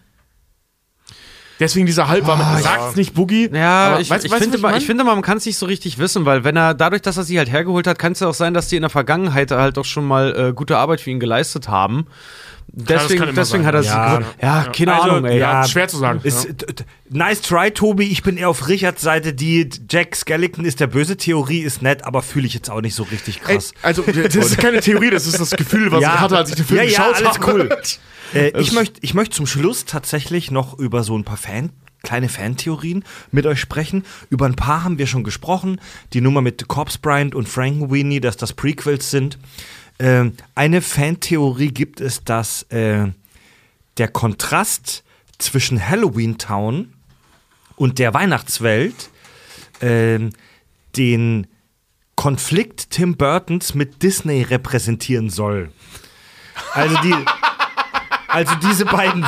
Speaker 3: Deswegen dieser halbwarme,
Speaker 4: Ah,
Speaker 3: sagt's nicht Boogie.
Speaker 4: Ja,
Speaker 3: aber
Speaker 4: ich,
Speaker 3: weißt-
Speaker 4: ich,
Speaker 3: weißt du,
Speaker 4: finde,
Speaker 3: was
Speaker 4: mal,
Speaker 3: mein?
Speaker 4: ich finde mal, man kann es nicht so richtig wissen, weil wenn er, dadurch, dass er sie halt hergeholt hat, kann es ja auch sein, dass die in der Vergangenheit halt auch schon mal äh, gute Arbeit für ihn geleistet haben.
Speaker 3: das
Speaker 4: Deswegen,
Speaker 3: kann immer
Speaker 4: deswegen
Speaker 3: sein.
Speaker 4: hat er
Speaker 1: Ja.
Speaker 4: sie. Ja, keine
Speaker 1: Also,
Speaker 4: Ahnung, ey.
Speaker 3: ja, schwer zu sagen.
Speaker 1: Ist,
Speaker 3: Ja.
Speaker 1: t- t- nice try, Tobi. Ich bin eher auf Richards Seite. Die Jack Skellington ist der böse Theorie, ist nett, aber fühle ich jetzt auch nicht so richtig
Speaker 3: Ey,
Speaker 1: krass.
Speaker 3: also, das ist keine Theorie, das ist das Gefühl, was ich hatte, als ich den Film
Speaker 1: ja, ja,
Speaker 3: geschaut
Speaker 1: alles
Speaker 3: habe.
Speaker 1: cool. Äh, ich möchte ich möcht zum Schluss tatsächlich noch über so ein paar Fan, kleine Fantheorien mit euch sprechen. Über ein paar haben wir schon gesprochen. Die Nummer mit Corpse Bryant und Frankenweenie, dass das Prequels sind. Ähm, eine Fantheorie gibt es, dass äh, der Kontrast zwischen Halloween Town und der Weihnachtswelt ähm, den Konflikt Tim Burtons mit Disney repräsentieren soll. Also die, also diese beiden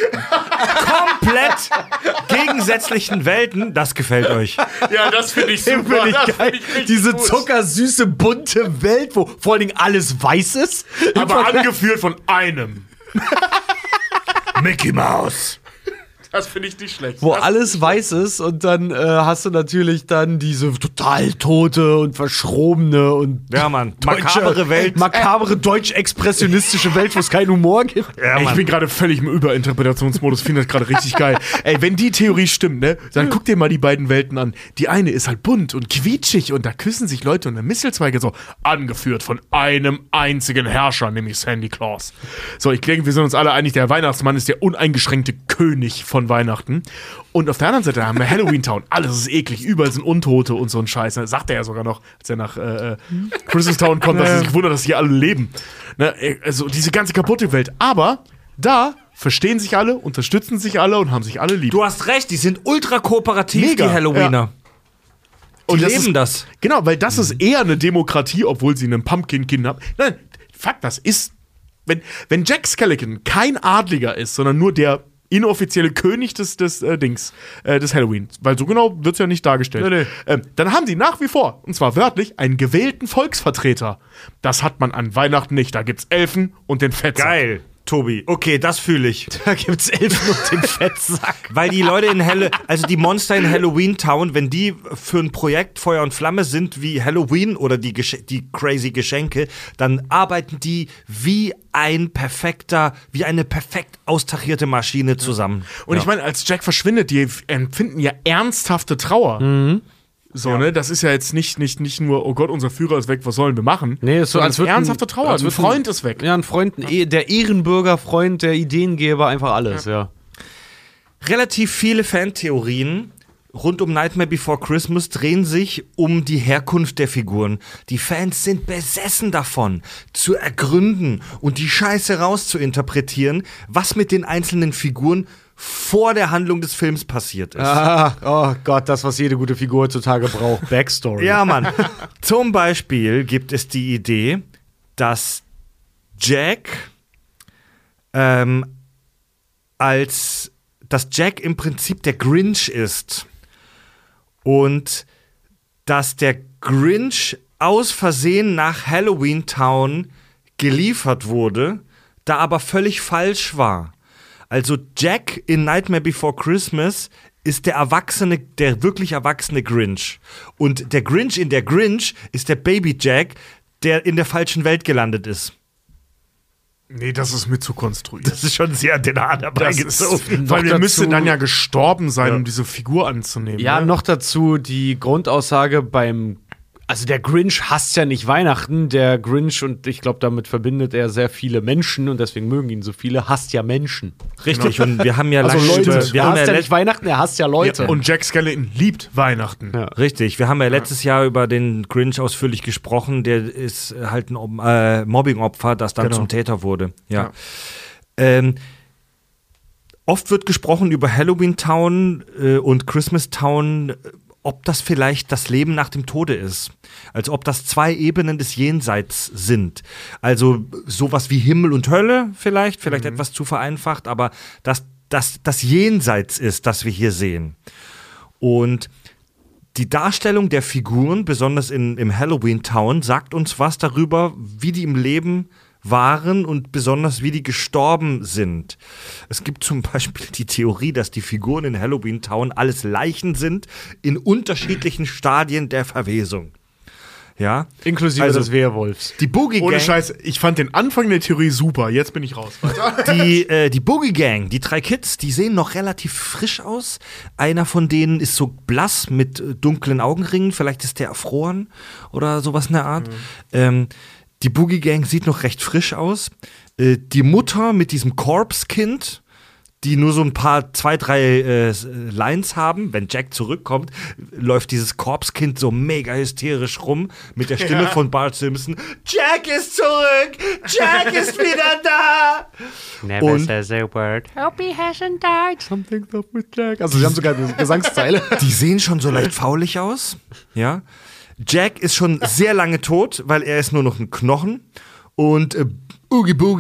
Speaker 1: komplett gegensätzlichen Welten, das gefällt euch.
Speaker 3: Ja, das finde ich super.
Speaker 4: Finde ich
Speaker 3: das
Speaker 4: geil.
Speaker 3: find ich richtig
Speaker 4: Diese
Speaker 3: gut.
Speaker 4: zuckersüße, bunte Welt, wo vor allen Dingen alles weiß ist.
Speaker 3: Aber angeführt von einem.
Speaker 1: Mickey Mouse.
Speaker 3: Das finde ich nicht schlecht.
Speaker 4: Wo
Speaker 3: das
Speaker 4: alles weiß ist und dann äh, hast du natürlich dann diese total tote und verschrobene und
Speaker 1: Ja, Mann.
Speaker 4: deutsche-
Speaker 1: Makabere Welt.
Speaker 4: makabere deutsch-expressionistische Welt, wo es keinen Humor gibt.
Speaker 1: Ja,
Speaker 3: Ey, ich
Speaker 1: Mann.
Speaker 3: bin gerade völlig im Überinterpretationsmodus, finde das gerade richtig geil. Ey, wenn die Theorie stimmt, ne, dann guck dir mal die beiden Welten an. Die eine ist halt bunt und quietschig und da küssen sich Leute unter Mistelzweige so, angeführt von einem einzigen Herrscher, nämlich Sandy Claus. So, ich denke, wir sind uns alle einig, der Weihnachtsmann ist der uneingeschränkte König von Weihnachten. Und auf der anderen Seite haben wir Halloween Town. Alles ist eklig, überall sind Untote und so ein Scheiß. Das sagt er ja sogar noch, als er nach äh, Christmas Town kommt, dass er sich wundert, dass hier alle leben. Ne, also diese ganze kaputte Welt. Aber da verstehen sich alle, unterstützen sich alle und haben sich alle lieb.
Speaker 1: Du hast recht, die sind ultra kooperativ,
Speaker 3: Mega,
Speaker 1: die Halloweener. Die
Speaker 3: Und das
Speaker 1: leben
Speaker 3: ist,
Speaker 1: das.
Speaker 3: Genau, weil das ist eher eine Demokratie, obwohl sie einen Pumpkin-Kind haben. Nein, Fakt, das ist, wenn, wenn Jack Skellington kein Adliger ist, sondern nur der inoffizielle König des, des äh, Dings, äh, des Halloween, weil so genau wird es ja nicht dargestellt,
Speaker 4: Nee, nee.
Speaker 3: Ähm, dann haben sie nach wie vor, und zwar wörtlich, einen gewählten Volksvertreter. Das hat man an Weihnachten nicht. Da gibt's Elfen und den Fettsack.
Speaker 1: Geil, Tobi. Okay, das fühle ich.
Speaker 4: Da gibt's Elfen und den Fettsack.
Speaker 1: Weil die Leute in Halle, also die Monster in Halloween Town, wenn die für ein Projekt Feuer und Flamme sind wie Halloween oder die, Gesch- die crazy Geschenke, dann arbeiten die wie ein perfekter, wie eine perfekt austarierte Maschine zusammen.
Speaker 3: Und ich meine, als Jack verschwindet, die empfinden ja ernsthafte Trauer. So, ne? Das ist ja jetzt nicht, nicht, nicht nur, oh Gott, unser Führer ist weg, was sollen wir machen?
Speaker 4: Nee, ist so,
Speaker 3: Sondern
Speaker 4: als wird
Speaker 3: ernsthafte Trauer.
Speaker 4: als
Speaker 3: Ein
Speaker 4: wird
Speaker 3: Freund ist weg.
Speaker 4: Ja, ein Freund, ein eh- der Ehrenbürger, Freund, der Ideengeber, einfach alles, ja.
Speaker 1: Relativ viele Fantheorien rund um Nightmare Before Christmas drehen sich um die Herkunft der Figuren. Die Fans sind besessen davon, zu ergründen und die Scheiße rauszuinterpretieren, was mit den einzelnen Figuren vor der Handlung des Films passiert ist.
Speaker 4: Ah, oh Gott, das, was jede gute Figur heutzutage braucht. Backstory.
Speaker 1: Ja, Mann. Zum Beispiel gibt es die Idee, dass Jack ähm, als dass Jack im Prinzip der Grinch ist und dass der Grinch aus Versehen nach Halloween Town geliefert wurde, da aber völlig falsch war. Also Jack in Nightmare Before Christmas ist der erwachsene, der wirklich erwachsene Grinch. Und der Grinch in der Grinch ist der Baby Jack, der in der falschen Welt gelandet ist.
Speaker 3: Nee, das ist mit zu konstruiert.
Speaker 1: Das ist schon sehr den Haar dabei
Speaker 3: Das
Speaker 1: gezogen.
Speaker 3: ist, weil der
Speaker 4: dazu-
Speaker 3: müsste dann ja gestorben sein, um diese Figur anzunehmen.
Speaker 4: Ja,
Speaker 3: ne?
Speaker 4: noch dazu die Grundaussage beim, also der Grinch hasst ja nicht Weihnachten, der Grinch, und ich glaube, damit verbindet er sehr viele Menschen und deswegen mögen ihn so viele, hasst ja Menschen.
Speaker 1: Richtig, und wir haben ja
Speaker 4: Also
Speaker 1: lange
Speaker 4: Leute,
Speaker 1: über-
Speaker 4: er
Speaker 1: wir haben
Speaker 4: hasst
Speaker 1: ja
Speaker 4: ja
Speaker 1: let-
Speaker 4: nicht Weihnachten, er hasst ja Leute.
Speaker 3: Ja, und Jack Skellington liebt Weihnachten.
Speaker 4: Ja.
Speaker 1: Richtig, wir haben ja letztes Jahr über den Grinch ausführlich gesprochen, der ist halt ein Ob- äh, Mobbing-Opfer, das dann
Speaker 3: Genau.
Speaker 1: zum Täter wurde. Ja.
Speaker 3: Ja.
Speaker 1: Ähm, oft wird gesprochen über Halloween Town äh, und Christmas Town, äh, ob das vielleicht das Leben nach dem Tode ist. Als ob das zwei Ebenen des Jenseits sind. Also sowas wie Himmel und Hölle vielleicht, vielleicht etwas zu vereinfacht, aber dass das das Jenseits ist, das wir hier sehen. Und die Darstellung der Figuren, besonders in, im Halloween Town, sagt uns was darüber, wie die im Leben waren und besonders wie die gestorben sind. Es gibt zum Beispiel die Theorie, dass die Figuren in Halloween Town alles Leichen sind in unterschiedlichen Stadien der Verwesung. Ja,
Speaker 4: Inklusive
Speaker 1: also
Speaker 4: des Werwolfs.
Speaker 1: die Boogie
Speaker 3: Ohne
Speaker 1: Gang,
Speaker 3: Scheiß, ich fand den Anfang der Theorie super. Jetzt bin ich raus. Weiter.
Speaker 1: die, äh, die Boogie Gang, die drei Kids, die sehen noch relativ frisch aus. Einer von denen ist so blass mit äh, dunklen Augenringen. Vielleicht ist der erfroren oder sowas in der Art.
Speaker 3: Mhm.
Speaker 1: Ähm, die Boogie Gang sieht noch recht frisch aus. Äh, die Mutter mit diesem Corpse-Kind, die nur so ein paar, zwei, drei äh, Lines haben. Wenn Jack zurückkommt, läuft dieses Corpse-Kind so mega hysterisch rum mit der Stimme
Speaker 3: Ja.
Speaker 1: von Bart Simpson. Jack ist zurück! Jack ist wieder da!
Speaker 5: Never
Speaker 1: Und-
Speaker 5: says a word. Hope he hasn't died.
Speaker 4: Something's up with Jack. Also sie haben sogar eine Gesangszeile.
Speaker 1: Die sehen schon so leicht faulig aus. Ja. Jack ist schon sehr lange tot, weil er ist nur noch ein Knochen. Und äh, Oogie Boogie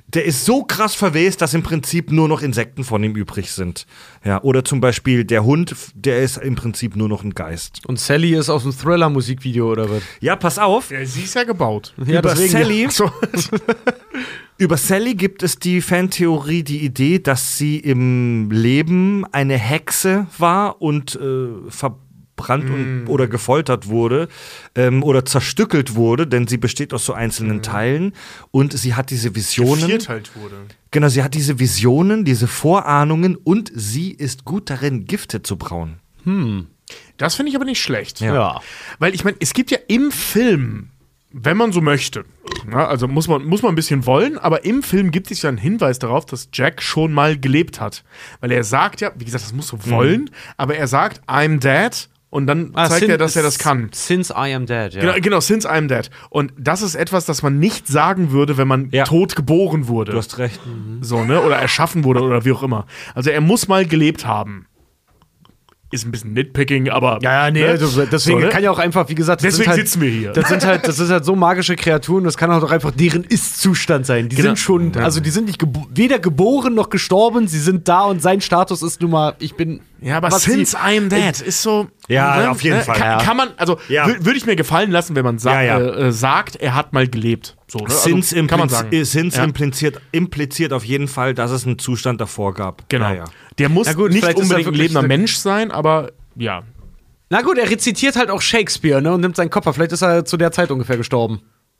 Speaker 1: der ist so krass verwest, dass im Prinzip nur noch Insekten von ihm übrig sind. Ja, oder zum Beispiel der Hund, der ist im Prinzip nur noch ein Geist.
Speaker 4: Und Sally ist aus dem Thriller-Musikvideo oder was?
Speaker 1: Ja, pass auf.
Speaker 3: Ja, sie ist ja gebaut.
Speaker 4: Ja,
Speaker 1: Über
Speaker 4: deswegen,
Speaker 1: Sally,
Speaker 4: ja.
Speaker 3: So.
Speaker 1: über Sally gibt es die Fantheorie, die Idee, dass sie im Leben eine Hexe war und äh, verbrannt und, oder gefoltert wurde ähm, oder zerstückelt wurde, denn sie besteht aus so einzelnen Teilen und sie hat diese Visionen.
Speaker 3: Vierteilt wurde.
Speaker 1: Genau, sie hat diese Visionen, diese Vorahnungen und sie ist gut darin, Gifte zu brauen.
Speaker 3: Das finde ich aber nicht schlecht.
Speaker 1: Ja.
Speaker 4: Ja.
Speaker 3: Weil ich meine, es gibt ja im Film, wenn man so möchte, ja, also muss man, muss man ein bisschen wollen, aber im Film gibt es ja einen Hinweis darauf, dass Jack schon mal gelebt hat. Weil er sagt ja, wie gesagt, das musst du wollen,
Speaker 1: Mhm.
Speaker 3: aber er sagt, I'm dead und dann
Speaker 4: Ah,
Speaker 3: zeigt
Speaker 4: sin-
Speaker 3: er, dass er das kann.
Speaker 4: Since I am dead, ja.
Speaker 3: Genau, genau, since I'm dead. Und das ist etwas, das man nicht sagen würde, wenn man
Speaker 1: Ja.
Speaker 3: tot geboren wurde.
Speaker 1: Du hast recht.
Speaker 3: So, ne? Oder erschaffen wurde oder wie auch immer. Also er muss mal gelebt haben. Ist ein bisschen nitpicking, aber.
Speaker 4: Ja, ja, nee,
Speaker 3: ne?
Speaker 4: also deswegen
Speaker 3: So, ne?
Speaker 4: kann ja auch einfach, wie gesagt, das
Speaker 3: Deswegen
Speaker 4: sind halt,
Speaker 3: sitzen wir hier.
Speaker 4: Das sind halt, das ist halt so magische Kreaturen, das kann auch doch einfach deren Ist-Zustand sein. Die
Speaker 3: Genau.
Speaker 4: sind schon, also die sind nicht gebo- weder geboren noch gestorben, sie sind da und sein Status ist nun mal, ich bin.
Speaker 3: Ja, aber
Speaker 4: was
Speaker 3: since
Speaker 4: sie-
Speaker 3: I'm dead ist so.
Speaker 1: Ja, auf jeden Fall,
Speaker 3: Kann,
Speaker 1: ja.
Speaker 3: kann man, also
Speaker 1: Ja.
Speaker 3: wür- würde ich mir gefallen lassen, wenn man sa
Speaker 1: Ja, ja.
Speaker 3: Äh, äh, sagt, er hat mal gelebt. So, ne?
Speaker 1: Sins,
Speaker 3: also, kann man
Speaker 1: impliz-
Speaker 3: sagen.
Speaker 1: äh, Sins
Speaker 3: Ja.
Speaker 1: impliziert, impliziert auf jeden Fall, dass es einen Zustand davor gab.
Speaker 3: Genau.
Speaker 1: Ja, ja.
Speaker 3: Der muss
Speaker 4: Na gut,
Speaker 3: nicht
Speaker 4: vielleicht ist er
Speaker 3: unbedingt ein
Speaker 4: wirklich
Speaker 3: lebender
Speaker 4: eine-
Speaker 3: Mensch sein, aber ja.
Speaker 4: Na gut, er rezitiert halt auch Shakespeare, ne, und nimmt seinen Kopf ab. Vielleicht ist er zu der Zeit ungefähr gestorben.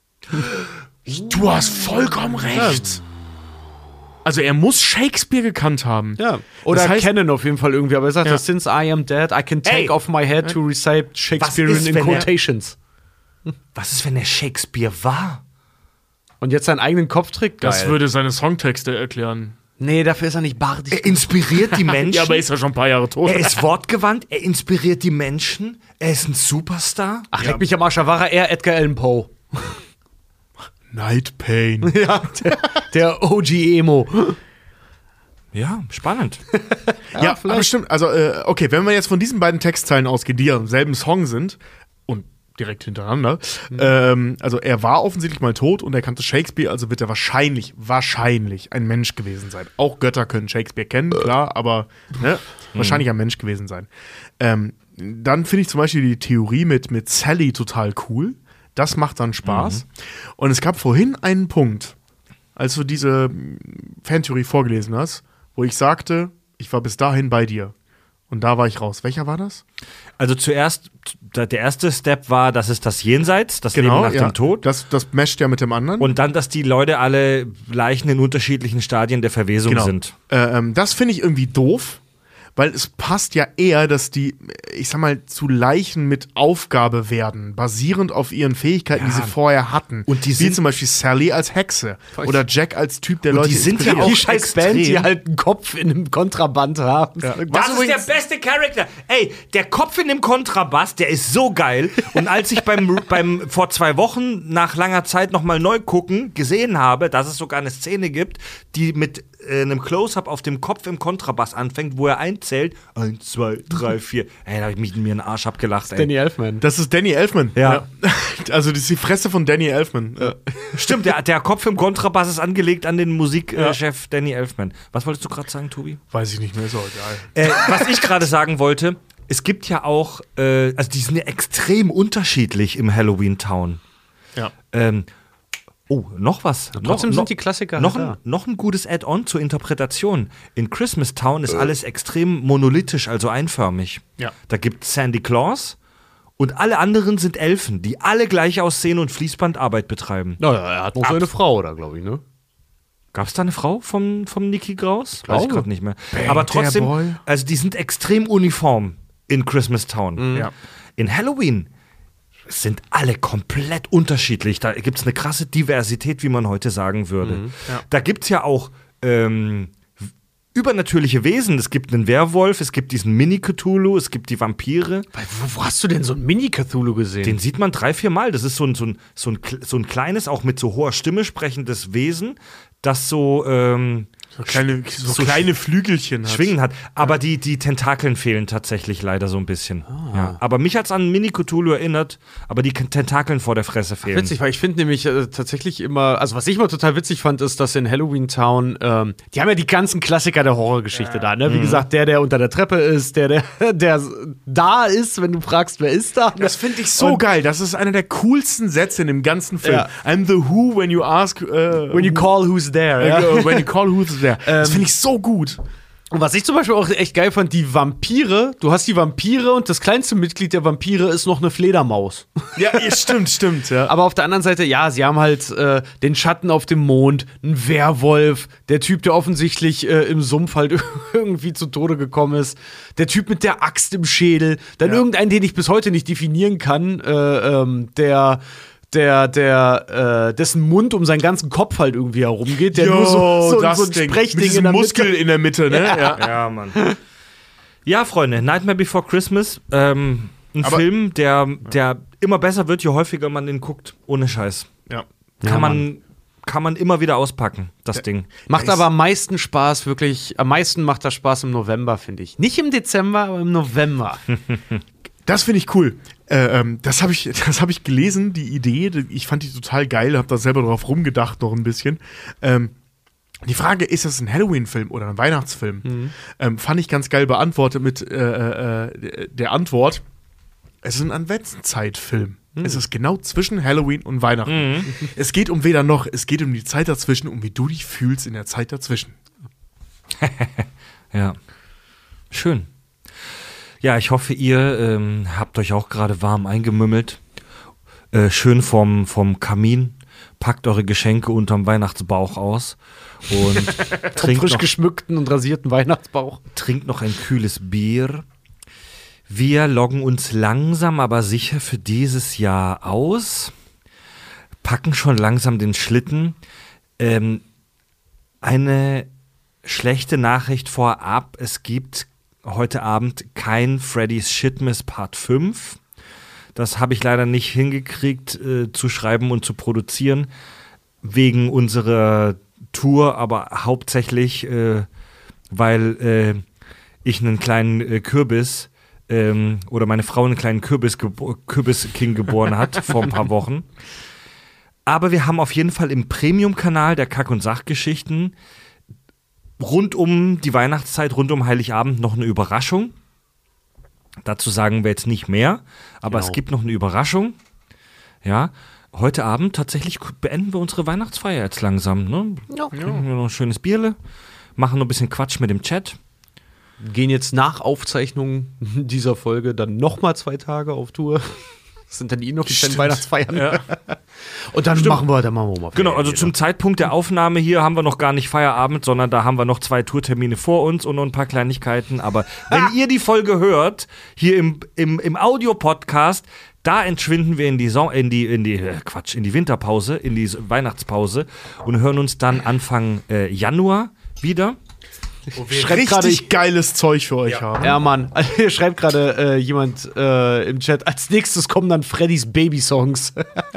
Speaker 3: Du hast vollkommen recht. Also er muss Shakespeare gekannt haben.
Speaker 4: Ja. Oder
Speaker 3: Das heißt-
Speaker 4: kennen auf jeden Fall irgendwie, aber er sagt,
Speaker 3: Ja.
Speaker 4: ja. Since I am dead, I can take
Speaker 1: Ey.
Speaker 4: off my head to recite Shakespearean
Speaker 1: ist,
Speaker 4: in
Speaker 1: wenn er-
Speaker 4: quotations.
Speaker 1: Was ist, wenn er Shakespeare war?
Speaker 4: Und jetzt seinen eigenen Kopf trägt, geil.
Speaker 3: Das würde seine Songtexte erklären.
Speaker 4: Nee, dafür ist er nicht bardisch.
Speaker 1: Er inspiriert die Menschen.
Speaker 3: Ja, aber ist ja schon ein paar Jahre tot.
Speaker 1: er ist wortgewandt, er inspiriert die Menschen, er ist ein Superstar.
Speaker 4: Ach, leck mich am Arsch, da war er eher Edgar Allan Poe.
Speaker 3: Night Pain.
Speaker 4: Ja, der, der O G-Emo.
Speaker 1: Ja, spannend.
Speaker 3: Ja, aber stimmt. Also, äh, okay, wenn wir jetzt von diesen beiden Textzeilen ausgehen, die ja im selben Song sind und direkt hintereinander, ähm, also er war offensichtlich mal tot und er kannte Shakespeare, also wird er wahrscheinlich, wahrscheinlich ein Mensch gewesen sein. Auch Götter können Shakespeare kennen, klar, aber ne, wahrscheinlich ein Mensch gewesen sein. Ähm, dann finde ich zum Beispiel die Theorie mit, mit Sally total cool. Das macht dann Spaß. Und es gab vorhin einen Punkt, als du diese Fantheorie vorgelesen hast, wo ich sagte, ich war bis dahin bei dir. Und da war ich raus. Welcher war das?
Speaker 1: Also zuerst, der erste Step war, das ist das Jenseits, das Leben nach
Speaker 3: ja.
Speaker 1: dem Tod.
Speaker 3: Das, das mescht ja mit dem anderen.
Speaker 1: Und dann, dass die Leute alle Leichen in unterschiedlichen Stadien der Verwesung
Speaker 3: Genau.
Speaker 1: sind.
Speaker 3: Äh, ähm, das finde ich irgendwie doof, weil es passt ja eher, dass die, ich sag mal, zu Leichen mit Aufgabe werden, basierend auf ihren Fähigkeiten, die sie vorher hatten.
Speaker 1: Und die
Speaker 3: Wie
Speaker 1: sind-
Speaker 3: zum Beispiel Sally als Hexe oder Jack als Typ, der
Speaker 1: Und
Speaker 3: Leute
Speaker 1: die sind ja
Speaker 3: inspiriert.
Speaker 1: auch
Speaker 4: Die scheiß
Speaker 1: extrem.
Speaker 4: Band, die halt einen Kopf in einem Kontraband haben.
Speaker 3: Ja.
Speaker 1: Das ist der beste Charakter. Ey, der Kopf in dem Kontrabass, der ist so geil. Und als ich beim, beim vor zwei Wochen nach langer Zeit nochmal neu gucken gesehen habe, dass es sogar eine Szene gibt, die mit äh, einem Close-Up auf dem Kopf im Kontrabass anfängt, wo er einzählt. Eins, zwei, drei, vier. Ey, da hab ich mich in mir einen Arsch abgelacht, ey.
Speaker 4: Danny Elfman.
Speaker 3: Das ist Danny Elfman.
Speaker 1: Ja.
Speaker 3: Also das ist die Fresse von Danny Elfman. Ja.
Speaker 1: Stimmt, der, der Kopf im Kontrabass ist angelegt an den Musikchef Danny Elfman. Was wolltest du gerade sagen, Tobi?
Speaker 3: Weiß ich nicht mehr, ist auch egal.
Speaker 1: Äh, was ich gerade sagen wollte, es gibt ja auch, äh, also die sind ja extrem unterschiedlich im Halloween Town.
Speaker 3: Ja.
Speaker 1: Ähm, oh, noch was.
Speaker 4: Trotzdem
Speaker 1: noch,
Speaker 4: sind die Klassiker
Speaker 1: noch,
Speaker 4: halt
Speaker 1: ein,
Speaker 4: da.
Speaker 1: noch ein gutes Add-on zur Interpretation. In Christmas Town ist alles extrem monolithisch, also einförmig.
Speaker 3: Ja.
Speaker 1: Da gibt es Sandy Claus und alle anderen sind Elfen, die alle gleich aussehen und Fließbandarbeit betreiben.
Speaker 4: Naja, er hat noch seine Frau da, glaube ich, ne?
Speaker 1: Gab es da eine Frau vom, vom Niki Graus? Weiß ich
Speaker 4: Glaube.
Speaker 1: gerade nicht mehr.
Speaker 3: Bang,
Speaker 1: Aber
Speaker 3: der
Speaker 1: trotzdem,
Speaker 3: Boy.
Speaker 1: also die sind extrem uniform in Christmas Town.
Speaker 3: Ja.
Speaker 1: In Halloween sind alle komplett unterschiedlich. Da gibt es eine krasse Diversität, wie man heute sagen würde.
Speaker 3: Ja.
Speaker 1: Da gibt es ja auch ähm, übernatürliche Wesen. Es gibt einen Werwolf, es gibt diesen Mini-Cthulhu, es gibt die Vampire.
Speaker 4: Wo, wo hast du denn so ein Mini-Cthulhu gesehen?
Speaker 1: Den sieht man drei, vier Mal. Das ist so ein, so, ein, so, ein, so ein kleines, auch mit so hoher Stimme sprechendes Wesen, das so, ähm,
Speaker 3: so kleine, so so kleine Flügelchen hat.
Speaker 1: Schwingen hat. Aber ja. die, die Tentakeln fehlen tatsächlich leider so ein bisschen. Ah. Ja. Aber mich hat's an Mini Cthulhu erinnert, aber die Tentakeln vor der Fresse fehlen.
Speaker 4: Ach, witzig, weil ich finde nämlich äh, tatsächlich immer, also was ich mal total witzig fand, ist, dass in Halloween Town, ähm, die haben ja die ganzen Klassiker der Horrorgeschichte ja. da, ne? Wie mhm. gesagt, der, der unter der Treppe ist, der, der, der da ist, wenn du fragst, wer ist da.
Speaker 3: Das finde ich so Und geil. Das ist einer der coolsten Sätze in dem ganzen Film. Ja. I'm the who when you ask. Uh,
Speaker 4: when you call who's there.
Speaker 3: Uh, ja. When you call who's there. Ähm, das finde ich so gut.
Speaker 4: Und was ich zum Beispiel auch echt geil fand, die Vampire, du hast die Vampire und das kleinste Mitglied der Vampire ist noch eine Fledermaus.
Speaker 3: Ja, stimmt, stimmt, ja.
Speaker 4: Aber auf der anderen Seite, ja, sie haben halt äh, den Schatten auf dem Mond, einen Werwolf, der Typ, der offensichtlich äh, im Sumpf halt irgendwie zu Tode gekommen ist, der Typ mit der Axt im Schädel, dann ja. irgendeinen, den ich bis heute nicht definieren kann, äh, ähm, der Der, der, äh, dessen Mund um seinen ganzen Kopf halt irgendwie herumgeht, der
Speaker 3: Yo,
Speaker 4: nur so, so,
Speaker 3: das
Speaker 4: so ein
Speaker 3: Ding.
Speaker 4: Sprechding
Speaker 3: mit
Speaker 4: in der
Speaker 3: Muskel
Speaker 4: Mitte.
Speaker 3: in der Mitte, ne?
Speaker 1: Ja, ja. ja Mann. Ja, Freunde, Nightmare Before Christmas, ähm, ein Aber, Film, der, der immer besser wird, je häufiger man den guckt, ohne Scheiß.
Speaker 3: Ja.
Speaker 1: Kann
Speaker 4: ja,
Speaker 1: man kann man immer wieder auspacken, das ja. Ding.
Speaker 4: Macht aber am meisten Spaß, wirklich, am meisten macht das Spaß im November, finde ich. Nicht im Dezember, aber im November.
Speaker 3: Das finde ich cool. Äh, ähm, das habe ich, das hab ich gelesen, die Idee. Ich fand die total geil, habe da selber drauf rumgedacht noch ein bisschen. Ähm, die Frage, ist das ein Halloween-Film oder ein Weihnachtsfilm? Mhm. Ähm, fand ich ganz geil beantwortet mit äh, äh, der Antwort, es ist ein Adventszeitfilm. Mhm. Es ist genau zwischen Halloween und Weihnachten. Mhm. Es geht um weder noch, es geht um die Zeit dazwischen, um wie du dich fühlst in der Zeit dazwischen.
Speaker 1: Ja, schön. Ja, ich hoffe, ihr ähm, habt euch auch gerade warm eingemümmelt. Äh, schön vom, vom Kamin. Packt eure Geschenke unterm Weihnachtsbauch aus. Und trinkt
Speaker 4: frisch
Speaker 1: noch,
Speaker 4: geschmückten und rasierten Weihnachtsbauch.
Speaker 1: Trinkt noch ein kühles Bier. Wir loggen uns langsam, aber sicher für dieses Jahr aus. Packen schon langsam den Schlitten. Ähm, eine schlechte Nachricht vorab. Es gibt heute Abend kein Freddy's Shitmas Part fünf. Das habe ich leider nicht hingekriegt äh, zu schreiben und zu produzieren, wegen unserer Tour, aber hauptsächlich, äh, weil äh, ich einen kleinen äh, Kürbis ähm, oder meine Frau einen kleinen Kürbis gebo- Kürbis-King geboren hat vor ein paar Wochen. Aber wir haben auf jeden Fall im Premium-Kanal der Kack- und Sachgeschichten rund um die Weihnachtszeit, rund um Heiligabend noch eine Überraschung. Dazu sagen wir jetzt nicht mehr, aber genau. Es gibt noch eine Überraschung. Ja, heute Abend tatsächlich beenden wir unsere Weihnachtsfeier jetzt langsam. Ne? Ja. Trinken wir noch ein schönes Bierle, machen noch ein bisschen Quatsch mit dem Chat.
Speaker 4: Gehen jetzt nach Aufzeichnung dieser Folge dann nochmal zwei Tage auf Tour. Das sind dann die inoffiziellen Weihnachtsfeiern. Ja. Und dann machen wir, dann machen wir mal
Speaker 1: Genau, also zum Zeitpunkt der Aufnahme hier haben wir noch gar nicht Feierabend, sondern da haben wir noch zwei Tourtermine vor uns und noch ein paar Kleinigkeiten. Aber wenn ah. ihr die Folge hört, hier im, im, im Audio-Podcast, da entschwinden wir in die, so- in die, in die äh, Quatsch, in die Winterpause, in die Weihnachtspause und hören uns dann Anfang äh, Januar wieder.
Speaker 3: Wo wir richtig grade, geiles Zeug für euch
Speaker 4: ja.
Speaker 3: haben.
Speaker 4: Ja, Mann. Hier schreibt gerade äh, jemand äh, im Chat, als nächstes kommen dann Freddys Baby-Songs.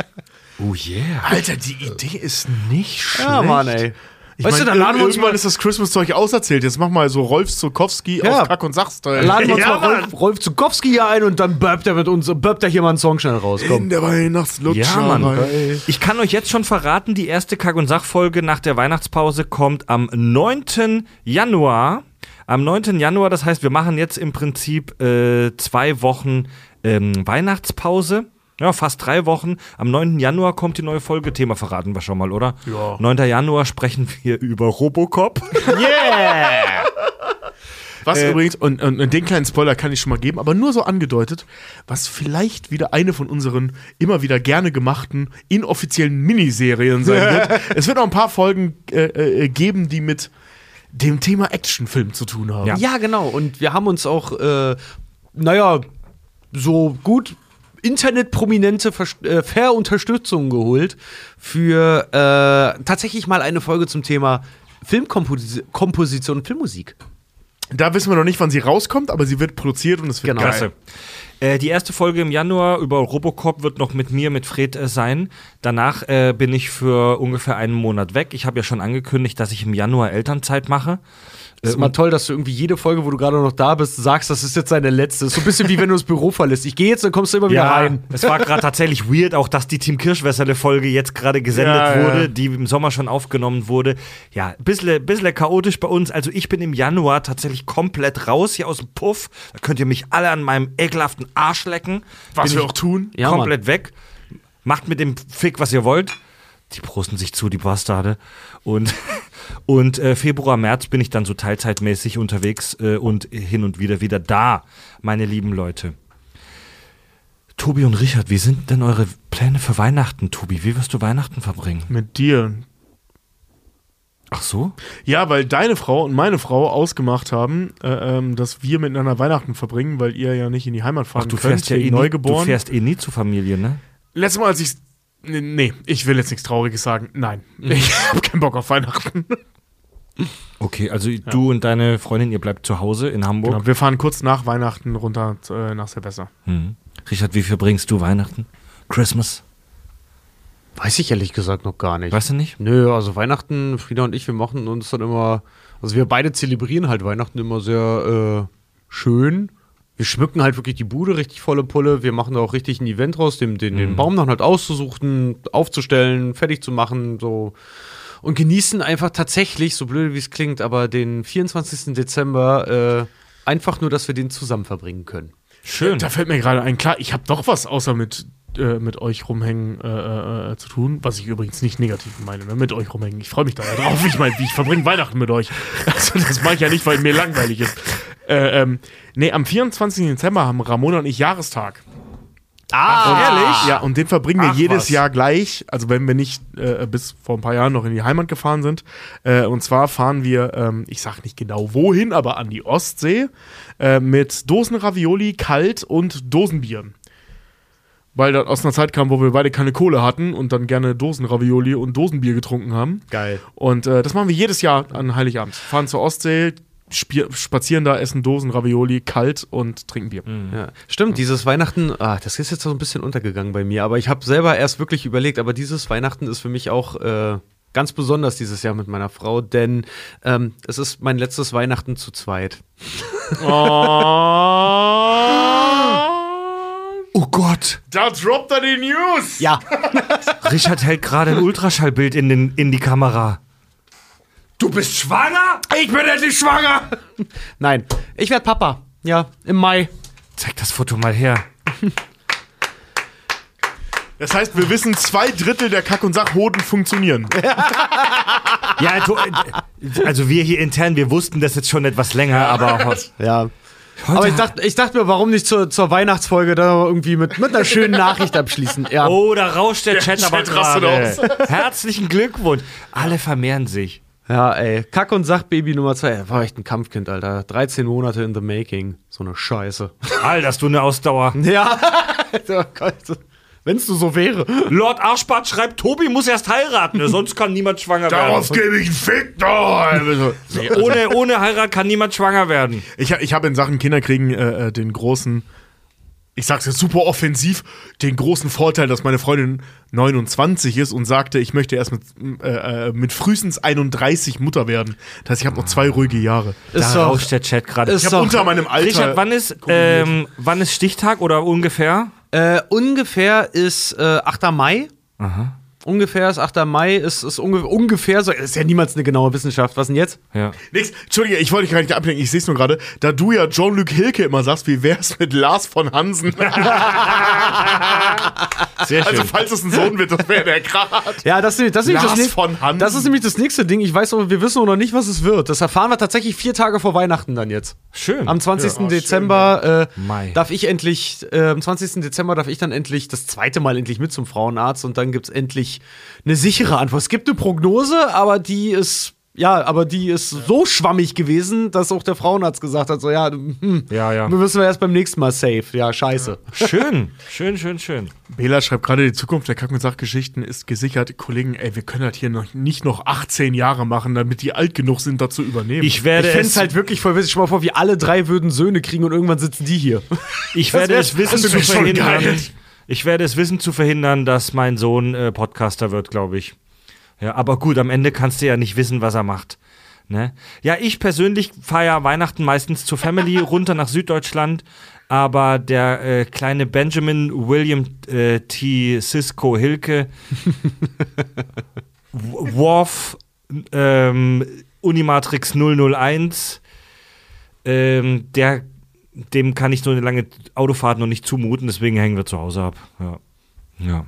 Speaker 1: Oh yeah.
Speaker 3: Alter, die Idee ist nicht schlecht.
Speaker 4: Ja, Mann, ey.
Speaker 3: Ich weißt mein, du, dann laden wir uns mal, ist das Christmas-Zeug auserzählt. Jetzt mach mal so Rolf Zukowski
Speaker 4: ja.
Speaker 3: auf Kack- und Sach-Style.
Speaker 4: Laden wir uns
Speaker 3: ja,
Speaker 4: mal Rolf, Rolf Zukowski hier ein und dann burpt er mit uns, burpt er hier mal einen Song schnell raus. Komm.
Speaker 3: In der Weihnachtslutscher.
Speaker 1: Ja, Mann. Ich kann euch jetzt schon verraten, die erste Kack- und Sach-Folge nach der Weihnachtspause kommt am neunten Januar. Am neunten Januar, das heißt, wir machen jetzt im Prinzip äh, zwei Wochen ähm, Weihnachtspause. Ja, fast drei Wochen. Am neunten Januar kommt die neue Folge. Thema verraten wir schon mal, oder?
Speaker 3: Ja.
Speaker 1: neunten Januar sprechen wir über Robocop.
Speaker 4: Yeah!
Speaker 3: Was äh, übrigens, und, und, und den kleinen Spoiler kann ich schon mal geben, aber nur so angedeutet, was vielleicht wieder eine von unseren immer wieder gerne gemachten, inoffiziellen Miniserien sein wird. Es wird noch ein paar Folgen äh, äh, geben, die mit dem Thema Actionfilm zu tun haben.
Speaker 4: Ja, ja genau. Und wir haben uns auch, äh, naja, so gut Internetprominente Ver- äh, Verunterstützung geholt für äh, tatsächlich mal eine Folge zum Thema Filmkomposition und Filmmusik.
Speaker 3: Da wissen wir noch nicht, wann sie rauskommt, aber sie wird produziert und es wird
Speaker 4: genau.
Speaker 3: geil.
Speaker 1: Klasse. Äh, die erste Folge im Januar über Robocop wird noch mit mir, mit Fred äh, sein. Danach äh, bin ich für ungefähr einen Monat weg. Ich habe ja schon angekündigt, dass ich im Januar Elternzeit mache.
Speaker 4: Das ist immer toll, dass du irgendwie jede Folge, wo du gerade noch da bist, sagst, das ist jetzt deine letzte. Das ist so ein bisschen wie wenn du das Büro verlässt. Ich gehe jetzt, dann kommst du immer wieder
Speaker 1: Ja,
Speaker 4: rein.
Speaker 1: es war gerade tatsächlich weird, auch dass die Team Kirschwässerle-Folge jetzt gerade gesendet
Speaker 3: Ja, ja.
Speaker 1: wurde, die im Sommer schon aufgenommen wurde. Ja, ein bisschen, bisschen chaotisch bei uns. Also ich bin im Januar tatsächlich komplett raus hier aus dem Puff. Da könnt ihr mich alle an meinem ekelhaften Arsch lecken.
Speaker 3: Was
Speaker 1: bin
Speaker 3: wir
Speaker 1: ich
Speaker 3: auch tun.
Speaker 4: Ja,
Speaker 1: komplett weg. Macht mit dem Fick, was ihr wollt. Die prosten sich zu, die Bastarde. Und, und äh, Februar, März bin ich dann so teilzeitmäßig unterwegs äh, und hin und wieder wieder da, meine lieben Leute. Tobi und Richard, wie sind denn eure Pläne für Weihnachten, Tobi? Wie wirst du Weihnachten verbringen?
Speaker 3: Mit dir.
Speaker 1: Ach so?
Speaker 3: Ja, weil deine Frau und meine Frau ausgemacht haben, äh, ähm, dass wir miteinander Weihnachten verbringen, weil ihr ja nicht in die Heimat fahren
Speaker 1: Ach, du
Speaker 3: könnt,
Speaker 1: fährst ja
Speaker 3: wegen
Speaker 1: eh nie, du
Speaker 3: Neugeboren.
Speaker 1: fährst eh nie zur Familie, ne?
Speaker 3: Letztes Mal, als ich Nee, ich will jetzt nichts Trauriges sagen. Nein, ich habe keinen Bock auf Weihnachten.
Speaker 1: Okay, also du und deine Freundin, ihr bleibt zu Hause in Hamburg.
Speaker 3: Genau, wir fahren kurz nach Weihnachten runter äh, nach Silvester.
Speaker 1: Mhm. Richard, wie verbringst du Weihnachten? Christmas?
Speaker 4: Weiß ich ehrlich gesagt noch gar nicht.
Speaker 1: Weißt du nicht?
Speaker 4: Nö, also Weihnachten, Frieda und ich, wir machen uns dann immer, also wir beide zelebrieren halt Weihnachten immer sehr äh, schön. Wir schmücken halt wirklich die Bude richtig volle Pulle. Wir machen da auch richtig ein Event raus, den, den, den Baum dann halt auszusuchen, aufzustellen, fertig zu machen, so. Und genießen einfach tatsächlich, so blöd wie es klingt, aber den vierundzwanzigsten Dezember äh, einfach nur, dass wir den zusammen verbringen können.
Speaker 1: Schön.
Speaker 3: Da fällt mir gerade ein, klar, ich habe doch was außer mit, äh, mit euch rumhängen äh, äh, zu tun, was ich übrigens nicht negativ meine, ne? Mit euch rumhängen. Ich freue mich da ja drauf. Ich meine, ich verbringe Weihnachten mit euch. Also, das mache ich ja nicht, weil mir langweilig ist. Äh, ähm, nee, am vierundzwanzigsten Dezember haben Ramona und ich Jahrestag.
Speaker 4: Ah,
Speaker 3: ehrlich? Ja, und den verbringen wir
Speaker 1: Ach,
Speaker 3: jedes
Speaker 1: was.
Speaker 3: Jahr gleich, also wenn wir nicht äh, bis vor ein paar Jahren noch in die Heimat gefahren sind. Äh, und zwar fahren wir, ähm, ich sag nicht genau wohin, aber an die Ostsee äh, mit Dosenravioli, kalt und Dosenbier. Weil das aus einer Zeit kam, wo wir beide keine Kohle hatten und dann gerne Dosenravioli und Dosenbier getrunken haben.
Speaker 4: Geil.
Speaker 3: Und äh, das machen wir jedes Jahr an Heiligabend. Fahren zur Ostsee, Spier, spazieren da, essen Dosen, Ravioli, kalt und trinken Bier.
Speaker 4: Ja, stimmt, dieses Weihnachten, ah, das ist jetzt so ein bisschen untergegangen bei mir, aber ich habe selber erst wirklich überlegt, aber dieses Weihnachten ist für mich auch äh, ganz besonders dieses Jahr mit meiner Frau, denn ähm, es ist mein letztes Weihnachten zu zweit.
Speaker 1: Oh Gott.
Speaker 3: Da droppt er die News!
Speaker 4: Ja.
Speaker 1: Richard hält gerade ein Ultraschallbild in, den, in die Kamera. Du bist schwanger?
Speaker 4: Ich bin endlich schwanger! Nein, ich werde Papa. Ja, im Mai.
Speaker 1: Zeig das Foto mal her.
Speaker 3: Das heißt, wir wissen, zwei Drittel der Kack- und Sachhoden funktionieren.
Speaker 1: Ja, also, also wir hier intern, wir wussten das jetzt schon etwas länger, aber heute,
Speaker 4: Ja. Aber ich dachte, ich dachte mir, warum nicht zur, zur Weihnachtsfolge da irgendwie mit, mit einer schönen Nachricht abschließen? Ja.
Speaker 1: Oh, da rauscht der Chat
Speaker 3: Der
Speaker 1: aber
Speaker 3: Chat rastet
Speaker 1: gerade. Herzlichen Glückwunsch. Alle vermehren sich.
Speaker 4: Ja, ey. Kack- und Sachbaby Nummer zwei. Er war echt ein Kampfkind, Alter. dreizehn Monate in the making. So eine Scheiße.
Speaker 1: Alter, hast du eine Ausdauer.
Speaker 4: Ja. Oh Gott. Wenn's du so wäre.
Speaker 1: Lord Arschbart schreibt, Tobi muss erst heiraten, sonst kann niemand schwanger
Speaker 3: Darauf
Speaker 1: werden.
Speaker 3: gebe ich einen Fick, doch! Nee, also,
Speaker 1: Ohne, ohne Heirat kann niemand schwanger werden.
Speaker 3: ich ich habe in Sachen Kinderkriegen äh, den großen, ich sag's jetzt super offensiv, den großen Vorteil, dass meine Freundin neunundzwanzig ist und sagte, ich möchte erst mit, äh, mit frühestens einunddreißig Mutter werden. Das heißt, ich habe noch zwei ruhige Jahre.
Speaker 1: Da
Speaker 4: Ist doch-
Speaker 1: rauscht der Chat gerade.
Speaker 4: ist
Speaker 3: Ich habe
Speaker 4: doch-
Speaker 3: unter meinem Alter.
Speaker 1: Richard, wann ist, ähm, wann ist Stichtag oder ungefähr?
Speaker 4: Äh, ungefähr ist äh, achter Mai.
Speaker 1: Aha.
Speaker 4: Ungefähr ist achter Mai, ist, ist unge ungefähr so. Ist ja niemals eine genaue Wissenschaft. Was denn jetzt?
Speaker 1: Ja.
Speaker 3: Nix, Entschuldige, ich wollte dich gar nicht ablenken, ich sehe es nur gerade. Da du ja Jean-Luc Hilke immer sagst, wie wär's mit Lars von Hansen?
Speaker 1: Sehr schön.
Speaker 3: Also, falls es ein Sohn wird, das wäre der Grad.
Speaker 4: Ja, das, ist- das, ist nämlich
Speaker 3: Lars
Speaker 4: das, nächste-
Speaker 3: von Hansen.
Speaker 4: das ist nämlich das nächste Ding. Ich weiß aber, wir wissen auch noch nicht, was es wird. Das erfahren wir tatsächlich vier Tage vor Weihnachten dann jetzt.
Speaker 1: Schön.
Speaker 4: Am zwanzigsten
Speaker 3: Ja, schön,
Speaker 4: Dezember äh,
Speaker 1: Mai.
Speaker 4: darf ich endlich, äh, am zwanzigsten Dezember darf ich dann endlich das zweite Mal endlich mit zum Frauenarzt und dann gibt's endlich eine sichere Antwort. Es gibt eine Prognose, aber die ist Ja, aber die ist so schwammig gewesen, dass auch der Frauenarzt gesagt hat, so ja, hm,
Speaker 1: Ja, ja.
Speaker 4: wir müssen wir erst beim nächsten Mal safe. Ja, scheiße.
Speaker 1: Schön, schön, schön, schön.
Speaker 3: Bela schreibt gerade, die Zukunft der Kack- und Sachgeschichten ist gesichert. Kollegen, ey, wir können das hier noch nicht noch achtzehn Jahre machen, damit die alt genug sind, dazu übernehmen.
Speaker 1: Ich werde
Speaker 4: Ich fände
Speaker 1: es
Speaker 4: es halt wirklich voll witzig. Stell mal vor, wir alle drei würden Söhne kriegen und irgendwann sitzen die hier.
Speaker 1: Ich werde
Speaker 4: wär-
Speaker 1: es wissen
Speaker 3: das
Speaker 1: zu
Speaker 3: wär schon
Speaker 1: verhindern.
Speaker 3: geil.
Speaker 1: Ich werde es wissen zu verhindern, dass mein Sohn äh, Podcaster wird, glaube ich. Ja, aber gut, am Ende kannst du ja nicht wissen, was er macht. Ne? Ja, ich persönlich fahre ja Weihnachten meistens zur Family runter nach Süddeutschland, aber der äh, kleine Benjamin William äh, T. Cisco Hilke W- Worf ähm, Unimatrix null null eins, ähm, der dem kann ich so eine lange Autofahrt noch nicht zumuten, deswegen hängen wir zu Hause ab. Ja. Ja.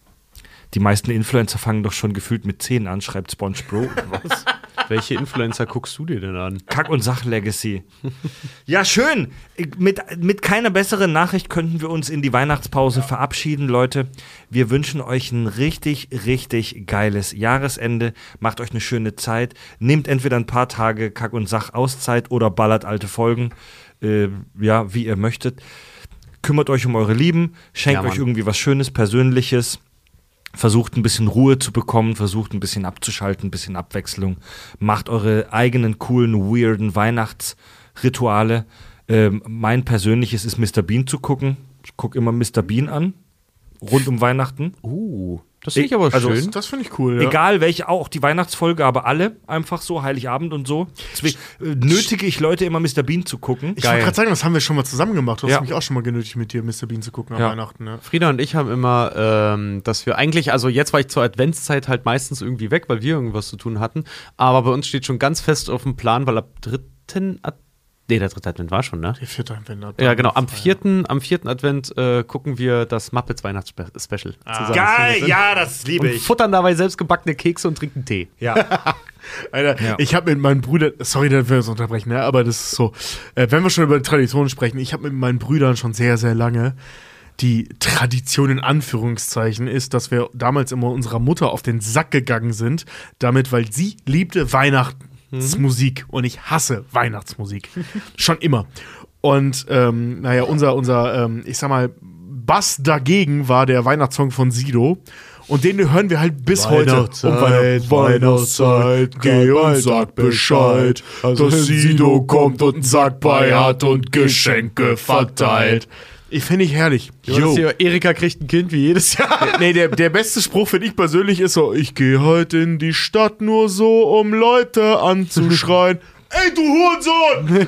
Speaker 1: Die meisten Influencer fangen doch schon gefühlt mit zehn an, schreibt SpongeBro. Was?
Speaker 4: Welche Influencer guckst du dir denn an?
Speaker 1: Kack- und Sach-Legacy. Ja, schön. Mit, mit keiner besseren Nachricht könnten wir uns in die Weihnachtspause verabschieden, Leute. Wir wünschen euch ein richtig, richtig geiles Jahresende. Macht euch eine schöne Zeit. Nehmt entweder ein paar Tage Kack- und Sach-Auszeit oder ballert alte Folgen. Äh, ja, wie ihr möchtet. Kümmert euch um eure Lieben. Schenkt
Speaker 4: Ja, Mann.
Speaker 1: euch irgendwie was Schönes, Persönliches. Versucht ein bisschen Ruhe zu bekommen, versucht ein bisschen abzuschalten, ein bisschen Abwechslung. Macht eure eigenen coolen, weirden Weihnachtsrituale. Ähm, mein persönliches ist Mister Bean zu gucken. Ich gucke immer Mister Bean an, rund um Weihnachten.
Speaker 4: Uh, das finde ich aber
Speaker 1: Also,
Speaker 4: schön.
Speaker 3: Das finde ich cool, ja.
Speaker 1: Egal welche, auch die Weihnachtsfolge, aber alle einfach so, Heiligabend und so. Deswegen äh, nötige ich Leute immer Mister Bean zu gucken.
Speaker 3: Ich wollte gerade sagen, das haben wir schon mal zusammen gemacht. Du hast
Speaker 1: Ja.
Speaker 3: mich auch schon mal genötigt, mit dir Mister Bean zu gucken
Speaker 1: Ja.
Speaker 3: an Weihnachten. Ne?
Speaker 4: Frieda und ich haben immer, ähm, dass wir eigentlich, also jetzt war ich zur Adventszeit halt meistens irgendwie weg, weil wir irgendwas zu tun hatten. Aber bei uns steht schon ganz fest auf dem Plan, weil ab dritten Ad Nee, der dritte Advent war schon, ne?
Speaker 3: Der vierte Advent.
Speaker 4: Ja, genau. Am vierten, am vierten Advent äh, gucken wir das Muppets Weihnachtsspecial zusammen.
Speaker 1: Geil, ja, das liebe
Speaker 4: Und
Speaker 1: ich.
Speaker 4: futtern dabei selbstgebackene Kekse und trinken Tee.
Speaker 1: Ja.
Speaker 3: Alter,
Speaker 1: Ja.
Speaker 3: ich habe mit meinen Brüdern, sorry, dass wir das unterbrechen, ne? Aber das ist so, äh, wenn wir schon über die Traditionen sprechen, ich habe mit meinen Brüdern schon sehr, sehr lange die Tradition in Anführungszeichen ist, dass wir damals immer unserer Mutter auf den Sack gegangen sind, damit, weil sie liebte Weihnachtsmusik und ich hasse Weihnachtsmusik. Schon immer. Und ähm, naja, unser, unser ähm, ich sag mal, Bass dagegen war der Weihnachtssong von Sido. Und den hören wir halt bis heute.
Speaker 2: Weihnachtszeit, Weihnachtszeit, geh und sag Bescheid, dass Sido kommt und einen Sack bei hat und Geschenke verteilt.
Speaker 3: Ich finde ich herrlich.
Speaker 4: Jo. Hier, Erika kriegt ein Kind wie jedes Jahr.
Speaker 3: Nee, der, der beste Spruch, finde ich persönlich, ist so: Ich gehe heute in die Stadt nur so, um Leute anzuschreien. Ey, du Hurensohn!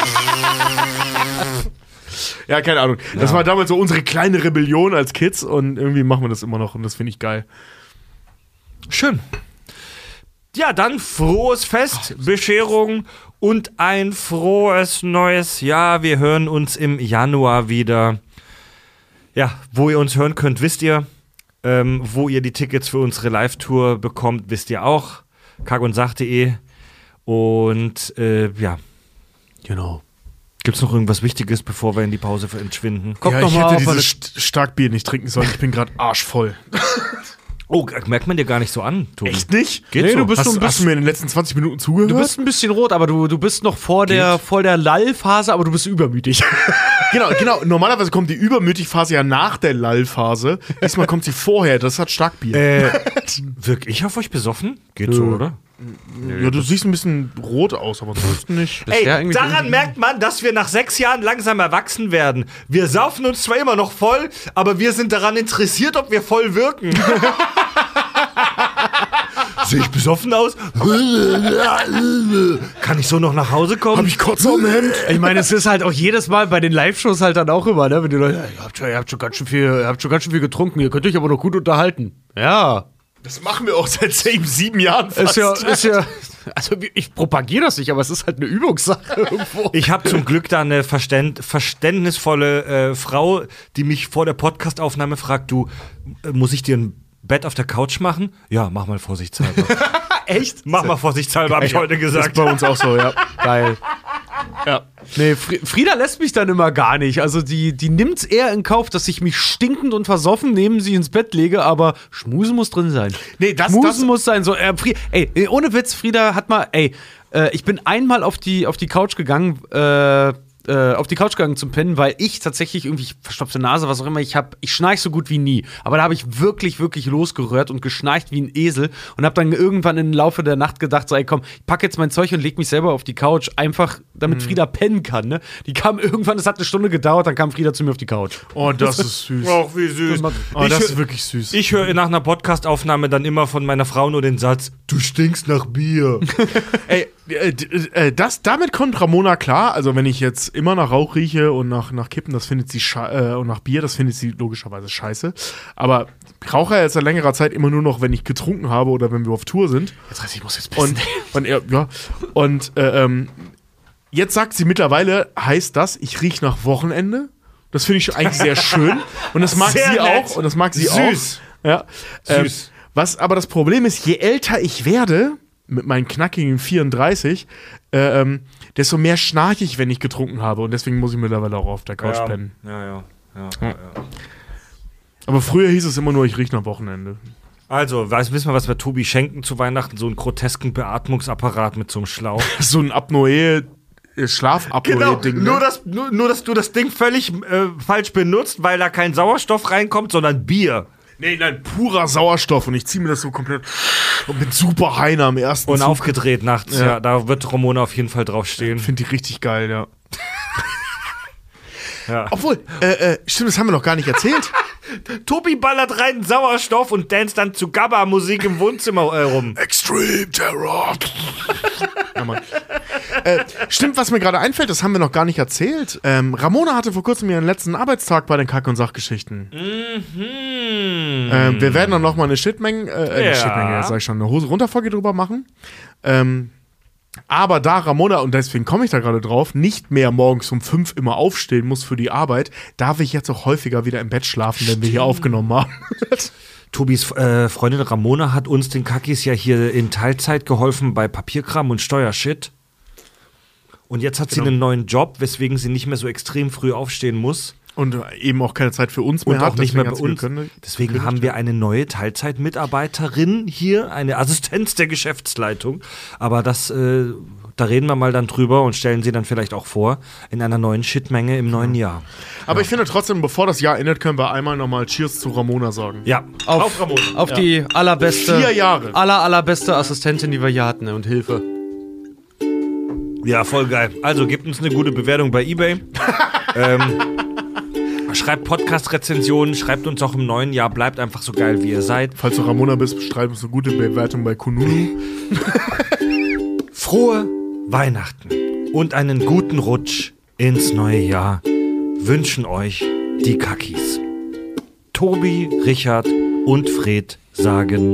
Speaker 3: Ja, keine Ahnung. Das war damals so unsere kleine Rebellion als Kids und irgendwie machen wir das immer noch und das finde ich geil.
Speaker 1: Schön. Ja, dann frohes Fest, Bescherung und ein frohes neues Jahr. Wir hören uns im Januar wieder. Ja, wo ihr uns hören könnt, wisst ihr. Ähm, wo ihr die Tickets für unsere Live-Tour bekommt, wisst ihr auch. kack und sach punkt de. Und äh, ja,
Speaker 4: Genau.
Speaker 1: gibt's noch irgendwas Wichtiges, bevor wir in die Pause entschwinden?
Speaker 4: Kommt
Speaker 3: ja,
Speaker 4: noch
Speaker 3: ich
Speaker 4: mal
Speaker 3: hätte
Speaker 4: auf
Speaker 3: dieses
Speaker 4: meine-
Speaker 3: St- Starkbier nicht trinken sollen. Ich bin gerade arschvoll.
Speaker 1: Oh, merkt man dir gar nicht so an, Tobi.
Speaker 3: Echt nicht?
Speaker 1: Geht
Speaker 4: Nee,
Speaker 1: so.
Speaker 4: du bist
Speaker 3: Hast,
Speaker 4: so ein
Speaker 3: hast du mir in den letzten zwanzig Minuten zugehört?
Speaker 4: Du bist ein bisschen rot, aber du, du bist noch vor der, vor der Lull-Phase, aber du bist übermütig.
Speaker 3: Genau, genau. Normalerweise kommt die Übermütig-Phase ja nach der Lall-Phase. Diesmal kommt sie vorher. Das hat Starkbier.
Speaker 1: Äh, wirk ich auf euch besoffen? Geht so, oder?
Speaker 3: ja, du siehst ein bisschen rot aus, aber ansonsten nicht.
Speaker 4: Bisher
Speaker 1: Ey,
Speaker 4: irgendwie
Speaker 1: daran
Speaker 4: irgendwie-
Speaker 1: merkt man, dass wir nach sechs Jahren langsam erwachsen werden. Wir saufen uns zwar immer noch voll, aber wir sind daran interessiert, ob wir voll wirken. Sehe ich besoffen aus? Kann ich so noch nach Hause kommen?
Speaker 3: Hab ich Kotze am Hemd?
Speaker 4: Ich meine, es ist halt auch jedes Mal bei den Live-Shows halt dann auch immer, ne? Wenn die Leute, ja, ihr habt schon, ihr habt schon ganz schön viel, ihr habt schon ganz schön viel getrunken, ihr könnt euch aber noch gut unterhalten. Ja.
Speaker 3: Das machen wir auch seit sieben Jahren fast.
Speaker 4: Ist ja, ist ja, also ich propagiere das nicht, aber es ist halt eine Übungssache irgendwo.
Speaker 1: Ich habe zum Glück da eine verständ, verständnisvolle äh, Frau, die mich vor der Podcastaufnahme fragt, du, äh, muss ich dir ein Bett auf der Couch machen? Ja, mach mal vorsichtshalber.
Speaker 4: Echt?
Speaker 1: Mach mal vorsichtshalber, habe ich heute
Speaker 3: Das ist
Speaker 1: gesagt.
Speaker 3: bei uns auch so, ja.
Speaker 4: Geil.
Speaker 3: Ja.
Speaker 4: Nee, Frieda lässt mich dann immer gar nicht. Also die, die nimmt's eher in Kauf, dass ich mich stinkend und versoffen neben sie ins Bett lege, aber Schmusen muss drin sein.
Speaker 3: Nee, das,
Speaker 4: Schmusen
Speaker 3: das
Speaker 4: muss sein. So, äh, Frieda, ey, ohne Witz, Frieda hat mal, ey, äh, ich bin einmal auf die, auf die Couch gegangen, äh, Äh, auf die Couch gegangen zum Pennen, weil ich tatsächlich irgendwie verstopfte Nase, was auch immer, ich hab, ich schnarch so gut wie nie. Aber da habe ich wirklich, wirklich losgerührt und geschnarcht wie ein Esel und habe dann irgendwann im Laufe der Nacht gedacht, so, ey, komm, ich pack jetzt mein Zeug und leg mich selber auf die Couch, einfach damit mhm. Frieda pennen kann, ne? Die kam irgendwann, es hat eine Stunde gedauert, dann kam Frieda zu mir auf die Couch.
Speaker 3: Oh, das ist süß.
Speaker 1: Ach, wie süß.
Speaker 3: Oh, das
Speaker 1: ich,
Speaker 3: ist wirklich süß.
Speaker 1: Ich höre nach einer Podcastaufnahme dann immer von meiner Frau nur den Satz, du stinkst nach Bier.
Speaker 3: Ey, äh, äh, das, damit kommt Ramona klar. Also wenn ich jetzt immer nach Rauch rieche und nach, nach Kippen, das findet sie sche- äh, und nach Bier, das findet sie logischerweise scheiße. Aber ich rauche ja jetzt seit längerer Zeit immer nur noch, wenn ich getrunken habe oder wenn wir auf Tour sind.
Speaker 4: Jetzt weiß ich, ich muss jetzt pissen.
Speaker 3: Und, und, ja, ja, und äh, ähm, jetzt sagt sie mittlerweile, heißt das, ich rieche nach Wochenende. Das finde ich eigentlich sehr schön. Und das mag
Speaker 1: sehr
Speaker 3: sie
Speaker 1: nett.
Speaker 3: auch. Und das mag sie
Speaker 1: Süß.
Speaker 3: auch. Ja. Ähm,
Speaker 1: Süß.
Speaker 3: was aber das Problem ist, je älter ich werde, mit meinen knackigen vierunddreißig, äh, ähm, desto mehr schnarche ich, wenn ich getrunken habe. Und deswegen muss ich mittlerweile auch auf der Couch
Speaker 1: ja,
Speaker 3: pennen.
Speaker 1: Ja, ja, ja,
Speaker 3: Ja.
Speaker 1: ja, ja.
Speaker 3: Aber früher hieß es immer nur, ich rieche nach Wochenende.
Speaker 1: Also, weiß, wissen wir, was wir Tobi schenken zu Weihnachten? So einen grotesken Beatmungsapparat mit so einem Schlauch.
Speaker 3: So ein Apnoe, äh, Schlafapnoe-Ding.
Speaker 1: Genau, nur,
Speaker 3: ne?
Speaker 1: dass, nur, nur, dass du das Ding völlig äh, falsch benutzt, weil da kein Sauerstoff reinkommt, sondern Bier.
Speaker 3: Nee, nein, purer Sauerstoff. Und ich ziehe mir das so komplett und mit super Heiner am ersten
Speaker 1: Und
Speaker 3: Zug.
Speaker 1: aufgedreht nachts,
Speaker 3: Ja.
Speaker 1: ja. Da wird Ramona auf jeden Fall draufstehen.
Speaker 3: Finde ich richtig geil, ja.
Speaker 1: Ja.
Speaker 3: Obwohl, äh, äh, stimmt, das haben wir noch gar nicht erzählt.
Speaker 1: Tobi ballert rein Sauerstoff und dance dann zu Gabba-Musik im Wohnzimmer äh, rum.
Speaker 3: Extreme Terror. Ja, Mann. Äh, stimmt, was mir gerade einfällt, das haben wir noch gar nicht erzählt. Ähm, Ramona hatte vor kurzem ihren letzten Arbeitstag bei den Kack- und Sachgeschichten.
Speaker 1: Mhm.
Speaker 3: Ähm, wir werden dann noch mal eine Shitmenge, äh, eine
Speaker 1: Ja.
Speaker 3: Shitmenge, sag ich schon, eine Hose runterfolge drüber machen. Ähm, aber da Ramona, und deswegen komme ich da gerade drauf, nicht mehr morgens um fünf immer aufstehen muss für die Arbeit, darf ich jetzt auch häufiger wieder im Bett schlafen, wenn wir hier aufgenommen haben.
Speaker 1: Tobis äh, Freundin Ramona hat uns den Kackis ja hier in Teilzeit geholfen bei Papierkram und Steuershit. Und jetzt hat
Speaker 3: Genau.
Speaker 1: sie einen neuen Job, weswegen sie nicht mehr so extrem früh aufstehen muss.
Speaker 3: Und eben auch keine Zeit für uns mehr
Speaker 1: Und
Speaker 3: hat.
Speaker 1: auch nicht mehr bei
Speaker 3: deswegen
Speaker 1: uns.
Speaker 3: hat sie gekündigt-
Speaker 1: Deswegen
Speaker 3: gekündigt,
Speaker 1: haben wir
Speaker 3: ja.
Speaker 1: eine neue Teilzeitmitarbeiterin hier, eine Assistenz der Geschäftsleitung. Aber das, äh, da reden wir mal dann drüber und stellen sie dann vielleicht auch vor in einer neuen Shitmenge im neuen Jahr.
Speaker 3: Aber ich finde trotzdem, bevor das Jahr endet, können wir einmal nochmal Cheers zu Ramona sagen.
Speaker 1: Ja,
Speaker 4: Auf,
Speaker 1: Ramona.
Speaker 4: auf die allerbeste,
Speaker 3: Vier Jahre.
Speaker 4: aller, allerbeste Assistentin, die wir hier hatten, ne, und Hilfe.
Speaker 1: Ja, voll geil. Also gebt uns eine gute Bewertung bei eBay. ähm, schreibt Podcast-Rezensionen, schreibt uns auch im neuen Jahr, bleibt einfach so geil, wie ihr seid.
Speaker 3: Falls du Ramona bist, schreib uns eine gute Bewertung bei Kununu.
Speaker 1: Frohe Weihnachten und einen guten Rutsch ins neue Jahr wünschen euch die Kackis. Tobi, Richard und Fred sagen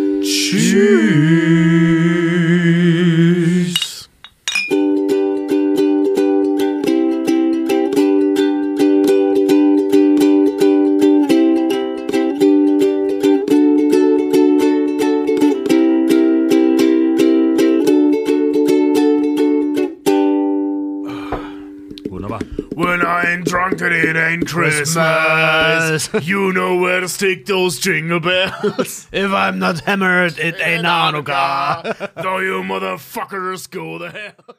Speaker 3: Tschüss.
Speaker 1: wunderbar.
Speaker 3: When I ain't drunk, then it ain't Christmas. You know where to stick those jingle bells.
Speaker 4: If I'm not hammered, it ain't Hanukkah.
Speaker 3: So you motherfuckers go to hell.